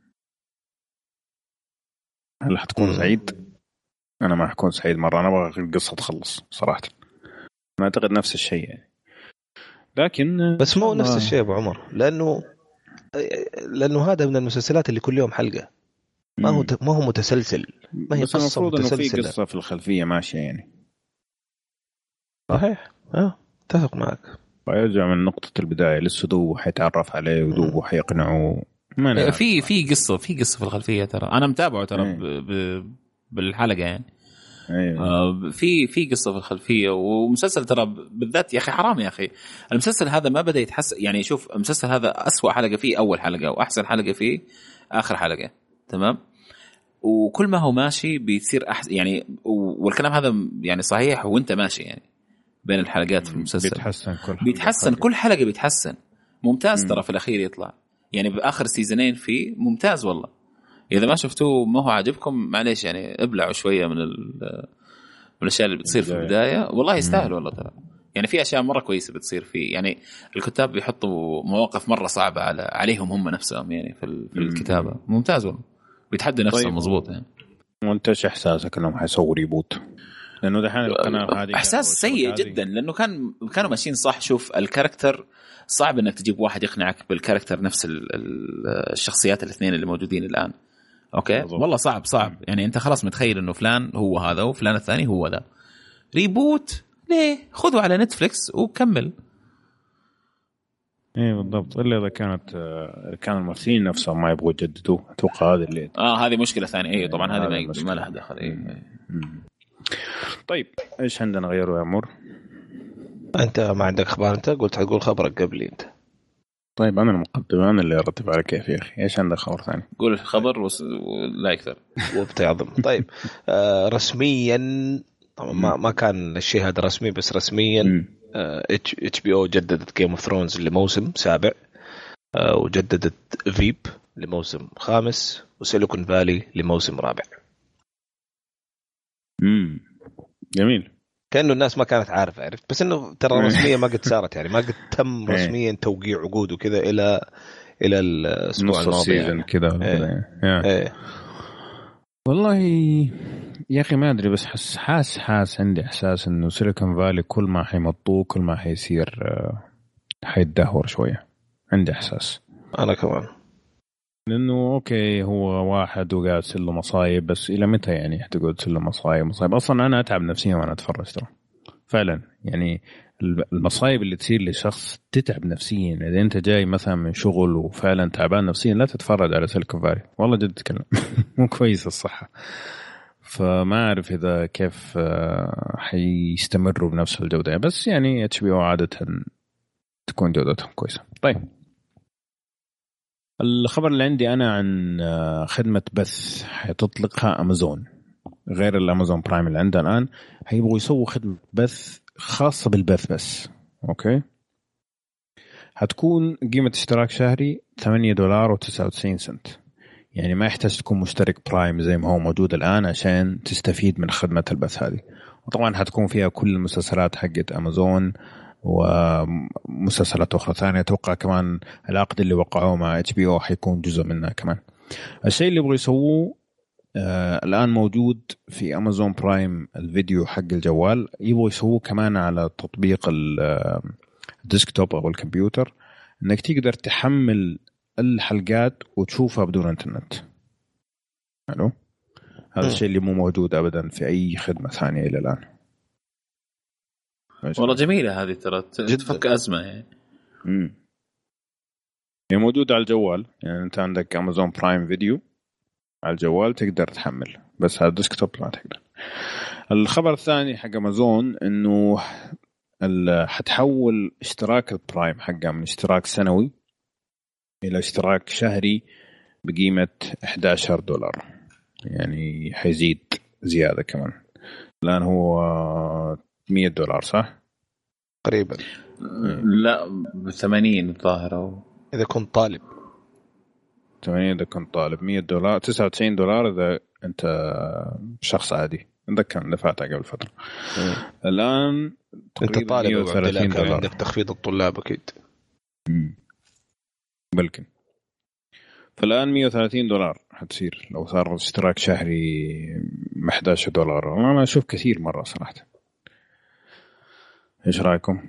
A: هل حتكون سعيد؟ أنا ما حكون سعيد مرة. أنا أبغى القصة تخلص صراحة. ما أعتقد نفس الشيء يعني. لكن
E: بس مو نفس الشيء أبو عمر، لأنه لأنه هذا من المسلسلات اللي كل يوم حلقة، ما هو ما هو متسلسل، ما هي قصة متسلسلة.
A: في قصة في الخلفية ماشية يعني.
E: صحيح. اه اتفق معك.
A: ويرجع من نقطة البداية لسه دوب حيتعرف عليه ودوب وحيقنعه.
B: ما في في قصة في قصة في الخلفية ترى. أنا متابعه ترى بالحلقة يعني.
A: أيوة.
B: آه في في قصة في الخلفية ومسلسل ترى بالذات يا أخي حرام يا أخي المسلسل هذا ما بدأ يتحسن يعني. شوف المسلسل هذا أسوأ حلقة فيه أول حلقة وأحسن حلقة فيه آخر حلقة، تمام؟ وكل ما هو ماشي بيصير أحسن يعني. والكلام هذا يعني صحيح وأنت ماشي يعني بين الحلقات في المسلسل
A: بيتحسن كل حلقة
B: بيتحسن كل حلقة بيتحسن ممتاز ترى. في الأخير يطلع يعني بآخر سيزنين فيه ممتاز والله. إذا ما شفتوه ما هو عاجبكم معليش يعني ابلعوا شوية من من الأشياء اللي بتصير في البداية. والله يستاهل والله ترى يعني. في أشياء مرة كويسة بتصير فيه يعني. الكتاب بيحطوا مواقف مرة صعبة على عليهم هم نفسهم يعني في, في الكتابة. ممتاز والله بيتحدى نفسه. طيب. مزبوط يعني.
A: وانت ايش احساسك انهم حيسووا ريبوت؟ لانه دحين القناه هذه
B: احساس سيء جدا لانه كان كانوا ماشيين صح. شوف الكاركتر صعب انك تجيب واحد يقنعك بالكاركتر نفس الشخصيات الاثنين اللي موجودين الان. اوكي مزبوط. والله صعب صعب يعني. انت خلاص متخيل انه فلان هو هذا وفلان الثاني هو ذا. ريبوت ليه؟ خذوا على نتفليكس وكمل.
A: ايه بالضبط، الا اذا كانت كان الممثلين نفسهم ما يبغوا يجددوا. اتوقع هذه اللي
B: اه هذه مشكله ثانيه. ايه طبعا هذه ما, ما لها دخل. ايه.
A: طيب ايش عندنا غيره يا عمر؟
E: انت ما عندك اخبار؟ انت قلت حتقول خبرك قبلي انت.
A: طيب انا المقدم، انا اللي ارتب على كيف يا اخي. ايش عندك خبر ثاني؟
B: قول الخبر وس... ولا اكثر
E: وبتعظم. طيب آه رسميا طبعا ما ما كان الشيء هذا رسمي، بس رسميا اتش بي او جددت جيم اوف ثرونز لموسم سابع، آه وجددت فيب لموسم خامس، وسيليكون فالي لموسم رابع.
A: امم جميل.
E: كأنه الناس ما كانت عارفة، عرفت؟ بس إنه ترى رسميا ما قد صارت، يعني ما قد تم رسميا توقيع عقود وكذا إلى إلى الأسبوع الماضي يعني.
A: كذا.
E: ايه. ايه.
A: والله يا أخي ما أدري، بس حس حاس حاس عندي إحساس إنه سيليكون فالي كل ما حيمطوه كل ما حيصير حيتدهور شوية. عندي إحساس
E: أنا كمان،
A: لأنه أوكي هو واحد وقاعد له مصايب، بس إلى متى يعني تقول له مصايب مصايب؟ أصلا أنا أتعب نفسيا وأنا أتفرج ترى فعلا. يعني المصايب اللي تصير لشخص تتعب نفسيا. إذا أنت جاي مثلا من شغل وفعلا تعبان نفسيا لا تتفرج على سيليكون فالي، والله جد تكلم مو كويس الصحة. فما أعرف إذا كيف حيستمروا بنفس الجودة، بس يعني اتش بي او عادة تكون جودتهم كويسة. طيب الخبر اللي عندي أنا عن خدمة بث حتطلقها أمازون، غير الأمازون برايم اللي عندنا الآن. هيبغوا يسووا خدمة بث خاصة بالبث بس. أوكي، هتكون قيمة اشتراك شهري ثمانية دولار وتسعة وتسعين سنت. يعني ما يحتاج تكون مشترك برايم زي ما هو موجود الآن عشان تستفيد من خدمة البث هذه. وطبعا هتكون فيها كل المسلسلات حقت أمازون ومسلسلات أخرى ثانية. أتوقع كمان العقد اللي وقعوه مع اتش بي او حيكون جزء منها كمان. الشيء اللي يبغوا يسووه آه الآن موجود في أمازون برايم الفيديو حق الجوال، يبغوا يسووه كمان على تطبيق الديسكتوب أو الكمبيوتر، إنك تقدر تحمل الحلقات وتشوفها بدون انترنت. حلو، هذا الشيء اللي مو موجود أبدا في أي خدمة ثانية إلى الآن.
B: والله جميلة هذه ترى، تفك أزمة يعني.
A: امم هي موجودة على الجوال، يعني أنت عندك أمازون برايم فيديو على الجوال تقدر تحمل، بس على الديسكتوب ما تقدر. الخبر الثاني حق أمازون إنه حتحول اشتراك البرايم حقه من اشتراك سنوي إلى اشتراك شهري بقيمة إحدى عشر دولار. يعني حيزيد زيادة كمان. الآن هو مية دولار صح؟
E: قريبا.
B: لا بثمانين الظاهرة
E: إذا كنت طالب.
A: ثمانين إذا كنت طالب. مية دولار تسعة وتسعين دولار إذا أنت شخص عادي. أتذكر دفعتها قبل فترة. م. الآن
E: أنت طالب مية وثلاثين دولار. عندك تخفيض الطلاب أكيد.
A: بلكن فالآن مية وثلاثين دولار حتصير لو صار اشتراك شهري إحدى عشر دولار. أنا أشوف كثير مرة صراحة. إيش رأيكم؟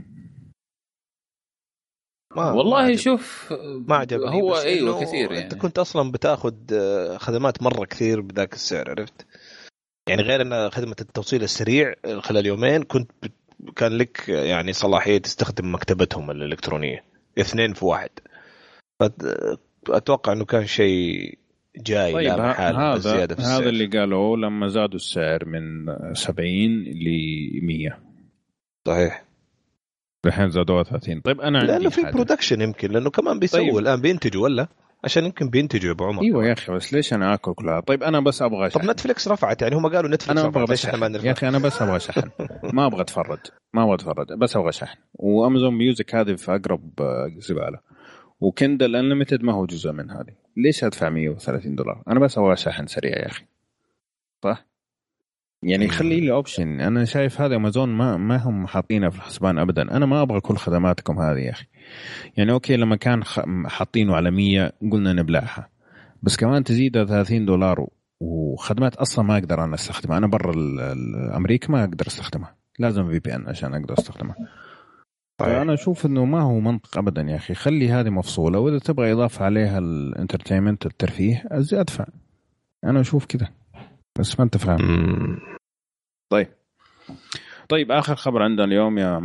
E: ما
B: والله
E: ما
B: شوف
E: ما عجبني
B: هو أيوة كثير يعني.
E: أنت كنت أصلا بتاخد خدمات مرة كثير بذاك السعر، عرفت؟ يعني غير أن خدمة التوصيل السريع خلال يومين كنت ب... كان لك يعني صلاحية تستخدم مكتبتهم الإلكترونية اثنين في واحد. فأتوقع أنه كان شيء جاي.
A: طيب
E: لا محال
A: هذا في هذا اللي قالوا لما زادوا السعر من سبعين لمية.
E: صحيح.
A: الحين زادوها ثلاثين. طيب أنا
E: لأنه في برودكشن يمكن، لأنه كمان بيسووا طيب. الآن بينتجوا ولا عشان يمكن بينتجوا بعمر.
A: ايوه يا اخي بس ليش انا اكل كلها؟ طيب انا بس ابغى شحن.
E: طب نتفليكس رفعت، يعني هم قالوا نتفليكس رفعت، ليش احنا ما نرفع؟
A: يا اخي انا بس ابغى شحن ما ابغى اتفرج ما ابغى اتفرج بس ابغى شحن. وامازون ميوزك هذه في اقرب زباله، وكندل انليمتد ما هو جزء من هذه. ليش ادفع مية وثلاثين دولار؟ انا بس ابغى شحن سريع يا اخي. صح يعني خلي لي اوبشن. انا شايف هذا امازون ما ما هم حاطينه في الحسبان ابدا. انا ما ابغى كل خدماتكم هذه يا اخي. يعني اوكي لما كان حاطينه على مية قلنا نبلعها، بس كمان تزيد ثلاثين دولار وخدمات اصلا ما اقدر انا استخدمها. انا برا امريكا ما اقدر استخدمها، لازم في بي ان عشان اقدر استخدمها. انا اشوف انه ما هو منطق ابدا يا اخي. خلي هذه مفصوله، واذا تبغى اضافه عليها الانترتينمنت الترفيه ادفع. انا اشوف كده بس ما انت فاهم. طيب طيب اخر خبر عندنا اليوم يا عمور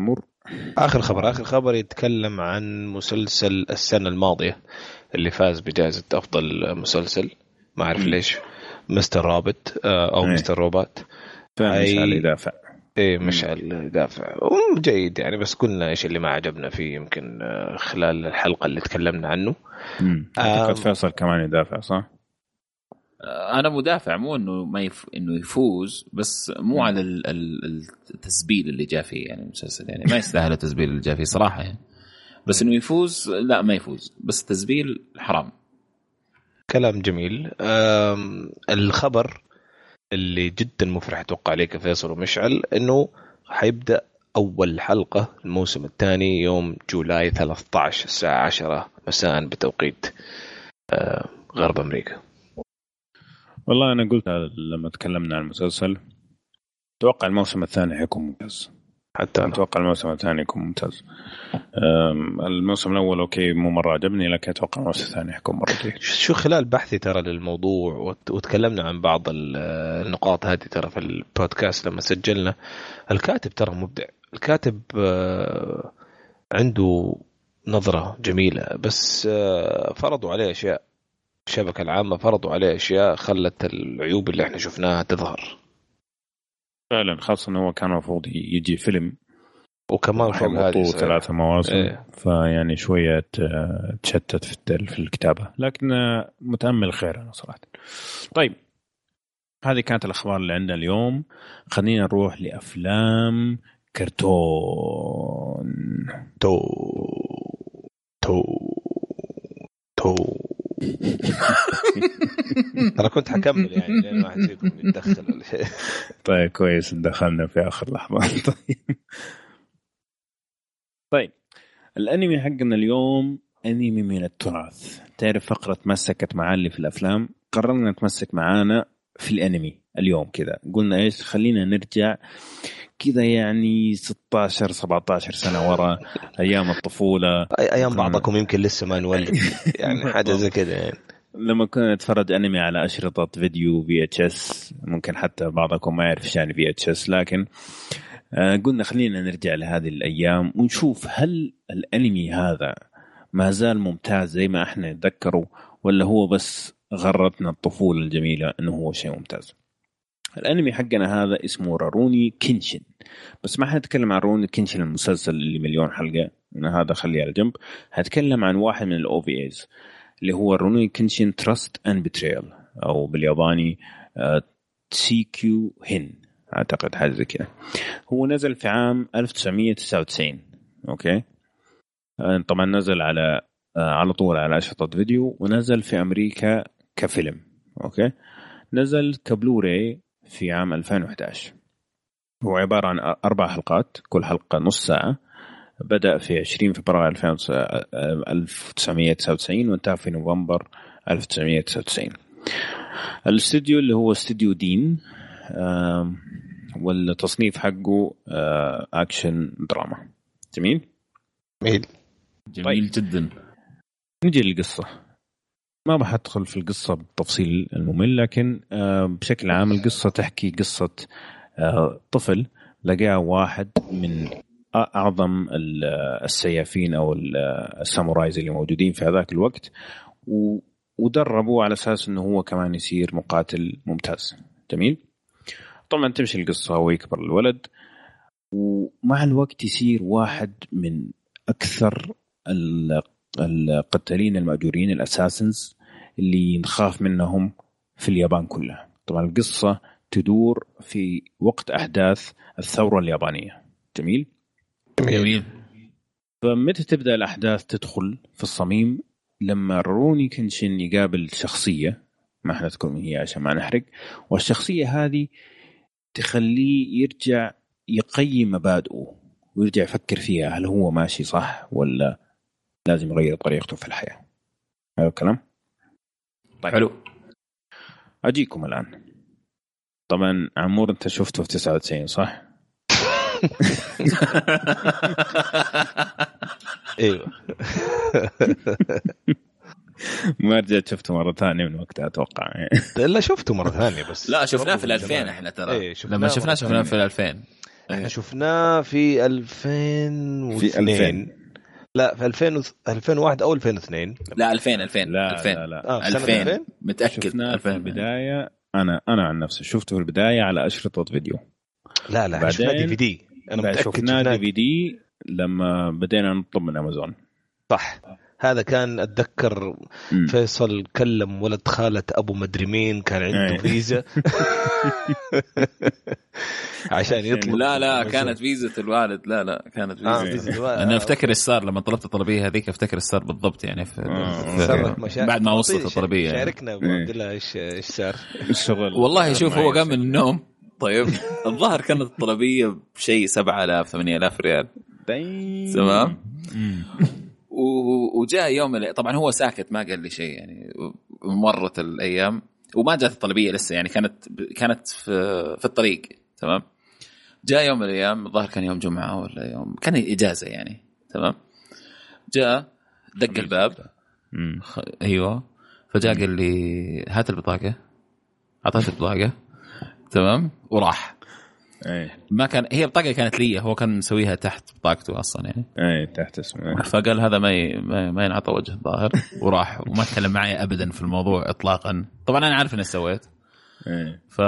E: آخر خبر آخر خبر يتكلم عن مسلسل السنة الماضية اللي فاز بجائزة أفضل مسلسل، ما أعرف م. ليش، مستر رابط أو أي. مستر روبات.
A: مشعل يدافع.
E: إيه مشعل يدافع جيد يعني، بس قلنا إيش اللي ما عجبنا فيه يمكن خلال الحلقة اللي تكلمنا عنه.
A: أعتقد فيصل كمان يدافع صح؟
B: أنا مدافع، مو إنه ما يف... إنه يفوز، بس مو على ال... ال... التسبيل اللي جاء فيه يعني المسلسل، يعني ما يستاهل التسبيل اللي جاء فيه صراحة يعني. بس إنه يفوز لا ما يفوز، بس تسبيل حرام.
E: كلام جميل. الخبر اللي جدا مفرح اتوقع عليك فيصل ومشعل انه حيبدا اول حلقه الموسم الثاني يوم جولاي ثلاثة عشر الساعه عشرة مساء بتوقيت غرب امريكا.
A: والله انا قلت لما تكلمنا عن المسلسل اتوقع الموسم الثاني حيكون ممتاز، حتى اتوقع الموسم الثاني يكون ممتاز. الموسم الاول اوكي مو مره عجبني، لكن اتوقع الموسم الثاني حيكون مره جيد.
E: شو خلال بحثي ترى للموضوع وتكلمنا عن بعض النقاط هذه ترى في البودكاست لما سجلنا، الكاتب ترى مبدع، الكاتب عنده نظرة جميلة، بس فرضوا عليه اشياء، الشبكة العامة فرضوا عليه اشياء خلت العيوب اللي احنا شفناها تظهر
A: فعلا، خاصة انه هو كان المفروض يجي فيلم
E: وكمان فوق هذه
A: ثلاثة مواسم ايه. فيعني شوية تشتت في في الكتابة، لكن متأمل خير أنا صراحة. طيب هذه كانت الأخبار اللي عندنا اليوم، خلينا نروح لأفلام كرتون.
E: تو تو تو أنا كنت حكمل يعني لأن واحد فيكم يتدخل ولا شيء.
A: طيب كويس دخلنا في آخر لحظة. طيب طيب الأنمي حقنا اليوم أنمي من التراث. تعرف فقرة مسكت معالي في الأفلام، قررنا نتمسك معانا في الأنمي اليوم كذا. قلنا إيش، خلينا نرجع كذا يعني ستة عشر سبعة عشر سنة ورا أيام الطفولة،
E: أيام بعضكم يمكن لسه ما نولد يعني حاجة زي كده يعني.
A: لما كنا نتفرج أنمي على أشرطة فيديو في اتش اس، ممكن حتى بعضكم ما يعرف يعني في اتش اس، لكن آه قلنا خلينا نرجع لهذه الأيام ونشوف هل الأنمي هذا ما زال ممتاز زي ما احنا نتذكره، ولا هو بس غرتنا الطفولة الجميلة انه هو شيء ممتاز. الأنمي حقنا هذا اسمه راروني كينشن، بس ما حنتكلم عن راروني كينشن المسلسل اللي مليون حلقة، هذا خليه على جنب. هتكلم عن واحد من الأو في إيز اللي هو راروني كينشن تراست أند بتريال، أو بالياباني تسي كيو هين، أعتقد حاجة زي كده. هو نزل في عام ألف وتسعمية وتسعة وتسعين، أوكي. طبعا نزل على على طول على أشرطة فيديو، ونزل في أمريكا كفيلم، أوكي. نزل كبلوراي في عام ألفين وإحدى عشر. هو عبارة عن أربع حلقات، كل حلقة نص ساعة. بدأ في عشرين فبراير ألف وتسعمية وتسعة وتسعين وانتهى في نوفمبر ألف وتسعمية وتسعة وتسعين. الاستوديو اللي هو استوديو دين، والتصنيف حقه أكشن دراما. جميل
E: جميل
B: جميل طيب. جدا.
A: نجي للقصة، ما راح أدخل في القصة بالتفصيل الممل، لكن بشكل عام القصة تحكي قصة طفل لقى واحد من أعظم السيافين أو السامورايز اللي موجودين في هذاك الوقت، ودربوا على أساس أنه هو كمان يصير مقاتل ممتاز. جميل. طبعا تمشي القصة ويكبر الولد، ومع الوقت يصير واحد من أكثر القتالين المأجورين، الأساسنز اللي نخاف منهم في اليابان كلها. طبعا القصة تدور في وقت أحداث الثورة اليابانية. جميل
B: جميل.
A: فمتى تبدأ الأحداث تدخل في الصميم؟ لما روني كينشن يقابل شخصية، ما احنا تكون هي عشان ما نحرق، والشخصية هذه تخليه يرجع يقيم مبادئه ويرجع يفكر فيها، هل هو ماشي صح ولا لازم يغير طريقته في الحياة. هذا الكلام
B: طيب. حلو.
A: أجيكم الآن. طبعا عمور أنت شفته في تسعة وتسعين صح؟
E: ايوه.
A: ما رجعت شفته مرة ثانية من وقتها أتوقع.
E: لا شفته مرة ثانية بس.
B: لا شفناه في الألفين احنا ترى.
E: ايه
B: لما شفناه شفناه في الألفين.
E: احنا شفناه في ألفين واثنين لا في ألفين ألفين وواحد او ألفين واثنين
B: لا ألفين ألفين
A: لا
B: ألفين
A: لا, لا.
E: آه
B: ألفين متأكد
A: شفناه في البداية. أنا أنا عن نفسي شفته في البداية على أشرطة فيديو.
E: لا لا شفناه دي في دي. أنا متأكد
A: شفناه دي في دي لما بدينا نطلب من أمازون.
E: صح. هذا كان أتذكر م. فيصل كلم ولد خالة أبو مدري مين كان عنده فيزا عشان يطلب.
B: لا لا كانت فيزا الوالد. لا لا كانت فيزا,
E: آه فيزا الوالد.
B: أنا أفتكر إيش صار لما طلبت الطلبية هذيك. أفتكر إيش صار بالضبط يعني في,
E: آه.
B: في بعد ما وصلت الطلبية
E: شاركنا يعني. قلنا إيش إيش صار
A: الشغل.
B: والله شوف هو قام من النوم. طيب الظاهر كانت الطلبية بشيء سبعة آلاف ثمانية آلاف ريال. تمام. وجاء يوم اللي طبعا هو ساكت ما قال لي شيء يعني. مرت الأيام وما جات الطلبية لسه يعني. كانت كانت في في الطريق. تمام. جاء يوم من الأيام الظاهر كان يوم جمعة ولا يوم كان إجازة يعني. تمام. جاء دق الباب. خ... أيوة. فجاء قال لي هات البطاقة. أعطيت البطاقة. تمام. وراح.
A: أيه.
B: ما كان هي بطاقة كانت لي. هو كان مسويها تحت بطاقته أصلا يعني.
A: أي تحت اسمه.
B: فقال هذا ما ي... ما ينعطى وجه الظاهر. وراح وما تكلم معي أبدا في الموضوع إطلاقا. طبعا أنا عارف إني سويت.
A: أيه.
B: ف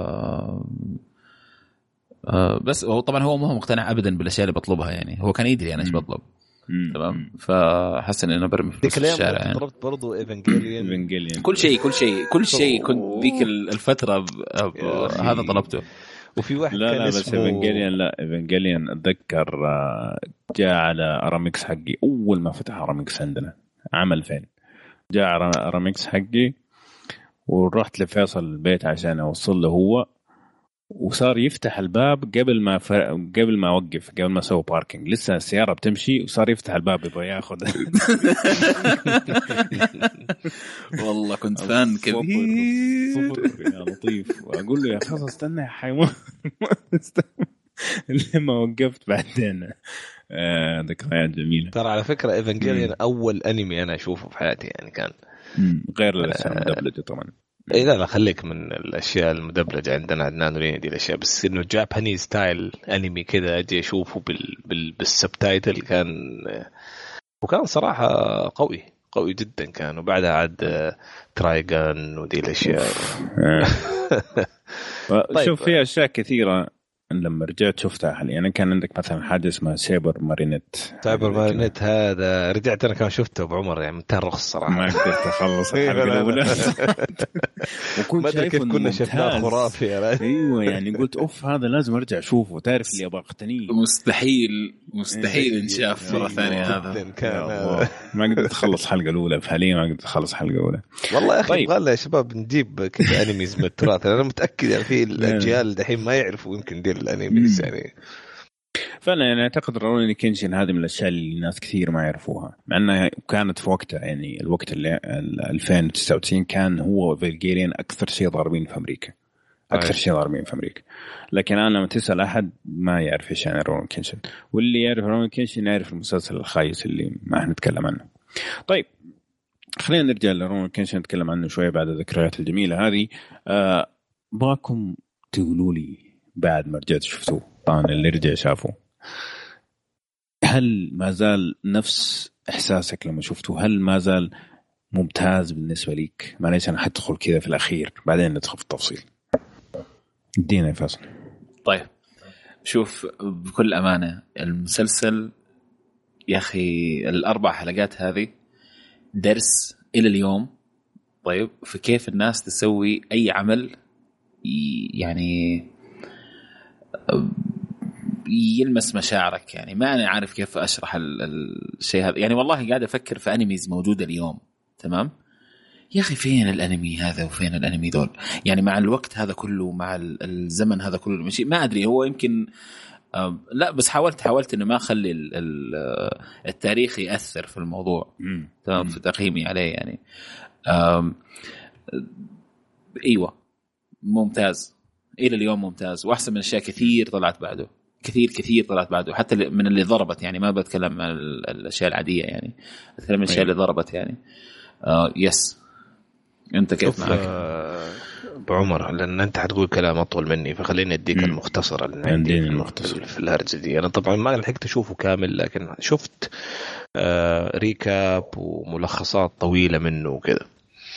B: آه بس هو طبعا هو ما هو مقتنع أبدا بالأشياء اللي بطلبها يعني. هو كان يدري أنا إيش بطلب. تمام. فحسن إنه برمي في الشارع يعني.
E: طلبت برضو إيفانجيليون.
B: كل شيء كل شيء كل شيء كنت ذيك الفترة ب... ب... هذا طلبته.
E: وفي واحد
A: لا
E: كان
A: لا بس إيفانجيليون لا إيفانجيليون أتذكر جاء على أرامكس حقي أول ما فتح أرامكس عندنا عام ألفين. جاء على أرامكس حقي ورحت لفيصل البيت عشان أوصل له هو. وصار يفتح الباب قبل ما ف... قبل ما اوقف قبل ما اسوي باركينج. لسه السياره بتمشي وصار يفتح الباب يبغى ياخذ.
B: والله كنت فان كبير
A: يا لطيف. واقول له يا خلاص استنى يا حيوان لما وقفت بعدين. آه ذكريات جميله.
E: ترى على فكره إيفانجيليون اول انمي انا اشوفه في حياتي يعني. كان
A: غير الاشياء المدبلجه طبعا.
E: اي لا لا خليك من الاشياء المدبلجه عندنا عدنان ولين دي الاشياء. بس انه جاباني ستايل انمي كذا اجي اشوفه بال بال بالسبتايتل كان وكان صراحه قوي قوي جدا كان. وبعدها عاد ترايجان ودي الاشياء.
A: طيب. شوف في اشياء كثيره لما رجعت شفتها حاليا. يعني كان عندك مثلا حاجه اسمها سايبر مارينيت.
E: سايبر مارينيت هذا رجعت انا كان شفته بعمر يعني منتهى الرخص صراحه. ما
A: قدرت اخلص الحلقه الاولى.
E: وكنت شايف كنا شفناه خرافي.
A: ايوه يعني قلت اوف هذا لازم ارجع اشوفه. تعرف اللي ابغى اقتنيه
B: مستحيل مستحيل انشاف مره ثانيه. هذا
E: كان
A: ما قدرت اخلص الحلقه الاولى حاليا. ما قدرت اخلص الحلقه الاولى
E: والله يا اخي. يبغى لنا يا شباب نجيب كذا انميز من التراث. انا متاكد يعني في الاجيال دحين ما يعرفوا يمكن دي الانميز يعني.
A: فأنا يعني أعتقد روني كينشن هذه من الأشياء اللي الناس كثير ما يعرفوها مع أنها كانت في وقتها يعني الوقت اللي ألفين وتسعة وتسعين كان هو إيفانجيليون أكثر شيء ضاربين في أمريكا. أكثر شيء ضاربين في أمريكا. لكن أنا لما تسأل أحد ما يعرف إيش يعني روني كينشن. واللي يعرف روني كينشن يعرف المسلسل الخايس اللي ما نتكلم عنه. طيب خلينا نرجع لروني كينشن نتكلم عنه شوية بعد الذكريات الجميلة هذه. أه باكم تقولوا لي بعد ما رجعت شفتوه طبعا اللي رجع شافوه هل ما زال نفس إحساسك لما شفته؟ هل ما زال ممتاز بالنسبة ليك؟ معليش أنا حدخل كذا في الأخير بعدين ندخل في التفصيل. ادينا يا فاصل.
B: طيب شوف بكل أمانة المسلسل يا أخي الأربع حلقات هذه درس إلى اليوم. طيب في كيف الناس تسوي أي عمل يعني يلمس مشاعرك يعني. ما أنا عارف كيف أشرح الشيء هذا يعني. والله قاعد أفكر في أنميز موجودة اليوم. تمام يا أخي فين الأنمي هذا وفين الأنمي دول يعني مع الوقت هذا كله مع الزمن هذا كله مشي. ما أدري هو يمكن آه لا بس حاولت حاولت إنه ما أخلي التاريخ يأثر في الموضوع. تمام في تقييمي عليه يعني. آه أيوة ممتاز إلى اليوم ممتاز وأحسن من أشياء كثير طلعت بعده. كثير كثير طلعت بعده حتى من اللي ضربت يعني. ما بتكلم عن الأشياء العادية يعني. أتكلم عن الأشياء اللي ضربت يعني. آه يس أنت كيف معك؟
E: آه بعمر لأن أنت حتقول كلام أطول مني فخليني أديك م. المختصر اللي عندي المختصر في الهرجة دي. أنا طبعا ما لحقت أشوفه كامل لكن شفت آه ريكاب وملخصات طويلة منه وكذا.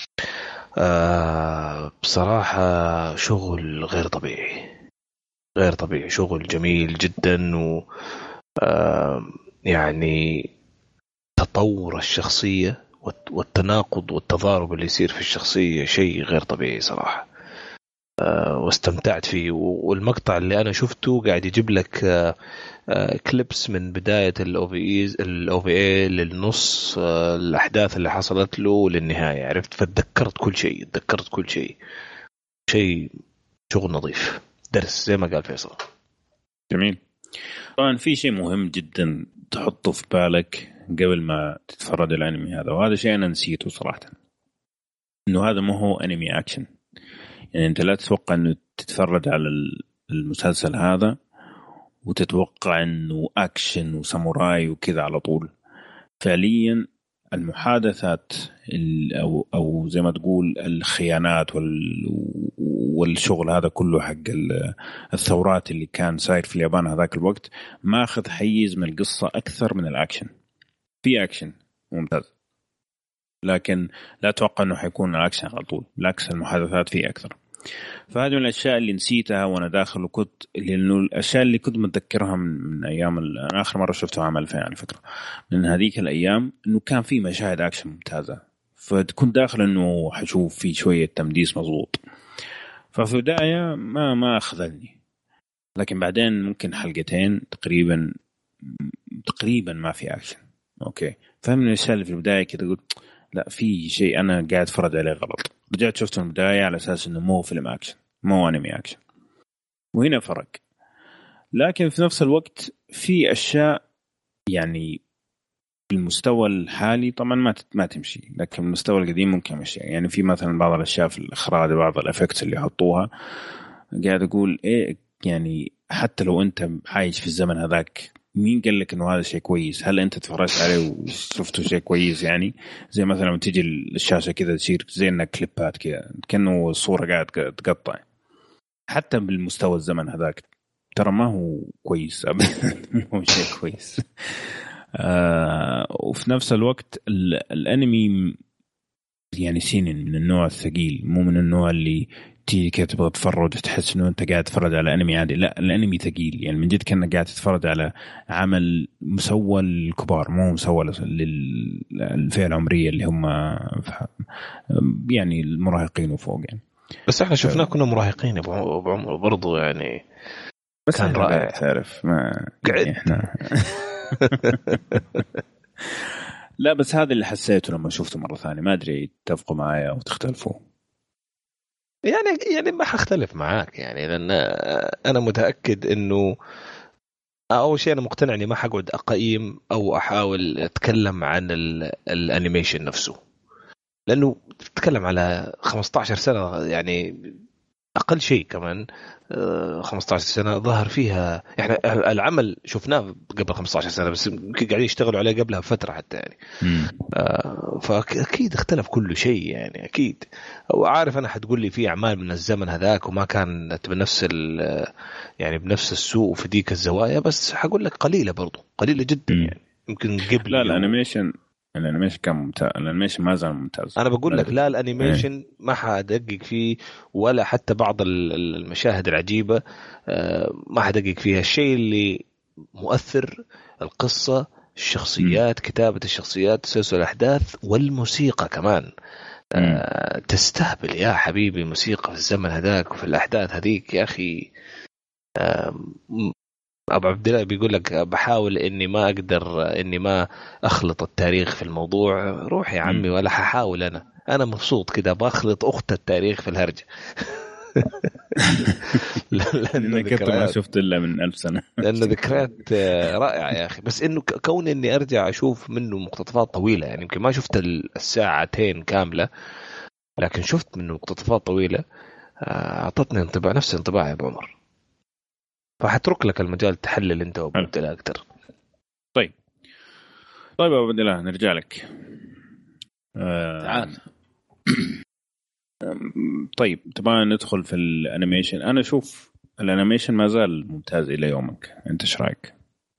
E: آه بصراحة شغل غير طبيعي غير طبيعي شغل جميل جدا و آه يعني تطور الشخصية والتناقض والتضارب اللي يصير في الشخصية شيء غير طبيعي صراحة. أه واستمتعت فيه. والمقطع اللي أنا شفته قاعد يجيب لك أه أه كليبس من بداية الأو في إيه للنص أه الأحداث اللي حصلت له للنهاية عرفت فتذكرت كل شيء تذكرت كل شيء شيء شغل نظيف درس زي ما قال فيصل.
A: جميل. طبعا في شيء مهم جدا تحطه في بالك قبل ما تتفرج الانمي هذا وهذا شيء انا نسيته صراحه انه هذا ما هو انمي اكشن. يعني انت لا تتوقع انه تتفرج على المسلسل هذا وتتوقع انه اكشن وساموراي وكذا على طول. فعليا المحادثات او او زي ما تقول الخيانات والشغل هذا كله حق الثورات اللي كان صاير في اليابان هذاك الوقت ما اخذ حيز من القصه اكثر من الاكشن. في أكشن ممتاز لكن لا أتوقع أنه حيكون أكشن على طول بالعكس المحادثات فيه أكثر. فهذه من الأشياء اللي نسيتها وأنا داخل وكنت لأنه الأشياء اللي كنت متذكرها من, من أيام أنا آخر مرة شفتها عام ألفين على فكرة من هذيك الأيام أنه كان في مشاهد أكشن ممتازة فكنت داخل أنه حشوف في شوية تمديس مضبوط. ففي البداية ما ما أخذني لكن بعدين ممكن حلقتين تقريبا تقريبا ما في أكشن. اوكي فهمنا الاشياء اللي في البدايه كده قلت لا في شيء انا قاعد اتفرج عليه غلط. رجعت شفته من البدايه على اساس انه مو فيلم اكشن مو انمي اكشن وهنا فرق. لكن في نفس الوقت في اشياء يعني المستوى الحالي طبعا ما ما تمشي لكن المستوى القديم ممكن يمشي. يعني في مثلا بعض الاشياء في الاخراج بعض الافكتس اللي يحطوها قاعد اقول ايه يعني حتى لو انت عايش في الزمن هذاك مين قال لك انه هذا شيء كويس؟ هل انت تفرجت عليه وشفته شيء كويس؟ يعني زي مثلا لما تيجي الشاشه كذا تصير زي انها كليبات كذا كأنه الصوره قاعد تقطع حتى بالمستوى الزمن هذاك ترى ما هو كويس مو شيء كويس. آه وفي نفس الوقت الانمي يعني سينين من النوع الثقيل مو من النوع اللي تيجي كده تبغى تتفرج تحس انه انت قاعد تتفرج على انمي عادي. لا الانمي ثقيل يعني من جد كأنك قاعد تتفرج على عمل مسوى للكبار مو مسوى للفئة العمرية اللي هم يعني المراهقين وفوق يعني.
E: بس احنا شفناه كنا مراهقين ابو عمر برضو يعني
A: بس كان رائع تعرف ما
E: قاعد
A: احنا لا بس هذا اللي حسيته لما شفته مرة ثانية. ما ادري تتفقوا معايا او تختلفوا.
E: يعني يعني ما حختلف معاك يعني لأن أنا متأكد إنه أول شيء أنا مقتنع إني ما حقعد أقيم أو أحاول أتكلم عن الأنيميشن نفسه لأنه تتكلم على خمسة عشر سنة يعني أقل شيء كمان خمسة عشر سنة ظهر فيها يعني العمل شفناه قبل خمسة عشر سنة بس قاعدين يشتغلوا عليه قبلها فترة حتى يعني آه فأكيد اختلف كل شيء يعني أكيد. وعارف أنا حتقول لي في أعمال من الزمن هذاك وما كانت بنفس يعني بنفس السوء في ديك الزوايا بس حقول لك قليلة برضو قليلة جدا يعني يمكن قبل
A: لا الانيميشن الانيميشن كان ممتاز. الانيميشن ما زال ممتاز.
E: انا بقول لك لا الانيميشن ما حدقق فيه ولا حتى بعض المشاهد العجيبه ما حدقق فيها. الشيء اللي مؤثر القصه الشخصيات كتابه الشخصيات تسلسل الاحداث والموسيقى كمان آه تستهبل يا حبيبي. موسيقى في الزمن هذاك وفي الاحداث هذيك يا اخي. آه أبو عبد الله بيقول لك بحاول إني ما أقدر إني ما أخلط التاريخ في الموضوع. روح يا عمي ولا ححاول. أنا أنا مبسوط كده بخلط أخت التاريخ في الهرجة.
A: لأن كنت ما شفت إلا من ألف سنة.
E: لأن ذكريات رائعة يا أخي. بس إنه كون إني أرجع أشوف منه مقتطفات طويلة يعني يمكن ما شفت الساعتين كاملة لكن شفت منه مقتطفات طويلة أعطتني انطباع نفس انطباع يا أبو عمر. فحترك لك المجال تحلل انت وابد له اكثر.
A: طيب طيب ابد له نرجع لك. آه...
B: تعال
A: طيب طبعا ندخل في الانيميشن. انا اشوف الانيميشن ما زال ممتاز الى يومك، انت ايش رايك؟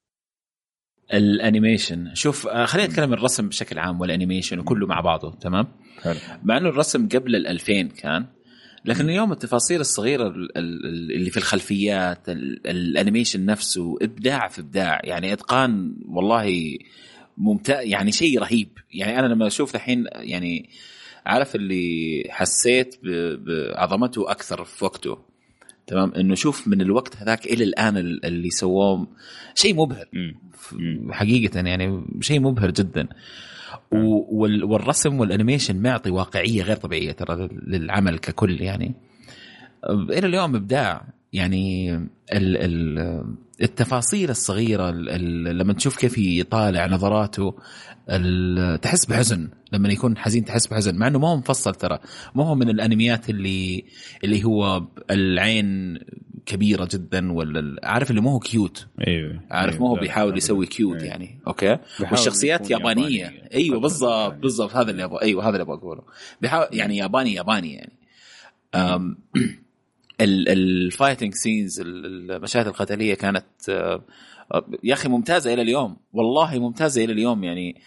B: الانيميشن شوف، خلينا نتكلم الرسم بشكل عام والانيميشن وكله مع بعضه تمام. حلو. مع انه الرسم قبل الألفين كان، لكن اليوم التفاصيل الصغيره اللي في الخلفيات، الانيميشن نفسه ابداع في ابداع، يعني اتقان والله ممتاز، يعني شيء رهيب. يعني انا لما اشوف الحين يعني عارف اللي حسيت بعظمته اكثر في وقته تمام، انه شوف من الوقت هذاك الى الان اللي سووه شيء مبهر حقيقه، يعني شيء مبهر جدا. والرسم والانيميشن معطي واقعيه غير طبيعيه ترى للعمل ككل، يعني الى اليوم ابداع. يعني التفاصيل الصغيره لما تشوف كيف يطالع نظراته، تحس بحزن لما يكون حزين، تحس بحزن، مع انه ما هو مفصل ترى، ما هو من الانميات اللي اللي هو العين كبيره جدا، ولا عارف اللي ما هو كيوت.
A: ايوه
B: عارف
A: أيوة.
B: ما هو بيحاول يسوي كيوت. أيوة. يعني اوكي، والشخصيات يابانيه. يابانية. ايوه بالضبط بالضبط، هذا اللي ابغى ايوه هذا اللي ابغى اقوله، بيحاول يعني ياباني ياباني يعني. أم الفايتنج سينز، المشاهد القتاليه كانت يا اخي ممتازه الى اليوم، والله ممتازه الى اليوم. يعني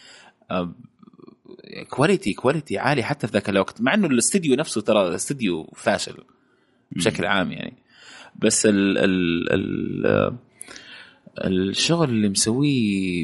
B: كواليتي كواليتي عالي حتى في ذاك الوقت، مع انه الاستديو نفسه ترى الاستديو فاشل بشكل عام يعني. بس ال ال ال الشغل اللي مسويه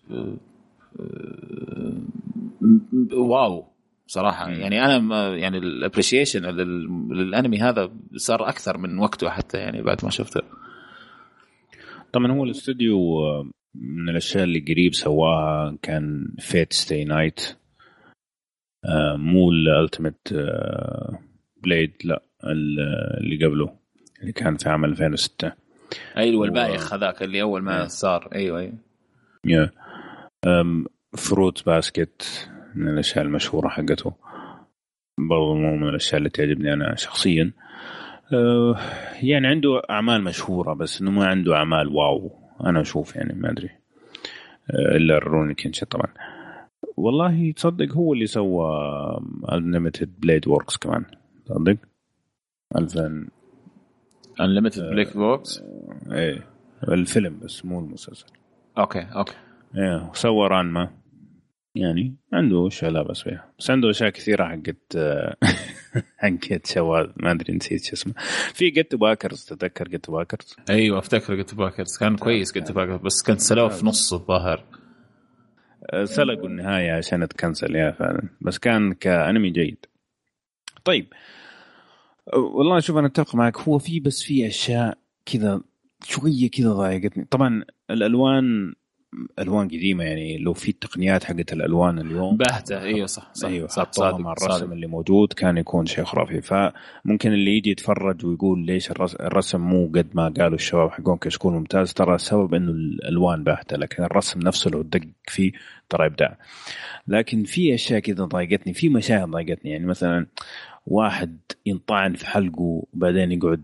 B: واو صراحه. يعني انا يعني الابريشيشن للانمي هذا صار اكثر من وقته حتى، يعني بعد ما شفته.
A: طبعا هو الاستوديو من الاشياء اللي قريب سواها كان فيت ستي نايت، مو الالتيميت بليد، لا اللي قبله اللي كان في عام ألفين وستة.
B: ايوه البايخ هذاك اللي اول ما صار. ايوه ايوه
A: يا فروت باسكت من الاشياء المشهوره حقته، برضو من الاشياء اللي تعجبني انا شخصيا. أه يعني عنده اعمال مشهوره بس انه ما عنده اعمال واو انا اشوف، يعني ما ادري أه الا روني كينشي طبعا. والله تصدق هو اللي سوى Unlimited Blade Works كمان، تصدق ألفين
B: Unlimited Blade Works
A: أه ايه الفيلم بس مو المسلسل.
B: اوكي اوكي
A: ايه سوى رانما، يعني عنده اشياء لا بس فيها، بس عنده اشياء كثيره حقت حقت شواذ ما ادري نسيت شو اسمه. في جيت باكرز، تتذكر جيت باكرز؟
B: ايوه افتكر جيت باكرز كان كويس. جيت باكرز بس كان سلوه في نص الظاهر،
A: سلقوا النهايه عشان تكنسل يا فعلا، بس كان كانمي جيد. طيب والله شوف انا اتفق معك، هو في بس في اشياء كذا شويه كذا ضايقتني. طبعا الالوان الوان قديمه، يعني لو في التقنيات حقت الالوان اليوم
B: باهته. ايوه صح صح
A: ايوه
B: صح
A: صح مع الرسم صادق. اللي موجود كان يكون شيء خرافي. فممكن اللي يجي يتفرج ويقول ليش الرسم مو قد ما قالوا الشباب حقون كشكول ممتاز، ترى السبب انه الالوان باهته، لكن الرسم نفسه لو دق فيه ترى ابداع. لكن في اشياء كذا ضايقتني، في مشاهد ضايقتني. يعني مثلا واحد ينطعن في حلقه وبعدين يقعد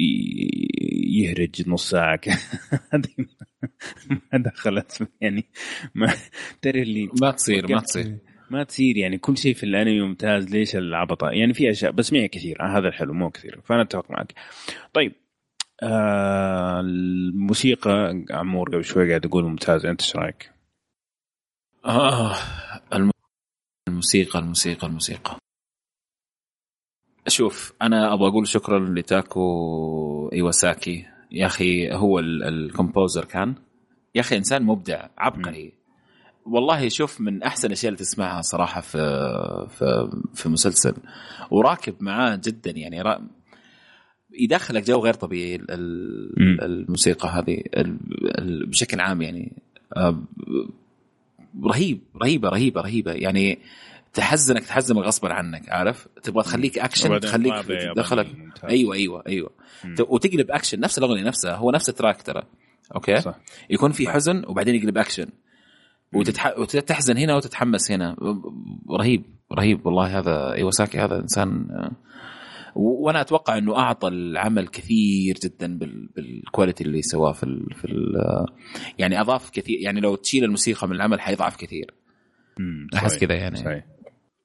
A: يهرج نص ساعة ما دخلت، يعني ما ترى اللي
B: ما تصير ما تصير
A: ما تصير يعني كل شيء في الانمي ممتاز، ليش العبطة؟ يعني في اشياء بس مية كثير، هذا الحلو مو كثير، فانا اتفق معك. طيب آه الموسيقى عمور قبل شوي قاعد يقول ممتاز، انت ايش رايك؟
B: اه الموسيقى الموسيقى الموسيقى شوف انا ابغى اقول شكرا لتاكو ايواساكي يا اخي، هو الكومبوزر كان يا اخي انسان مبدع عبقري والله. شوف من احسن الاشياء اللي تسمعها صراحه في في في مسلسل، وراكب معاه جدا، يعني را... يدخلك جو غير طبيعي الموسيقى هذه بشكل عام، يعني رهيب رهيبه رهيبه رهيبه يعني تحزنك تحزن غصبا عنك، عارف تبغى تخليك اكشن تخليك تدخلك. ايوه ايوه ايوه وتقلب اكشن، نفس الاغنيه نفسها، هو نفس التراك ترى اوكي صح. يكون في حزن وبعدين يقلب اكشن وتتح... وتحزن هنا وتتحمس هنا. رهيب رهيب والله هذا ايواساكي، هذا انسان و... وانا اتوقع انه اعطى العمل كثير جدا بال... بالكواليتي اللي سواه في ال... في ال... يعني اضاف كثير، يعني لو تشيل الموسيقى من العمل حيضعف كثير. احس كذا يعني
A: صحيح.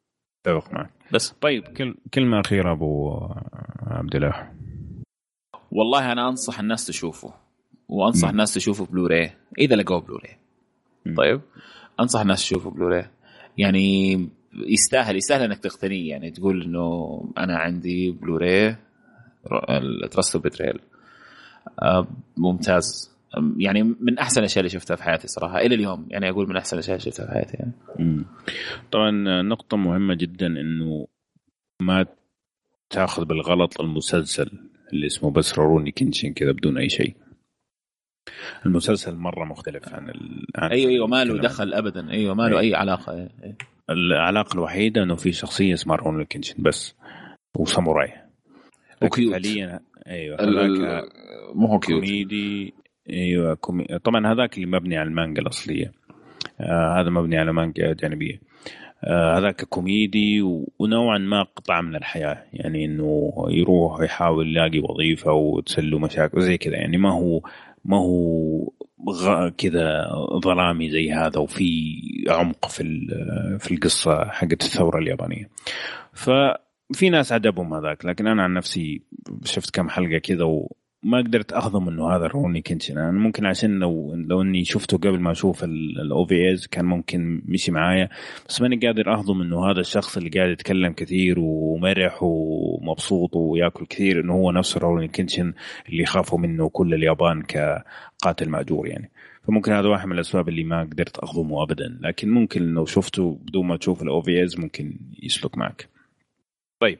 A: اتفق معك.
B: بس
A: طيب كل كلمه اخيره ابو عبد الله.
B: والله انا انصح الناس تشوفه، وانصح م. الناس تشوفه بلوراي اذا لقوه بلوراي. طيب انصح الناس تشوفه بلوراي، يعني يستاهل يستاهل انك تقتنيه، يعني تقول انه انا عندي بلوراي التراست بتريل. أه ممتاز، يعني من احسن الاشياء اللي شفتها في حياتي صراحه الى اليوم، يعني اقول من احسن الاشياء اللي شفتها في حياتي يعني.
A: مم. طبعا نقطه مهمه جدا انه ما تاخذ بالغلط المسلسل اللي اسمه بس روروني كينشن كذا بدون اي شيء. المسلسل مره مختلف عن ال...
B: ايوه ايوه ما له دخل ابدا، ايوه ما له اي علاقه. أيوة.
A: العلاقه الوحيده انه في شخصيه اسمها روروني كينشن بس وساموراي
B: وكيوت
A: فعليا. ايوه هذاك
B: مو هو كيوت
A: كوميدي. ايوه كومي... طبعا هذاك اللي مبني على المانجا الاصليه، آه هذا مبني على مانجا جانبيه. آه هذاك كوميدي و... ونوعا ما قطع من الحياه، يعني انه يروح ويحاول يلاقي وظيفه وتسلو مشاكل زي كذا، يعني ما هو ما هو غ... كذا ظلامي زي هذا، وفي عمق في ال... في القصه حقت الثوره اليابانيه. ففي ناس عجبهم هذاك، لكن انا عن نفسي شفت كم حلقه كذا و ما قدرت أخذم إنه هذا روني كينشن. أنا ممكن عشان لو لو إني شفته قبل ما أشوف الأو في إيز كان ممكن مشي معايا، بس ماني قادر أخذم إنه هذا الشخص اللي قاعد يتكلم كثير ومرح ومبسوط ويأكل كثير إنه هو نفس روني كينشن اللي يخافوا منه كل اليابان كقاتل مأجور يعني. فممكن هذا واحد من الأسباب اللي ما قدرت أخذمه أبدا، لكن ممكن لو شفته بدون ما تشوف الأو في إيز ممكن يسلك معك. طيب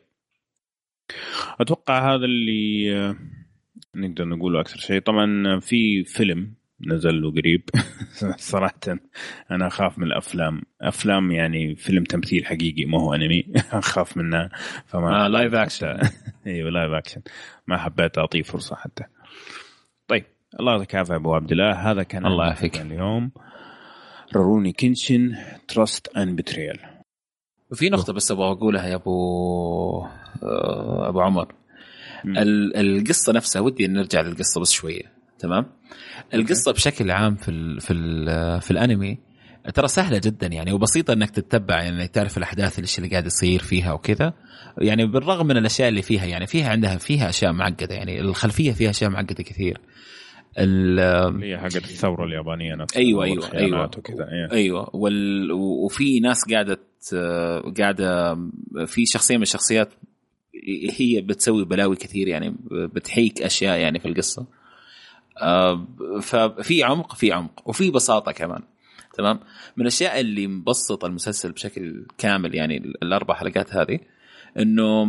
A: أتوقع هذا اللي نقدر نقوله أكثر شيء. طبعا في فيلم نزل له قريب صراحة أنا أخاف من الأفلام أفلام يعني فيلم تمثيل حقيقي ما هو أنمي أخاف منه. فما
B: آه لايف أكشن
A: أيوة لايف أكشن ما حبيت أعطيه فرصة حتى. طيب الله يكافئ أبو عبد الله. هذا كان
B: الله يعافيك
A: اليوم روروني كينشن تراست أند بتريال.
B: وفي نقطة بس أبغى أقولها يا أبو أبو عمر. القصة نفسها ودي نرجع للقصة بس شوية. تمام. القصة بشكل عام في ال في ال في الأنمي ترى سهلة جدا يعني وبسيطة إنك تتبع، يعني تعرف الأحداث اللي اللي قاعد يصير فيها وكذا، يعني بالرغم من الأشياء اللي فيها يعني فيها عندها فيها أشياء معقدة، يعني الخلفية فيها أشياء معقدة كثير.
A: اللي هي حاجة الثورة اليابانية نفسها.
B: أيوة أيوة أيوة
A: وكذا.
B: أيوة وال وفي ناس قاعدة قاعدة في شخصية من الشخصيات هي بتسوي بلاوي كثير، يعني بتحيك أشياء يعني في القصة. ففي عمق في عمق وفي بساطة كمان. تمام. من الأشياء اللي مبسط المسلسل بشكل كامل يعني الأربع حلقات هذه إنه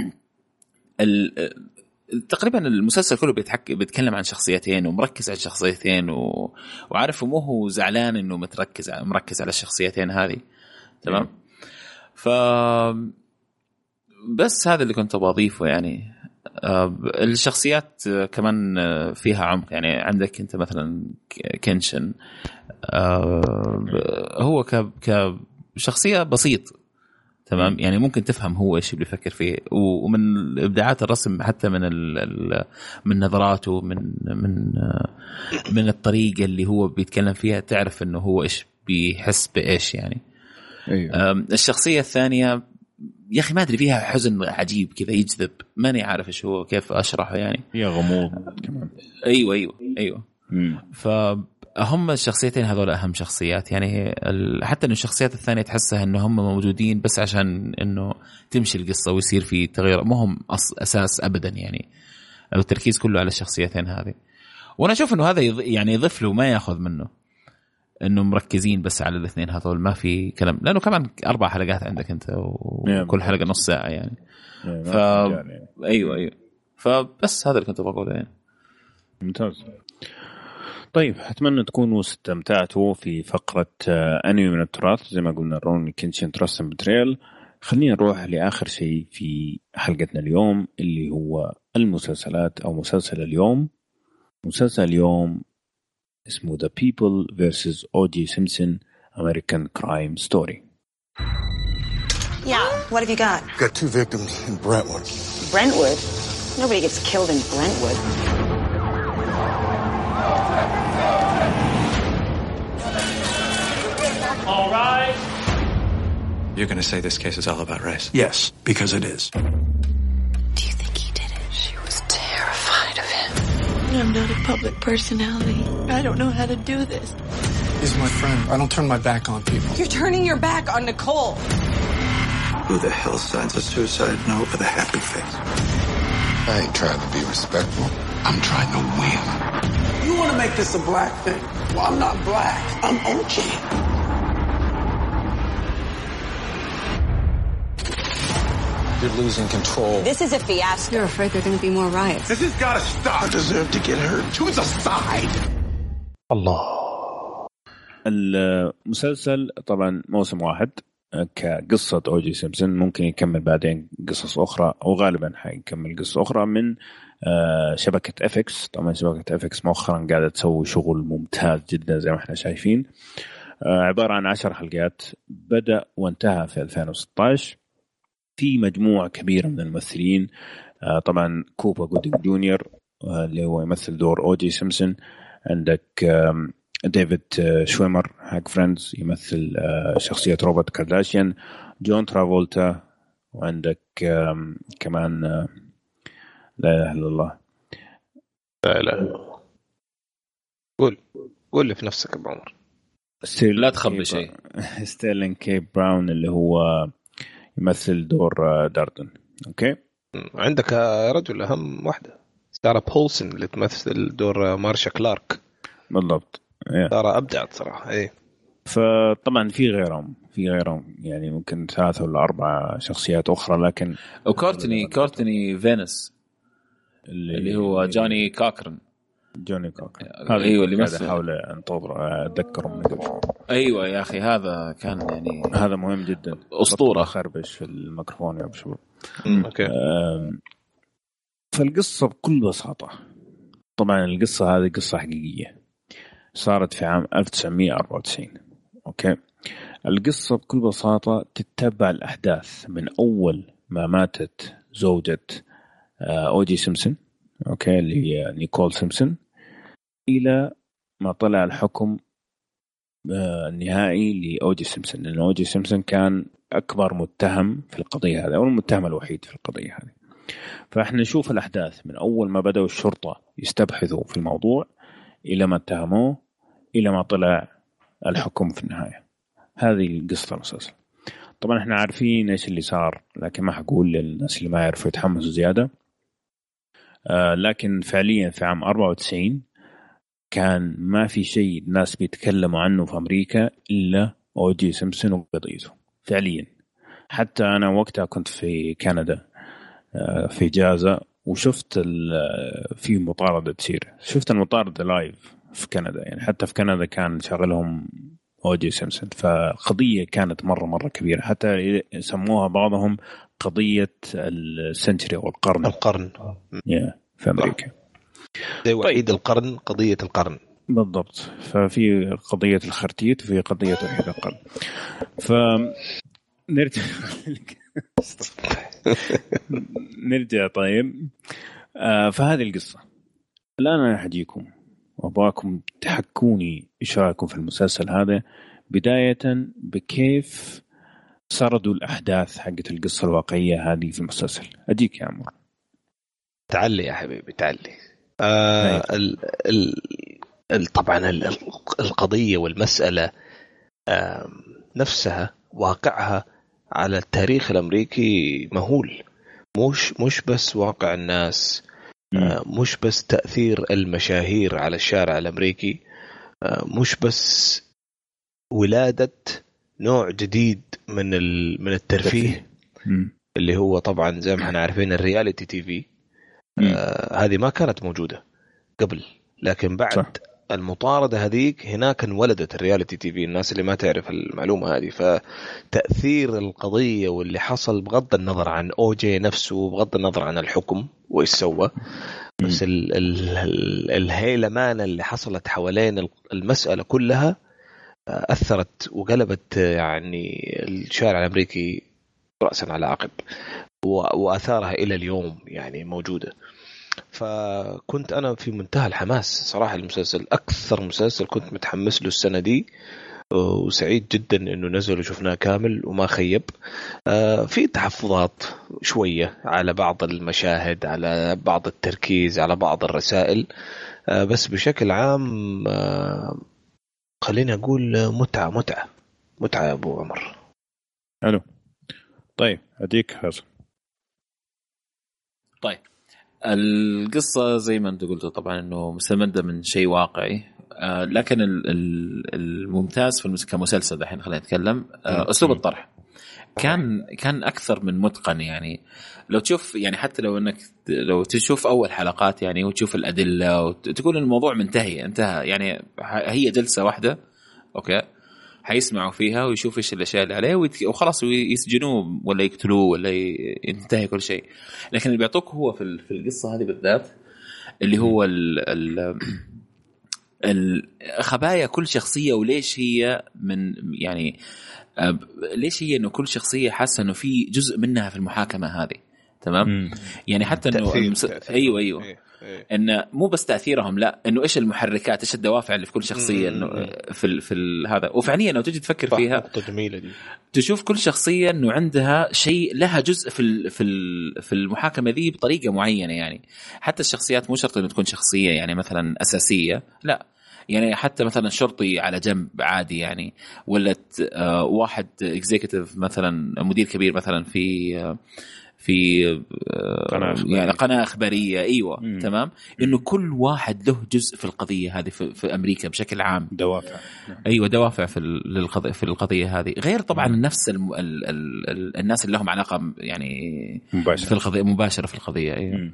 B: تقريبا المسلسل كله بيتحكي بيتكلم عن شخصيتين ومركز على الشخصيتين و... وعارف مو هو زعلان إنه متركز مركز على الشخصيتين هذه. تمام. ف بس هذا اللي كنت بضيفه يعني. الشخصيات كمان فيها عمق، يعني عندك انت مثلا كينشن هو كشخصية بسيط. تمام. يعني ممكن تفهم هو ايش بيفكر فيه، ومن ابداعات الرسم حتى من ال من نظراته من من من الطريقة اللي هو بيتكلم فيها تعرف انه هو ايش بيحس بايش يعني. أيوة. الشخصية الثانية يا أخي ما أدري فيها حزن عجيب كذا يجذب، ماني عارف إيش هو كيف أشرحه يعني.
A: هي غموض كمان.
B: أيوة أيوة أيوة. فهم الشخصيتين هذول أهم شخصيات يعني. حتى إن الشخصيات الثانية تحسها إنه هم موجودين بس عشان إنه تمشي القصة ويصير في تغيير، ما هم أساس أبدا يعني. التركيز كله على الشخصيتين هذه، وأنا أشوف إنه هذا يعني يضيف له ما يأخذ منه، إنه مركزين بس على الاثنين هذول ما في كلام، لأنه كمان أربع حلقات عندك أنت وكل حلقة نص ساعة يعني. ف... أيوة أيوة. فبس هذا اللي كنت بقوله يعني.
A: ممتاز. طيب أتمنى تكونوا استمتعتوا في فقرة أنمي من التراث زي ما قلنا روني كينشن تراست اند بتريال. خلينا نروح لآخر شيء في حلقتنا اليوم اللي هو المسلسلات أو مسلسل اليوم. مسلسل اليوم اسمه The People versus O J Simpson American Crime Story.
G: Yeah, what have you got?
H: Got two victims in Brentwood.
G: Brentwood? Nobody gets killed in Brentwood.
I: All right.
H: You're going to say this case is all about race? Yes, because it is.
G: Do you think he did it? She was terrified of him. I'm not a public personality. I don't know how to do this.
H: He's my friend. I don't turn my back on people.
G: You're turning your back on Nicole.
H: Who the hell signs a suicide note with a happy face? I ain't trying to be respectful. I'm trying to win.
I: You want to make this a black thing? Well, I'm not black. I'm O J.
H: You're losing control.
G: This is a fiasco. You're afraid there are going to be more riots.
I: This has got to stop. I deserve to get hurt. Choose a side.
E: الله.
A: المسلسل طبعا موسم واحد كقصة أو جي سيمبسون، ممكن يكمل بعدين قصص أخرى أو غالبا حيكمل قصص أخرى من شبكة إفكس. طبعا شبكة إفكس مؤخرا قاعدة تسوي شغل ممتاز جدا زي ما احنا شايفين. عبارة عن عشر حلقات بدأ وانتهى في ألفين وستة عشر في مجموعة كبيرة من الممثلين. طبعا كوبا جودينغ جونيور اللي هو يمثل دور أو جي سيمبسون، عندك ديفيد شويمر حق فريندز يمثل شخصية روبرت كارداشيان، جون ترافولتا، وعندك كمان لا إله إلا الله
E: لا لا قول قول في نفسك أبو عمر،
B: لا تخبي شيء.
A: ستيرلين كي براون اللي هو يمثل دور داردن. أوكي،
E: عندك رجل أهم واحدة سارة بولسن اللي تمثل دور مارشا كلارك.
A: بالضبط،
E: ترى أبدعت صراحة. إيه،
A: فطبعا في غيرهم في غيرهم يعني ممكن ثلاثة ولا أربع شخصيات أخرى، لكن
B: وكورتني كورتني فينس اللي, اللي هو جوني كاكرن
A: جوني كاكرن
B: هذا ايوه اللي مثل.
A: احاول انتظر اتذكره من قبل شوي.
B: ايوه يا اخي هذا كان يعني
A: هذا مهم جدا،
B: اسطوره.
A: خربش في الميكروفون يا ابو شباب.
E: اوكي.
A: فالقصه بكل بساطه، طبعا القصه هذه قصه حقيقيه صارت في عام ألف وتسعمية وأربعة وتسعين. اوكي، القصه بكل بساطه تتبع الاحداث من اول ما ماتت زوجة أو جي سيمبسون، اوكي، اللي هي نيكول سيمبسون، الى ما طلع الحكم النهائي لأو جي سيمبسون، لأن أو جي سيمبسون كان أكبر متهم في القضية هذه أو المتهم الوحيد في القضية هذه. فإحنا نشوف الأحداث من أول ما بدأوا الشرطة يستبحثوا في الموضوع إلى ما اتهموه إلى ما طلع الحكم في النهاية. هذه القصة المسلسل. طبعا إحنا عارفين إيش اللي صار، لكن ما حقول للناس اللي ما يعرفوا يتحمسوا زيادة. آه لكن فعليا في عام أربعة وتسعين كان ما في شيء الناس بيتكلموا عنه في أمريكا إلا أو جي سيمبسون وقضيته فعليا. حتى أنا وقتها كنت في كندا في إجازة وشفت في مطاردة تصير، شفت المطاردة لايف في كندا، يعني حتى في كندا كان شغلهم أو جي سيمبسون. فقضية كانت مرة مرة كبيرة، حتى سموها بعضهم قضية السنتري أو القرن
E: القرن
A: yeah, في أمريكا.
E: زي وحيد القرن، قضية القرن
A: بالضبط. ففي قضية الخرتيت وفي قضية وحيد القرن. فنرجع نرجع طيب. آه فهذه القصة الآن أنا أحجيكم وأبغاكم تحكوني إيش رأيكم في المسلسل هذا، بداية بكيف سردوا الأحداث حقت القصة الواقعية هذه في المسلسل. أجيك يا عمر.
E: تعلي يا حبيبي تعلي. آه ال ال ال طبعا ال القضية والمسألة آه نفسها واقعها على التاريخ الأمريكي مهول، مش مش بس واقع الناس، آه مش بس تأثير المشاهير على الشارع الأمريكي، آه مش بس ولادة نوع جديد من من الترفيه اللي هو طبعا زي ما احنا عارفين الرياليتي تي في. آه هذه ما كانت موجودة قبل، لكن بعد صح. المطاردة هذيك هناك انولدت الرياليتي تي في. الناس اللي ما تعرف المعلومة هذه، فتأثير القضية واللي حصل بغض النظر عن أو جي نفسه، بغض النظر عن الحكم وإيش سوى، بس ال ال الهيلمان اللي حصلت حوالين المسألة كلها أثرت وقلبت يعني الشارع الأمريكي رأسا على عقب، وأثارها إلى اليوم يعني موجودة. فكنت أنا في منتهى الحماس صراحة. المسلسل أكثر مسلسل كنت متحمس له السنة دي وسعيد جدا انه نزل وشفناه كامل وما خيب. آه في تحفظات شويه على بعض المشاهد، على بعض التركيز، على بعض الرسائل، آه بس بشكل عام آه خليني اقول متعه متعه متعه يا ابو عمر.
A: حلو. طيب اديك حسن.
B: طيب القصه زي ما انت قلت طبعا انه مستمده من شيء واقعي، آه لكن الممتاز في كمسلسل الحين خلينا نتكلم آه اسلوب الطرح كان كان اكثر من متقن. يعني لو تشوف يعني حتى لو انك لو تشوف اول حلقات يعني وتشوف الادله وتقول الموضوع منتهي انتهى، يعني هي جلسه واحده اوكي حيسمعوا فيها ويشوف ايش الاشياء اللي عليه وخلاص ويسجنوه ولا يقتلوه ولا ينتهي كل شيء. لكن اللي بيعطوك هو في في القصه هذه بالذات اللي هو ال الخبايا كل شخصيه وليش هي من يعني ليش هي انه كل شخصيه حاسه انه في جزء منها في المحاكمه هذه. تمام مم. يعني حتى انه المس... ايوه ايوه إيه. إيه. انه مو بس تاثيرهم، لا انه ايش المحركات ايش الدوافع اللي في كل شخصيه انه في ال... في ال... هذا. وفعليا لو تجي تفكر فيها
E: جميله دي
B: تشوف كل شخصيه انه عندها شيء لها جزء في ال... في ال... في المحاكمه ذي بطريقه معينه. يعني حتى الشخصيات مو شرط انه تكون شخصيه يعني مثلا اساسيه، لا يعني حتى مثلا شرطي على جنب عادي يعني، ولا آه واحد اكزيكتيف مثلا مدير كبير مثلا في آه في آه قناة يعني قناة إخبارية ايوه مم. تمام مم. انه كل واحد له جزء في القضية هذه في, في امريكا بشكل عام،
A: دوافع
B: ايوه دوافع في القضية في القضية هذه، غير طبعا مم. نفس الم... ال... ال... ال... الناس اللي لهم علاقة يعني
A: مباشرة
B: في القضية مباشرة في القضية ايوه.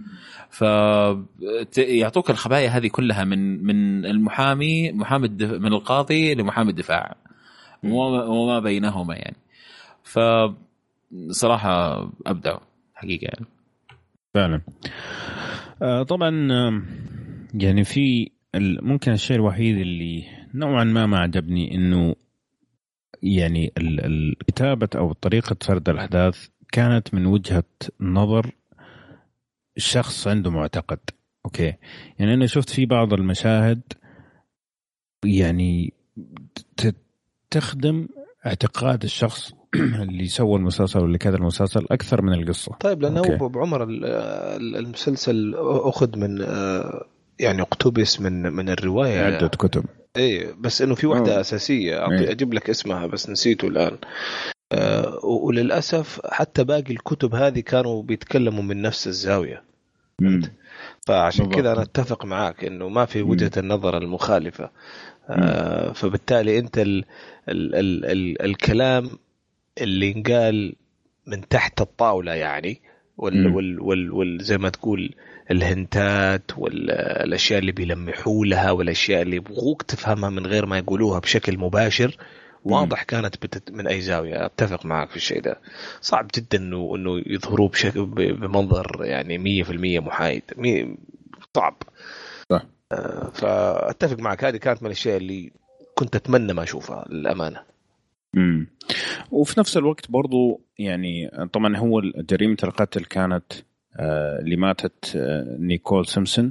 B: فيعطوك الخبايا هذه كلها من من المحامي محامي الدف... من القاضي لمحامي الدفاع وما... وما بينهما يعني. فصراحة أبدعوا حقيقة يعني.
A: فعلا. آه طبعا يعني في ممكن الشيء الوحيد اللي نوعا ما ما عجبني إنه يعني الكتابة أو طريقة سرد الأحداث كانت من وجهة نظر الشخص عنده معتقد. أوكي يعني أنا شفت في بعض المشاهد يعني تخدم اعتقاد الشخص اللي سوى المسلسل واللي كتب المسلسل أكثر من القصة.
E: طيب لأنه أبو عمر المسلسل أخذ من يعني اقتبس من من الرواية
A: عدة كتب
E: إيه، بس إنه في واحدة أوه. أساسية أجيب لك اسمها بس نسيته الآن. أه وللأسف حتى باقي الكتب هذه كانوا بيتكلموا من نفس الزاوية. فعشان كذا أنا أتفق معاك إنه ما في وجهة النظر المخالفة. أه فبالتالي أنت ال ال ال ال الكلام اللي ينقال من تحت الطاولة يعني وال وال وال وال زي ما تقول الهنتات والأشياء اللي بيلمحوا لها والأشياء اللي يبغوك تفهمها من غير ما يقولوها بشكل مباشر واضح كانت بتت من أي زاوية. أتفق معك في الشيء ده. صعب جدا إنه إنه يظهروه بشكل بمنظر يعني مية في المية محايد. صعب صح. آه فأتفق معك هذه كانت من الأشياء اللي كنت أتمنى ما أشوفها للأمانة.
A: امم وفي نفس الوقت برضو يعني طبعا هو جريمة القتل كانت آه اللي ماتت آه نيكول سيمسون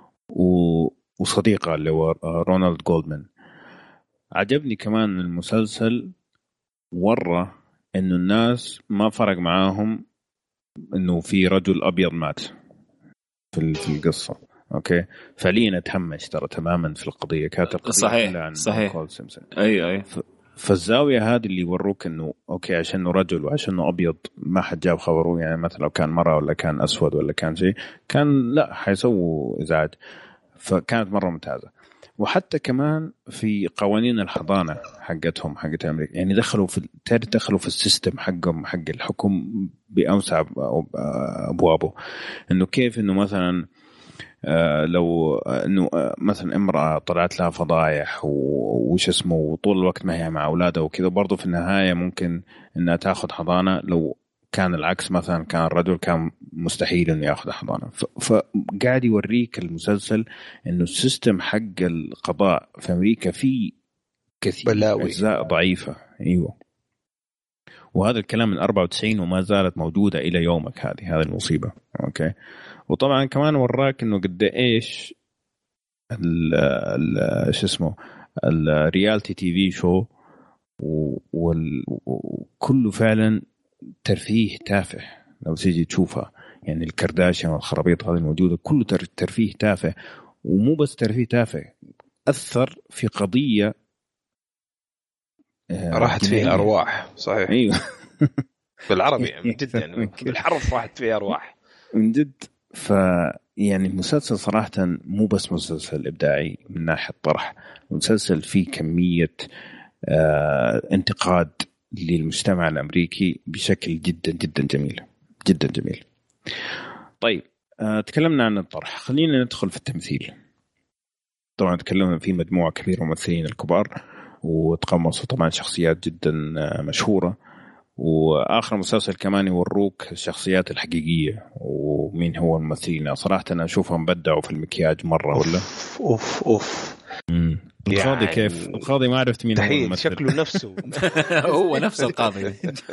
A: وصديقة اللي هو رونالد جولدمان. عجبني كمان المسلسل ورى انه الناس ما فرق معاهم انه في رجل ابيض مات في في القصة. اوكي فعليا اتهمش ترى تماما في القضية. كانت القضية
B: صحيح
A: عن
B: صحيح
A: نيكول سيمسون.
B: ايوه ايوه
A: ف... فالزاوية هذه اللي يوروك إنه أوكي عشانه رجل وعشانه أبيض ما حد جاب خبره. يعني مثلا لو كان مرة ولا كان أسود ولا كان شيء كان لا حيسووا إزعاج. فكانت مرة ممتازة. وحتى كمان في قوانين الحضانة حقتهم حقت أمريكا يعني دخلوا في دخلوا في السيستم حقهم حق الحكم بأوسع أبوابه. إنه كيف إنه مثلا آه لو انه آه مثلا امرأة طلعت لها فضايح وش اسمه وطول الوقت ما هي مع اولادها وكذا برضو في النهاية ممكن انها تاخذ حضانة. لو كان العكس مثلا كان الرجل كان مستحيل انه ياخذ حضانة. فقاعد يوريك المسلسل انه السيستم حق القضاء في امريكا فيه كثير اجزاء ضعيفة. ايوه وهذا الكلام من أربعة وتسعين وما زالت موجودة الى يومك. هذه هذه المصيبة. اوكي وطبعا كمان وراك انه قد ايش ال ال شو اسمه الريالتي تي في شو وكله فعلا ترفيه تافه لو تيجي تشوفها. يعني الكرداشيان والخرابيط هذه الموجودة كله ترفيه تافه، ومو بس ترفيه تافه، أثر في قضية
E: راحت فيها أرواح. صحيح.
A: أيوه
E: بالعربي من جد يعني بالحرف راحت فيها أرواح
A: من جد. فيعني المسلسل صراحة مو بس مسلسل إبداعي من ناحية طرح، المسلسل فيه كمية آه انتقاد للمجتمع الأمريكي بشكل جدا جدا جميل جدا جميل. طيب آه تكلمنا عن الطرح، خلينا ندخل في التمثيل. طبعا تكلمنا في مجموعة كبيرة من الممثلين الكبار وتقمصوا طبعا شخصيات جدا مشهورة، وآخر مسلسل كمان يوروك الشخصيات الحقيقية ومين هو الممثلين. صراحة أنا أشوفهم بدعوا في المكياج مرة ولا
E: أوف أوف
A: امم القاضي يعني كيف القاضي ما عرفت مين هو الممثل،
E: شكله نفسه
B: هو نفس القاضي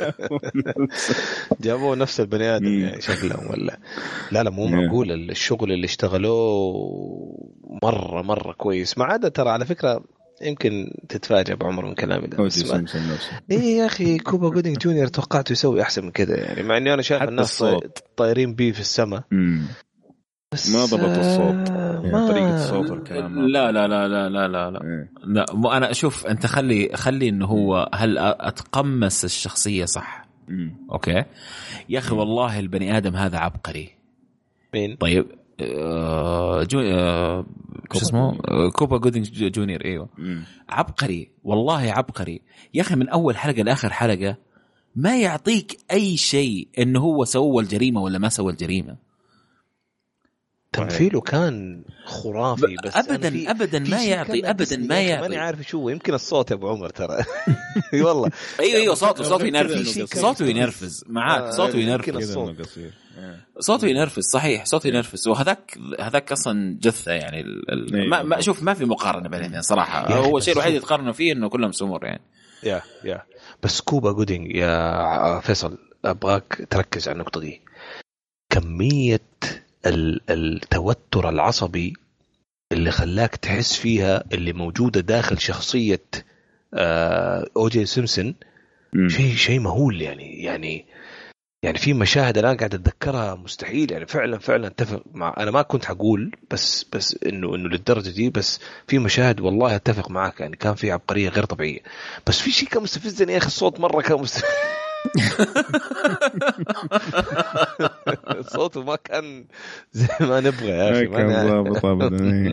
E: جابوه نفس البني آدم يعني شكله ولا لا لا مو معقول. الشغل اللي اشتغلوه مرة مرة كويس. ما عدا ترى على فكرة يمكن تتفاجأ بعمر من كلامي ده، إيه يا أخي كوبا جودينغ جونيور توقعته يسوي أحسن من كده يعني، مع إني أنا شايف الناس طايرين بيه في السماء
A: ما ضبط الصوت يعني طريقة الصوت والكلام.
B: لا لا لا لا لا لا لا,
A: إيه.
B: لا. مو أنا أشوف أنت خلي خلي إنه هو هل أتقمص الشخصية صح.
A: مم.
B: أوكي يا أخي والله البني آدم هذا عبقري.
E: مين؟
B: طيب آه جو آه شو اسمه كوبا جودينغ جونيور. ايوه
A: مم.
B: عبقري والله عبقري يا اخي. من اول حلقه لاخر حلقه ما يعطيك اي شيء انه هو سوى الجريمه ولا ما سوى الجريمه.
E: تمثيله كان خرافي بس
B: ابدا في ابدا ما يعطي ابدا ما يعطي.
E: ماني عارف شو يمكن الصوت يا ابو عمر ترى والله
B: ايوه ايوه صوته صوته ينرفز صوته ينرفز معاك صوته ينرفز صوته ينرفز صحيح صوته ينرفز. وهذاك هذاك اصلا جثه يعني ال... ما ما اشوف ما في مقارنه بينهم صراحه. هو الشيء الوحيد يتقارنوا فيه انه كلهم سمر يعني.
E: يا يا بس كوبا جودينغ يا فيصل ابغاك تركز على النقطه دي. كميه التوتر العصبي اللي خلاك تحس فيها اللي موجودة داخل شخصية أو جي سيمبسون شيء شيء مهول يعني يعني يعني في مشاهد أنا قاعد أتذكرها مستحيل يعني فعلا فعلا اتفق مع أنا ما كنت هقول بس بس إنه إنه للدرجة دي بس في مشاهد والله اتفق معك يعني كان في عبقرية غير طبيعية. بس في شيء كان مستفزني يا أخي الصوت مرة كان مستفز صوته ما كان زي ما نبغى يا أخي ما
A: ضابط أبدا.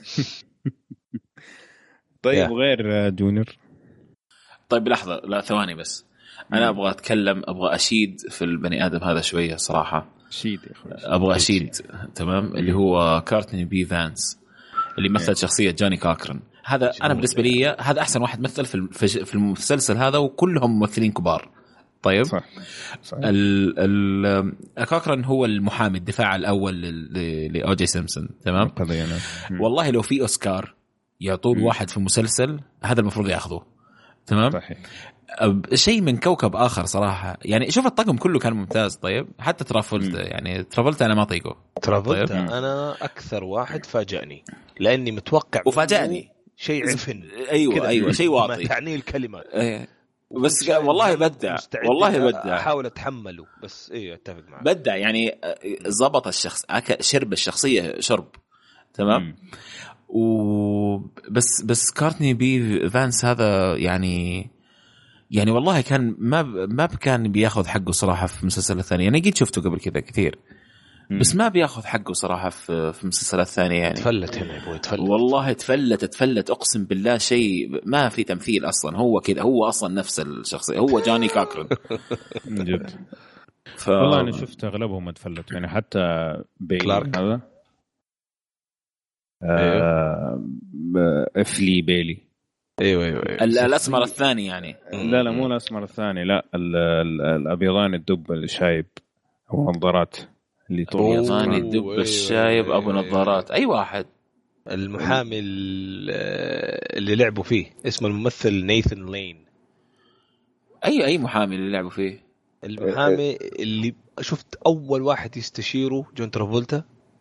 A: طيب غير جونيور.
B: طيب لحظة لا ثواني بس أنا أبغى أتكلم أبغى أشيد في البني آدم هذا شوية صراحة.
A: شيد يا أخوي
B: أبغى أشيد تمام اللي هو كارتني بي فانس اللي مثل شخصية جوني كوكران. هذا أنا بالنسبة لي هذا أحسن واحد مثل في المسلسل هذا وكلهم ممثلين كبار. طيب
A: صح. صح.
B: ال ال كوكران هو المحامي الدفاع الأول لأو جي سيمبسون تمام. والله لو في أوسكار يعطون واحد في مسلسل هذا المفروض يأخذه تمام.
A: صحيح.
B: شيء من كوكب آخر صراحة يعني. شوف الطاقم كله كان ممتاز. طيب حتى ترافلت يعني ترافلت أنا ما طيقه.
E: ترافلت طيب. أنا أكثر واحد فاجأني لأني متوقع
B: وفاجأني
E: شيء عفن.
B: أيوة أيوة شيء واطي
E: ما تعني الكلمة
B: أيه. بس والله بدع والله بدع
E: احاول اتحمله بس ايه اتفق معك
B: بدع يعني ضبط الشخص شرب الشخصيه شرب تمام. وبس بس كارتني بي فانس هذا يعني يعني والله كان ما ما كان بياخذ حقه صراحه في المسلسل الثاني. انا قد شفته قبل كذا كثير بس ما بياخذ حقه صراحه في في المسلسلات الثانية يعني.
E: تفلت هنا يا ابوي تفلت
B: والله تفلت تفلت اقسم بالله شيء ما في تمثيل اصلا. هو كذا هو اصلا نفس الشخصيه هو جوني كوكران
A: من جد. ف... والله انا شفت اغلبهم تفلت يعني حتى بيلي هذا آه... افلي بيلي
E: ايوه ايوه, أيوة.
B: الاسمر الثاني يعني.
A: لا لا مو الاسمر الثاني لا الابيضان الدب الشايب هو نظارات اللي
B: طويل الدب الشايب ابو نظارات. اي واحد
E: المحامي اللي لعبوا فيه اسمه الممثل نيثن لين.
B: اي اي محامي اللي لعبوا فيه
E: المحامي اللي شفت اول واحد يستشيره جون ترافولتا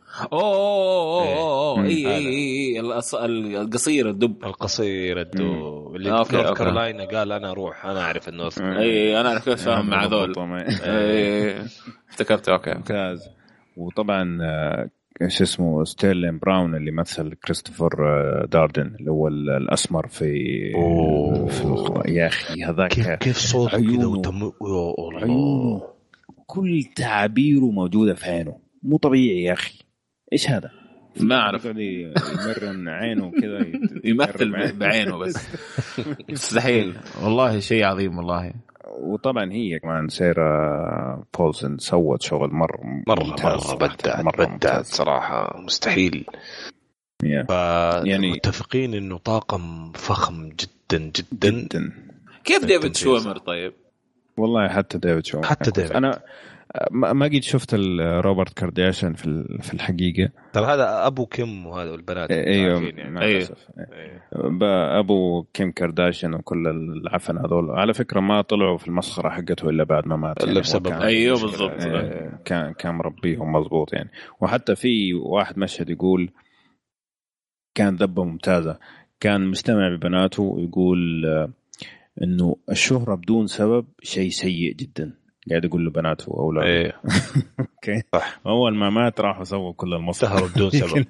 B: اوه اوه اي اي القصير الدب
E: القصير الدب اللي في نورث كارولاينا قال انا اروح انا اعرف النورث
B: اي انا اعرف كيف فاهم مع ذول افتكرت اوكي
A: ممتاز. وطبعا ايش اسمه ستيرلين براون اللي مثل كريستوفر داردن اللي هو الاسمر في, في يا اخي هذاك
E: كيف, كيف صوته كذا وتم
A: عيونه كل تعابيره موجوده في عينه مو طبيعي يا اخي. ايش هذا
B: ما اعرف
A: يمرن عينه كذا
B: يمثل بعينه بس مستحيل والله شيء عظيم والله.
A: وطبعا هي كمان سيرا بولسن سوت شغل مر
E: مرة مرة بدعت مرة بدعت صراحة مستحيل
A: yeah.
E: يعني متفقين انه طاقم فخم جدا جدا, جداً.
B: كيف ديفيد شومر طيب
A: والله حتى ديفيد شومر
E: حتى ديفيد
A: انا ما قد شفت روبرت كاردياشن في في الحقيقه
E: ترى هذا ابو كيم وهذا البنات
A: ايوه يعني. أيوه. أيوه. ابو كيم كارداشيان وكل العفن هذول على فكره ما طلعوا في المسخره حقته الا بعد ما مات
E: الا يعني بسبب
B: ايوه بالضبط
A: كان كان مربيهم مزبوط يعني. وحتى في واحد مشهد يقول كان ذبه ممتازه كان مستمع ببناته يقول انه الشهره بدون سبب شيء سيء جدا قاعد يقول له بناته او لا
E: ايه
A: اوكي اول ما مات راحوا سووا كل المسخره
E: بدون سبب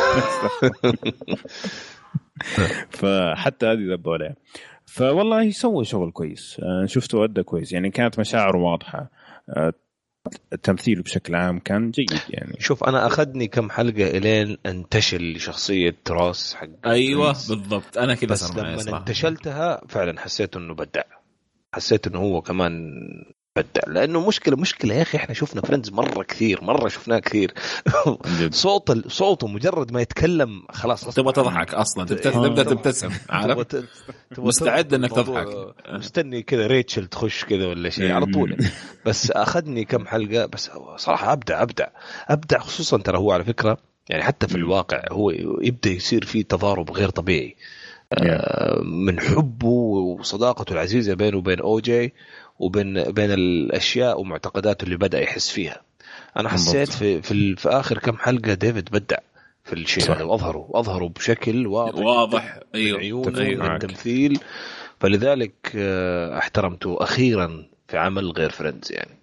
A: فحتى هذه ذبوا عليه. فوالله يسوي شغل كويس شفته أدى كويس يعني كانت مشاعره واضحه التمثيل بشكل عام كان جيد يعني.
E: شوف انا اخذني كم حلقه الين انتشل شخصيه تراس حق
B: ايوه بالضبط انا كذا
E: بس لما انتشلتها فعلا حسيت انه بدع حسيت انه هو كمان بدع لانه مشكله مشكله يا اخي احنا شفنا فريندز مره كثير مره شفناه كثير صوت صوته مجرد ما يتكلم خلاص
B: تبغى تضحك اصلا تبدا تبتسم عارف مستعد انك تضحك
E: مستني كذا ريتشل تخش كذا ولا شيء على طول. بس اخذني كم حلقه بس صراحه ابدع ابدع ابدع خصوصا ترى هو على فكره يعني حتى في الواقع هو يبدا يصير فيه تضارب غير طبيعي من حبه وصداقته العزيزه بينه وبين او جي وبين بين الاشياء ومعتقداته اللي بدا يحس فيها. انا حسيت في في, في اخر كم حلقه ديفيد بدع في الشيء هذا واظهره واظهره بشكل واضح
B: واضح ايوه
E: عيونه التمثيل فلذلك احترمته اخيرا في عمل غير فريندز يعني.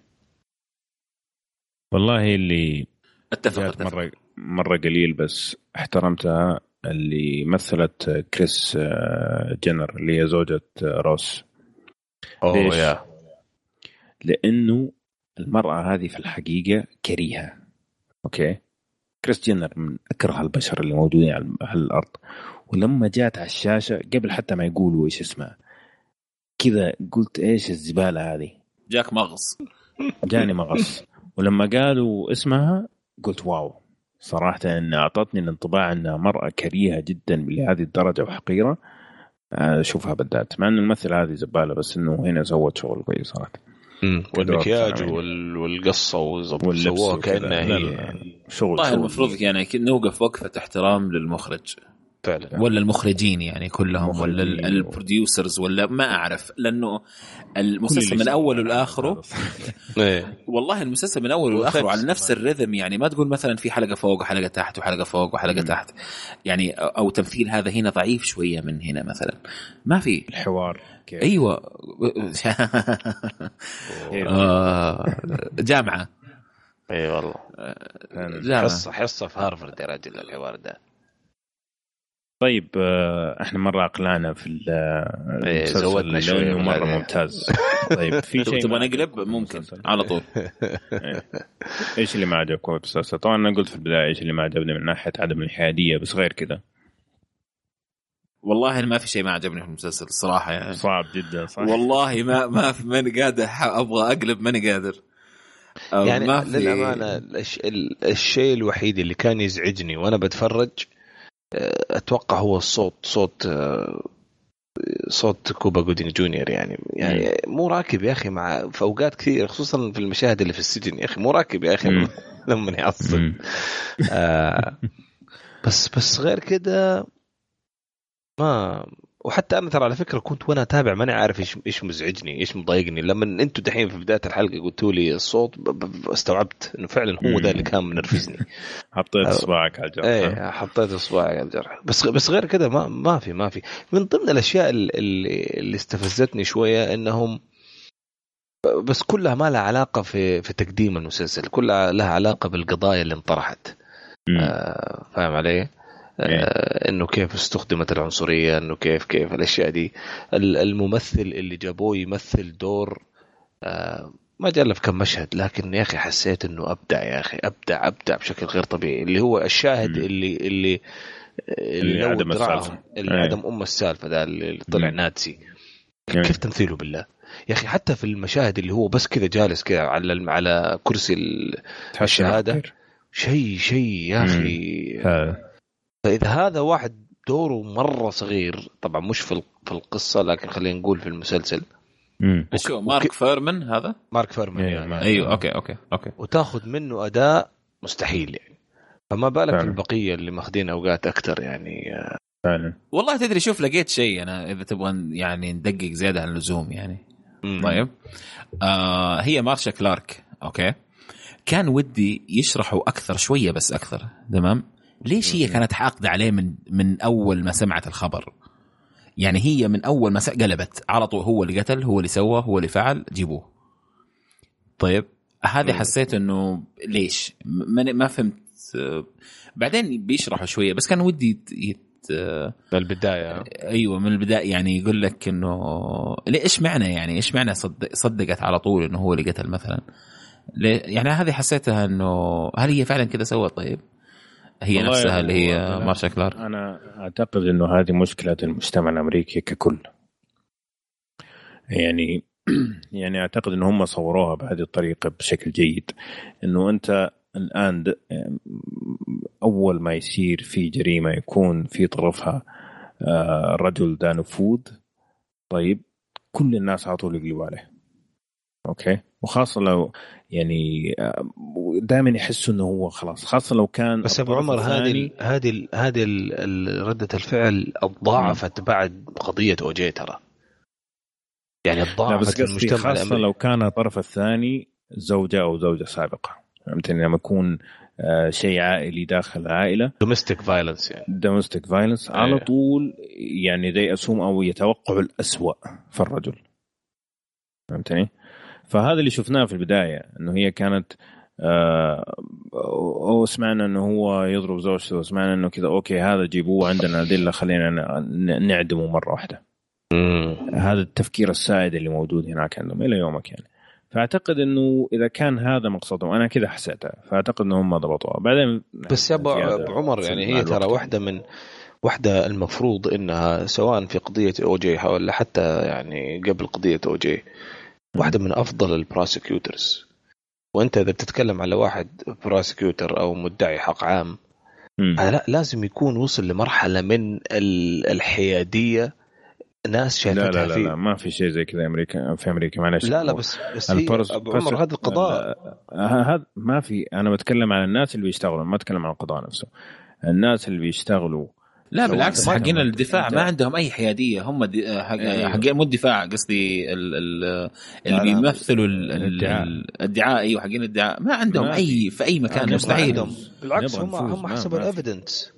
A: والله اللي
B: اتفق
A: مره مره قليل بس احترمتها اللي مثلت كريس جينر اللي هي زوجة روس.
E: أوه يا
A: لأنه المرأة هذه في الحقيقة كريهة. أوكي كريس جينر من أكره البشر اللي موجودين على الأرض ولما جات على الشاشة قبل حتى ما يقولوا إيش اسمها كذا قلت إيش الزبالة هذه
B: جاك مغص
A: جاني مغص ولما قالوا اسمها قلت واو صراحة إن أعطتني الانطباع أنها مرأة كريهة جدا بهذه الدرجة وحقيرة. أشوفها بدأت مع أن الممثل هذه زبالة بس إنه هنا سوت شغل كويس صراحة.
E: والمكياج والقصة وسووها كأنها هي
B: شغل. والله المفروض يعني نوقف وقفة احترام للمخرج
E: فعلا
B: ولا المخرجين يعني كلهم ولا البروديوسرز ولا ما أعرف لأنه المسلسل من أوله لآخره والله المسلسل من أوله لآخره على نفس الرذم يعني ما تقول مثلا في حلقة فوق وحلقة تحت وحلقة فوق وحلقة تحت يعني أو تمثيل هذا هنا ضعيف شوية من هنا مثلا ما في
A: الحوار
B: كيف. أيوة جامعة
E: أي والله حصة حصة في هارفرد يا رجل الحوار ده.
A: طيب احنا مرة اقلعنا في
E: زودنا شوية
A: مرة ممتاز. طيب في شيء
B: تبغى نقلب ممكن على طول.
A: ايش اللي ما عجبك بالمسلسل؟ طبعا انا قلت في البداية ايش اللي ما عجبني من ناحية عدم الحيادية بس غير كذا
B: والله ما في شيء ما عجبني في المسلسل الصراحة يعني
A: صعب جدا صح؟
B: والله ما ما ماني قادر ابغى اقلب ماني قادر
E: يعني للأمانة الشيء الوحيد اللي كان يزعجني وانا بتفرج اتوقع هو الصوت صوت صوت كوبا جودين جونيور يعني يعني مو راكب يا اخي مع في اوقات كثير خصوصا في المشاهد اللي في السجن يا اخي مو راكب يا اخي لما يعصب آه بس بس غير كده ما وحتى انا ترى على فكره كنت وانا اتابع ماني عارف ايش ايش مزعجني ايش مضايقني. لما انتم دحين في بدايه الحلقه قلتوا لي الصوت استوعبت انه فعلا هو ذا اللي كان منرفزني.
A: حطيت اصبعك على الجرح.
E: ايه حطيت اصبعي على الجرح. بس بس غير كده ما ما في ما في من ضمن الاشياء اللي اللي استفزتني شويه انهم بس كلها ما لها علاقه في في تقديم المسلسل، كلها لها علاقه بالقضايا اللي انطرحت. آه فاهم علي؟ آه انه كيف استخدمت العنصريه، انه كيف كيف الاشياء دي. الممثل اللي جابوه يمثل دور آه ما جلف كم مشهد، لكن يا اخي حسيت انه ابدع يا اخي، ابدع ابدع بشكل غير طبيعي. اللي هو الشاهد م. اللي اللي اللي عدم السالفه، اللي عدم ام السالفه ده اللي طلع م. ناتسي. كيف تمثيله بالله يا اخي، حتى في المشاهد اللي هو بس كذا جالس كذا على على كرسي الشهاده، شيء شيء يا اخي. فاذا هذا واحد دوره مره صغير، طبعا مش في في القصه لكن خلينا نقول في المسلسل.
B: امم مارك فيرمان، هذا
E: مارك فيرمان
B: يعني. ايوه اوكي اوكي اوكي
E: وتاخذ منه اداء مستحيل يعني، فما بالك في البقيه اللي ماخذين اوقات اكثر يعني.
A: فعلا
B: والله تدري شوف لقيت شيء انا اذا تبغى يعني ندقق زياده عن اللزوم يعني. مم. طيب آه هي مارشا كلارك اوكي، كان ودي يشرحوا اكثر شويه بس اكثر. تمام ليش هي كانت حاقده عليه من من اول ما سمعت الخبر؟ يعني هي من اول ما قلبت على طول هو اللي قتل، هو اللي سوى، هو اللي فعل، جيبوه. طيب هذه حسيت انه ليش ما ما فهمت. بعدين بيشرحوا شويه بس كان ودي يت...
E: من البدايه.
B: ايوه من البدايه يعني يقول لك انه ليش معنى يعني ايش معنى صدق صدقت على طول انه هو اللي قتل مثلا. يعني هذه حسيتها انه هل هي فعلا كذا سوت؟ طيب هي نفسها اللي هي مارشا كلارك.
A: أنا أعتقد إنه هذه مشكلة المجتمع الأمريكي ككل يعني. يعني أعتقد إن هم صوروها بهذه الطريقة بشكل جيد، إنه أنت الآن أول ما يصير في جريمة يكون في طرفها رجل ذا نفوذ، طيب كل الناس على طول يقلبوا عليه. أوكي، وخاصة لو يعني دائما يحسوا انه هو خلاص، خاصة لو كان.
E: بس ابو عمر هذه هذه هذه ردة الفعل ضاعفت بعد قضية أوجي ترى يعني ضاعفت المجتمع.
A: خاصة لو كان الطرف الثاني زوجة او زوجة سابقة، فهمتني؟ لما يكون شيء عائلي داخل العائلة،
E: domestic violence يعني
A: domestic violence على طول يعني زي أسهم او يتوقع الأسوأ في الرجل، فهمتني؟ فهذا اللي شفناه في البداية، انه هي كانت آه او سمعنا انه هو يضرب زوجته، وسمعنا انه كذا اوكي هذا جيبوه عندنا أدلة خلينا نعدمه مرة واحدة. هذا التفكير السائد اللي موجود هناك عندهم الى يومك يعني. فاعتقد انه اذا كان هذا مقصدهم، انا كذا حسيتها، فاعتقد انهم ما ضبطوها بعدين.
E: بس يا ابو عمر يعني هي ترى واحدة من واحدة المفروض انها سواء في قضية اوجي ولا حتى يعني قبل قضية اوجي واحدة من أفضل البروسيكيوترز. وأنت إذا بتتكلم على واحد بروسيكيوتر أو مدعي حق عام، لا لازم يكون وصل لمرحلة من الحيادية، ناس شايفتها
A: لا لا
E: فيه.
A: لا, لا ما في شيء زي كذا أمريكا في أمريكا معلش.
E: لا لا بس بس أبو عمر هذا القضاء
A: هذا ما في. أنا بتكلم عن الناس اللي بيشتغلوا، ما أتكلم عن القضاء نفسه. الناس اللي بيشتغلوا
B: لا بالعكس حقين الدفاع ما عندهم أي حيادية. هم حقين مو الدفاع قصدي اللي بيمثلوا الادعاء. أيوة حقين الادعاء ما عندهم أي في أي مكان مستحيل.
E: بالعكس هم هم حسب الإيفيدنس،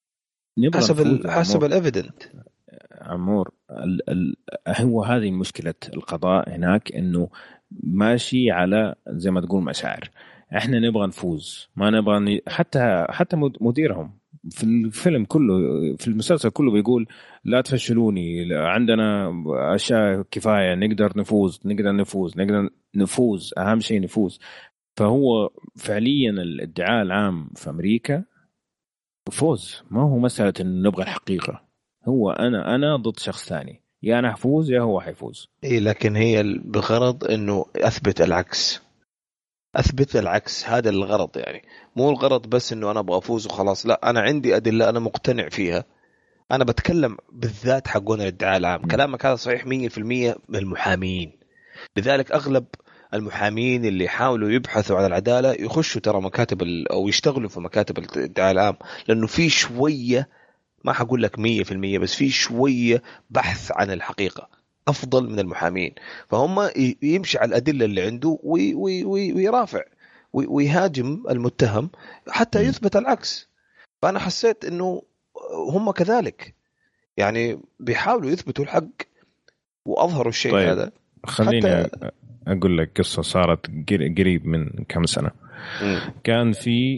E: حسب حسب الإيفيدنت
A: عمور. ال ال هو هذه مشكلة القضاء هناك، إنه ماشي على زي ما تقول مشاعر. إحنا نبغى نفوز، ما نبغى حتى حتى مديرهم في الفيلم كله، في المسلسل كله بيقول لا تفشلوني، عندنا أشياء كفاية، نقدر نفوز نقدر نفوز نقدر نفوز أهم شيء نفوز. فهو فعليا الادعاء العام في أمريكا فوز، ما هو مسألة إن نبغى الحقيقة. هو أنا أنا ضد شخص ثاني، يا أنا حفوز يا هو حيفوز.
E: إيه لكن هي بغرض إنه أثبت العكس، أثبت العكس. هذا الغرض يعني، مو الغرض بس إنه أنا أبغى أفوز وخلاص. لا أنا عندي أدلة أنا مقتنع فيها. أنا بتكلم بالذات حقون الادعاء العام. م. كلامك هذا صحيح مية في المية بالمحامين. لذلك أغلب المحامين اللي يحاولوا يبحثوا عن العدالة يخشوا ترى مكاتب أو يشتغلوا في مكاتب الادعاء العام، لأنه في شوية ما حقول لك مية في المية بس في شوية بحث عن الحقيقة أفضل من المحامين. فهم يمشي على الأدلة اللي عنده وي وي وي ويرافع ويهاجم المتهم حتى يثبت العكس. فأنا حسيت إنه هم كذلك يعني بيحاولوا يثبتوا الحق وأظهروا الشيء. طيب. هذا
A: خليني حتى... أقول لك قصة صارت قريب من كم سنة. م. كان في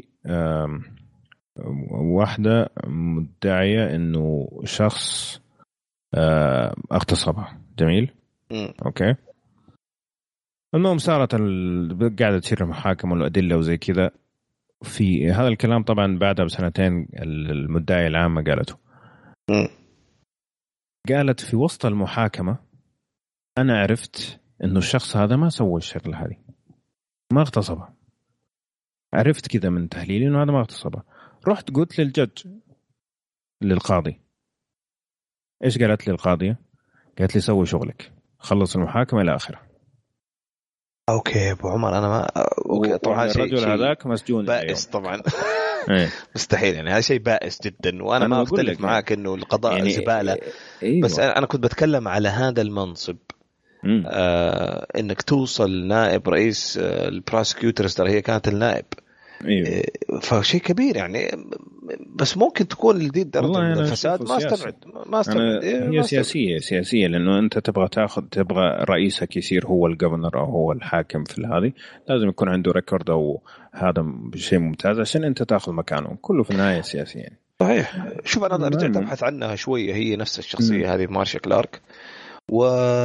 A: واحدة مدعية إنه شخص اغتصبها. جميل. م. أوكي. المهم صارت ال... قاعدة تصير محاكمة والأدلة وزي كذا. في هذا الكلام طبعا بعدها بسنتين المدعية العامة قالته. م. قالت في وسط المحاكمة أنا عرفت إنه الشخص هذا ما سوى الشغلة هذه، ما اغتصبها. عرفت كذا من تحليلي إنه هذا ما اغتصبها. رحت قلت للجج للقاضي. إيش قالت لي القاضية؟ قالت لي سوي شغلك، خلص المحاكمة إلى آخره.
E: أوكي أبو عمر أنا ما أوكي طبعا
A: الرجل شيء هذاك مسجون
E: بائس طبعا. مستحيل يعني هذا شيء بائس جدا. وأنا أنا ما أختلف معاك إنه القضاء يعني زبالة. أيوة. بس أنا كنت بتكلم على هذا المنصب. آه إنك توصل نائب رئيس آه البروسيكيوترز ترى هي كانت النائب. أيوة. آه فشيء كبير يعني. بس ممكن تكون الجديد درجة من الفساد ما استبعد ما استبعد
A: إيه هي سياسية سياسية لأنه أنت تبغى تأخذ تبغى رئيسك يصير هو الجفرنر أو هو الحاكم في هذه لازم يكون عنده ريكورد أو هذا شيء ممتاز عشان أنت تأخذ مكانه. كله في النهاية سياسي يعني.
E: صحيح. شوف أنا رجعت أبحث عنها شوية. هي نفس الشخصية م. هذه مارشا كلارك و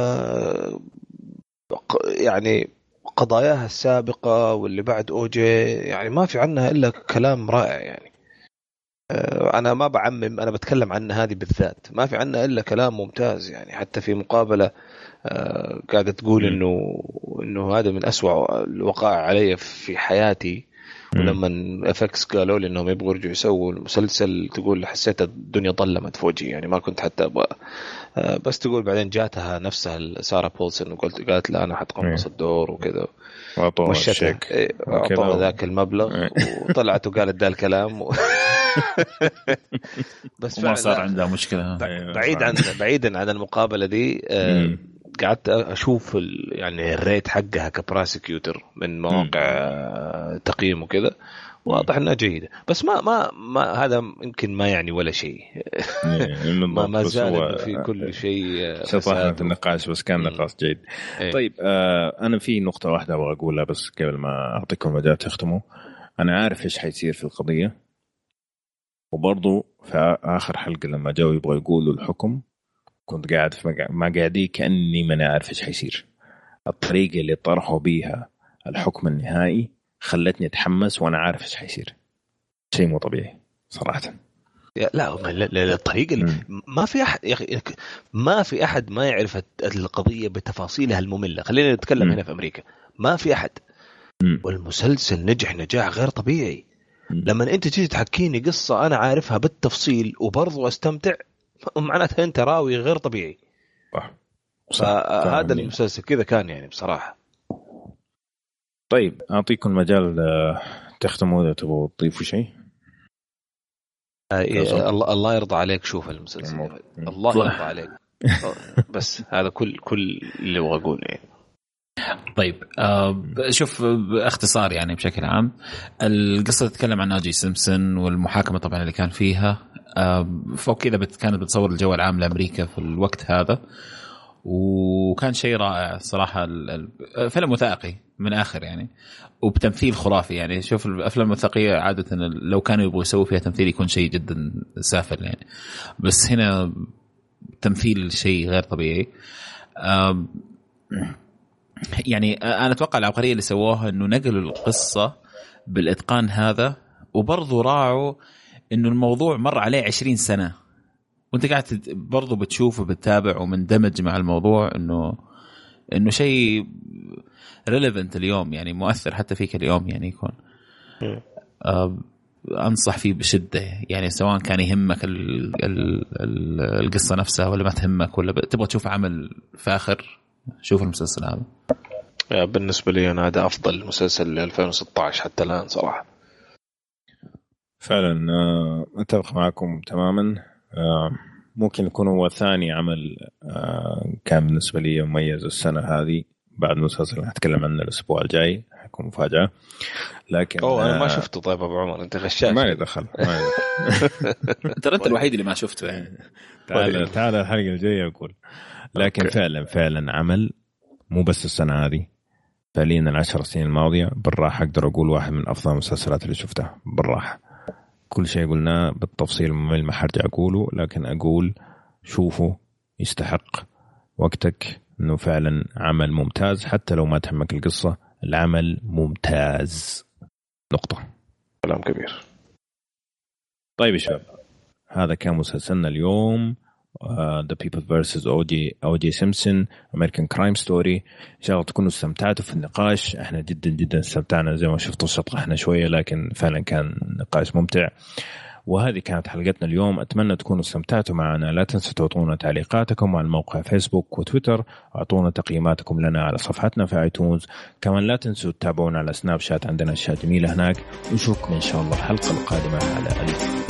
E: يعني قضاياها السابقة واللي بعد أوجي يعني ما في عنها إلا كلام رائع يعني. أنا ما بعمم أنا بتكلم عن هذه بالذات ما في عنها إلا كلام ممتاز يعني. حتى في مقابلة قاعدة تقول إنه إنه هذا من أسوأ الوقائع علي في حياتي. ولما افكس قالوا لي انهم يبغوا يرجعوا يسووا المسلسل تقول حسيت الدنيا ظلمت في وجهي يعني ما كنت حتى ابغى. بس تقول بعدين جاتها نفسها سارة بولسن وقلت قالت لا انا حتقمص الدور وكذا ومشتها اعطوها ذاك المبلغ وطلعت وقالت ذا الكلام و...
B: بس ما صار عندها مشكلة.
E: بعيد عن بعيدا عن المقابلة دي قعدت اشوف يعني الريت حقها كبراسيكيوتر من مواقع تقييم وكذا واضح انها جيده. بس ما ما ما هذا يمكن ما يعني ولا شيء. ما ما زال في كل شيء
A: سطحت النقاش بس كان نقاش جيد. طيب آه انا في نقطه واحده ابغى اقولها بس قبل ما اعطيكم مجال تختموا. انا عارف ايش حيصير في القضيه وبرضو في اخر حلقه لما جاوا يبغوا يقولوا الحكم كنت قاعد في مقعدي كأني ما نعرف إيش حيصير. الطريقة اللي طرحوا بيها الحكم النهائي خلتني أتحمس وأنا عارف إيش حيصير. شيء مو طبيعي صراحة.
E: لا لا الطريقة اللي ما في أحد يا أخي ما في أحد ما يعرف القضية بتفاصيلها المملة. خلينا نتكلم م. هنا في أمريكا ما في أحد. م. والمسلسل نجح نجاح غير طبيعي. م. لما أنت تيجي تحكيني قصة أنا عارفها بالتفصيل وبرضو أستمتع معناتها أنت راوي غير طبيعي. فهذا المسلسل كذا كان يعني بصراحة.
A: طيب أعطيكم مجال تختموا إذا تبغوا تضيفوا شيء.
E: آه الله يرضى عليك شوف المسلسل الله يرضى عليك. بس هذا كل كل اللي أبغى أقوله يعني.
B: طيب آه شوف باختصار يعني بشكل عام القصة تتكلم عن أوجي سيمبسون والمحاكمة طبعا اللي كان فيها. آه فوق كذا بت كانت بتصور الجو العام لأمريكا في الوقت هذا وكان شيء رائع صراحة. الفيلم وثائقي من آخر يعني وبتمثيل خرافي يعني. شوف الأفلام الوثائقية عادة لو كانوا يبغوا يسووا فيها تمثيل يكون شيء جدا سافل يعني. بس هنا تمثيل شيء غير طبيعي. آه يعني أنا أتوقع العبقرية اللي سووها إنه نقلوا القصة بالإتقان هذا وبرضو راعوا إنه الموضوع مر عليه عشرين سنة وأنت قاعد برضو بتشوف وبتتابع ومندمج مع الموضوع إنه إنه شيء relevant اليوم يعني مؤثر حتى فيك اليوم يعني يكون. أه أنصح فيه بشدة يعني سواء كان يهمك ال ال ال القصة نفسها ولا ما تهمك ولا تبغى تشوف عمل فاخر شوف المسلسل هذا.
E: بالنسبة لي أنا هذا أفضل مسلسل ألفين وستة عشر حتى الآن صراحة.
A: فعلا أتفق معكم تماما. آه ممكن يكون هو ثاني عمل آه كان بالنسبة لي مميز السنة هذه بعد مسلسل هتكلم عنه الأسبوع الجاي حيكون مفاجأة. لكن
E: أوه أنا ما شفته. طيب أبو عمر أنت غشاش.
A: ما يدخل ما يدخل
B: ترى أنت الوحيد اللي ما شفته يعني.
A: تعال تعال الحلقة الجاية أقول. لكن أوكي. فعلا فعلا عمل مو بس السنة هذه، فعليا العشر سنين الماضية بالراحة أقدر أقول واحد من أفضل المسلسلات اللي شفتها بالراحة. كل شيء قلناه بالتفصيل ممل ما حرجع أقوله، لكن أقول شوفوا يستحق وقتك، إنه فعلا عمل ممتاز حتى لو ما تهمك القصة، العمل ممتاز نقطة.
E: كلام كبير.
A: طيب يا شباب هذا كان مسلسلنا اليوم uh, The People versus أو جي أو جي Simpson American Crime Story. إن شاء الله تكونوا استمتعتوا في النقاش، احنا جدا جدا استمتعنا زي ما شفتوا شطحنا شوية لكن فعلا كان نقاش ممتع. وهذه كانت حلقتنا اليوم، أتمنى تكونوا استمتعتوا معنا. لا تنسوا تعطونا تعليقاتكم على الموقع فيسبوك وتويتر، أعطونا تقييماتكم لنا على صفحتنا في آيتونز، كمان لا تنسوا تتابعونا على سناب شات، عندنا أشياء جميلة هناك. نشوفكم إن شاء الله الحلقة القادمة على ألف.